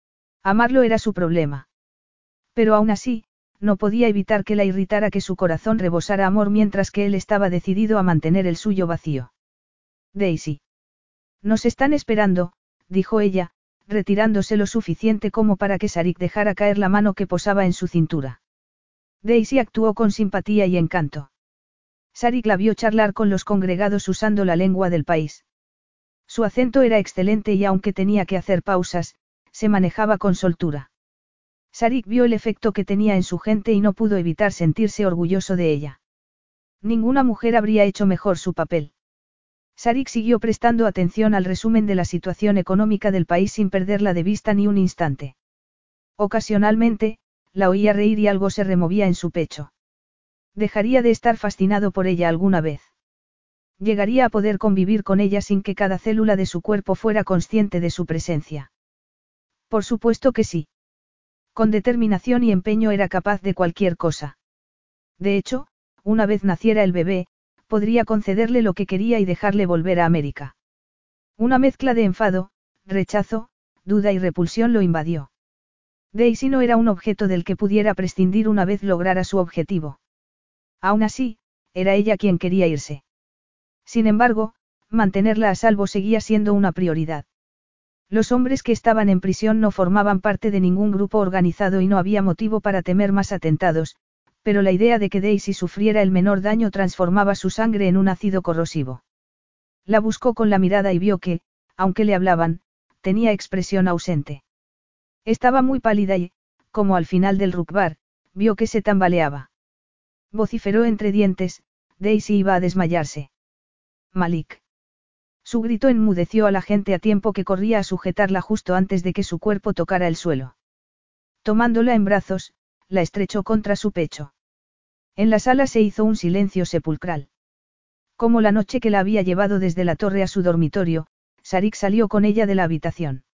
Amarlo era su problema. Pero aún así, no podía evitar que la irritara que su corazón rebosara amor mientras que él estaba decidido a mantener el suyo vacío. Daisy. Nos están esperando, dijo ella, retirándose lo suficiente como para que Sarik dejara caer la mano que posaba en su cintura. Daisy actuó con simpatía y encanto. Sarik la vio charlar con los congregados usando la lengua del país. Su acento era excelente y aunque tenía que hacer pausas, se manejaba con soltura. Sarik vio el efecto que tenía en su gente y no pudo evitar sentirse orgulloso de ella. Ninguna mujer habría hecho mejor su papel. Sarik siguió prestando atención al resumen de la situación económica del país sin perderla de vista ni un instante. Ocasionalmente, la oía reír y algo se removía en su pecho. Dejaría de estar fascinado por ella alguna vez. Llegaría a poder convivir con ella sin que cada célula de su cuerpo fuera consciente de su presencia. Por supuesto que sí. Con determinación y empeño era capaz de cualquier cosa. De hecho, una vez naciera el bebé, podría concederle lo que quería y dejarle volver a América. Una mezcla de enfado, rechazo, duda y repulsión lo invadió. Daisy no era un objeto del que pudiera prescindir una vez lograra su objetivo. Aún así, era ella quien quería irse. Sin embargo, mantenerla a salvo seguía siendo una prioridad. Los hombres que estaban en prisión no formaban parte de ningún grupo organizado y no había motivo para temer más atentados, pero la idea de que Daisy sufriera el menor daño transformaba su sangre en un ácido corrosivo. La buscó con la mirada y vio que, aunque le hablaban, tenía expresión ausente. Estaba muy pálida y, como al final del rukbar, vio que se tambaleaba. Vociferó entre dientes, Daisy iba a desmayarse. Malik. Su grito enmudeció a la gente a tiempo que corría a sujetarla justo antes de que su cuerpo tocara el suelo. Tomándola en brazos, la estrechó contra su pecho. En la sala se hizo un silencio sepulcral. Como la noche que la había llevado desde la torre a su dormitorio, Sarik salió con ella de la habitación.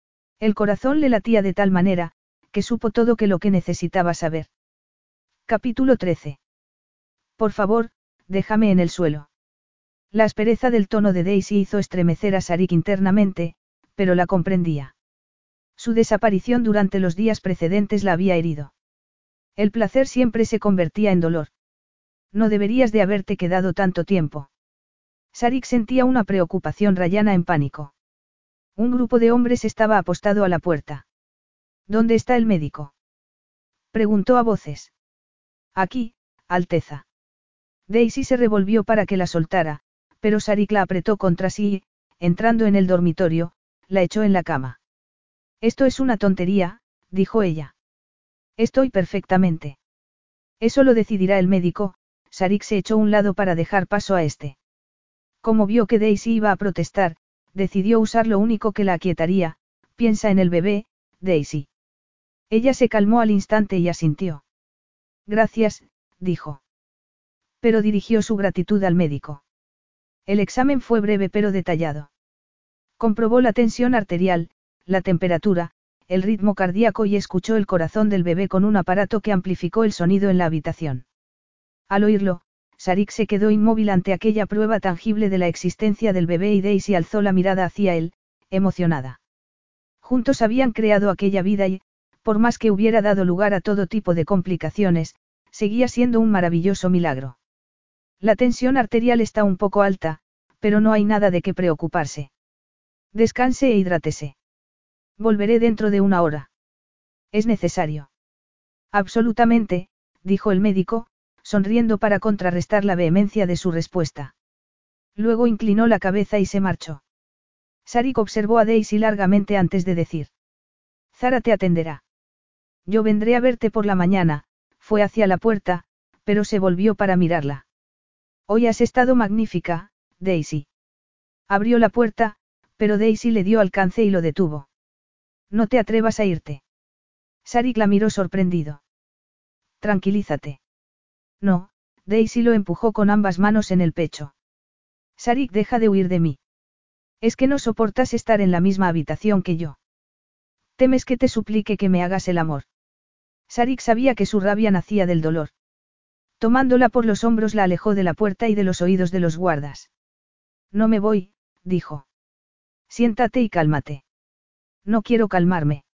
El corazón le latía de tal manera, que supo todo que lo que necesitaba saber. Capítulo trece. Por favor, déjame en el suelo. La aspereza del tono de Daisy hizo estremecer a Sarik internamente, pero la comprendía. Su desaparición durante los días precedentes la había herido. El placer siempre se convertía en dolor. No deberías de haberte quedado tanto tiempo. Sarik sentía una preocupación rayana en pánico. Un grupo de hombres estaba apostado a la puerta. ¿Dónde está el médico? Preguntó a voces. Aquí, Alteza. Daisy se revolvió para que la soltara, pero Sarik la apretó contra sí y, entrando en el dormitorio, la echó en la cama. Esto es una tontería, dijo ella. Estoy perfectamente. Eso lo decidirá el médico. Sarik se echó a un lado para dejar paso a este. Como vio que Daisy iba a protestar, decidió usar lo único que la aquietaría: piensa en el bebé, Daisy. Ella se calmó al instante y asintió. Gracias, dijo. Pero dirigió su gratitud al médico. El examen fue breve pero detallado. Comprobó la tensión arterial, la temperatura, el ritmo cardíaco y escuchó el corazón del bebé con un aparato que amplificó el sonido en la habitación. Al oírlo, Sarik se quedó inmóvil ante aquella prueba tangible de la existencia del bebé y Daisy alzó la mirada hacia él, emocionada. Juntos habían creado aquella vida y, por más que hubiera dado lugar a todo tipo de complicaciones, seguía siendo un maravilloso milagro. La tensión arterial está un poco alta, pero no hay nada de qué preocuparse. Descanse e hidrátese. Volveré dentro de una hora. ¿Es necesario? Absolutamente, dijo el médico, sonriendo para contrarrestar la vehemencia de su respuesta. Luego inclinó la cabeza y se marchó. Sarik observó a Daisy largamente antes de decir: Zara te atenderá. Yo vendré a verte por la mañana. Fue hacia la puerta, pero se volvió para mirarla. Hoy has estado magnífica, Daisy. Abrió la puerta, pero Daisy le dio alcance y lo detuvo. No te atrevas a irte. Sarik la miró sorprendido. Tranquilízate. No, Daisy lo empujó con ambas manos en el pecho. Sarik, deja de huir de mí. Es que no soportas estar en la misma habitación que yo. Temes que te suplique que me hagas el amor. Sarik sabía que su rabia nacía del dolor. Tomándola por los hombros la alejó de la puerta y de los oídos de los guardas. No me voy, dijo. Siéntate y cálmate. No quiero calmarme.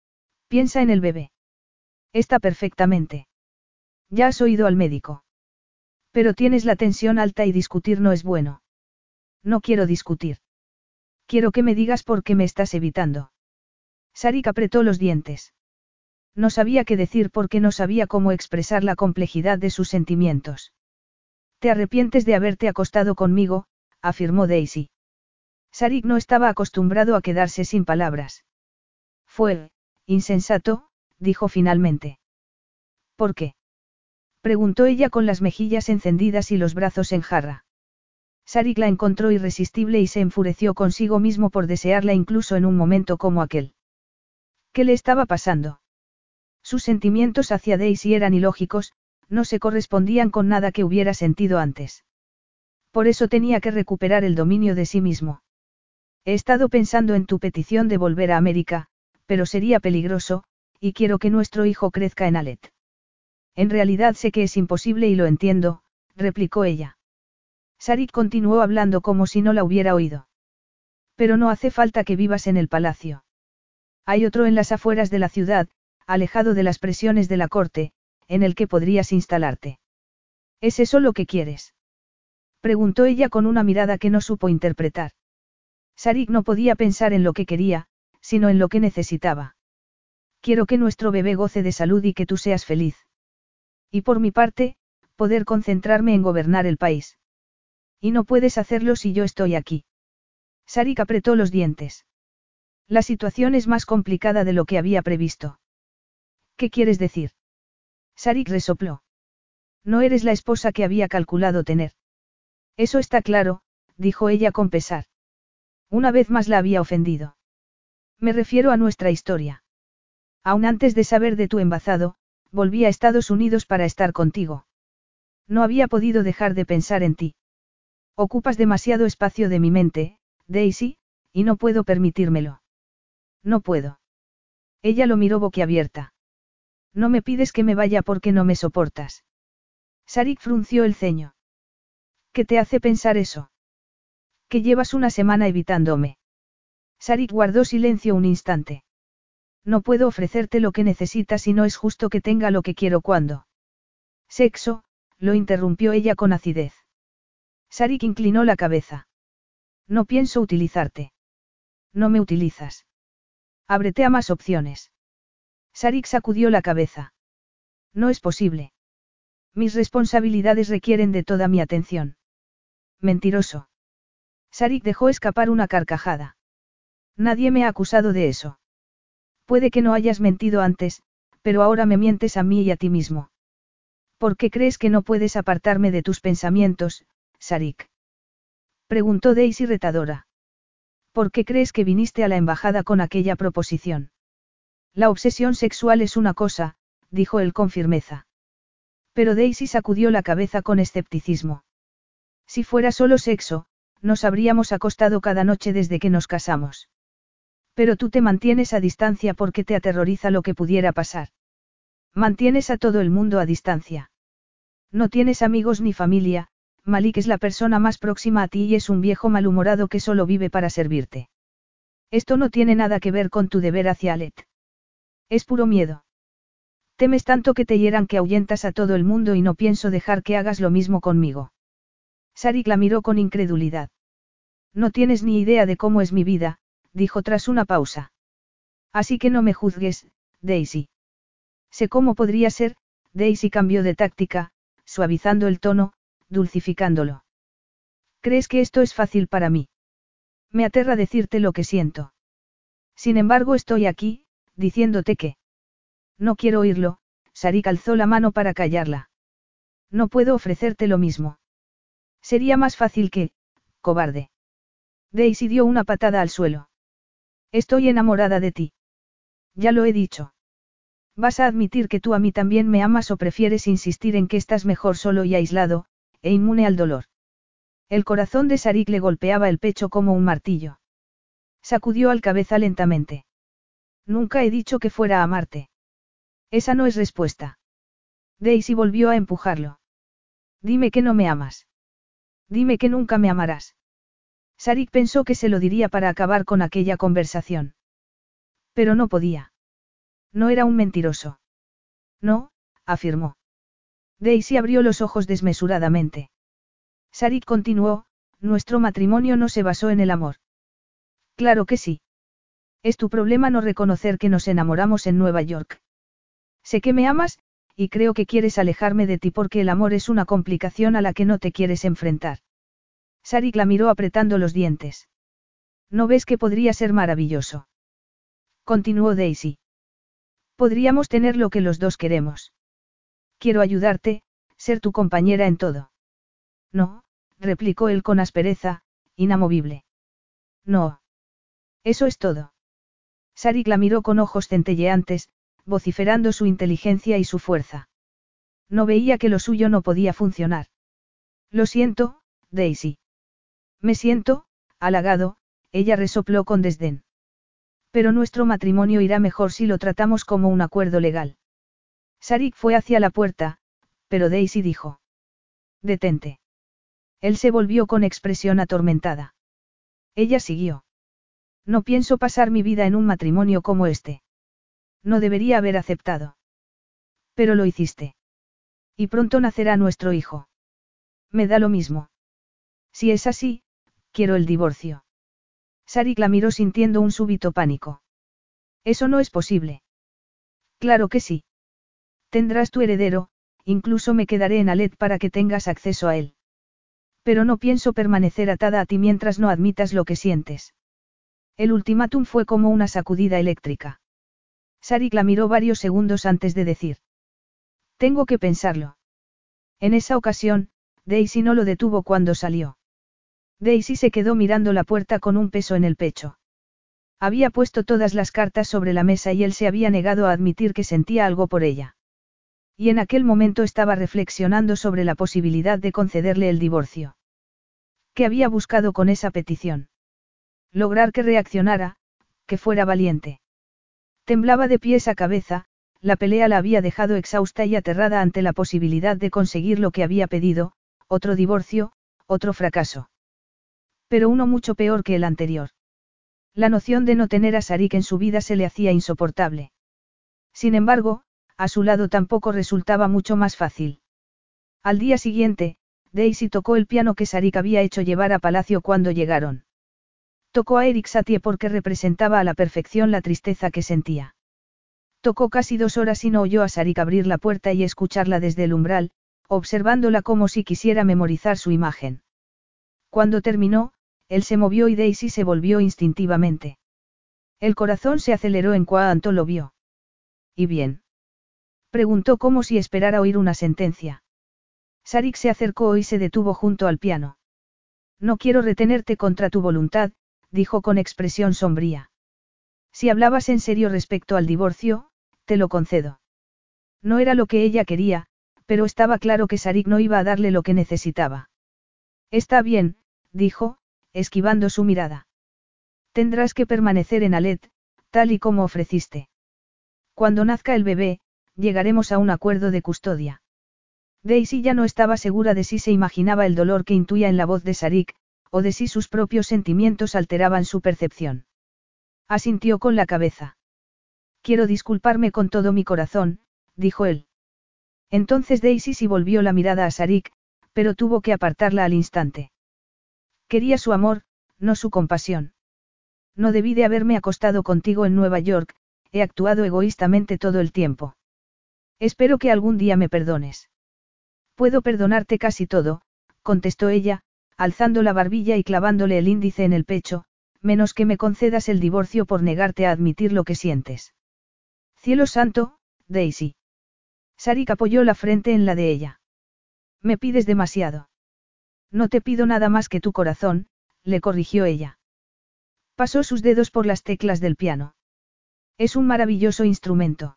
Piensa en el bebé. Está perfectamente. Ya has oído al médico. Pero tienes la tensión alta y discutir no es bueno. No quiero discutir. Quiero que me digas por qué me estás evitando. Sarik apretó los dientes. No sabía qué decir porque no sabía cómo expresar la complejidad de sus sentimientos. Te arrepientes de haberte acostado conmigo, afirmó Daisy. Sarik no estaba acostumbrado a quedarse sin palabras. Fue insensato, dijo finalmente. ¿Por qué? Preguntó ella con las mejillas encendidas y los brazos en jarra. Sarik la encontró irresistible y se enfureció consigo mismo por desearla incluso en un momento como aquel. ¿Qué le estaba pasando? Sus sentimientos hacia Daisy eran ilógicos, no se correspondían con nada que hubiera sentido antes. Por eso tenía que recuperar el dominio de sí mismo. He estado pensando en tu petición de volver a América, pero sería peligroso, y quiero que nuestro hijo crezca en Alet. En realidad sé que es imposible y lo entiendo, replicó ella. Sarik continuó hablando como si no la hubiera oído. Pero no hace falta que vivas en el palacio. Hay otro en las afueras de la ciudad, alejado de las presiones de la corte, en el que podrías instalarte. ¿Es eso lo que quieres? Preguntó ella con una mirada que no supo interpretar. Sarik no podía pensar en lo que quería, sino en lo que necesitaba. Quiero que nuestro bebé goce de salud y que tú seas feliz. Y por mi parte, poder concentrarme en gobernar el país. Y no puedes hacerlo si yo estoy aquí. Sarik apretó los dientes. La situación es más complicada de lo que había previsto. ¿Qué quieres decir? Sarik resopló. No eres la esposa que había calculado tener. Eso está claro, dijo ella con pesar. Una vez más la había ofendido. Me refiero a nuestra historia. Aún antes de saber de tu embazado, volví a Estados Unidos para estar contigo. No había podido dejar de pensar en ti. Ocupas demasiado espacio de mi mente, Daisy, y no puedo permitírmelo. No puedo. Ella lo miró boquiabierta. No me pides que me vaya porque no me soportas. Sarik frunció el ceño. ¿Qué te hace pensar eso? Que llevas una semana evitándome. Sarik guardó silencio un instante. No puedo ofrecerte lo que necesitas y no es justo que tenga lo que quiero cuando. Sexo, lo interrumpió ella con acidez. Sarik inclinó la cabeza. No pienso utilizarte. No me utilizas. Ábrete a más opciones. Sarik sacudió la cabeza. No es posible. Mis responsabilidades requieren de toda mi atención. Mentiroso. Sarik dejó escapar una carcajada. Nadie me ha acusado de eso. Puede que no hayas mentido antes, pero ahora me mientes a mí y a ti mismo. ¿Por qué crees que no puedes apartarme de tus pensamientos, Sarik? Preguntó Daisy retadora. ¿Por qué crees que viniste a la embajada con aquella proposición? La obsesión sexual es una cosa, dijo él con firmeza. Pero Daisy sacudió la cabeza con escepticismo. Si fuera solo sexo, nos habríamos acostado cada noche desde que nos casamos. Pero tú te mantienes a distancia porque te aterroriza lo que pudiera pasar. Mantienes a todo el mundo a distancia. No tienes amigos ni familia, Malik es la persona más próxima a ti y es un viejo malhumorado que solo vive para servirte. Esto no tiene nada que ver con tu deber hacia Alet. Es puro miedo. Temes tanto que te hieran que ahuyentas a todo el mundo y no pienso dejar que hagas lo mismo conmigo. Sarik la miró con incredulidad. No tienes ni idea de cómo es mi vida, dijo tras una pausa. Así que no me juzgues, Daisy. Sé cómo podría ser, Daisy cambió de táctica, suavizando el tono, dulcificándolo. ¿Crees que esto es fácil para mí? Me aterra decirte lo que siento. Sin embargo, estoy aquí, diciéndote que. No quiero oírlo, Sarik alzó la mano para callarla. No puedo ofrecerte lo mismo. Sería más fácil que, cobarde. Daisy dio una patada al suelo. Estoy enamorada de ti. Ya lo he dicho. ¿Vas a admitir que tú a mí también me amas o prefieres insistir en que estás mejor solo y aislado, e inmune al dolor? El corazón de Sarik le golpeaba el pecho como un martillo. Sacudió al cabeza lentamente. Nunca he dicho que fuera a amarte. Esa no es respuesta. Daisy volvió a empujarlo. Dime que no me amas. Dime que nunca me amarás. Sarik pensó que se lo diría para acabar con aquella conversación. Pero no podía. No era un mentiroso. No, afirmó. Daisy abrió los ojos desmesuradamente. Sarik continuó, nuestro matrimonio no se basó en el amor. Claro que sí. Es tu problema no reconocer que nos enamoramos en Nueva York. Sé que me amas, y creo que quieres alejarme de ti porque el amor es una complicación a la que no te quieres enfrentar. Sarik la miró apretando los dientes. ¿No ves que podría ser maravilloso? Continuó Daisy. Podríamos tener lo que los dos queremos. Quiero ayudarte, ser tu compañera en todo. No, replicó él con aspereza, inamovible. No. Eso es todo. Sarik la miró con ojos centelleantes, vociferando su inteligencia y su fuerza. No veía que lo suyo no podía funcionar. Lo siento, Daisy. Me siento, halagado, ella resopló con desdén. Pero nuestro matrimonio irá mejor si lo tratamos como un acuerdo legal. Sarik fue hacia la puerta, pero Daisy dijo. Detente. Él se volvió con expresión atormentada. Ella siguió. No pienso pasar mi vida en un matrimonio como este. No debería haber aceptado. Pero lo hiciste. Y pronto nacerá nuestro hijo. Me da lo mismo. Si es así, quiero el divorcio. Sarik la miró sintiendo un súbito pánico. Eso no es posible. Claro que sí. Tendrás tu heredero, incluso me quedaré en Alet para que tengas acceso a él. Pero no pienso permanecer atada a ti mientras no admitas lo que sientes. El ultimátum fue como una sacudida eléctrica. Sarik la miró varios segundos antes de decir. Tengo que pensarlo. En esa ocasión, Daisy no lo detuvo cuando salió. Daisy se quedó mirando la puerta con un peso en el pecho. Había puesto todas las cartas sobre la mesa y él se había negado a admitir que sentía algo por ella. Y en aquel momento estaba reflexionando sobre la posibilidad de concederle el divorcio. ¿Qué había buscado con esa petición? Lograr que reaccionara, que fuera valiente. Temblaba de pies a cabeza, la pelea la había dejado exhausta y aterrada ante la posibilidad de conseguir lo que había pedido, otro divorcio, otro fracaso. Pero uno mucho peor que el anterior. La noción de no tener a Sarik en su vida se le hacía insoportable. Sin embargo, a su lado tampoco resultaba mucho más fácil. Al día siguiente, Daisy tocó el piano que Sarik había hecho llevar a palacio cuando llegaron. Tocó a Eric Satie porque representaba a la perfección la tristeza que sentía. Tocó casi dos horas y no oyó a Sarik abrir la puerta y escucharla desde el umbral, observándola como si quisiera memorizar su imagen. Cuando terminó, él se movió y Daisy se volvió instintivamente. El corazón se aceleró en cuanto lo vio. ¿Y bien? Preguntó como si esperara oír una sentencia. Sarik se acercó y se detuvo junto al piano. No quiero retenerte contra tu voluntad, dijo con expresión sombría. Si hablabas en serio respecto al divorcio, te lo concedo. No era lo que ella quería, pero estaba claro que Sarik no iba a darle lo que necesitaba. Está bien, dijo, esquivando su mirada. Tendrás que permanecer en Alet, tal y como ofreciste. Cuando nazca el bebé, llegaremos a un acuerdo de custodia. Daisy ya no estaba segura de si se imaginaba el dolor que intuía en la voz de Sarik, o de si sus propios sentimientos alteraban su percepción. Asintió con la cabeza. Quiero disculparme con todo mi corazón, dijo él. Entonces Daisy sí volvió la mirada a Sarik, pero tuvo que apartarla al instante. Quería su amor, no su compasión. No debí de haberme acostado contigo en Nueva York, he actuado egoístamente todo el tiempo. Espero que algún día me perdones. Puedo perdonarte casi todo, contestó ella, alzando la barbilla y clavándole el índice en el pecho, menos que me concedas el divorcio por negarte a admitir lo que sientes. Cielo santo, Daisy. Sarik apoyó la frente en la de ella. Me pides demasiado. No te pido nada más que tu corazón, le corrigió ella. Pasó sus dedos por las teclas del piano. Es un maravilloso instrumento.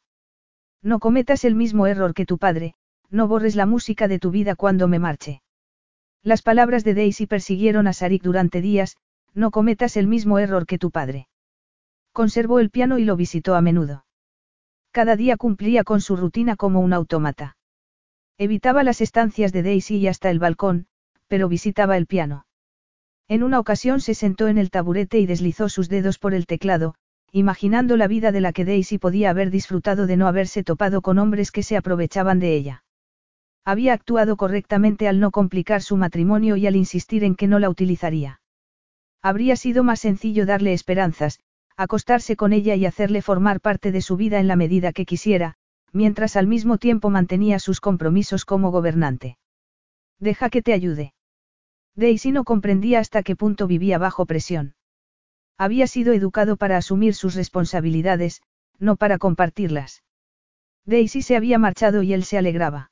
No cometas el mismo error que tu padre, no borres la música de tu vida cuando me marche. Las palabras de Daisy persiguieron a Sarik durante días, no cometas el mismo error que tu padre. Conservó el piano y lo visitó a menudo. Cada día cumplía con su rutina como un autómata. Evitaba las estancias de Daisy y hasta el balcón, pero visitaba el piano. En una ocasión se sentó en el taburete y deslizó sus dedos por el teclado, imaginando la vida de la que Daisy podía haber disfrutado de no haberse topado con hombres que se aprovechaban de ella. Había actuado correctamente al no complicar su matrimonio y al insistir en que no la utilizaría. Habría sido más sencillo darle esperanzas, acostarse con ella y hacerle formar parte de su vida en la medida que quisiera, mientras al mismo tiempo mantenía sus compromisos como gobernante. Deja que te ayude. Daisy no comprendía hasta qué punto vivía bajo presión. Había sido educado para asumir sus responsabilidades, no para compartirlas. Daisy se había marchado y él se alegraba.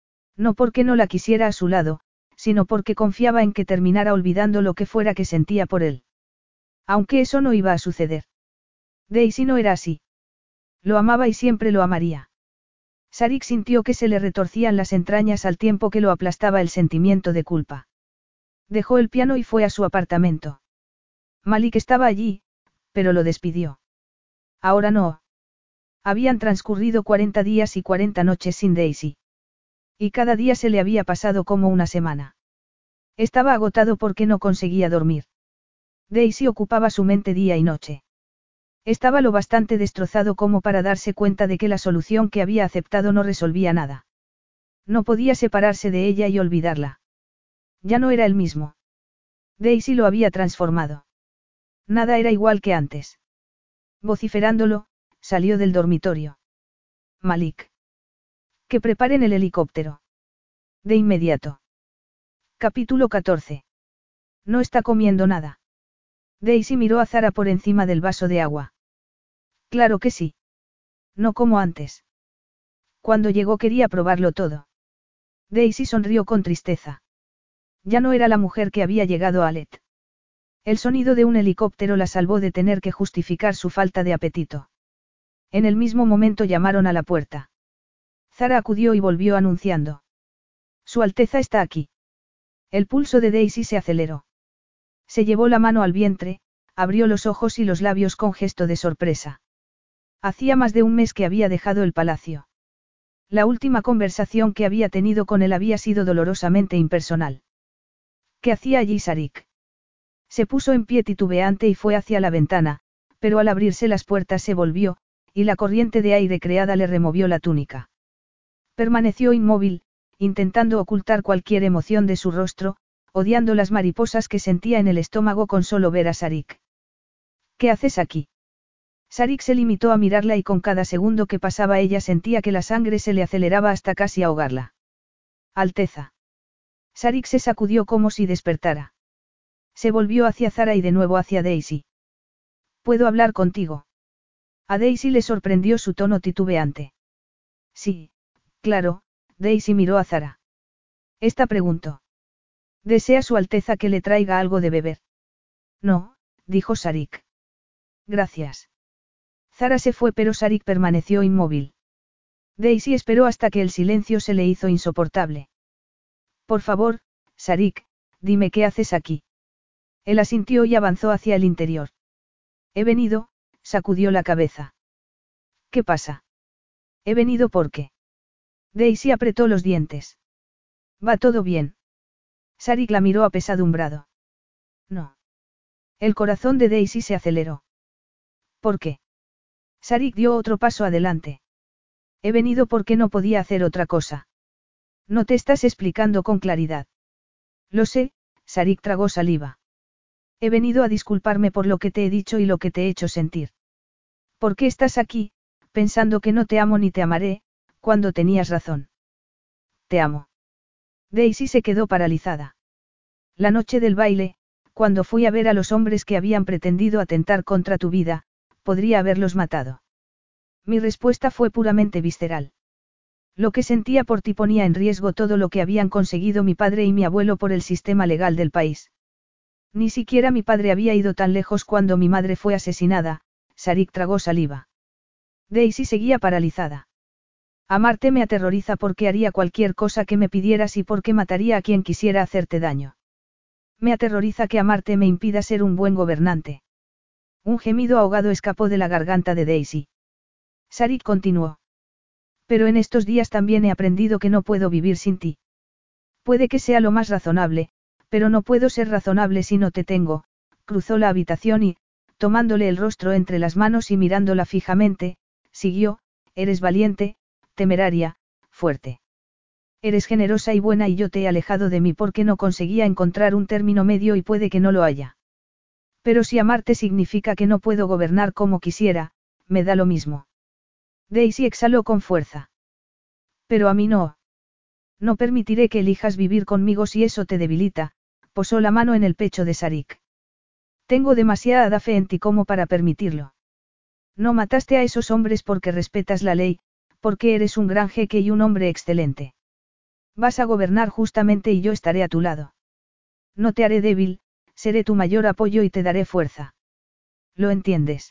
No porque no la quisiera a su lado, sino porque confiaba en que terminara olvidando lo que fuera que sentía por él. Aunque eso no iba a suceder. Daisy no era así. Lo amaba y siempre lo amaría. Sarik sintió que se le retorcían las entrañas al tiempo que lo aplastaba el sentimiento de culpa. Dejó el piano y fue a su apartamento. Malik estaba allí, pero lo despidió. Ahora no. Habían transcurrido cuarenta días y cuarenta noches sin Daisy. Y cada día se le había pasado como una semana. Estaba agotado porque no conseguía dormir. Daisy ocupaba su mente día y noche. Estaba lo bastante destrozado como para darse cuenta de que la solución que había aceptado no resolvía nada. No podía separarse de ella y olvidarla. Ya no era el mismo. Daisy lo había transformado. Nada era igual que antes. Vociferándolo, salió del dormitorio. Malik. Que preparen el helicóptero. De inmediato. Capítulo catorce. No está comiendo nada. Daisy miró a Zara por encima del vaso de agua. Claro que sí. No como antes. Cuando llegó quería probarlo todo. Daisy sonrió con tristeza. Ya no era la mujer que había llegado a Alet. El sonido de un helicóptero la salvó de tener que justificar su falta de apetito. En el mismo momento llamaron a la puerta. Zara acudió y volvió anunciando. Su Alteza está aquí. El pulso de Daisy se aceleró. Se llevó la mano al vientre, abrió los ojos y los labios con gesto de sorpresa. Hacía más de un mes que había dejado el palacio. La última conversación que había tenido con él había sido dolorosamente impersonal. ¿Qué hacía allí Sarik? Se puso en pie titubeante y fue hacia la ventana, pero al abrirse las puertas se volvió, y la corriente de aire creada le removió la túnica. Permaneció inmóvil, intentando ocultar cualquier emoción de su rostro, odiando las mariposas que sentía en el estómago con solo ver a Sarik. ¿Qué haces aquí? Sarik se limitó a mirarla y con cada segundo que pasaba ella sentía que la sangre se le aceleraba hasta casi ahogarla. Alteza. Sarik se sacudió como si despertara. Se volvió hacia Zara y de nuevo hacia Daisy. ¿Puedo hablar contigo? A Daisy le sorprendió su tono titubeante. Sí, claro, Daisy miró a Zara. Esta preguntó. ¿Desea su Alteza que le traiga algo de beber? No, dijo Sarik. Gracias. Zara se fue pero Sarik permaneció inmóvil. Daisy esperó hasta que el silencio se le hizo insoportable. Por favor, Sarik, dime qué haces aquí. Él asintió y avanzó hacia el interior. He venido, sacudió la cabeza. ¿Qué pasa? He venido porque. Daisy apretó los dientes. ¿Va todo bien? Sarik la miró apesadumbrado. No. El corazón de Daisy se aceleró. ¿Por qué? Sarik dio otro paso adelante. He venido porque no podía hacer otra cosa. No te estás explicando con claridad. Lo sé, Sarik tragó saliva. He venido a disculparme por lo que te he dicho y lo que te he hecho sentir. ¿Por qué estás aquí, pensando que no te amo ni te amaré, cuando tenías razón? Te amo. Daisy se quedó paralizada. La noche del baile, cuando fui a ver a los hombres que habían pretendido atentar contra tu vida, podría haberlos matado. Mi respuesta fue puramente visceral. Lo que sentía por ti ponía en riesgo todo lo que habían conseguido mi padre y mi abuelo por el sistema legal del país. Ni siquiera mi padre había ido tan lejos cuando mi madre fue asesinada. Sarik tragó saliva. Daisy seguía paralizada. Amarte me aterroriza porque haría cualquier cosa que me pidieras y porque mataría a quien quisiera hacerte daño. Me aterroriza que amarte me impida ser un buen gobernante. Un gemido ahogado escapó de la garganta de Daisy. Sarik continuó. Pero en estos días también he aprendido que no puedo vivir sin ti. Puede que sea lo más razonable, pero no puedo ser razonable si no te tengo. Cruzó la habitación y, tomándole el rostro entre las manos y mirándola fijamente, siguió, eres valiente, temeraria, fuerte. Eres generosa y buena y yo te he alejado de mí porque no conseguía encontrar un término medio y puede que no lo haya. Pero si amarte significa que no puedo gobernar como quisiera, me da lo mismo. Daisy exhaló con fuerza. Pero a mí no. No permitiré que elijas vivir conmigo si eso te debilita, posó la mano en el pecho de Sarik. Tengo demasiada fe en ti como para permitirlo. No mataste a esos hombres porque respetas la ley, porque eres un gran jeque y un hombre excelente. Vas a gobernar justamente y yo estaré a tu lado. No te haré débil, seré tu mayor apoyo y te daré fuerza. ¿Lo entiendes?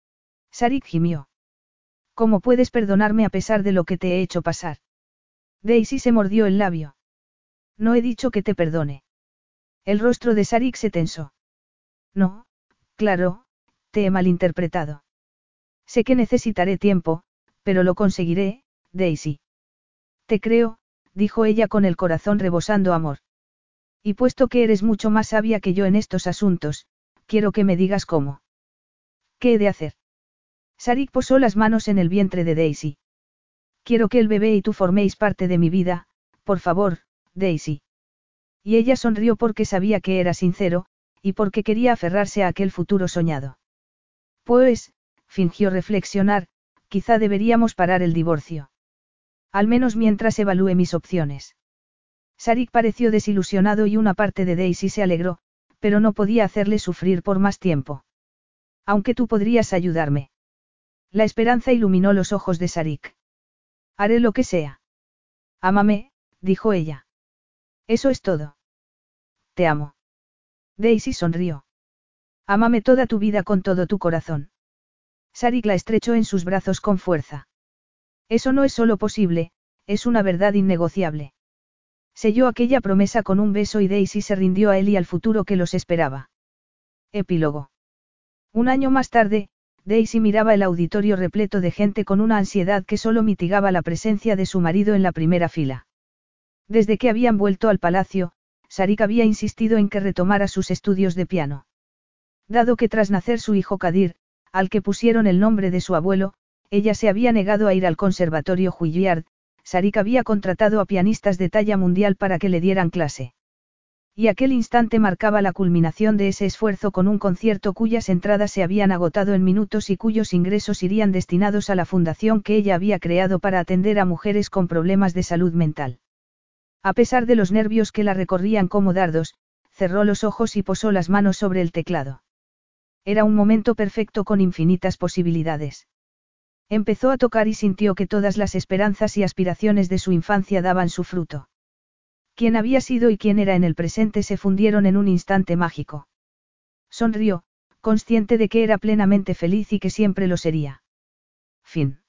Sarik gimió. ¿Cómo puedes perdonarme a pesar de lo que te he hecho pasar? Daisy se mordió el labio. No he dicho que te perdone. El rostro de Sarik se tensó. No, claro, te he malinterpretado. Sé que necesitaré tiempo, pero lo conseguiré, Daisy. Te creo, dijo ella con el corazón rebosando amor. Y puesto que eres mucho más sabia que yo en estos asuntos, quiero que me digas cómo. ¿Qué he de hacer? Sarik posó las manos en el vientre de Daisy. Quiero que el bebé y tú forméis parte de mi vida, por favor, Daisy. Y ella sonrió porque sabía que era sincero, y porque quería aferrarse a aquel futuro soñado. Pues, fingió reflexionar, quizá deberíamos parar el divorcio. Al menos mientras evalúe mis opciones. Sarik pareció desilusionado y una parte de Daisy se alegró, pero no podía hacerle sufrir por más tiempo. Aunque tú podrías ayudarme. La esperanza iluminó los ojos de Sarik. Haré lo que sea. Ámame, dijo ella. Eso es todo. Te amo. Daisy sonrió. Ámame toda tu vida con todo tu corazón. Sarik la estrechó en sus brazos con fuerza. Eso no es solo posible, es una verdad innegociable. Selló aquella promesa con un beso y Daisy se rindió a él y al futuro que los esperaba. Epílogo. Un año más tarde, Daisy miraba el auditorio repleto de gente con una ansiedad que solo mitigaba la presencia de su marido en la primera fila. Desde que habían vuelto al palacio, Sarik había insistido en que retomara sus estudios de piano. Dado que tras nacer su hijo Kadir, al que pusieron el nombre de su abuelo, ella se había negado a ir al conservatorio Juilliard, Sarik había contratado a pianistas de talla mundial para que le dieran clase. Y aquel instante marcaba la culminación de ese esfuerzo con un concierto cuyas entradas se habían agotado en minutos y cuyos ingresos irían destinados a la fundación que ella había creado para atender a mujeres con problemas de salud mental. A pesar de los nervios que la recorrían como dardos, cerró los ojos y posó las manos sobre el teclado. Era un momento perfecto con infinitas posibilidades. Empezó a tocar y sintió que todas las esperanzas y aspiraciones de su infancia daban su fruto. Quién había sido y quién era en el presente se fundieron en un instante mágico. Sonrió, consciente de que era plenamente feliz y que siempre lo sería. Fin.